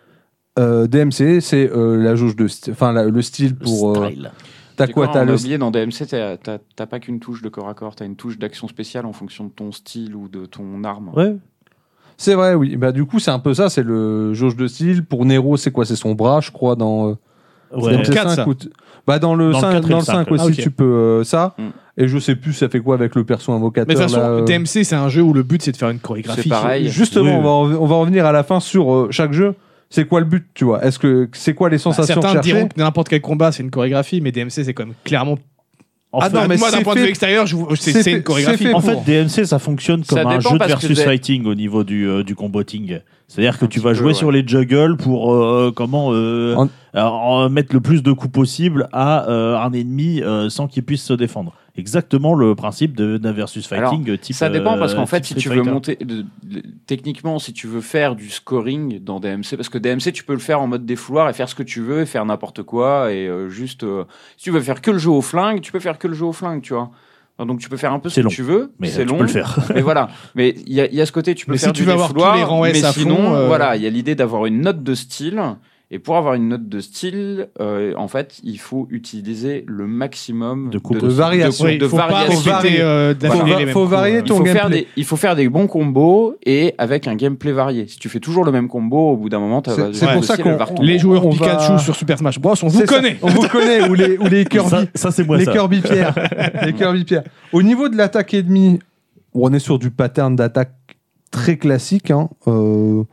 Euh, D M C, c'est euh, la jauge de, st- enfin la- le style pour. euh, Style. T'as Tu quoi vois, T'as on a le. oublié, dans D M C, t'as t'as- t'as pas qu'une touche de corps à corps, t'as une touche d'action spéciale en fonction de ton style ou de ton arme. Ouais. C'est vrai, oui. Bah du coup, c'est un peu ça. C'est le jauge de style. Pour Nero, c'est quoi C'est son bras, je crois, dans. euh, Ouais. D M C quatre, cinq ça. ou t- Bah dans le Dans le cinq, quatre et dans le le cinq, cinq ouais. aussi, Ah, ok. tu peux euh, ça. Mm. Et je sais plus, ça fait quoi avec le perso invocateur Mais de toute façon, là, euh, D M C, c'est un jeu où le but c'est de faire une chorégraphie. C'est pareil. Justement, Oui. on, va en- on va revenir à la fin sur euh, chaque jeu. C'est quoi le but, tu vois Est-ce que c'est quoi les Bah, sensations certains recherchées diront que n'importe quel combat c'est une chorégraphie, mais D M C c'est quand même clairement. Ah non, mais moi d'un c'est point de fait- vue extérieur, je vous- c'est c'est c'est fait- une chorégraphie. c'est fait En pour. fait, D M C, ça fonctionne comme Ça un dépend jeu de parce que versus des- fighting au niveau du, euh, du comboting. C'est-à-dire que Un tu petit vas peu, jouer ouais. sur les juggles pour euh, comment euh, En- alors, en mettre le plus de coups possible à euh, un ennemi euh, sans qu'il puisse se défendre. Exactement le principe de- d'un versus fighting Alors, type. ça dépend parce euh, qu'en fait, type si Street tu veux Fighter. monter, de- de- techniquement, si tu veux faire du scoring dans D M C, parce que D M C, tu peux le faire en mode défouloir et faire ce que tu veux, et faire n'importe quoi, et euh, juste, euh, si tu veux faire que le jeu au flingue, tu peux faire que le jeu au flingue, tu vois. Enfin, donc tu peux faire un peu ce C'est que long. tu veux, Mais c'est tu long. peux le faire. Mais voilà. Mais il y, a- il y a ce côté, tu peux Mais si faire tu du veux avoir défouloir, tous les rangs S mais à sinon, fond, euh, voilà, il y a l'idée d'avoir une note de style. Et pour avoir une note de style, euh, en fait, il faut utiliser le maximum De coups de variations. Oui, de faut pas variations. Faut varier. répéter, euh, d'affilée Faut va- les mêmes faut coups, varier euh. Il ton faut, faire gameplay. des, il faut faire des bons combos et avec un gameplay varié. Si tu fais toujours le même combo, au bout d'un moment, tu C'est- vas c'est pour ça qu'on- qu'on Les joueurs On Pikachu va- sur Super Smash Bros, on vous C'est ça. connaît. On vous connaît. Ou les, ou les Kirby. Ça, ça, c'est moi les ça. Kirby pierres. les Kirby pierres. Au niveau de l'attaque ennemie, on est sur du pattern d'attaque très classique. Hein. Euh,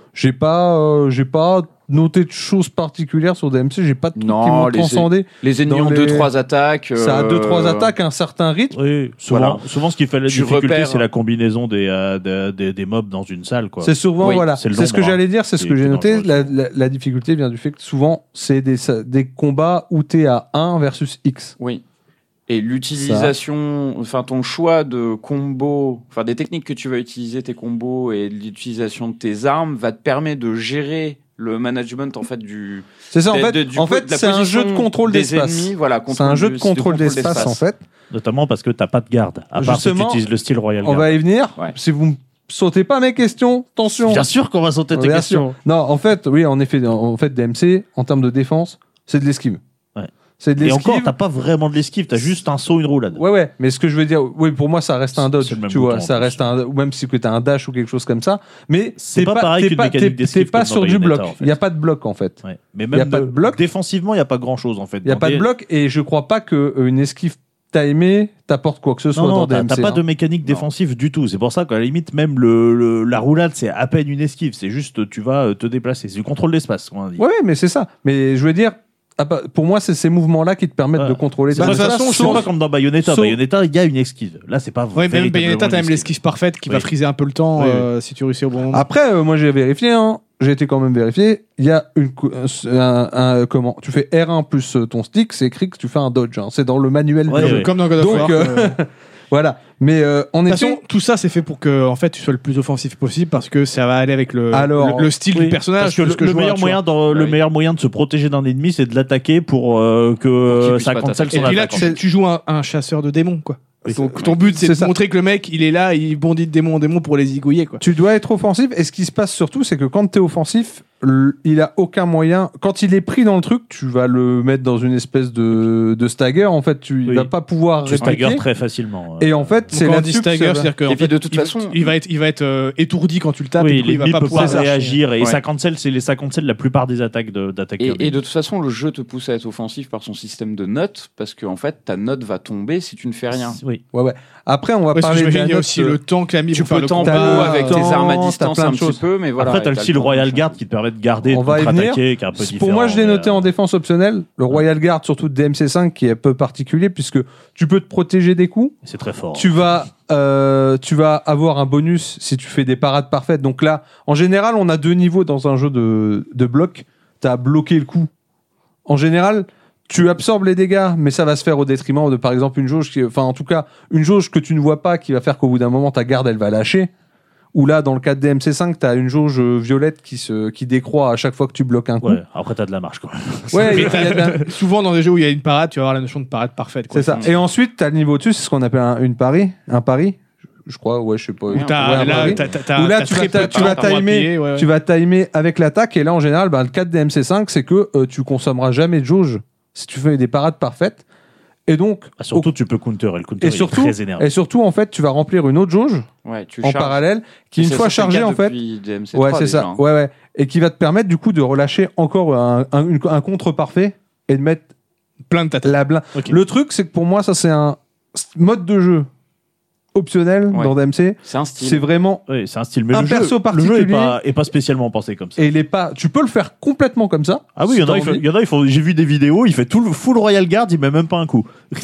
j'ai pas, euh, j'ai pas noté de choses particulières sur D M C. J'ai pas de trucs Non, qui m'ont les- transcendé. Les ennemis Dans ont les- deux trois attaques. Ça a euh, deux trois attaques, un certain rythme. Oui, souvent, Voilà. souvent ce qui fait la Tu difficulté, repères- c'est la combinaison des, euh, des, des, des mobs dans une salle. Quoi. C'est souvent, Oui, voilà. c'est C'est le ce que nombre, j'allais dire, c'est ce qui que est j'ai plus noté. dangereux. La, la, la difficulté vient du fait que souvent, c'est des, des combats où t'es à un versus X. Oui. Et l'utilisation, enfin ton choix de combo, enfin des techniques que tu vas utiliser, tes combos et l'utilisation de tes armes va te permettre de gérer le management en fait du. C'est ça, en de- fait, de- du en co- fait de la c'est un position jeu de contrôle des d'espace. ennemis, voilà, C'est contrôle un jeu de- de contrôle de d'espace, en fait. Notamment parce que t'as pas de garde. À part si tu Justement, utilises le style Royal On Guard. va y venir. Ouais. Si vous me sautez pas mes questions, attention. Bien sûr qu'on va sauter tes Bien questions. sûr. Non, en fait, oui, en effet, en fait, D M C, en termes de défense, c'est de l'esquive. Ouais. C'est de Et l'esquive. encore, t'as pas vraiment de l'esquive, t'as juste un saut, une roulade. Ouais, ouais, mais ce que je veux dire, oui, pour moi, ça reste un dodge, C'est le même tu vois, bouton, en ça plus. reste un, ou même si tu as un dash ou quelque chose comme ça, mais C'est t'es pas pareil t'es qu'une pas, mécanique t'es- d'esquive t'es pas comme sur dans du Bayonetta, bloc. en fait. Il n'y a pas de bloc, en fait. Ouais. Mais Y a même pas de- de bloc. défensivement, il n'y a pas grand chose en fait. Il n'y a Dans pas de des- bloc, et je crois pas qu'une esquive timée t'apporte quoi que ce soit Non, non, dans t'as D M C. t'as pas hein. de mécanique défensive du tout. C'est pour ça qu'à la limite, même le, le- la roulade, c'est à peine une esquive. C'est juste, tu vas euh, te déplacer. C'est du contrôle d'espace, comme on a dit. Ouais, ouais, mais c'est ça. Mais je veux dire, ah bah, pour moi, c'est ces mouvements-là qui te permettent Ouais. de contrôler C'est ton pas, de toute espace. façon, c'est Sauf- pas comme dans Bayonetta. sauf- Bayonetta, il y a une esquive. Là, c'est pas Ouais, même véritablement Bayonetta, t'as même une esquive. l'esquive parfaite qui va Oui. friser un peu le temps Oui, oui. euh, si tu réussis au bon moment. Après, euh, moi j'ai vérifié, hein. J'ai été quand même vérifié. Il y a une, cou- un, un- comment tu fais R un plus euh, ton stick, c'est écrit que tu fais un dodge. hein. C'est dans le manuel. Ouais, du comme, jeu. ouais. comme dans God of Donc, War. euh, euh, Voilà. Mais euh, en De toute effet, façon, tout ça, c'est fait pour que en fait, tu sois le plus offensif possible parce que ça va aller avec le, Alors, le, le style Oui, du personnage. parce que de le, ce que le je vois, meilleur tu vois. moyen dans- le Oui. meilleur moyen de se protéger d'un ennemi, c'est de l'attaquer pour euh, que euh, puisse ça pas cancelle t'attaquer. son Et puis là, attaque. tu, tu joues un, un chasseur de démons, quoi. Oui, Donc c'est- ton but, c'est c'est de ça. montrer que le mec, il est là, il bondit de démon en démon pour les zigouiller, quoi. tu dois être offensif. Et ce qui se passe surtout, c'est que quand tu es offensif, l- il a aucun moyen. Quand il est pris dans le truc, tu vas le mettre dans une espèce de, de stagger. En fait, tu, il Oui. va pas pouvoir Tu stagger répliquer. très facilement. Et en fait, Donc c'est quand on là-dessus dit que stagger, ça va- c'est-à-dire que Et en puis, fait, de toute il, façon- il va être, il va être euh, étourdi quand tu le tapes. oui, et du coup, il va l'ennemi pas peut pouvoir pas réagir et Ouais. ça cancelle, c'est les ça cancelle la plupart des attaques de- d'attaquer. Et, et de toute façon, le jeu te pousse à être offensif par son système de notes parce que en fait, ta note va tomber si tu ne fais rien. Oui. Ouais, ouais. Après, on va Ouais, parce que parler de j'imagine, la il y a note, aussi euh, le temps que l'a mis Tu pour faire peux le tempo combat. avec tes temps, armes à t'as distance plein un de petit choses. peu, mais voilà. Après, t'as et le style temps, Royal machin. Guard qui te permet de garder, On de va y contre-attaquer, qui est un peu Pour différent. moi, je l'ai mais, noté euh, en défense optionnelle. Le Royal Guard, surtout de D M C cinq, qui est un peu particulier puisque tu peux te protéger des coups. C'est très fort. Tu vas, euh, tu vas avoir un bonus si tu fais des parades parfaites. Donc là, en général, on a deux niveaux dans un jeu de, de bloc. Tu as bloqué le coup. En général, tu absorbes les dégâts, mais ça va se faire au détriment de, par exemple, une jauge qui, enfin, en tout cas, une jauge que tu ne vois pas qui va faire qu'au bout d'un moment, ta garde, elle va lâcher. Ou là, dans le cas de D M C cinq, tu as une jauge violette qui, se, qui décroît à chaque fois que tu bloques un coup. Ouais, après, t'as de la marge, quoi. Ouais, il y Et a- il y a de la- Souvent, dans des jeux où il y a une parade, tu vas avoir la notion de parade parfaite. quoi. C'est ça. Et ensuite, tu as le niveau dessus, c'est ce qu'on appelle un, une pari. Un pari. Je crois, ouais, je sais pas. Où Ouais, t'as- un là, pari. t'as- t'as- t'as- Où là, t'as tu très vas, peu de tu vas temps pour timer, appuyer, ouais, ouais. tu vas timer avec l'attaque. Et là, en général, bah, le cas de D M C cinq, c'est que euh, tu consommeras jamais de jauge si tu fais des parades parfaites. Et donc, Ah, surtout, tu peux counter. Et le counter, et il est surtout, très énervé. et surtout, en fait, tu vas remplir une autre jauge Ouais, tu en charges. parallèle, qui Et une ça, fois ça, c'est le chargée, cas en fait, depuis D M C ouais, trois c'est déjà, ça, hein. ouais, ouais, et qui va te permettre du coup de relâcher encore un, un, une- un contre parfait et de mettre Plein de tata. la blinde. Ok. Le truc, c'est que pour moi, ça c'est un mode de jeu optionnel Ouais. dans D M C. C'est un style. C'est vraiment Oui, c'est un style. Mais Un le jeu, perso le jeu particulier. est pas, est pas spécialement pensé comme ça. et il est pas. Tu peux le faire complètement comme ça. Ah oui, il si y en t'as a, il faut- envie. il y en a, il faut- j'ai vu des vidéos, il fait tout le full Royal Guard, il met même pas un coup.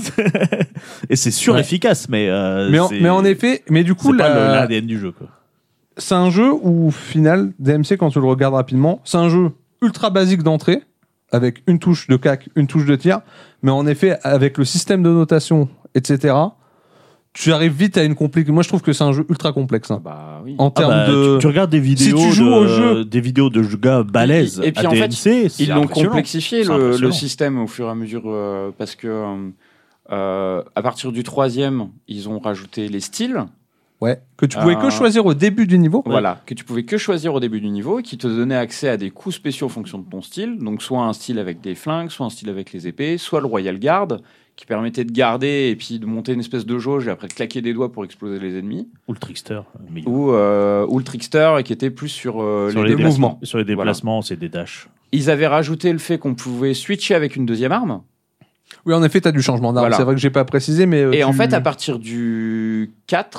Et c'est sûr Ouais. efficace, mais. euh, Mais en, c'est- mais en effet, mais du coup, c'est pas la- l'A D N du jeu, quoi. c'est un jeu où, au final, D M C, quand tu le regardes rapidement, c'est un jeu ultra basique d'entrée, avec une touche de cac, une touche de tir, mais en effet, avec le système de notation, et cetera, tu arrives vite à une complique. Moi, je trouve que c'est un jeu ultra complexe. hein. Bah oui. En Ah termes bah, de. tu, tu regardes des vidéos, tu joues de, au jeu- des vidéos de gars balèzes Et- et puis, à en fait, D M C, c'est Ils l'ont impressionnant. complexifié C'est le, le impressionnant. système au fur et à mesure euh, parce que euh, euh, à partir du troisième, ils ont rajouté les styles, Ouais. Que tu pouvais Euh, que choisir au début du niveau. voilà, que tu pouvais que choisir au début du niveau et qui te donnait accès à des coups spéciaux en fonction de ton style. Donc soit un style avec des flingues, soit un style avec les épées, soit le Royal Guard qui permettait de garder et puis de monter une espèce de jauge et après de claquer des doigts pour exploser les ennemis, Ou le trickster. mais- ou, euh, ou le Trickster qui était plus sur, euh, sur les, les, déplacements. déplacements. Sur les déplacements, c'est des dashs. Ils avaient rajouté le fait qu'on pouvait switcher avec une deuxième arme. Oui, en effet, tu as du changement d'arme. Voilà. C'est vrai que j'ai pas précisé, mais. euh, Et en tu- fait, à partir du quatre,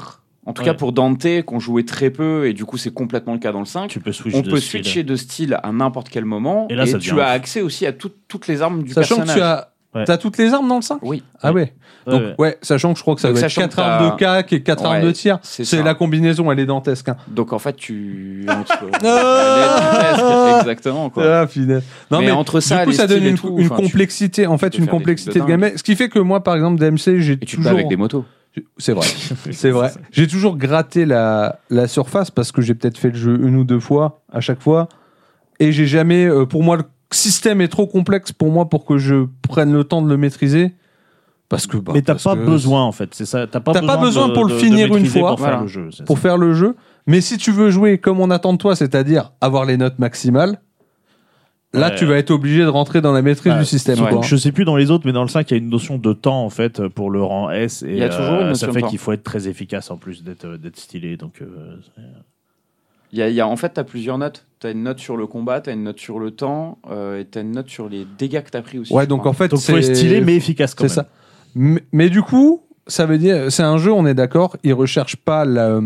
En tout Ouais. cas, pour Dante, qu'on jouait très peu, et du coup, c'est complètement le cas dans le cinq. Tu peux switch On de peut style. switcher de style à n'importe quel moment. Et là, ça tu devient as ouf. accès aussi à tout- toutes les armes du Sachant que personnage. tu as. Ouais. T'as toutes les armes dans le cinq? Oui. Ah ouais. Ouais, Donc, ouais. ouais, sachant que je crois que ça Donc, doit être sachant quatre que armes de t'as- cac et quatre armes Ouais, de tir. c'est C'est ça. la combinaison, elle est dantesque. Hein. Donc en fait, tu. entre- Ah Elle est dantesque, exactement. Quoi. Ah, finesse. Non, Mais mais, entre ça, du coup, les ça donne styles et une, tout, une enfin, tu- complexité, en fait, tu peux une faire des complexité trucs de de dingue. gameplay. Ce qui fait que moi, par exemple, D M C, j'ai Et tu te toujours. bats avec des motos. C'est vrai, c'est vrai. J'ai toujours gratté la, la surface parce que j'ai peut-être fait le jeu une ou deux fois à chaque fois. Et j'ai jamais. euh, pour moi, le système est trop complexe pour moi pour que je prenne le temps de le maîtriser. Parce que. bah, Mais t'as parce pas que besoin en fait, c'est ça. T'as pas T'as besoin, pas besoin de- pour le de- de finir une maîtriser fois. pour faire Voilà. le jeu. c'est pour ça. faire le jeu. Mais si tu veux jouer comme on attend de toi, c'est-à-dire avoir les notes maximales, là, Ouais. tu vas être obligé de rentrer dans la maîtrise Ouais. du système. Ouais. quoi. Je sais plus dans les autres, mais dans le cinq, il y a une notion de temps en fait pour le rang S. Et Il y a toujours une euh, notion ça de fait temps. qu'il faut être très efficace en plus d'être d'être stylé. Donc euh, c'est- Il y a, il y a- en fait, tu as plusieurs notes. Tu as une note sur le combat, tu as une note sur le temps, euh, et tu as une note sur les dégâts que tu as pris aussi. Ouais, je donc crois. en fait, donc faut c'est être stylé mais efficace quand c'est même. ça. Mais, mais du coup, ça veut dire, c'est un jeu, on est d'accord, il recherche pas la.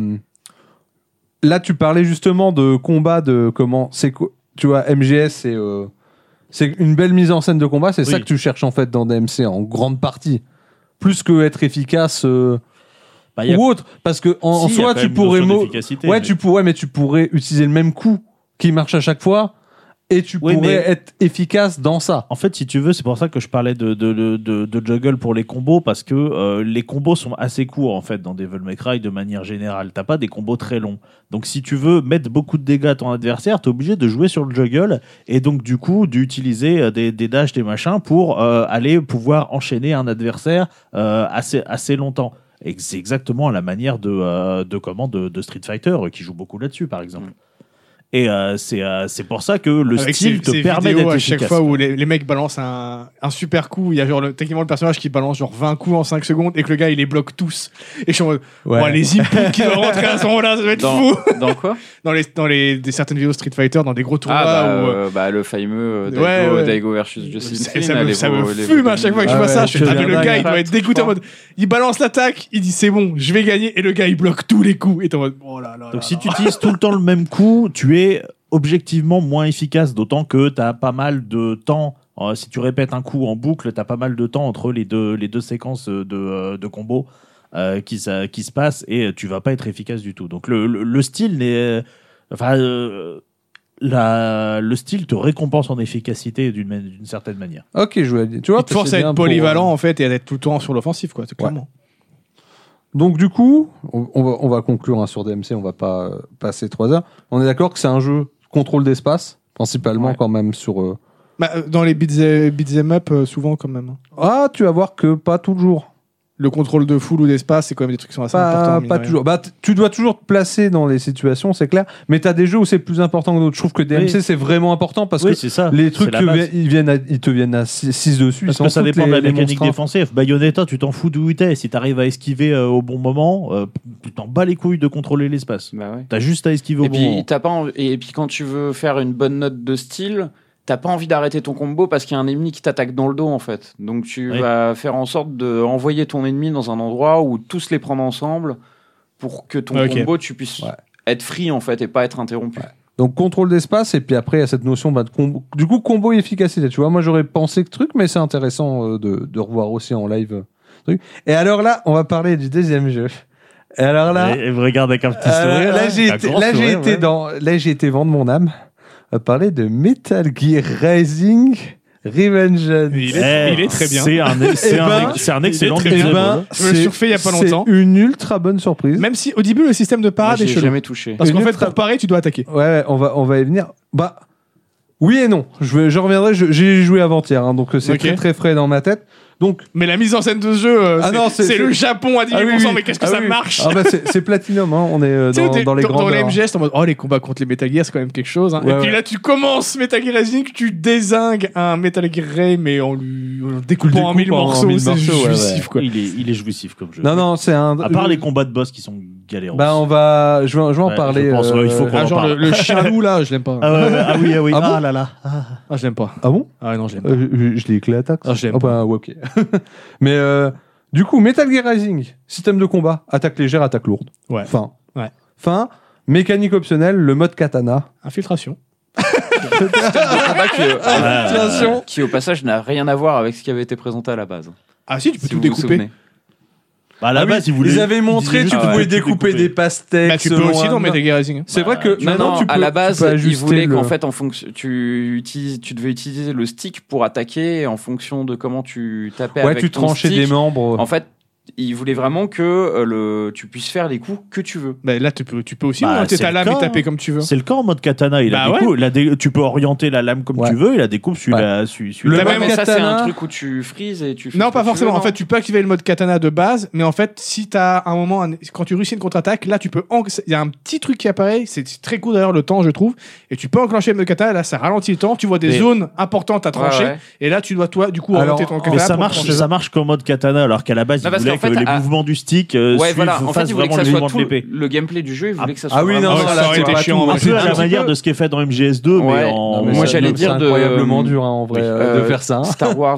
Là, tu parlais justement de combat, de comment. C'est quoi- tu vois, M G S, c'est. euh, C'est une belle mise en scène de combat, c'est ça Oui. que tu cherches en fait dans D M C en grande partie. Plus que être efficace euh, Bah, il y a- ou autre. Parce que en, en si, il y a soi, quand tu même une pourrais. notion mo- d'efficacité, Ouais, mais- tu pourrais, mais tu pourrais utiliser le même coup qui marche à chaque fois et tu Oui, pourrais mais- être efficace dans ça. En fait, si tu veux, c'est pour ça que je parlais de, de, de, de, de juggle pour les combos, parce que euh, les combos sont assez courts, en fait, dans Devil May Cry, de manière générale. T'as pas des combos très longs. Donc, si tu veux mettre beaucoup de dégâts à ton adversaire, t'es obligé de jouer sur le juggle, et donc, du coup, d'utiliser euh, des, des dashs, des machins, pour euh, aller pouvoir enchaîner un adversaire euh, assez, assez longtemps. Et c'est exactement à la manière de, euh, de, comment, de, de Street Fighter, euh, qui joue beaucoup là-dessus, par exemple. Mm. Et euh, c'est euh, c'est pour ça que le Avec style ces- te ces permet vidéos d'être à chaque efficace. fois où les, les mecs balancent un, un super coup, il y a genre le, techniquement le personnage qui balance genre vingt coups en cinq secondes et que le gars il les bloque tous. Et je suis en mode, Ouais. oh, les inputs qui doivent rentrer à ce moment-là, ça doit être Dans, fou. dans quoi Dans, les, dans les, des certaines vidéos Street Fighter, dans des gros tournois Ah, bah, où. euh, euh, bah, le fameux euh, Daigo, Ouais, ouais. Daigo versus Justin ça, Flynn, ça là, me, les ça beaux- me les fume beaux à chaque fois que je Ah vois ouais, ça. Je fais, que ah, mais le dingue. gars il doit être dégoûté en mode. Il balance l'attaque, il dit c'est bon, je vais gagner, et le gars il bloque tous les coups. Et t'es en mode, oh là là. là Donc si là. tu utilises tout le temps le même coup, tu es objectivement moins efficace, d'autant que tu as pas mal de temps. Euh, si tu répètes un coup en boucle, tu as pas mal de temps entre les deux, les deux séquences de, euh, de combos euh, qui, ça- qui se passent et tu vas pas être efficace du tout. Donc le, le, le style n'est... Enfin, euh, la, le style te récompense en efficacité d'une ma- d'une certaine manière. Ok, je voulais dire. Tu vois, Il te force c'est à bien être pour- polyvalent en fait et à être tout le temps sur l'offensive, quoi, c'est clairement. Donc du coup, on, on va, on va conclure hein, sur D M C, on va pas euh, passer trois heures. On est d'accord que c'est un jeu contrôle d'espace, principalement Ouais. quand même sur... euh, Bah, euh, dans les beats beat'em up, euh, souvent quand même. hein. Ah, tu vas voir que pas toujours. Le contrôle de foule ou d'espace, c'est quand même des trucs qui sont assez importants. Pas, mine pas de rien. toujours. Bah, t- tu dois toujours te placer dans les situations, c'est clair. Mais tu as des jeux où c'est plus important que d'autres. Je trouve que D M C, Oui. c'est vraiment important parce Oui, que c'est ça. les trucs, C'est la que base. vi- ils, viennent à- ils te viennent à six dessus. Parce ils s'en que ça foutent, dépend de les- la les mécanique monstres. défensive. Bayonetta, tu t'en fous d'où t'es. Si t'arrives à esquiver euh, au bon moment, euh, tu t'en bats les couilles de contrôler l'espace. Bah ouais. T'as juste à esquiver au Et bon puis, moment. t'as pas envie- et puis quand tu veux faire une bonne note de style, t'as pas envie d'arrêter ton combo parce qu'il y a un ennemi qui t'attaque dans le dos en fait. Donc tu Oui. vas faire en sorte d'envoyer ton ennemi dans un endroit où tous les prendre ensemble pour que ton Ok. combo tu puisses Ouais. être free en fait et pas être interrompu. Donc contrôle d'espace et puis après il y a cette notion bah, de combo. Du coup combo et efficacité. Tu vois, moi j'aurais pensé que truc, mais c'est intéressant euh, de, de revoir aussi en live. euh, truc. Et alors là, on va parler du deuxième jeu. Et alors là, Et, et me regarde avec un petit euh, sourire. là hein. j'ai Un été, grand là j'ai sourire, été ouais. dans, là j'ai été vendre mon âme. On va parler de Metal Gear Rising Revengeance. Il est, Eh, il est très bien. C'est un, c'est Eh un, ben, c'est un il est excellent très Eh beat'em bien. all. ben, Je me le suis refait il y a pas c'est longtemps. une ultra bonne surprise. Même si au début le système de Moi, parade est j'ai chelou. jamais touché. Parce Une qu'en fait, ultra- pour parer, tu dois attaquer. Ouais, ouais, on va, on va y venir. Bah, oui et non. Je, vais, je reviendrai. je- J'ai joué avant-hier, hein, donc euh, c'est Ok. très très frais dans ma tête. Donc, Mais la mise en scène de ce jeu, euh, Ah c'est- non, c'est- c'est c'est- le Japon à dix Ah mille oui, pour cent, oui. mais qu'est-ce que Ah ça oui. marche ah bah, c'est c'est Platinum, hein, on est euh, Tu sais, dans, t'es- dans les dans, dans grands. les M G S, t'es en mode, oh, les combats contre les Metal Gear, c'est quand même quelque chose. hein. Ouais, Et puis ouais. là, tu commences Metal Gear Rising, tu dézingues un Metal Gear Ray, mais en lui en le découpant en découpes mille en morceaux, mille c'est morceaux, ouais, jouissif, ouais. quoi. Il est, il est jouissif comme jeu. Non, non, c'est un. À part les combats de boss qui sont galères. Bah, on va. Je vais, je vais en Ouais, parler. je pense, ouais, il faut qu'on Ah, en genre parle. le, le chien loup, là, je l'aime pas. Ah, ouais, ouais, ah oui, ah oui. Ah Ah, bon là là. Ah. Ah, je l'aime pas. Ah bon Ah non, je l'aime pas. Euh, je je l'ai éclaté. Ah, je l'aime Ah bah, ouais, ok. Mais euh, Du coup, Metal Gear Rising, système de combat, attaque légère, attaque lourde. Ouais. Fin. Ouais. Fin. Mécanique optionnelle, le mode katana. Infiltration. Combat qui, euh, Attention. qui, au passage, n'a rien à voir avec ce qui avait été présenté à la base. Ah si, tu peux Si tout vous vous découper. souvenez. Bah, à la Ah oui, base, ils voulaient. ils avaient montré, ils tu disaient juste, pouvais ah, tout découper découper. des pastèques. Bah, tu peux selon aussi un- dans Metal Gear Rising. C'est vrai Bah, que tu- maintenant, non, tu peux, à la tu base, peux ils ajuster voulaient le- qu'en fait, en fonction, tu, utilises, tu devais utiliser le stick pour attaquer en fonction de comment tu tapais Ouais, avec tu ton tranchais stick. des membres. En fait, ils voulaient vraiment que euh, le, tu puisses faire les coups que tu veux. Bah, là, tu peux, tu peux aussi Bah, monter c'est ta le lame cas, et taper hein. comme tu veux. C'est le cas en mode katana. Il a Bah des ouais. coups- il a des- tu peux orienter la lame comme Ouais. tu veux. Il a des coupes sur Ouais. la. Sur, sur Le la- T'as Ouais, même mais ça, c'est katana- un truc où tu freezes et tu fais Non, ce pas que tu forcément. veux, En non fait, tu peux activer le mode katana de base, mais en fait, si t'as un moment, un- quand tu réussis une contre-attaque, là, tu peux. en- Il y a un petit truc qui apparaît, c'est c'est très cool d'ailleurs le temps, je trouve, et tu peux enclencher le mode katana. Là, ça ralentit le temps. Tu vois des Mais- zones importantes à trancher, Ouais, ouais. et là, tu dois toi, du coup, Alors, orienter ton mais katana. Mais ça pour marche, trancher. ça marche qu'en mode katana, alors qu'à la base, Non, ils parce voulaient qu'en que fait, les à- mouvements du stick euh, Ouais, suivent, voilà. En fait, fassent ils voulaient que vraiment ça le soit mouvement de tout l'épée. le gameplay du jeu. Ils voulaient Ah, que ça soit ah oui, vraiment- non, Ouais, non, ça là, aurait c'est été pas chiant, tout. ouais. Un c'est peu à un la petit manière peu- de ce qui est fait dans M G S deux, mais Ouais. en. Non, mais Moi, ça- j'allais c'est dire de- incroyablement dur, hein, en vrai, euh, de Euh, faire ça. hein. Star Wars.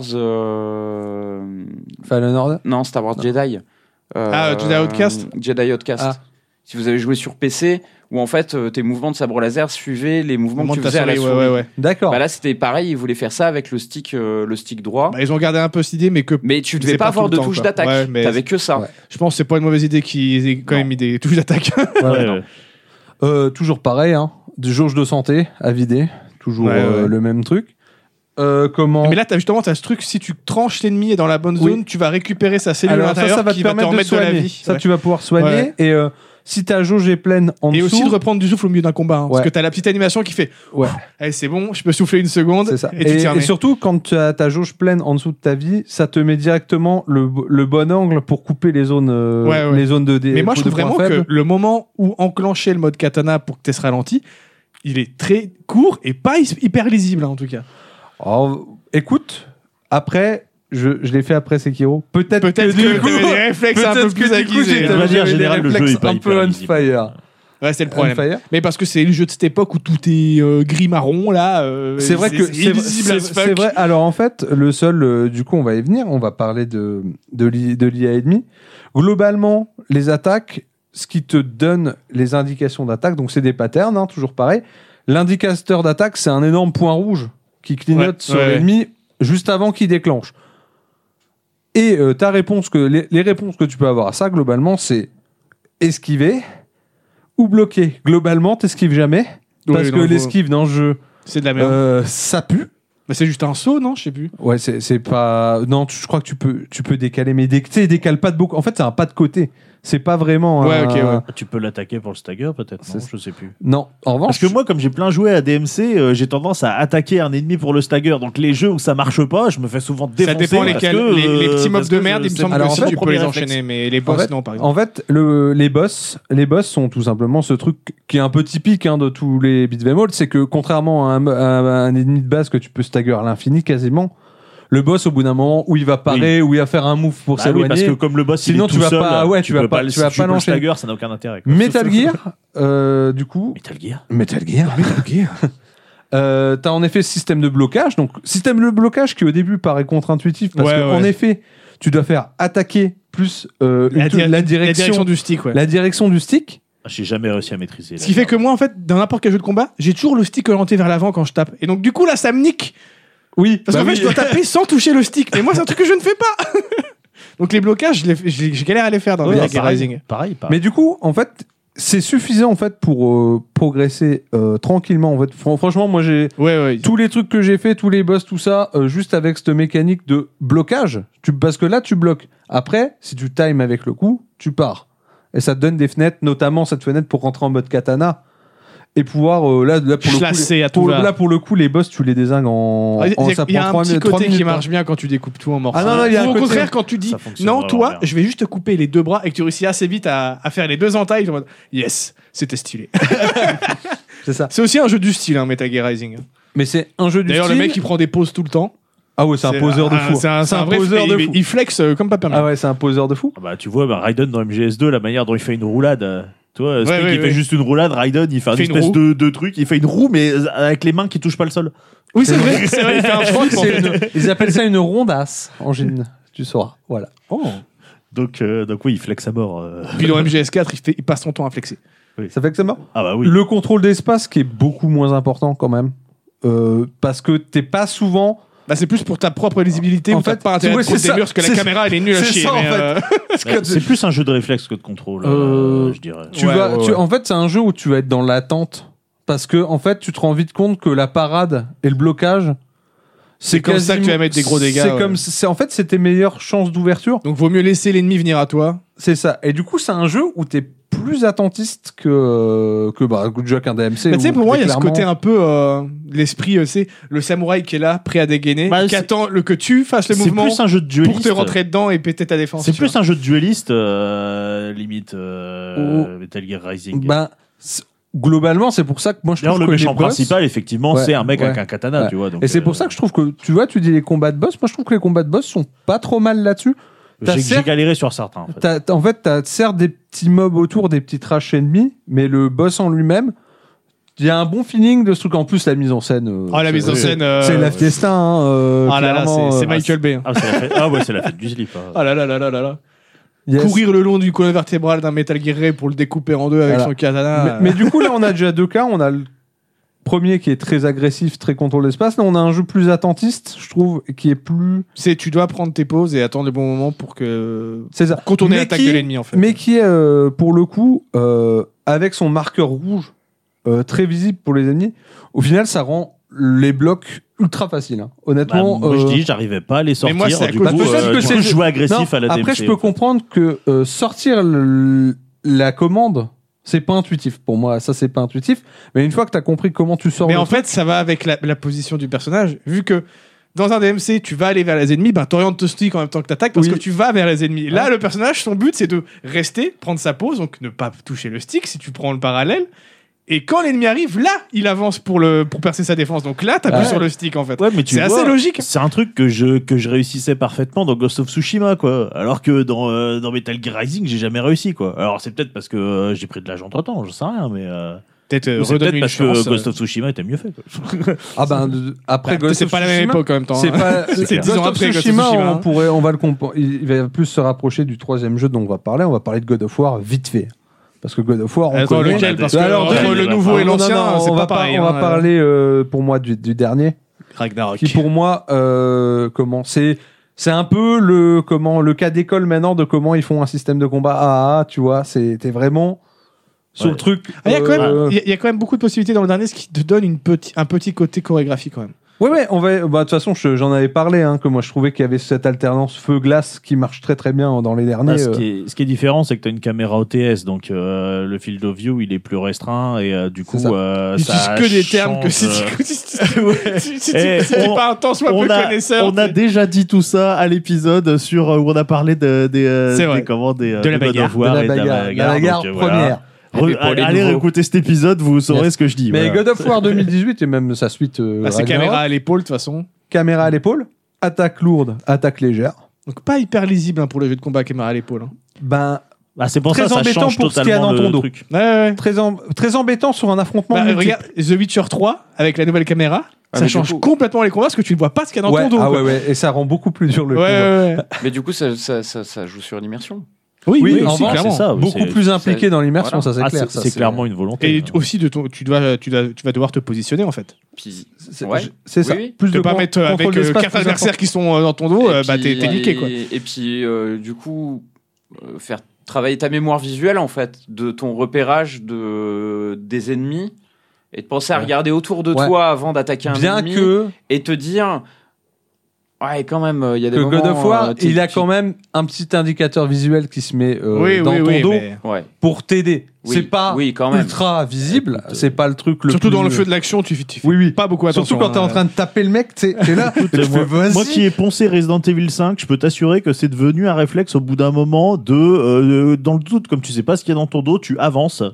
euh, Fallen Order. Non, Star Wars Jedi. Euh, Ah, Jedi Outcast Jedi Outcast. Ah. Si vous avez joué sur P C, où en fait euh, tes mouvements de sabre laser suivaient les mouvements Mouvement que de tu ta faisais à la souris, souris. ouais, ouais, ouais. D'accord. Bah là, c'était pareil, ils voulaient faire ça avec le stick, euh, le stick droit. Bah, ils ont gardé un peu cette idée, mais que Mais tu c'est devais pas pas avoir tout de le temps, touche quoi. d'attaque. Ouais, mais- T'avais que ça. Ouais. je pense que c'est pas une mauvaise idée qu'ils aient quand Non. même mis des touches d'attaque. Ouais, Ouais, non. ouais. Euh, toujours pareil, hein. Des jauges de santé à vider. Toujours Ouais, euh, ouais. le même truc. Euh, comment Mais là, t'as justement t'as ce truc, si tu tranches l'ennemi et dans la bonne Oui. zone, tu vas récupérer sa cellule Alors à ça, l'intérieur ça va te qui va te permettre de remettre de, la soigner. vie. Ça, Ouais. tu vas pouvoir soigner. Ouais. Et euh, si ta jauge est pleine en Et dessous, aussi de reprendre du souffle au milieu d'un combat. hein, Parce Ouais. que t'as la petite animation qui fait Ouais. Allez, c'est bon, je peux souffler une seconde. c'est ça. Et, tu Et, t'y et remets. surtout, quand tu as ta jauge pleine en dessous de ta vie, ça te met directement le, le bon angle pour couper les zones, euh, Ouais, ouais. les zones de dé. Mais moi, je de trouve points vraiment faibles. que le moment où enclencher le mode katana pour que tu ce ralenti, il est très court et pas hy- hyper lisible, hein, en tout cas. Alors, écoute, après, je, je l'ai fait après Sekiro. Peut-être Peut-être que, du que coup, t'avais des réflexes un peu peut-être plus que du coup, aiguisés. j'ai- De manière j'avais des générale, le jeu réflexes est pas un peu hyper on lisible. fire. Ouais, c'est le On problème. fire. Mais parce que c'est le jeu de cette époque où tout est euh, gris-marron, là. euh, C'est vrai que c'est c'est illisible c'est- as fuck. c'est vrai. Alors en fait, le seul, euh, du coup, on va y venir. On va parler de de l'I- de l'I A ennemi. Globalement, les attaques, ce qui te donne les indications d'attaque, donc c'est des patterns, hein, toujours pareil. L'indicateur d'attaque, c'est un énorme point rouge qui clignote Ouais, sur ouais, ouais. l'ennemi juste avant qu'il déclenche. Et euh, ta réponse que les, les réponses que tu peux avoir à ça, globalement, c'est esquiver ou bloquer. Globalement, t'esquives jamais Ouais, parce non, que faut- l'esquive dans le jeu, C'est de la merde. euh, ça pue. Mais c'est juste un saut, non? Je sais plus. Ouais, c'est c'est pas. Non, tu- je crois que tu peux, tu peux décaler, mais dé- tu sais, il décale pas de beaucoup. En fait, c'est un pas de côté. C'est pas vraiment. Ouais, un- ok, ouais. Tu peux l'attaquer pour le stagger, peut-être. C'est Non, ça. je sais plus. Non, en revanche. Parce que moi, comme j'ai plein joué à D M C, euh, j'ai tendance à attaquer un ennemi pour le stagger. Donc les jeux où ça marche pas, je me fais souvent défoncer. Ça dépend parce lesquels. que, les, les euh, petits mobs parce de que merde, je- il me c'est semble Alors, que en si fait, tu peux premier les réflexe. enchaîner, mais les En boss, fait, non, par exemple. en fait, le, les boss, les boss sont tout simplement ce truc qui est un peu typique hein, de tous les beat'em all, c'est que contrairement à un, à un ennemi de base que tu peux stagger à l'infini quasiment, le boss au bout d'un moment où il va parer, où il va faire un move pour Bah oui, s'éloigner. parce que comme le boss, Sinon, il est tu tout vas seul, pas- ouais, tu vas peux pas- le- tu vas si pas peux le l'enchaîner. stagger, ça n'a aucun intérêt. quoi. Metal Gear, euh, du coup, Metal Gear. Metal Gear, Metal Gear. Euh, t'as en effet ce système de blocage. Donc, système de blocage qui au début paraît contre-intuitif parce Ouais, qu'en ouais. effet, tu dois faire attaquer plus euh, une- La, dir- la, la direction, direction du stick, ouais. la direction du stick. Ah, J'ai jamais réussi à maîtriser. Ce qui fait que moi, en fait, dans n'importe quel jeu de combat, j'ai toujours le stick orienté vers l'avant quand je tape. Et donc, du coup, là, ça me nique. Oui, Parce bah qu'en fait, oui. je dois taper sans toucher le stick. Mais moi, c'est un truc que je ne fais pas. Donc, les blocages, je, les, je, les- je galère à les faire dans Ouais, Metal bah, Gear pareil, Rising. pareil, pareil. Mais du coup, en fait, c'est suffisant en fait pour euh, progresser euh, tranquillement. En fait, Fran- franchement, moi, j'ai Ouais, ouais. tous les trucs que j'ai fait, tous les boss, tout ça, euh, juste avec cette mécanique de blocage. Tu, parce que là, tu bloques. Après, si tu times avec le coup, tu pars. Et ça te donne des fenêtres, notamment cette fenêtre pour rentrer en mode katana. Et pouvoir, euh, là, là, pour le coup, Chlasser les, à tout pour, va. là, pour le coup, les boss, tu les désingues en. Ah, en Il y ça a- il y a prend un trois petit minutes- trois côté qui minutes, marche hein. bien quand tu découpes tout en morceaux. Ah non, non, il y a Ou un au côté- contraire, quand tu dis Ça fonctionne non, vraiment toi, bien. je vais juste te couper les deux bras et que tu réussis assez vite à, à faire les deux entailles. en mode, Yes, c'était stylé. C'est ça. C'est aussi un jeu du style, hein, Metal Gear Rising. Mais c'est un jeu du D'ailleurs, le style. mec, il prend des pauses tout le temps. Ah ouais, c'est un poseur de fou. C'est un, c'est un vrai poseur de il, fou. il flex euh, comme pas permis. Ah ouais, c'est un poseur de fou. Ah bah, tu vois, bah, Raiden dans M G S deux, la manière dont il fait une roulade. euh, Tu vois, Snake, ouais, il ouais. fait juste une roulade, Raiden, il fait une fait une espèce roue. de, de truc, il fait une roue, mais avec les mains qui touchent pas le sol. Oui, c'est vrai. C'est vrai, il fait un Je crois froc. que c'est une- Ils appellent ça une rondasse en gym. Tu sauras. Voilà. Oh. Donc, euh, donc oui, il flex à mort. euh. Puis dans M G S quatre, il, fait, il passe son temps à flexer. Ça fait que c'est mort. Ah bah oui. Le contrôle d'espace qui est beaucoup moins important quand même. Euh, parce que t'es pas souvent. Bah, c'est plus pour ta propre lisibilité En où t'as fait, pas intérêt ouais, de prendre c'est des ça. murs parce que la C'est- caméra elle est nulle à c'est chier. ça, en mais, fait. euh, Mais c'est plus un jeu de réflexe que de contrôle, euh, Euh, je dirais. Tu Ouais, vas, ouais, tu- ouais. en fait, c'est un jeu où tu vas être dans l'attente. Parce que, en fait, tu te rends vite compte que la parade et le blocage. C'est comme ça que tu vas mettre des gros dégâts, C'est ouais. comme, c'est, en fait, c'est tes meilleures chances d'ouverture. Donc vaut mieux laisser l'ennemi venir à toi. C'est ça. Et du coup, c'est un jeu où t'es plus attentiste que, que bah, Good Joke, un D M C. Mais tu sais, où pour moi, il y a t'es ce clairement- côté un peu euh, l'esprit, euh, c'est le samouraï qui est là, prêt à dégainer, Bah, qui c'est- attend le que tu fasses le C'est mouvement plus un jeu de dueliste. pour te rentrer dedans et péter ta défense. C'est tu plus vois. un jeu de dueliste, euh, limite euh, Metal Gear Rising. Ben, c'est- globalement, c'est pour ça que moi je D'ailleurs, trouve le que méchant les boss- principal, effectivement, Ouais, c'est un mec ouais. avec un katana, Ouais. tu vois. donc, Et c'est euh, pour ça que je trouve que, tu vois, tu dis les combats de boss, moi je trouve que les combats de boss sont pas trop mal là-dessus. t'as J'ai j'ai certes- galéré sur certains, en fait. T'as- t'as- en fait, t'as certes des petits mobs autour, des petits trash ennemis, mais le boss en lui-même, il y a un bon feeling de ce truc. En plus, la mise en scène. euh, Ah, la mise en c'est- scène. euh, C'est la fiesta, hein, euh, Ah là là, clairement, c'est c'est euh, Michael Bay. hein. Ah, c'est la fête. Ah ouais, c'est la fête du slip. hein. Ah là là là là là là. yes. Courir le long du colonne vertébrale d'un Metal Gear Ray pour le découper en deux avec Voilà. son katana. Mais, mais du coup, là, on a déjà deux cas. On a le premier qui est très agressif, très contrôle d'espace. Là, on a un jeu plus attentiste, je trouve, qui est plus. C'est tu dois prendre tes pauses et attendre le bon moment pour que C'est ça. pour contourner Mais l'attaque qui- de l'ennemi en fait. Mais qui est, euh, pour le coup, euh, avec son marqueur rouge euh, très visible pour les ennemis, au final, ça rend les blocs ultra faciles. hein. Bah, Honnêtement. moi, je euh, dis, j'arrivais pas à les sortir. moi, c'est à du cause coup, de- euh, peut-être que du c'est- coup, je jouais agressif non, à la D M C. après, je peux en fait. comprendre que euh, sortir le- la commande, c'est pas intuitif. Pour moi, ça, c'est pas intuitif. Mais une fois que tu as compris comment tu sors Mais le en truc, fait, ça va avec la, la position du personnage. Vu que dans un D M C, tu vas aller vers les ennemis, ben t'orientes ton stick en même temps que t'attaques parce Oui. que tu vas vers les ennemis. Là, le personnage, son but, c'est de rester, prendre sa pause, donc ne pas toucher le stick si tu prends le parallèle. Et quand l'ennemi arrive, là, il avance pour, le, pour percer sa défense. Donc là, t'appuies Ouais. sur le stick en fait. Ouais, mais tu C'est vois, assez logique. C'est un truc que je, que je réussissais parfaitement dans Ghost of Tsushima, quoi. Alors que dans, euh, dans Metal Gear Rising, j'ai jamais réussi, quoi. Alors c'est peut-être parce que euh, j'ai pris de l'âge entre temps, je sais rien, mais. Euh, Peut-être euh, ou c'est redonne peut-être une parce chance. que Ghost euh, of Tsushima était mieux fait, quoi. ah ben, de- après bah, Ghost c'est of pas la même Tsushima, époque en même temps. C'est hein. pas. C'est c'est- dix ans Ghost of après Ghost of Tsushima, Tsushima, hein. on pourrait, on va le compo- il il va plus se rapprocher du troisième jeu dont on va parler. On va parler de God of War vite fait. Parce que God of War, on Attends, connaît. lequel Parce que Alors, entre de- le nouveau et Non, non, l'ancien, non, c'est on pas va pareil. On hein, va euh. parler euh, pour moi du, du dernier, Ragnarok. qui pour moi, euh, comment c'est, c'est un peu le comment le cas d'école maintenant de comment ils font un système de combat A A A, tu vois. C'était vraiment sur Ouais. le truc. Ah, Il y, a quand euh, même- il y a- il y a quand même beaucoup de possibilités dans le dernier, ce qui te donne une petit, un petit côté chorégraphie quand même. Ouais, ouais, on va. Bah, de toute façon, je- j'en avais parlé, hein, que moi je trouvais qu'il y avait cette alternance feu-glace qui marche très très bien dans les derniers. Ah, ce, euh. qui est, ce qui est différent, c'est que tu as une caméra O T S, donc euh, le field of view il est plus restreint et euh, du coup C'est ça. euh, Ils ça utilisent que des termes que si change, tu si- si- Ouais. si- si- Eh, si t'es on- pas un tant soit on peu a, connaisseur. on a t'sais. déjà dit tout ça à l'épisode sur euh, où on a parlé de, des, euh, C'est vrai. des, comment, des, euh, De la God of bagarre. War de la et de bagarre, la la bagarre, bagarre donc, euh, voilà. première. Re- Et pour les allez nouveaux. réécouter cet épisode, vous saurez Yes. ce que je dis. Mais voilà. God of War deux mille dix-huit et même sa suite. euh, Bah, c'est Ragnarok, caméra à l'épaule de toute façon. caméra à l'épaule, attaque lourde, attaque légère. Donc pas hyper lisible hein, pour le jeu de combat caméra à l'épaule. hein. Ben, Ah, c'est pour Très ça ça embêtant change pour ce qu'il y a totalement dans ton le dos. truc. Ouais, ouais. très, em- très embêtant sur un affrontement. Bah, multiple. regarde The Witcher trois avec la nouvelle caméra, Ah, ça mais du change coup- complètement les combats parce que tu ne vois pas ce qu'il y a dans Ouais, ton dos. ah quoi. ouais, ouais, et ça rend beaucoup plus dur le Ouais, combat. ouais, ouais. Mais du coup, ça, ça, ça, ça joue sur l'immersion. Oui, Oui, oui, en aussi, revanche, clairement. c'est ça. oui, Beaucoup c'est- plus impliqué c'est- dans l'immersion, voilà. ça c'est Ah, clair. c'est ça, c'est clairement une volonté. Et hein. aussi, de ton, tu, dois, tu, dois, tu vas devoir te positionner en fait. Puis, C'est ouais. c'est ça. Oui, oui. Plus Tu peux de pas con- mettre euh, contrôle avec euh, d'espace quatre plus adversaires qui sont euh, dans ton dos, Et euh, bah t'es puis- t'es niqué quoi. Et puis, euh, du coup, euh, faire travailler ta mémoire visuelle, en fait, de ton repérage de, des ennemis, et de penser à Ouais. regarder autour de Ouais. toi avant d'attaquer un Bien ennemi, que, et te dire, ouais, quand même, il y a des que moments... God of War, euh, t'es- il a tu- quand même un petit indicateur visuel qui se met euh, oui, dans oui, ton oui. dos mais- Ouais. pour t'aider. Oui, C'est pas oui, quand même. ultra visible, Écoute, c'est pas le truc le Surtout plus- dans le feu de l'action, tu, fais- tu fais Oui, oui. pas beaucoup attention. Surtout quand t'es en hein. train de taper le mec, t'es t'es là. et tu moi, fais, vas-y. moi qui ai poncé Resident Evil cinq, je peux t'assurer que c'est devenu un réflexe au bout d'un moment de, euh, dans le doute, comme tu sais pas ce qu'il y a dans ton dos, tu avances.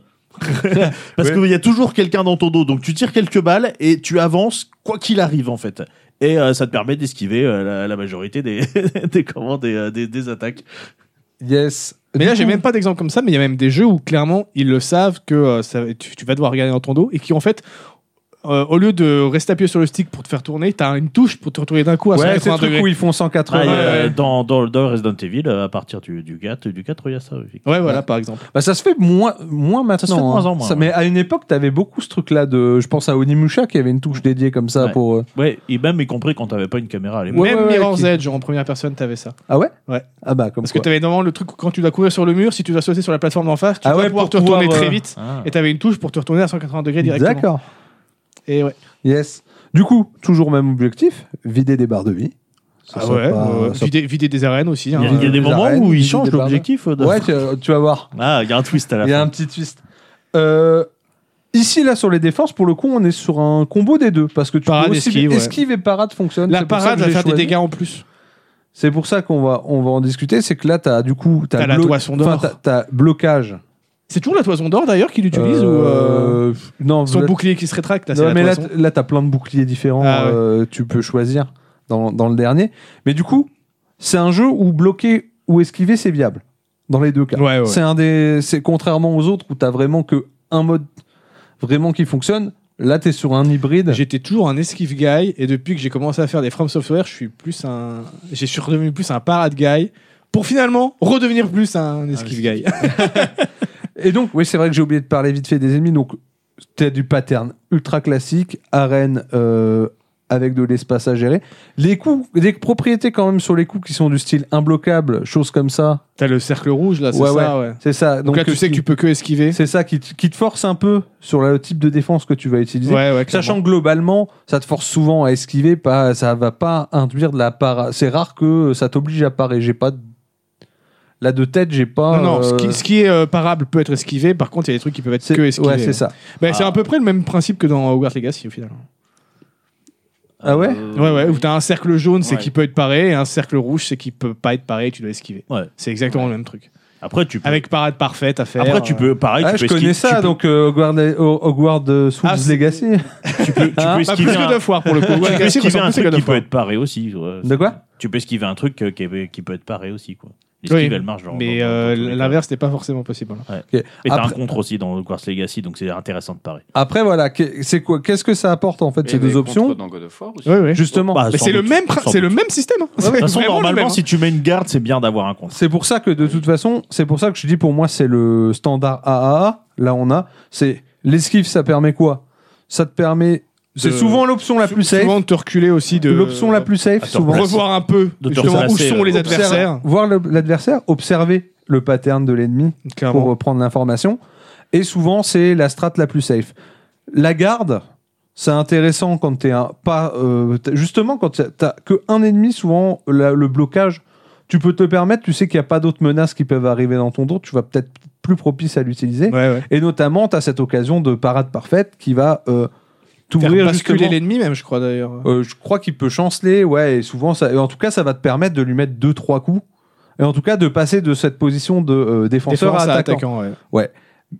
Parce Ouais. qu'il y a toujours quelqu'un dans ton dos, donc tu tires quelques balles et tu avances quoi qu'il arrive en fait. Et euh, ça te permet d'esquiver euh, la, la majorité des, des, comment, des, euh, des, des attaques. Yes. Mais Du là, j'ai coup, même pas d'exemple comme ça, mais il y a même des jeux où clairement ils le savent que euh, ça, tu, tu vas devoir regarder dans ton dos et qui en fait euh, au lieu de rester appuyé sur le stick pour te faire tourner, t'as une touche pour te retourner d'un coup à Ouais, c'est le cent quatre-vingts truc degrés. où ils font cent Ah, quatre-vingts. il y a- ouais. dans, dans, dans Resident Evil, euh, à partir du, du quatre, du quatre, il y a ça. effectivement. Ouais, voilà, par exemple. Bah, ça se fait moins, moins maintenant. se fait de moins hein. en moins, Ça- ouais. Mais à une époque, t'avais beaucoup ce truc-là de. Je pense à Onimusha qui avait une touche dédiée comme ça Ouais. pour. euh, Ouais, et même y compris quand t'avais pas une caméra à l'époque. Ouais, Même ouais, Mirror's qui- Edge, en première personne, t'avais ça. Ah ouais Ouais. Ah bah, comme Parce que quoi. t'avais normalement le truc où quand tu dois courir sur le mur, si tu dois sauter sur la plateforme d'en face, tu Ah dois ouais, pouvoir pour te retourner pouvoir, très euh, vite. Ah. Et t'avais une touche pour te retourner à cent quatre-vingts degrés directement. D'accord. Et ouais. Yes. Du coup, toujours même objectif, vider des barres de vie. Ça Ah soit ouais, pas- euh, ça- vider, vider des arènes aussi. hein. Il y a, il y a des les moments arènes, où ils vider changent des barres de- l'objectif. euh, de- Ouais, tu, tu vas voir. Ah, il y a un twist à la Il y a fin. un petit twist. Euh, ici, là, sur les défenses, pour le coup, on est sur un combo des deux. Parce que tu Parade, peux aussi... esquive, ouais. esquive et parade fonctionnent. La C'est pour ça parade que va j'ai faire des choisi. dégâts en plus. C'est pour ça qu'on va, on va en discuter. C'est que là, t'as du coup... T'as la toison d'or. Enfin, t'as, t'as blocage. C'est toujours la toison d'or d'ailleurs qu'il utilise ou euh, Euh, Non, son là- bouclier qui se rétracte là, c'est non, la mais là, toison. t- là, t'as plein de boucliers différents. Ah ouais. euh, tu peux choisir dans, dans le dernier. Mais du coup, c'est un jeu où bloquer ou esquiver, c'est viable. Dans les deux cas. Ouais, ouais. C'est un des, c'est contrairement aux autres où t'as vraiment que un mode vraiment qui fonctionne. Là, t'es sur un hybride. J'étais toujours un esquive guy et depuis que j'ai commencé à faire des From Software, je suis plus un, j'ai suis redevenu plus un parade guy pour finalement redevenir plus un esquive guy. Et donc, oui, c'est vrai que j'ai oublié de parler vite fait des ennemis. Donc, t'as du pattern ultra classique, arène euh, avec de l'espace à gérer. Les coups, des propriétés quand même sur les coups qui sont du style imbloquable, choses comme ça. T'as le cercle rouge là, c'est Ouais, ça, ouais. C'est ça. Donc, là, tu euh, sais que tu peux que esquiver. C'est ça qui te, qui te force un peu sur le type de défense que tu vas utiliser. Ouais, ouais. Sachant clairement. que globalement, ça te force souvent à esquiver, pas, ça va pas induire de la para. C'est rare que ça t'oblige à parer. J'ai pas de- là de tête, j'ai pas. Non, non, ce euh, qui, ce qui est euh, parable peut être esquivé. Par contre, il y a des trucs qui peuvent être c'est- que esquivés. ouais, c'est ça. Bah, C'est Ah. à peu près le même principe que dans Hogwarts Legacy au final. Ah ouais Euh, Ouais, ouais, où t'as un cercle jaune, c'est Ouais. qui peut être paré, et un cercle rouge, c'est qui peut pas être paré, et tu dois esquiver. Ouais. C'est exactement Ouais. le même truc. Après, tu peux. Avec parade parfaite à faire. Après, tu euh, peux. Pareil, Ah, tu je peux connais esquiver- ça, tu peux- donc euh, Hogwarts, Hogwarts euh, Souls Ah, c'est- Legacy. tu peux, tu Ah, peux Pas esquiver plus que un- deux fois pour le coup. tu Hogwarts peux Legacy esquiver ressemble un plus à truc God qui of peut War. être paré aussi. ouais. De quoi Tu peux esquiver un truc euh, qui, est- qui peut être paré aussi, quoi. L'esquive, Oui, elle marche dans- mais dans- dans- euh, dans tous les cas. l'inverse n'est pas forcément possible. hein. Ok. Et t'as un Après- contre aussi dans Hogwarts Legacy, donc c'est intéressant de parer. Après, voilà, que- c'est quoi Qu'est-ce que ça apporte en fait Et ces les deux options contres dans God of War aussi. Oui, oui. Justement. Bah, Mais sans c'est le doute, même, prin- sans c'est le doute. même système. hein. De toute C'est façon, vraiment le normalement, même, si tu mets une garde, c'est bien d'avoir un contre. C'est pour ça que de toute façon, c'est pour ça que je dis pour moi c'est le standard A A A. Là on a, c'est l'esquive, ça permet quoi Ça te permet, c'est De- souvent l'option la Sou- plus safe. Souvent de te reculer aussi de. L'option la plus safe, Attends, souvent. Revoir un peu De te justement où replacer, sont les euh, Observe- adversaires. voir le- l'adversaire, observer le pattern de l'ennemi Clairement. pour prendre l'information. Et souvent c'est la strat la plus safe. La garde, c'est intéressant quand t'es un pas euh, t'as- justement quand t'as- t'as que un ennemi, souvent la- le blocage. Tu peux te permettre, tu sais qu'il n'y a pas d'autres menaces qui peuvent arriver dans ton dos, tu vas peut-être plus propice à l'utiliser. Ouais, ouais. Et notamment, tu as cette occasion de parade parfaite qui va euh, Faire t'ouvrir basculer justement. l'ennemi même, je crois d'ailleurs. Euh, je crois qu'il peut chanceler, ouais, et souvent, ça, et en tout cas, ça va te permettre de lui mettre deux trois coups. Et en tout cas, de passer de cette position de euh, défenseur Défense à à attaquant. attaquant, ouais.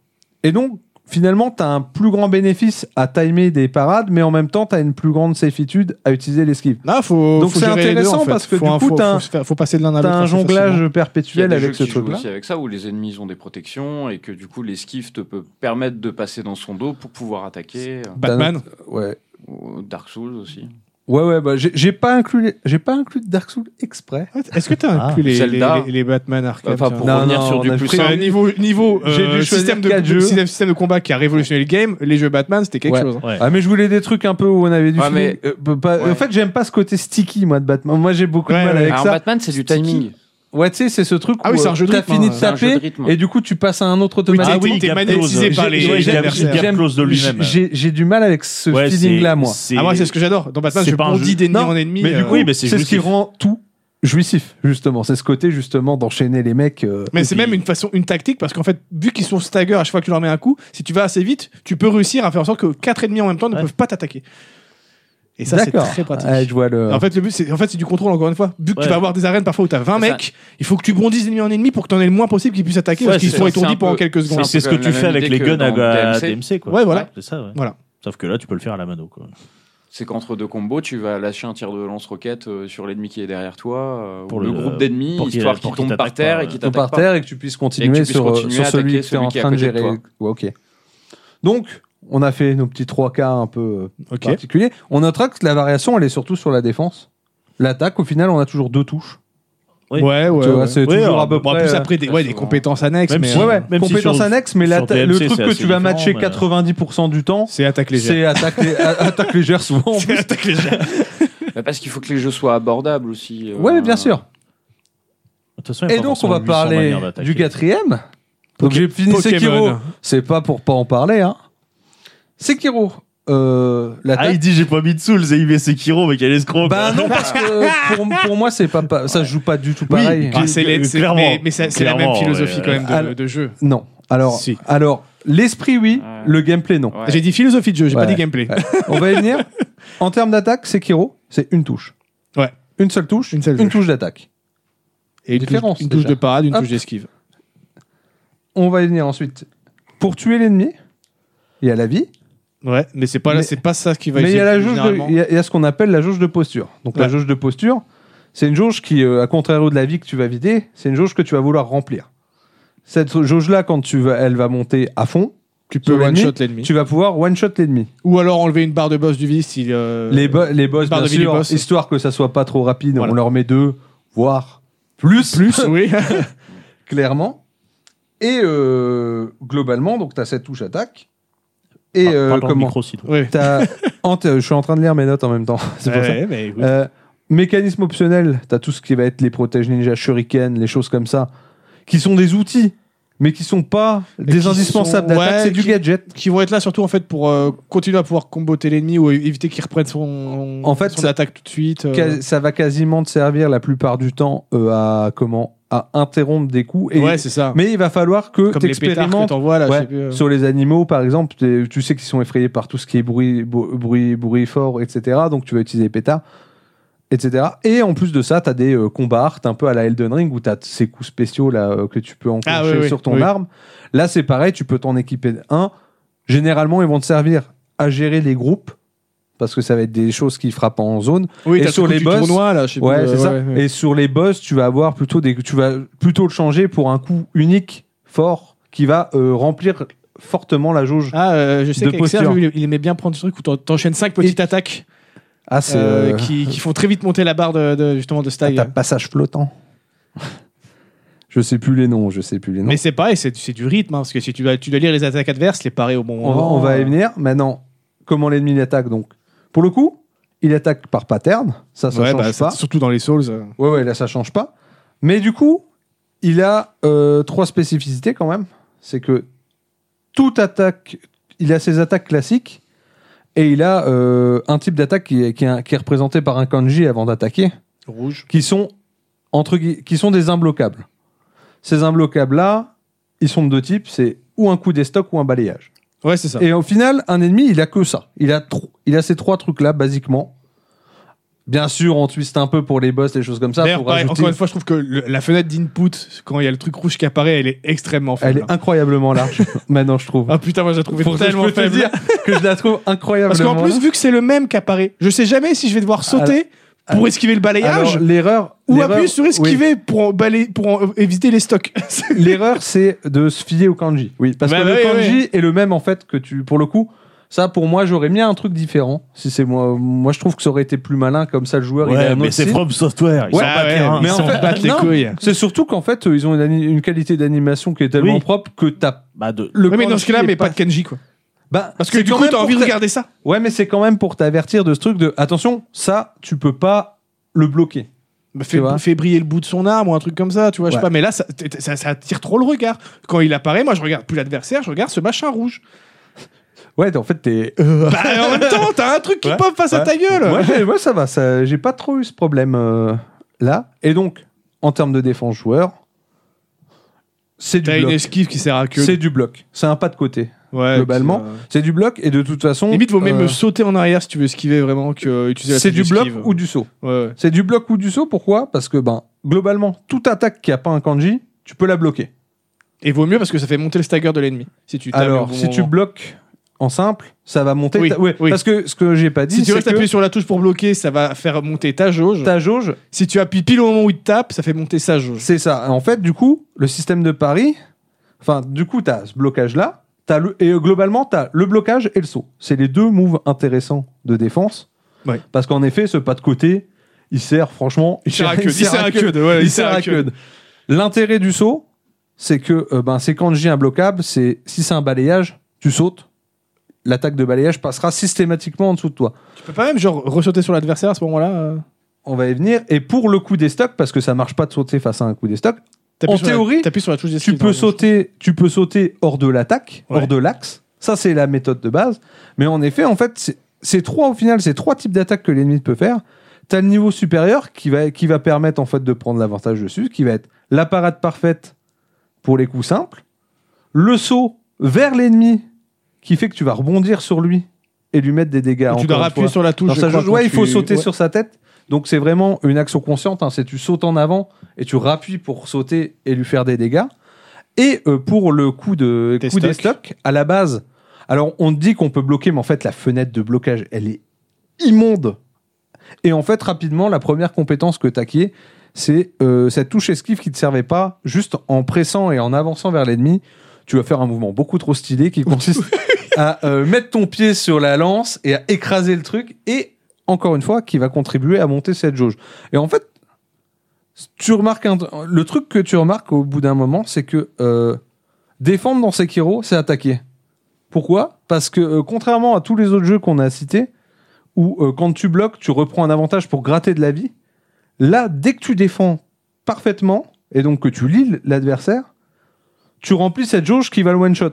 Et donc, finalement, tu as un plus grand bénéfice à timer des parades, mais en même temps, tu as une plus grande safitude à utiliser l'esquive. Là, faut. Donc faut c'est gérer les deux, intéressant en fait. parce que faut du un- coup, faut, t'as faut un- se faire- faut passer de l'un à Tu l'autre. as un assez facilement. jonglage Il y a perpétuel des avec jeux ce qui jouent truc-là. aussi avec ça où les ennemis ont des protections et que du coup l'esquive te peut permettre de passer dans son dos pour pouvoir attaquer. euh, Batman. Ouais. ou Dark Souls aussi. Ouais, ouais, bah, j'ai j'ai pas inclus, les- j'ai pas inclus Dark Souls exprès. Est-ce que tu as Ah. inclus les, les, Zelda. les, les Batman arcade Enfin, tiens pour Non, revenir non, sur on du a plus pris Enfin, un- simple. niveau niveau J'ai euh, dû choisir système de quatre jeux. système, système de combat qui a révolutionné le game. Les jeux Batman, c'était quelque Ouais. chose. hein. Ouais. Ah mais je voulais des trucs un peu où on avait du Ouais, feeling. mais- Euh, pas- Ouais. En fait j'aime pas ce côté sticky moi de Batman. Moi j'ai beaucoup Ouais, de mal ouais. avec Alors ça. Batman, c'est du timing. Ouais tu sais c'est ce truc Ah où oui, c'est euh, un jeu de t'as rythme, fini hein. de C'est un jeu de taper rythme. et du coup tu passes à un autre Oui, automatique. t'es- oui, t'es Gap magnétisé Close. par les J'ai- les j'ai- adversaires. j'ai- Gap Close de J'ai- lui-même. J'ai j'ai du mal avec ce Ouais, feeling là c'est- moi. c'est- Ah moi c'est ce que j'adore. Dans Batman, c'est je pas un bondis jeu- d'ennemi Non, en ennemi. Mais du euh, coup oui, mais c'est c'est ce qui jouissif. rend tout jouissif justement. C'est ce côté justement d'enchaîner les mecs. euh, Mais et c'est puis- même une façon, une tactique parce qu'en fait, vu qu'ils sont stagger à chaque fois que tu leur mets un coup, si tu vas assez vite, tu peux réussir à faire en sorte que quatre ennemis en même temps ne Ouais. peuvent pas t'attaquer. Et ça, c'est D'accord. très pratique. Ouais, je vois le. En fait, le but, c'est en fait, c'est du contrôle encore une fois. Vu que Ouais. tu vas avoir des arènes parfois où t'as vingt Ça- mecs, il faut que tu bondisses d'ennemi en ennemi pour que t'en aies le moins possible qu'ils puissent attaquer Ouais, parce qu'ils c'est sont ça, c'est étourdis un pendant peu- quelques Mais secondes. c'est c'est un ce peu que la tu même fais avec idée les que guns à, dans à D M C. D M C, quoi. Ouais, voilà. C'est ça, ouais. Voilà. Sauf que là, tu peux le faire à la mano, quoi. C'est qu'entre deux combos, tu vas lâcher un tir de lance-roquette euh, sur l'ennemi qui est derrière toi, euh, Pour ou le, le- groupe d'ennemis, pour qu'il- histoire pour qu'il qu'il tombe par t'attaque terre pas, et qu'il Tombe t'attaque par pas. terre et que tu puisses continuer puisses sur, continuer sur à celui attaquer que tu es en celui qui est à train de côté de gérer. toi. Ouais, ok. Donc, On a fait nos petits trois K un peu euh, Ok. particuliers. On notera que la variation, elle est surtout sur la défense. L'attaque, au final, on a toujours deux touches. Oui. Ouais, ouais. tu vois, ouais. c'est Oui, toujours alors, à peu Bon, en près. plus, euh, après, des, ouais, des souvent. compétences annexes, Même mais si- Ouais, euh, ouais. Même si Compétences sur- annexes, mais sur l'atta- D M le C, truc c'est que assez tu vas différent, matcher mais- quatre-vingt-dix pour cent du temps, c'est attaque légère. c'est attaque, lé- a- attaque légère souvent. En C'est plus. attaque légère. Bah, parce qu'il faut que les jeux soient abordables aussi. euh, Ouais, mais bien sûr. De toute façon, il y a Et pas donc, on forcément va huit cents parler manières d'attaquer. du quatrième. Donc, Poké- j'ai fini Pokémon. Sekiro. C'est pas pour pas en parler, hein. Sekiro. Euh, Ah, l'attaque. il dit j'ai pas mis de Souls et il met Sekiro, mais quel escroc. Bah non, parce que pour, pour moi, c'est pas, pas- ça se joue pas du tout pareil. Ah, c'est les- c'est- Clairement. mais, mais c'est c'est la même Clairement, philosophie ouais. quand même de, Alors- de jeu. Non. Alors, Si. alors l'esprit, oui. Ouais. Le gameplay, non. Ouais. J'ai dit philosophie de jeu, j'ai Ouais. pas dit gameplay. Ouais. On va y venir. En termes d'attaque, Sekiro, c'est une touche. Ouais. Une seule touche, Une seule une touche. touche d'attaque. Et une touche, Différence, une touche déjà. de parade, une Hop. touche d'esquive. On va y venir ensuite. Pour tuer l'ennemi, il y a la vie, Ouais, mais c'est pas, là- Mais- c'est pas ça qui va mais il y a la jauge de- généralement. il y, a- il y a ce qu'on appelle la jauge de posture. Donc la Ouais. jauge de posture, c'est une jauge qui, euh, à contrario de la vie que tu vas vider, c'est une jauge que tu vas vouloir remplir. Cette jauge-là, quand tu vas, elle va monter à fond, Tu peux sur l'ennemi, one-shot l'ennemi. tu vas pouvoir one-shot l'ennemi. Ou alors enlever une barre de boss du vice si. euh, Les, bo- les boss, barre bien de vie du sûr, boss. histoire que ça soit pas trop rapide, Voilà. on leur met deux, voire plus, Plus, oui. clairement. Et euh, globalement, donc tu as cette touche attaque. Et Par- euh, parle dans le comment micro, sinon. oui. t'as- Ant- Je suis en train de lire mes notes en même temps. C'est pour ça. Ouais, mais oui. Euh, mécanisme optionnel, tu as tout ce qui va être les protèges ninja, shuriken, les choses comme ça, qui sont des outils, mais qui sont pas des qui indispensables sont- d'attaque, ouais, c'est du qui- gadget. Qui vont être là surtout en fait pour euh, continuer à pouvoir comboter l'ennemi ou éviter qu'il reprenne son, En fait, son ça- attaque tout de suite. euh. Quas- Ça va quasiment te servir la plupart du temps euh, à comment à interrompre des coups. Et, Ouais, c'est ça. mais il va falloir que Comme tu les pétards que expérimentes. t'envoies là, je Ouais, sais plus, euh. sur les animaux, par exemple, t'es- tu sais qu'ils sont effrayés par tout ce qui est bruit, bo- bruit, bruit fort, et cetera. Donc tu vas utiliser les pétards, et cetera. Et en plus de ça, tu as des euh, combats art un peu à la Elden Ring où tu as ces coups spéciaux là, euh, que tu peux enclencher Ah, oui, oui, sur ton oui. arme. Là, c'est pareil, tu peux t'en équiper un. Généralement, ils vont te servir à gérer les groupes parce que ça va être des choses qui frappent en zone. Oui, et t'as sur le truc les du boss- tournoi là, je sais Ouais, plus, c'est euh, ça. ouais, ouais. Et sur les boss, tu vas avoir plutôt des, tu vas plutôt le changer pour un coup unique, fort, qui va euh, remplir fortement la jauge. Ah, euh, je sais de qu'avec Serge, posture. il, il aimait bien prendre ce truc où t'en- t'enchaînes cinq petites attaques Ah, c'est euh, euh, qui, qui font très vite monter la barre de, de- justement de style. t'as passage flottant. Je sais plus les noms, je sais plus les noms. Mais c'est pareil, c'est c'est du rythme, hein, parce que si tu dois, tu dois lire les attaques adverses, les parer au bon on, va, moment. on va y euh, venir. Maintenant, comment l'ennemi il attaque donc pour le coup, il attaque par pattern, ça ça ouais, change bah, pas. c'est- surtout dans les Souls. euh. Ouais ouais, là ça change pas. Mais du coup, il a euh, trois spécificités quand même. C'est que toute attaque, il a ses attaques classiques et il a euh, un type d'attaque qui est, qui, est, qui est représenté par un kanji avant d'attaquer, Rouge. qui sont entre gui- qui sont des imbloquables. Ces imbloquables là, ils sont de deux types, c'est ou un coup d'estoc ou un balayage. Ouais, c'est ça. Et au final, un ennemi, il a que ça. Il a, tro- il a ces trois trucs-là, basiquement. Bien sûr, on twiste un peu pour les boss, les choses comme ça. D'ailleurs, Pour pareil, rajouter... encore une fois, je trouve que le- la fenêtre d'input, quand il y a le truc rouge qui apparaît, elle est extrêmement Elle faible. est incroyablement large, maintenant, je trouve. Ah putain, moi je la trouvais Pour ça, je tellement peux te faible. dire que je la trouve Parce incroyablement qu'en plus, large. vu que c'est le même qui apparaît, je sais jamais si je vais devoir sauter pour esquiver le balayage Alors, l'erreur... ou l'erreur- appuyer sur oui. esquiver pour, en balayer- pour en- éviter les stocks. L'erreur, c'est de se fier au kanji. Oui, parce Bah que bah le oui, kanji est le même, en fait, que tu... Pour le coup, ça, pour moi, j'aurais mis un truc différent. Si c'est moi... Moi, je trouve que ça aurait été plus malin, comme ça, le joueur, il a Ouais, un mais autre c'est style. From Software. Ils Ouais, sont pas ouais, terrain. mais ils en s'en fait- battent les non. couilles. C'est surtout qu'en fait, ils ont une, ani- une qualité d'animation qui est tellement Oui. propre que t'as Bah, de... le Oui, mais dans kanji ce cas-là, est mais pas de Kenji, quoi. Bah, Parce que c'est du quand coup, même t'as pour envie de t'a- regarder ça. Ouais, mais c'est quand même pour t'avertir de ce truc de attention, ça, tu peux pas le bloquer. Bah, Tu fait, vois. fait briller le bout de son arme ou un truc comme ça, tu vois, je sais Ouais. pas. Mais là, ça, t- t- ça, ça attire trop le regard. Quand il apparaît, moi, je regarde plus l'adversaire, je regarde ce machin rouge. Ouais, en fait, t'es. Bah, en même temps, t'as un truc qui Ouais. pop face à Ouais. ta gueule. Moi, j'ai- moi, ça va, ça, j'ai pas trop eu ce problème euh, là. Et donc, en termes de défense joueur, c'est du T'as une bloc. esquive qui sert à que. C'est du bloc. C'est un pas de côté. Ouais, globalement. c'est, euh, C'est du bloc et de toute façon. Limite, vaut même euh, sauter en arrière si tu veux esquiver vraiment que utiliser la c'est touche du bloc d'esquive. ou du saut. Ouais, ouais. C'est du bloc ou du saut. Pourquoi? Parce que ben globalement, toute attaque qui a pas un kanji, tu peux la bloquer. Et vaut mieux parce que ça fait monter le stagger de l'ennemi. Si tu tapes au Alors, bon si tu moment. bloques en simple, ça va monter. Oui, ta- ouais, oui. Parce que ce que j'ai pas dit, Si tu c'est restes que appuyé sur la touche pour bloquer, ça va faire monter ta jauge. ta jauge, Si tu appuies pile au moment où il te tape, ça fait monter sa jauge. c'est ça. En fait, du coup, le système de pari, enfin, du coup, tu as ce blocage-là, T'as le, et euh, globalement, tu as le blocage et le saut. C'est les deux moves intéressants de défense. Ouais. Parce qu'en effet, ce pas de côté, il sert franchement. Il sert à queue. Il sert à queue. Ouais, Il sert à queue. L'intérêt du saut, c'est que euh, ben, c'est quand j'ai un bloquable, c'est si c'est un balayage, tu sautes, l'attaque de balayage passera systématiquement en dessous de toi. Tu peux pas même genre ressauter sur l'adversaire à ce moment-là euh... On va y venir. Et pour le coup des stocks, parce que ça marche pas de sauter face à un coup des stocks, en théorie, la, sur la touche tu peux sauter, tu peux sauter hors de l'attaque, ouais. hors de l'axe. Ça, c'est la méthode de base. Mais en effet, en fait, c'est, c'est trois au final, c'est trois types d'attaques que l'ennemi peut faire. T'as le niveau supérieur qui va, qui va permettre en fait de prendre l'avantage dessus, qui va être la parade parfaite pour les coups simples, le saut vers l'ennemi qui fait que tu vas rebondir sur lui et lui mettre des dégâts. Tu dois appuyer sur la touche. Dans sa jauge, ouais, il faut tu... sauter ouais. sur sa tête. Donc c'est vraiment une action consciente, hein, c'est tu sautes en avant et tu rappuies pour sauter et lui faire des dégâts. Et euh, pour le coup, de, coup des stocks, à la base, alors on dit qu'on peut bloquer, mais en fait la fenêtre de blocage, elle est immonde. Et en fait, rapidement, la première compétence que tu acquiers, c'est euh, cette touche esquive qui ne te servait pas, juste en pressant et en avançant vers l'ennemi, tu vas faire un mouvement beaucoup trop stylé qui consiste à euh, mettre ton pied sur la lance et à écraser le truc et encore une fois, qui va contribuer à monter cette jauge. Et en fait, tu remarques un... le truc que tu remarques au bout d'un moment, c'est que euh, défendre dans Sekiro, c'est attaquer. Pourquoi ? Parce que euh, contrairement à tous les autres jeux qu'on a cités, où euh, quand tu bloques, tu reprends un avantage pour gratter de la vie, là, dès que tu défends parfaitement, et donc que tu lis l'adversaire, tu remplis cette jauge qui va le one-shot.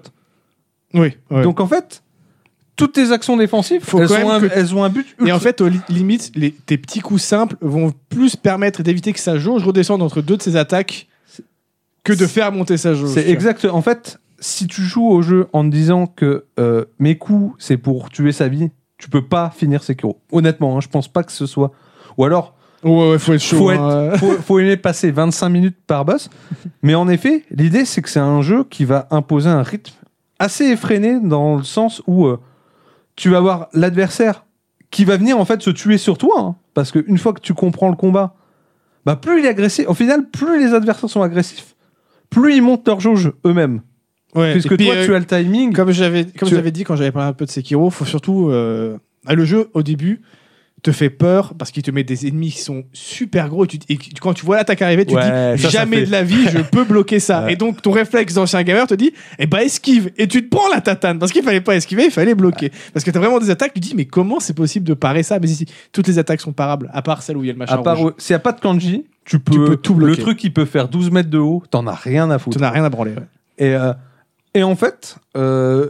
Oui. Ouais. Donc en fait... toutes tes actions défensives, Faut elles, ont un, que... elles ont un but ultra... Et en fait, aux li- limites, les, tes petits coups simples vont plus permettre d'éviter que sa jauge redescende entre deux de ses attaques que de faire monter sa jauge. C'est exact. En fait, si tu joues au jeu en te disant que euh, mes coups, c'est pour tuer sa vie, tu peux pas finir Sekiro. Honnêtement, hein, je pense pas que ce soit... Ou alors... Ouais, ouais, faut être chaud. Faut, hein. être, faut, faut aimer passer vingt-cinq minutes par boss. Mais en effet, l'idée, c'est que c'est un jeu qui va imposer un rythme assez effréné dans le sens où... Euh, tu vas voir l'adversaire qui va venir en fait se tuer sur toi, hein, parce qu'une fois que tu comprends le combat, bah plus il est agressif. Au final, plus les adversaires sont agressifs, plus ils montent leur jauge eux-mêmes. Ouais. Puisque puis, toi, euh, tu as le timing. Comme j'avais, comme Tu- j'avais dit quand j'avais parlé un peu de Sekiro, faut surtout euh, le jeu au début te fait peur parce qu'il te met des ennemis qui sont super gros et, tu, et quand tu vois l'attaque arriver, tu Ouais, te dis ça, ça jamais fait- de la vie je peux bloquer ça. Ouais. Et donc ton réflexe d'ancien gamer te dit eh ben esquive et tu te prends la tatane parce qu'il fallait pas esquiver, il fallait bloquer parce que t'as vraiment des attaques. Tu te dis mais comment c'est possible de parer ça? Mais si, si, toutes les attaques sont parables à part celle où il y a le machin À part, rouge. euh, s'il n'y a pas de kanji, tu peux, Tu peux tout bloquer. Le truc qui peut faire douze mètres de haut, t'en as rien à foutre. Tu n'as rien à branler. Ouais. Et, euh, et en fait, euh,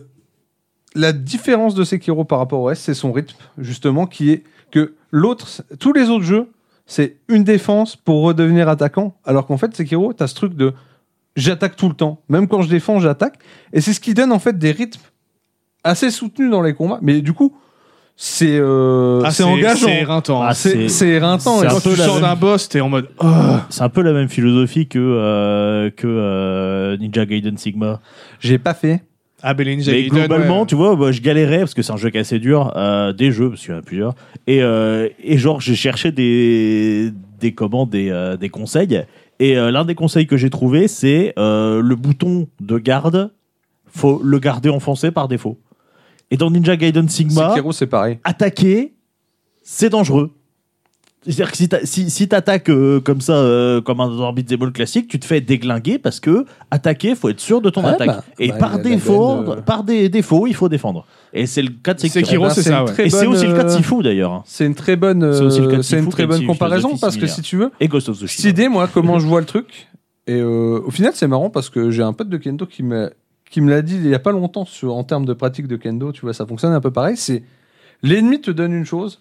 la différence de Sekiro par rapport au reste, c'est son rythme, justement, qui est que l'autre, tous les autres jeux, c'est une défense pour redevenir attaquant, alors qu'en fait, Sekiro, t'as ce truc de j'attaque tout le temps. Même quand je défends, j'attaque. Et c'est ce qui donne en fait des rythmes assez soutenus dans les combats. Mais du coup, c'est euh, Ah, c'est engageant. C'est éreintant. Ah, C'est c'est- c'est éreintant. c'est Et un Quand peu tu la sors même- d'un boss, t'es en mode oh. C'est un peu la même philosophie que, euh, que euh, Ninja Gaiden Sigma. J'ai pas fait. Ah, ben les Ninja Mais Gaiden, globalement, ouais. tu vois, bah, je galérais parce que c'est un jeu qui est assez dur, euh, des jeux, parce qu'il y en a plusieurs. Et, euh, et genre, j'ai cherché des, des, comment, des, euh, des conseils. Et euh, l'un des conseils que j'ai trouvé, c'est euh, le bouton de garde, faut le garder enfoncé par défaut. Et dans Ninja Gaiden Sigma, Sekiro, c'est pareil. attaquer, c'est dangereux. C'est-à-dire que si t'a- si, si t'attaques euh, comme ça, euh, comme un dans un beat'em all classique, tu te fais déglinguer parce que attaquer, faut être sûr de ton Ah, attaque. bah, et bah, par la- la défaut, bonne, euh, par des défauts, il faut défendre. Et c'est le cas de Sekiro. Sekiro, Eh ben, c'est c'est ça. une Ouais. très Et c'est bonne, aussi le cas de euh, Sifu d'ailleurs. C'est une très bonne, C'est aussi le cas de euh, c'est une Sifu très qui a bonne une comparaison philosophie parce que similaire. si tu veux, Et Ghost of cette Tsushima. idée, moi, comment je vois le truc, et euh, au final, c'est marrant parce que j'ai un pote de kendo qui me qui me l'a dit il y a pas longtemps sur, en termes de pratique de kendo, tu vois, ça fonctionne un peu pareil. C'est l'ennemi te donne une chose,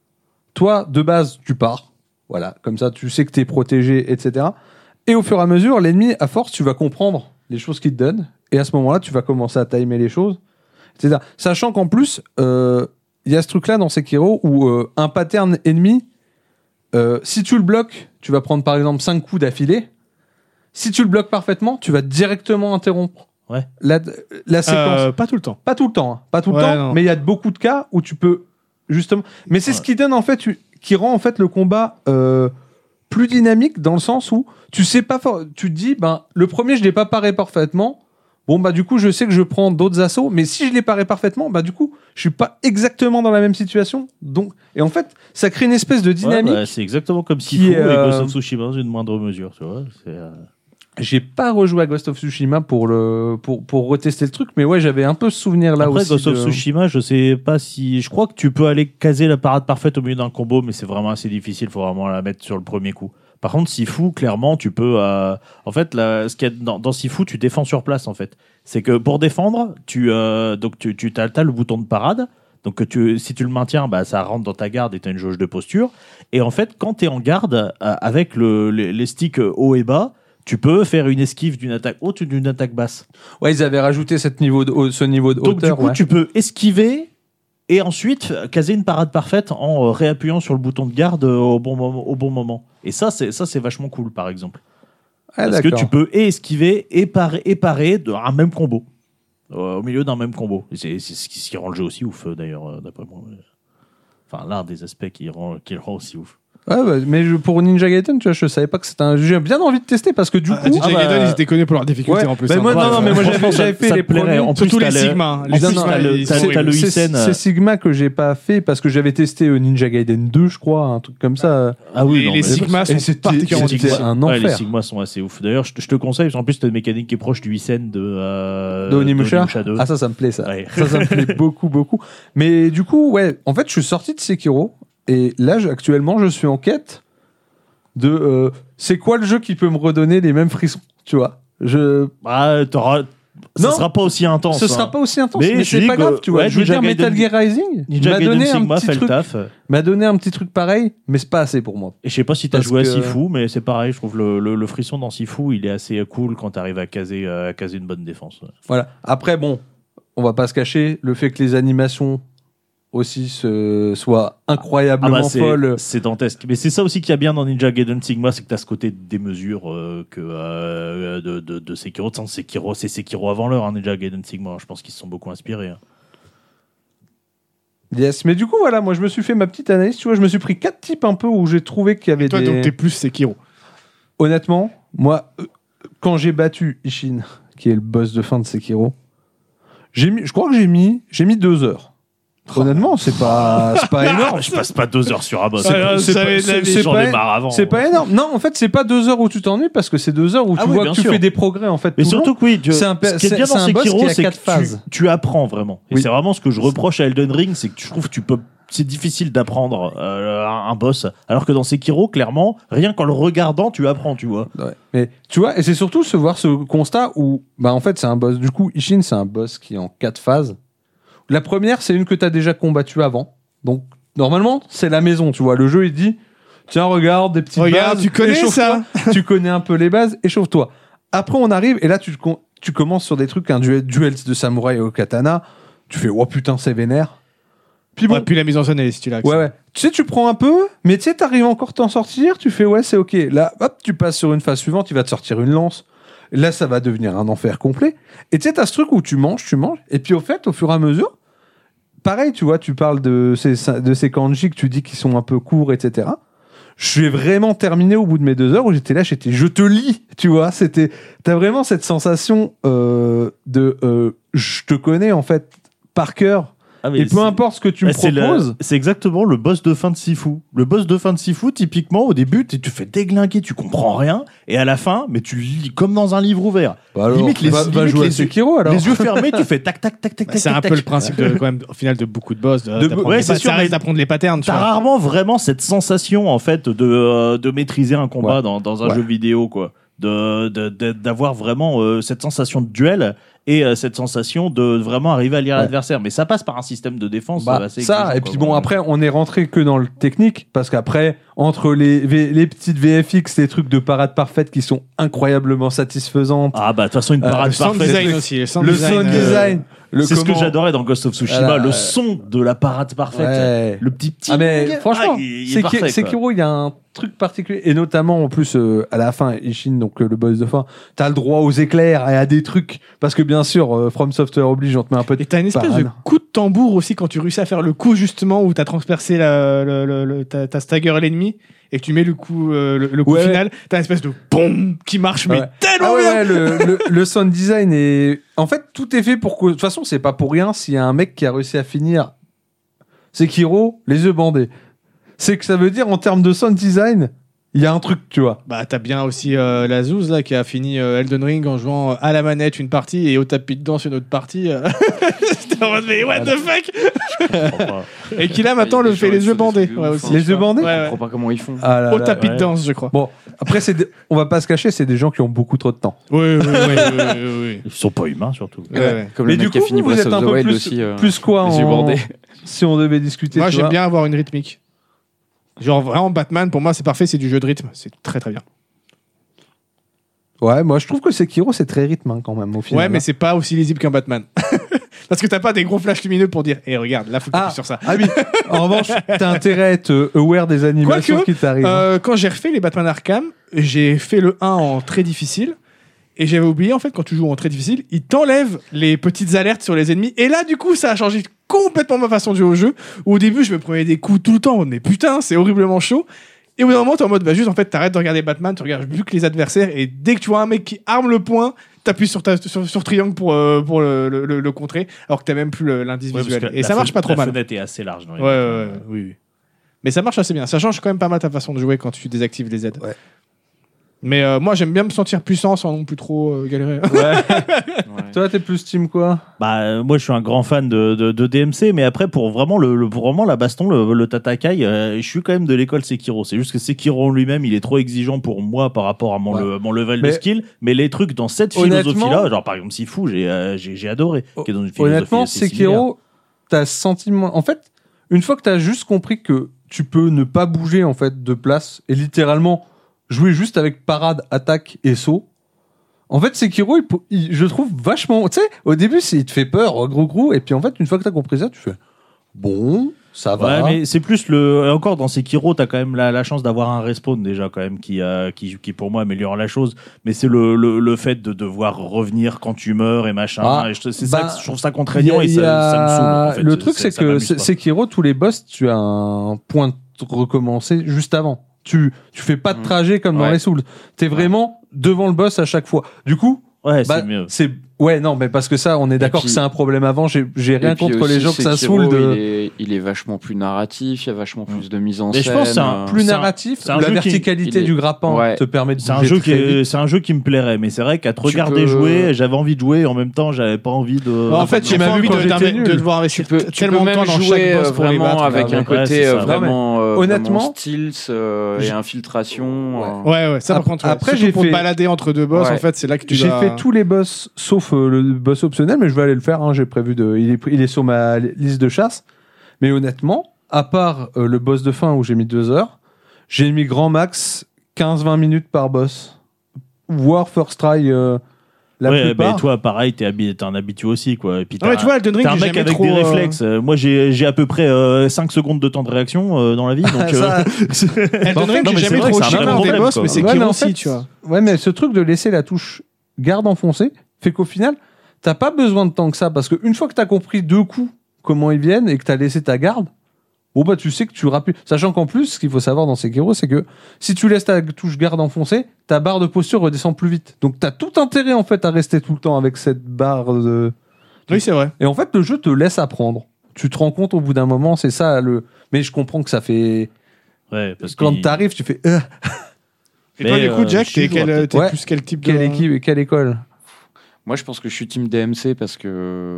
toi de base tu pars, voilà, comme ça tu sais que t'es protégé, et cetera. Et au fur et à mesure, l'ennemi, à force, tu vas comprendre les choses qu'il te donne, et à ce moment-là, tu vas commencer à timer les choses, et cetera. Sachant qu'en plus, euh, il y a ce truc-là dans Sekiro où euh, un pattern ennemi, euh, si tu le bloques, tu vas prendre par exemple cinq coups d'affilée. Si tu le bloques parfaitement, tu vas directement interrompre Ouais. la, la séquence. Euh, pas tout le temps. Pas tout le temps, hein, pas tout le Ouais, temps, non. mais il y a beaucoup de cas où tu peux justement. Mais c'est Ouais. ce qui donne en fait, tu- qui rend en fait le combat euh, plus dynamique dans le sens où tu sais pas, for- tu te dis, ben le premier je l'ai pas paré parfaitement, bon bah du coup je sais que je prends d'autres assauts, mais si je les parais parfaitement, bah du coup je suis pas exactement dans la même situation. Donc et en fait ça crée une espèce de dynamique. Ouais, bah, c'est exactement comme qui Sifu est, et euh, Ghost of Tsushima dans une moindre mesure, tu vois. C'est, euh... J'ai pas rejoué à Ghost of Tsushima pour le pour pour retester le truc, mais ouais j'avais un peu ce souvenir là Après, aussi. Ghost of de- Tsushima, je sais pas si. Je crois que tu peux aller caser la parade parfaite au milieu d'un combo, mais c'est vraiment assez difficile. Il faut vraiment la mettre sur le premier coup. Par contre, Sifu, clairement, tu peux. Euh... En fait, là, ce qu'il y a dans, dans Sifu, tu défends sur place. En fait, c'est que pour défendre, tu euh... donc tu tu t'as, t'as le bouton de parade. Donc tu, si tu le maintiens, bah, ça rentre dans ta garde et tu as une jauge de posture. Et en fait, quand tu es en garde, euh, avec le, les, les sticks haut et bas, tu peux faire une esquive d'une attaque haute ou d'une attaque basse. Ouais, ils avaient rajouté cette niveau de, ce niveau de Donc hauteur. du coup, ouais. tu peux esquiver et ensuite caser une parade parfaite en euh, réappuyant sur le bouton de garde euh, au bon moment. Au bon moment. Et ça, c'est, ça, c'est vachement cool, par exemple. Ah, Parce que d'accord. tu peux et esquiver et parer, et parer d'un même combo. Euh, au milieu d'un même combo. Et c'est, c'est ce qui, ce qui rend le jeu aussi ouf, euh, d'ailleurs, euh, d'après moi. Enfin, l'un des aspects qui, rend, qui le rend aussi ouf. Ouais, bah, mais je- pour Ninja Gaiden, tu vois, je savais pas que c'était un. J'ai bien envie de tester parce que du Ah, coup. Ninja ah bah, Gaiden, ils étaient connus pour leur difficulté Ouais, en plus. bah, hein. moi, non, non, mais moi, j'avais- Franchement, j'avais ça- fait ça les te plairait. premiers. En plus, Surtout les t'as le- Sigma. en Les plus, Sigma, t'as le- ils t'as- sont t'as le horribles. C'est Isen, c'est euh, Sigma que j'ai pas fait parce que j'avais testé euh, Ninja Gaiden deux, je crois, un truc comme ça. Ah oui, Et non, les mais- Sigma Et sont c'était- particulièrement c'était difficiles. un Ouais, les enfer. Sigma sont assez ouf. D'ailleurs, je te, je te conseille, parce qu'en plus, t'as une mécanique qui est proche du Isen de, euh, De Onimusha. deux. Ah, ça, ça me plaît, ça. Ouais. Ça, ça me plaît beaucoup, beaucoup. Mais du coup, ouais, en fait, je suis sorti de Sekiro et là, je- actuellement, je suis en quête de. euh, c'est quoi le jeu qui peut me redonner les mêmes frissons, tu vois? Je. Ah, t'auras. Ça Non. sera pas aussi intense. Ce hein. seur pas aussi intense, Mais mais, je c'est dis pas que- grave, tu vois. ouais, je veux Ninja dire, Metal Gaiden- Gear Rising Ninja m'a Gaiden donné, un Sigma petit fait le truc, taf. m'a donné un petit truc pareil, mais c'est pas assez pour moi. Et je sais pas si t'as Parce joué que- à Sifu, mais c'est pareil, je trouve le, le, le frisson dans Sifu, il est assez cool quand t'arrives à caser, euh, à caser une bonne défense. Voilà. Après, bon, on va pas se cacher, le fait que les animations aussi se, soient incroyablement Ah bah, c'est, folles. c'est dantesque. Mais c'est ça aussi qu'il y a bien dans Ninja Gaiden Sigma, c'est que t'as ce côté des mesures euh, que, euh, de, de, de Sekiro. Sans Sekiro, c'est Sekiro avant l'heure, hein, Ninja Gaiden Sigma. Je pense qu'ils se sont beaucoup inspirés. Hein. Yes, mais du coup, voilà, moi je me suis fait ma petite analyse, tu vois, je me suis pris quatre types un peu où j'ai trouvé qu'il y avait Toi, des. donc, t'es plus Sekiro. Honnêtement, moi, euh, quand j'ai battu Ishin, qui est le boss de fin de Sekiro, j'ai mis, je crois que j'ai mis, j'ai mis deux heures. Honnêtement, c'est pas, c'est pas énorme. Je passe pas deux heures sur un boss. Ah, là, c'est ça pas- va être la c'est- vie. c'est J'en pas- ai marre avant. C'est pas énorme. Non, en fait, c'est pas deux heures où tu t'ennuies parce que c'est deux heures où Ah tu oui, vois bien que tu sûr. fais des progrès en fait. Mais tout le long. surtout que oui, tu- C'est un pe- ce qui est c'est- bien c'est dans un boss Sekiro, qui a c'est que quatre phases. tu, tu apprends vraiment. Et Oui. c'est vraiment ce que je reproche à Elden Ring, c'est que je trouve que tu peux, c'est difficile d'apprendre euh, un un boss, alors que dans Sekiro, clairement, rien qu'en le regardant, tu apprends, tu vois. Ouais. Mais tu vois, et c'est surtout se voir ce constat où, bah en fait, c'est un boss. Du coup, Ishin, c'est un boss qui est en quatre phases. La première, c'est une que tu as déjà combattue avant. Donc, normalement, c'est la maison, tu vois. Le jeu, il dit, tiens, regarde, des petites Regarde, bases. tu connais échauffe-toi. Tu connais un peu les bases, échauffe-toi. Après, on arrive, et là, tu, con- tu commences sur des trucs, un duel, duel de samouraï au katana. Tu fais, oh putain, c'est vénère. Puis bon, Ouais, puis la mise en scène, elle est stylée. ouais, ouais. Tu sais, tu prends un peu, mais tu sais, t'arrives encore à t'en sortir, tu fais, ouais, c'est ok. Là, hop, tu passes sur une phase suivante, il va te sortir une lance. Là, ça va devenir un enfer complet. Et tu sais, t'as ce truc où tu manges, tu manges, et puis au fait, au fur et à mesure, pareil, tu vois, tu parles de ces, de ces kanji que tu dis qu'ils sont un peu courts, et cetera. Je suis vraiment terminé au bout de mes deux heures où j'étais là, j'étais, je te lis, tu vois. C'était, t'as vraiment cette sensation euh, de, euh, je te connais en fait par cœur. Ah, mais Et peu c'est- importe ce que tu me Ouais, c'est le- proposes. C'est exactement le boss de fin de Sifu. Le boss de fin de Sifu, typiquement, au début, tu te fais déglinguer, tu comprends rien, et à la fin, mais tu lis comme dans un livre ouvert. Bah alors, limite, les- va, va limite, jouer les à yeux- Sekiro alors. Les yeux fermés, tu fais tac, tac, tac, tac, Bah, tac. c'est un tac, peu tac. le principe de, quand même, au final de beaucoup de boss, de, De- d'apprendre ouais, les c'est pa- sûr, ça mais reste d'apprendre les patterns. Tu T'as vois. rarement vraiment cette sensation, en fait, de, euh, de maîtriser un combat Ouais. dans, dans un Ouais. jeu vidéo, quoi. De, de- de- d'avoir vraiment euh, cette sensation de duel et euh, cette sensation de vraiment arriver à lire Ouais. l'adversaire. Mais ça passe par un système de défense Bah, euh, assez ça, exigeant, et quoi. puis bon, après, on est rentré que dans le technique, parce qu'après, entre les, V- les petites V F X, les trucs de parade parfaite qui sont incroyablement satisfaisantes, Ah bah, de toute façon, une Euh, parade Le sound parfaite. design aussi. Le sound le design. sound euh, design, le C'est ce que comment- j'adorais dans Ghost of Tsushima, Voilà, le euh, son de la parade parfaite. Ouais. Le petit petit. Ah mais franchement, il, il est Seki- parfait, quoi. Sekiro, il y a un truc particulier, et notamment en plus euh, à la fin, Ishin, donc euh, le boss de fin, t'as le droit aux éclairs et à des trucs, parce que bien bien sûr, euh, From Software oblige, on te met un peu de Et t'as une espèce parade. de coup de tambour aussi quand tu réussis à faire le coup justement où t'as transpercé la, le, le, le- t'as, t'as stagger l'ennemi et que tu mets le coup, euh, le, le coup Ouais. final. T'as une espèce de boum qui marche mais Ouais. tellement Ah bien. ouais, le, le, le sound design est. En fait, tout est fait pour que. De toute façon, c'est pas pour rien s'il y a un mec qui a réussi à finir Sekiro les yeux bandés. C'est que ça veut dire en termes de sound design, il y a un truc, tu vois. Bah t'as bien aussi euh, la Zouz là qui a fini euh, Elden Ring en jouant à la manette une partie et au tapis de danse une autre partie. euh. C'était en mode mais what the fuck. Et qui là maintenant le Les fait gens, les ils yeux font des bandés. trucs de Ouais, ouf, aussi, hein. Les tu yeux vois. bandés Ouais, Je ouais. comprends pas comment ils font. Ah là Au là. tapis ouais. de danse je crois. Bon, après, c'est des- on va pas se cacher, c'est des gens qui ont beaucoup trop de temps. Oui oui oui oui, oui. Ils sont pas humains, surtout. Ouais, ouais. Comme Mais le du mec qui a coup, fini vous Breath êtes of un the peu Wild plus, aussi. euh, plus quoi les yeux en... bandés. Si on devait discuter. Moi tu j'aime vois. bien avoir une rythmique. Genre vraiment Batman pour moi c'est parfait, c'est du jeu de rythme, c'est très très bien. Ouais, moi je trouve que Sekiro c'est très rythme hein, quand même au final. Ouais, mais c'est pas aussi lisible qu'un Batman. Parce que t'as pas des gros flashs lumineux pour dire, hé, regarde, là, faut que tu Ah, appuies sur ça. ah oui. En revanche, t'as intérêt à être euh, aware des animations Quoique, qui t'arrivent. Euh, quand j'ai refait les Batman Arkham, j'ai fait le un en très difficile. Et j'avais oublié, en fait, quand tu joues en très difficile, il t'enlève les petites alertes sur les ennemis. Et là, du coup, ça a changé complètement ma façon de jouer au jeu. Où au début, je me prenais des coups tout le temps. Mais putain, c'est horriblement chaud. Et au bout d'un moment, t'es en mode, bah juste, en fait, t'arrêtes de regarder Batman, tu regardes plus que les adversaires. Et dès que tu vois un mec qui arme le poing, t'appuies sur, ta, sur, sur triangle pour, euh, pour le, le, le, le contrer. Alors que t'as même plus le- l'indice Ouais, parce visuel. que Et la ça marche fen- pas trop la mal. fenêtre est assez large. Dans les Ouais, ouais, Batman. ouais, oui, oui. Mais ça marche assez bien. Ça change quand même pas mal ta façon de jouer quand tu désactives les aides. Ouais. Mais euh, moi, j'aime bien me sentir puissant sans non plus trop euh, galérer. Ouais. Ouais. Toi, t'es plus team quoi? Bah, euh, moi, je suis un grand fan de, de, de D M C, mais après, pour vraiment, le, le- pour vraiment la baston, le, le Tatakai, euh, je suis quand même de l'école Sekiro. C'est juste que Sekiro en lui-même, il est trop exigeant pour moi par rapport à mon, Ouais. le- mon level Mais- de skill. Mais les trucs dans cette Honnêtement- philosophie-là, genre par exemple Sifu, j'ai euh, j'ai j'ai adoré. Qui est dans une philosophie Honnêtement, assez similaire. Sekiro, t'as ce sentiment. En fait, une fois que t'as juste compris que tu peux ne pas bouger en fait de place et littéralement jouer juste avec parade, attaque et saut. En fait, Sekiro, il, po- il- je trouve vachement. Tu sais, au début, c'est- il te fait peur, oh, gros gros, et puis en fait, une fois que t'as compris ça, tu fais bon, ça va. Ouais, mais c'est plus le. et Encore dans Sekiro, t'as quand même la, la chance d'avoir un respawn déjà, quand même, qui, euh, qui, qui pour moi améliore la chose. Mais c'est le, le, le fait de devoir revenir quand tu meurs et machin. Ah, et je, c'est bah, ça que je trouve ça Il y contraignant a- et il y ça, a- ça me saoule. En fait. Le truc, c'est ça que m'amuse Se- pas. Sekiro, tous les boss, tu as un point de recommencer juste avant. Tu, tu fais pas de Mmh. trajet comme dans Ouais. les Souls. T'es vraiment devant le boss à chaque fois. Du coup, Ouais, bah, c'est mieux. c'est ouais non mais parce que ça on est d'accord puis- que c'est un problème avant. J'ai j'ai rien Et puis contre les aussi, gens que ça Sekiro, saoule de Il est, il est vachement plus narratif, il y a vachement plus de mise en Mais je scène. pense que c'est un euh, plus c'est un- narratif. c'est un La jeu qui- verticalité il est- du grappin Ouais. te permet de C'est un, bouger jeu qui très est- vite. c'est un jeu qui me plairait, mais c'est vrai qu'à te Tu regarder peux- jouer, j'avais envie de jouer et en même temps, j'avais pas envie de. en fait, tu j'ai m'as pas vu envie quand de, j'étais d'inve- nul. de devoir Tu investir peux, t- tu tellement peux de temps même dans jouer chaque euh, boss pour les vraiment battre. avec bah, un ouais. Ouais, côté c'est euh, ça. vraiment, euh, Honnêtement, vraiment stealth euh, et j'ai- infiltration. euh. Ouais, ouais, ça par Après- contre, ouais. après, Surtout j'ai pour fait- te balader entre deux boss, Ouais. en fait, c'est là que tu J'ai dois- fait tous les boss sauf euh, le boss optionnel, mais je vais aller le faire. hein, J'ai prévu de. Il est, il est sur ma li- liste de chasse. Mais honnêtement, à part euh, le boss de fin où j'ai mis deux heures, j'ai mis grand max quinze vingt minutes par boss. War first try euh, la ouais, plupart. mais toi, pareil, t'es, habi- t'es un habitué aussi, quoi. Et puis Non, mais t'as- tu vois, Elden Ring, T'es un j'ai mec jamais avec trop, des euh, réflexes. Euh, Moi, j'ai, j'ai à peu près euh, cinq secondes de temps de réaction euh, dans la vie. Donc, euh, Ça- Elden En fait, Ring, non, j'ai mais c'est jamais vrai trop que c'est un chié vrai dans des problème, boss, quoi. mais c'est Ouais, qui mais en aussi, fait, tu vois. Ouais, mais ce truc de laisser la touche garde enfoncée fait qu'au final, t'as pas besoin de temps que ça. Parce qu'une fois que t'as compris deux coups comment ils viennent et que t'as laissé ta garde, bon bah tu sais que tu rappuies. Sachant qu'en plus, ce qu'il faut savoir dans Sekiro, c'est que si tu laisses ta touche garde enfoncée, ta barre de posture redescend plus vite. Donc t'as tout intérêt en fait à rester tout le temps avec cette barre de... Oui, c'est vrai. Et en fait, le jeu te laisse apprendre. Tu te rends compte au bout d'un moment, c'est ça le... Mais je comprends que ça fait... ouais, parce Quand qu'il- t'arrives, tu fais... Euh, Et toi, Mais, du coup, euh, Jack, je t'es suis joueur, quel, peut-être. t'es Ouais. plus quel type quelle de... équipe et quelle école? Moi, je pense que je suis team D M C parce que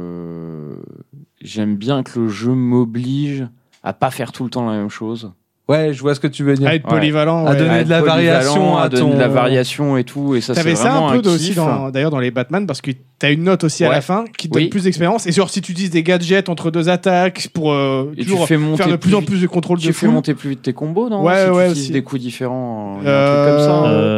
euh, j'aime bien que le jeu m'oblige à pas faire tout le temps la même chose. Ouais, je vois ce que tu veux dire. À être Ouais. polyvalent. À ouais. donner À de la être variation polyvalent, à à donner ton- de la variation et tout, et ça c'est T'avais ça vraiment un peu un de- aussi kiff. dans, d'ailleurs dans les Batman parce que t'as une note aussi à Ouais. la fin qui te donne Oui. plus d'expérience et genre si tu utilises des gadgets entre deux attaques pour euh, Et tu toujours fais monter faire de plus en vite- plus de contrôle Tu de fais fou. monter plus vite tes combos, non? Ouais, Si tu ouais, utilises aussi. des coups différents, il y a un truc comme ça. Euh, Euh,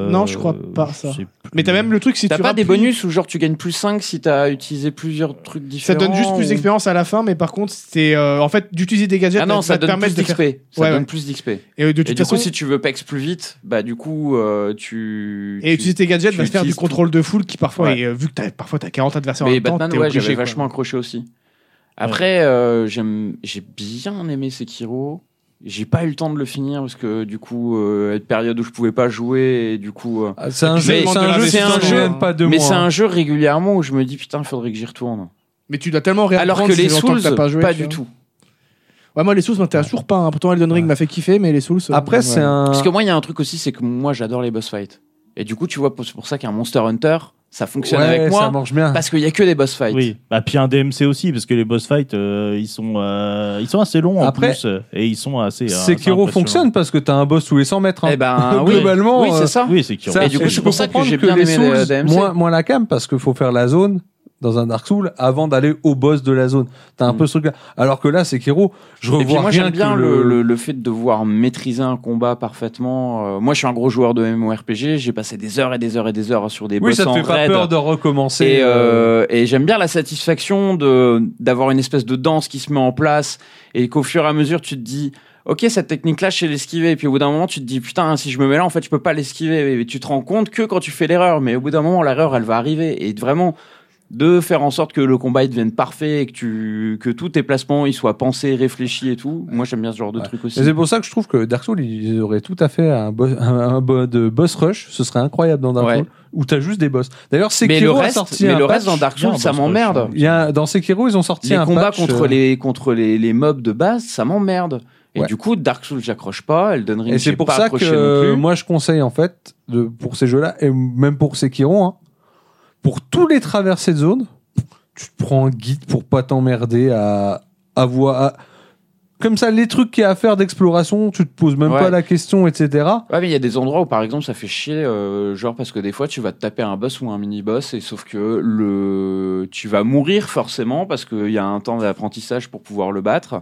Euh, Non, je crois pas, ça. je sais plus. Mais t'as même le truc si T'as tu pas des rappuies- bonus où genre tu gagnes plus cinq si t'as utilisé plusieurs trucs Ça différents. donne juste plus ou- d'expérience à la fin, mais par contre, c'est euh, en fait d'utiliser des gadgets. Ah non, va ça te donne permettre plus de faire- d'X P. Ça Ouais, donne ouais. plus d'X P. Et euh, de Et toute du façon, coup, si tu veux pex plus vite, bah du coup, euh, tu. et tu- utiliser tes gadgets tu va te faire du utilises contrôle de foule qui parfois, Ouais. est, euh, vu que t'as, parfois t'as quarante adversaires en Mais même temps, Batman, t'es ouais, obligé, j'avais quoi. vachement accroché aussi. Après, euh, j'aime, j'ai bien aimé Sekiro. J'ai pas eu le temps de le finir parce que du coup, euh, une période où je pouvais pas jouer et du coup. euh, Ah, C'est un Mais jeu, c'est c'est un un jeu, jeu- c'est un c'est jeu, un- pas de mais moi. c'est hein. un jeu régulièrement où je me dis putain, il faudrait que j'y retourne. Mais tu dois tellement réapprendre Alors que si les ça fait longtemps Souls, que t'as pas, joué, pas tu du vois. tout. Ouais, moi les Souls m'intéressent toujours pas. Hein. Pourtant Elden Ring Ouais. m'a fait kiffer, mais les Souls. euh, Après, ouais. c'est un. Parce que moi, il y a un truc aussi, c'est que moi, j'adore les boss fights. Et du coup, tu vois, c'est pour ça qu'un Monster Hunter, ça fonctionne Ouais, avec ça moi. marche bien. Parce qu'il y a que des boss fights. Oui, bah, puis un D M C aussi, parce que les boss fights, euh, ils, sont, euh, ils sont assez longs en Après, plus, euh, et ils sont assez. euh, assez Sekiro impressionnants. fonctionne parce que t'as un boss tous les cent mètres. hein. Eh ben, oui. Globalement, Oui, euh, c'est ça. Oui, Sekiro. Ça, Et du coup, je c'est peux pour ça que comprendre j'ai bien les aimé les Souls, D M C. Moins, moins la cam parce qu'il faut faire la zone dans un Dark Souls avant d'aller au boss de la zone. T'as un Mm. peu ce truc-là. Alors que là, Sekiro, je Et puis revois moi, rien j'aime bien que le, le, le fait de devoir maîtriser un combat parfaitement. Euh, moi, je suis un gros joueur de MMORPG. J'ai passé des heures et des heures et des heures sur des Oui, boss ça te en fait pas raid. peur de recommencer. Et, euh, euh, et j'aime bien la satisfaction de d'avoir une espèce de danse qui se met en place et qu'au fur et à mesure, tu te dis. Ok, cette technique-là, je sais l'esquiver. Et puis au bout d'un moment, tu te dis, putain, si je me mets là, en fait, je peux pas l'esquiver. Et tu te rends compte que quand tu fais l'erreur, mais au bout d'un moment, l'erreur, elle va arriver. Et vraiment, de faire en sorte que le combat il devienne parfait et que, tu, que tous tes placements ils soient pensés, réfléchis et tout. Moi, j'aime bien ce genre de Ouais. truc aussi. Et c'est pour ça que je trouve que Dark Souls, ils auraient tout à fait un, boss, un, un bo- de boss rush. Ce serait incroyable dans Dark Ouais. Souls où t'as juste des boss. D'ailleurs, Mais le Sekiro a reste, sorti mais un le patch. reste dans Dark Il y a un Souls, ça boss rush, m'emmerde. hein. Il y a, dans Sekiro, ils ont sorti Les un combats patch, contre, euh, les, contre les, les mobs de base, ça m'emmerde. Et Ouais. du coup, Dark Souls, j'accroche pas. Elden Ring, Et c'est j'ai pour pas ça accroché que non plus. moi je conseille en fait de, pour ces jeux-là et même pour Sekiro, hein, pour tous les traversées de zone, tu te prends un guide pour pas t'emmerder à avoir à- comme ça les trucs qu'il y a à faire d'exploration, tu te poses même Ouais. pas la question, et cetera. Ouais, mais il y a des endroits où, par exemple, ça fait chier, euh, genre parce que des fois, tu vas te taper un boss ou un mini-boss, et sauf que le... tu vas mourir forcément parce qu'il y a un temps d'apprentissage pour pouvoir le battre.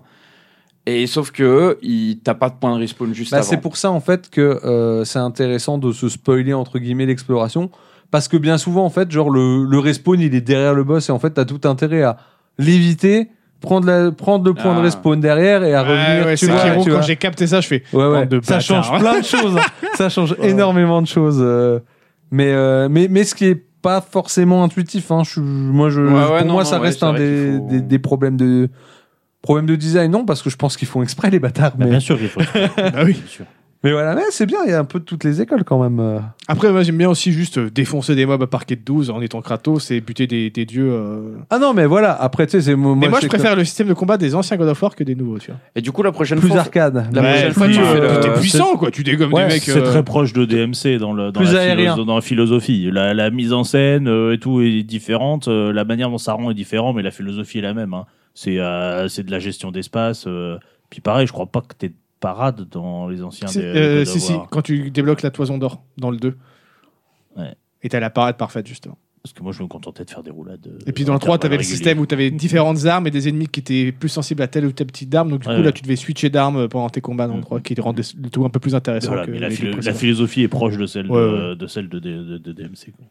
Et sauf que il... t'as pas de point de respawn juste Bah, avant. c'est pour ça en fait que euh, c'est intéressant de se spoiler entre guillemets l'exploration parce que bien souvent en fait genre le, le respawn il est derrière le boss et en fait t'as tout intérêt à l'éviter, prendre, la, prendre le point Ah. de respawn derrière et à Ouais, revenir. ouais, tu c'est vois, Sekiro, tu quand vois. j'ai capté ça, je fais. Ouais, ouais. Bande de Ça bâtards. change plein de choses. hein. Ça change Ouais. énormément de choses. euh. Mais, euh, mais, mais ce qui est pas forcément intuitif. Hein. Je, suis- moi, je, Ouais, ouais, pour non, moi, non, ça ouais, reste c'est un vrai des, qu'il faut- des, des problèmes de problèmes de design. Non, parce que je pense qu'ils font exprès les bâtards. Bah, Mais, bien sûr qu'il faut. Bah oui. Bien sûr. mais voilà, mais c'est bien. Il y a un peu de toutes les écoles quand même. euh. Après, moi j'aime bien aussi juste euh, défoncer des mobs à parquet de douze en étant Kratos et buter des, des dieux. euh. Ah non, mais voilà. Après, tu sais, c'est moi. Mais moi, c'est je préfère le système de combat des anciens God of War que des nouveaux, tu vois. Et du coup, la prochaine plus fois. arcade. La Mais- prochaine fois, plus, tu euh, fais le- plus t'es euh, puissant, quoi. Tu dégommes Ouais, des mecs. C'est euh, très proche de D M C dans, le, dans, Plus la, aérien. philo- dans la philosophie. La, la mise en scène euh, et tout est différente. euh, la manière dont ça rend est différente, mais la philosophie est la même. Hein. C'est euh, c'est de la gestion d'espace. euh. Puis pareil, je crois pas que t'es parade dans les anciens Si, des, euh, God si, of si, War. quand tu débloques la toison d'or dans le deux. Ouais. Et t'as la parade parfaite, justement. Parce que moi, je me contentais de faire des roulades. euh, Et puis dans le trois, t'avais le réguliers. système où t'avais différentes armes et des ennemis qui étaient plus sensibles à telle ou telle petite arme. Donc du Ouais, coup, là, ouais. tu devais switcher d'armes pendant tes combats dans le Mm. trois, qui rendait le tout un peu plus intéressant Voilà, que mais la, les philo- deux la précédents. philosophie est proche de celle, Ouais, de, ouais. de celle de, de, de- de D M C. Quoi.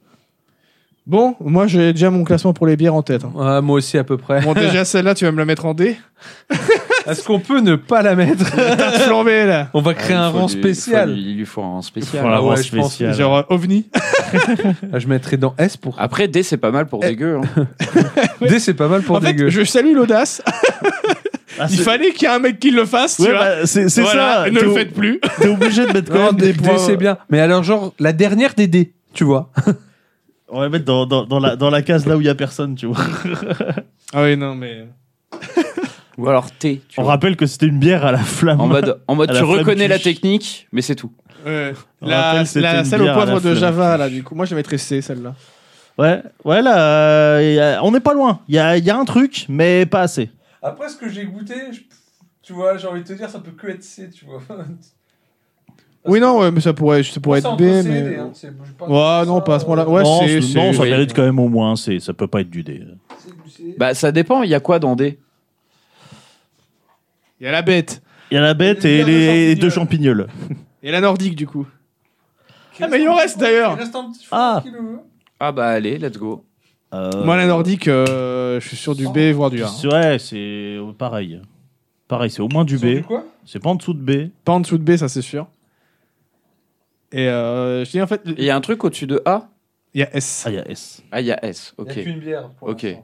Bon, moi, j'ai déjà mon classement pour les bières en tête. hein. Ouais, moi aussi à peu près. Bon, déjà, celle-là, tu vas me la mettre en D. Est-ce qu'on peut ne pas la mettre? Tarte flambée, là. On va créer Ah, il un faut rang lui- spécial. faut lui- Il lui faut un spécial. Voilà, Ah ouais, rang je pense. spécial. Genre euh, OVNI. Ah, je mettrais dans S pour. Après, D, c'est pas mal pour Eh. dégueu. hein. D, c'est pas mal pour En fait, dégueu. je salue l'audace. Ah, Il c'est- fallait qu'il y ait un mec qui le fasse, tu Ouais, vois. bah, c'est c'est Voilà, ça. ne T'es le o- faites plus. T'es obligé de mettre quand Non, même des D, points. c'est bien. Mais alors, genre, la dernière des D, tu vois. On va mettre dans, dans, dans, la, dans la case là où il y a personne, tu vois. Ah oui, non, mais. Ou alors T. tu On vois. rappelle que c'était une bière à la flamme. En mode, en mode À tu la flamme reconnais la quiche. technique, mais c'est tout. Ouais. On La, rappelle, c'était la une celle au bière à poivre la de fleur. Java, là, du coup. Moi, je mettrais C, celle-là. Ouais, ouais, là, euh, y a- on n'est pas loin. Il y a, y a un truc, mais pas assez. Après, ce que j'ai goûté, tu vois, j'ai envie de te dire, ça peut que être C, tu vois. Oui, non, ouais, mais ça pourrait, ça pourrait être B, mais. Ouais, non, pas à ce moment-là. Ouais, non, c'est. c'est- non, ça oui. mérite quand même au moins. C'est, ça peut pas être du D. Bah, ça dépend, il y a quoi dans D? Il y a la bête. Il y a la bête Et et les les bières de deux champignols. Et la nordique, du coup. Ah, mais il en reste d'ailleurs. reste un petit Ah. qui le veut. Ah bah allez, let's go. Euh, Moi, la nordique, euh, je suis sur du B, voire du A. c'est- Ouais, c'est pareil. Pareil, c'est au moins du Sur du B. quoi? C'est pas en dessous de B. Pas en dessous de B, ça c'est sûr. Et euh, je dis en fait, Il y a un truc au-dessus de A. il y a S. Ah, il y a S. Ah, il y a S. Il Ok. n'y a qu'une bière. pour Ok. l'instant.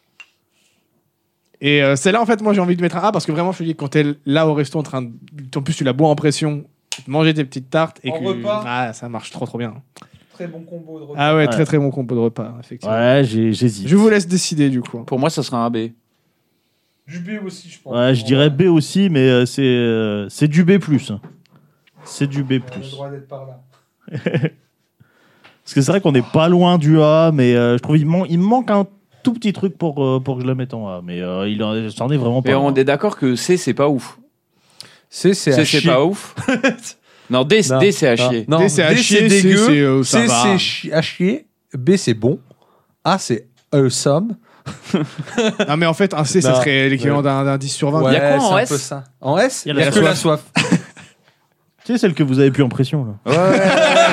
Et euh, celle-là, en fait, moi j'ai envie de mettre un A parce que vraiment, je te dis, quand t'es là au resto en train de. En plus, tu la bois en pression, manger tes petites tartes et En que. repas. Ah, ça marche trop trop bien. Très bon combo de repas. Ah ouais, Ouais. très très bon combo de repas, effectivement. Ouais, j'ai- j'hésite. Je vous laisse décider du coup. Pour moi, ça sera un B. Du B aussi, je pense. Ouais, je dirais B aussi, mais euh, c'est euh, c'est du B plus. C'est du B On a le plus. droit d'être par là. Parce que c'est vrai qu'on n'est pas loin du A, mais euh, je trouve qu'il man- il me manque un tout petit truc pour, euh, pour que je le mette en A. Mais euh, il en, c'en est vraiment pas Mais loin. on est d'accord que C, c'est pas ouf. C, c'est à C, c'est chier. pas ouf. Non, D, Non. D c'est à chier. Non, D, c'est à D, chier, c'est C, dégueu. c'est, euh, ça C, va. c'est chi- à chier. B, c'est bon. A, c'est awesome. Non, mais en fait, un C, ça Non. serait l'équivalent d'un d'un dix sur vingt. y a quoi en c'est un S? peu ça. En S, Il y il a y a la que la soif. Tu sais, celle que vous avez plus en pression. Là. Ouais, ouais,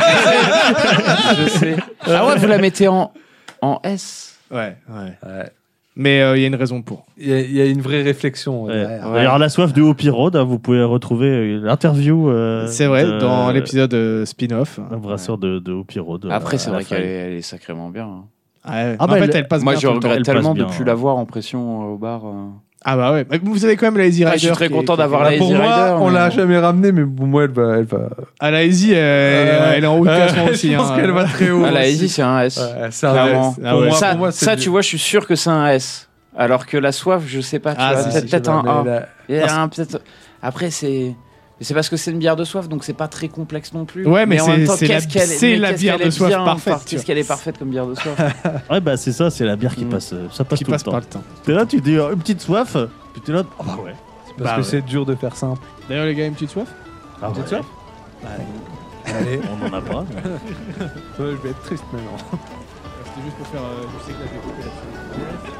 ouais, je sais. Ah ouais, vous la mettez en, en S. Ouais, ouais. Ouais. Mais euh, il y a une raison pour. Il y, a- il y a une vraie réflexion. Ouais. derrière. D'ailleurs, la soif de Hopi Road, hein, vous pouvez retrouver euh, l'interview. euh, C'est vrai, de- dans l'épisode euh, spin-off. Un brasseur de, de Hopi Road. Après, euh, c'est à vrai la qu'elle fin. est, elle est sacrément bien. hein. Ah, ouais. Ah en bah, fait, elle- elle passe Moi, bien je tout le temps. regrette elle passe tellement de bien, plus hein. la voir en pression euh, au bar. euh. Ah bah ouais. Mais vous avez quand même la Easy Ah, Rider. je suis très qui est- content qui est- d'avoir Bah, la pour Easy moi, Rider, on mais- l'a jamais ramené, mais pour moi, elle va. Elle va... Ah, la Easy, elle, Ouais. elle est en haut de classement Euh, aussi. Je pense hein. qu'elle va très haut. Ah, la aussi. Easy, c'est un S. Ouais, c'est un Clairement. S. Ah Pour ouais. moi, ça, pour moi, c'est ça du- tu vois, je suis sûr que c'est un S. Alors que la soif, je sais pas. Tu Ah, vois, si, peut-être si, peut-être un mais A. la- Il y a un peut-être. Après, c'est. mais c'est parce que c'est une bière de soif, donc c'est pas très complexe non plus. Ouais, mais en c'est- même temps, c'est la- qu'est-ce qu'elle est- c'est mais la qu'est-ce bière qu'elle de est soif bien, parfaite, enfin, tu Qu'est-ce vois. qu'elle est parfaite comme bière de soif. Ouais, bah c'est ça, c'est la bière qui Mm. passe. euh, Ça passe Qui tout passe le temps. par le temps. T'es là, tu dis euh, une petite soif, puis t'es là. Oh bah ouais. Parce Bah que ouais. c'est dur de faire simple. D'ailleurs, les gars, une petite soif Ah, Petite ouais. soif Allez, On en a pas. je vais être triste maintenant. C'était juste pour faire. euh, Je sais que là, je vais couper là-dessus.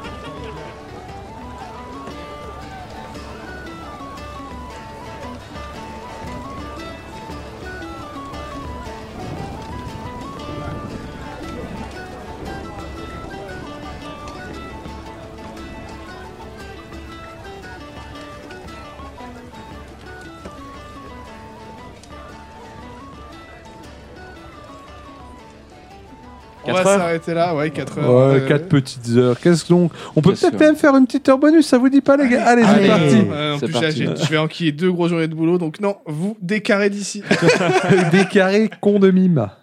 On va Quatre heures s'arrêter là, ouais, quatre heures. Ouais, euh, quatre petites heures. Qu'est-ce que donc On peut Qu'est-ce peut-être que- même faire une petite heure bonus, ça vous dit pas, les gars Allez, c'est Allez. parti. Euh, en C'est plus, là, parti. j'ai- je vais enquiller deux grosses journées de boulot, donc non, vous décarrez d'ici. Des carrés con de mime.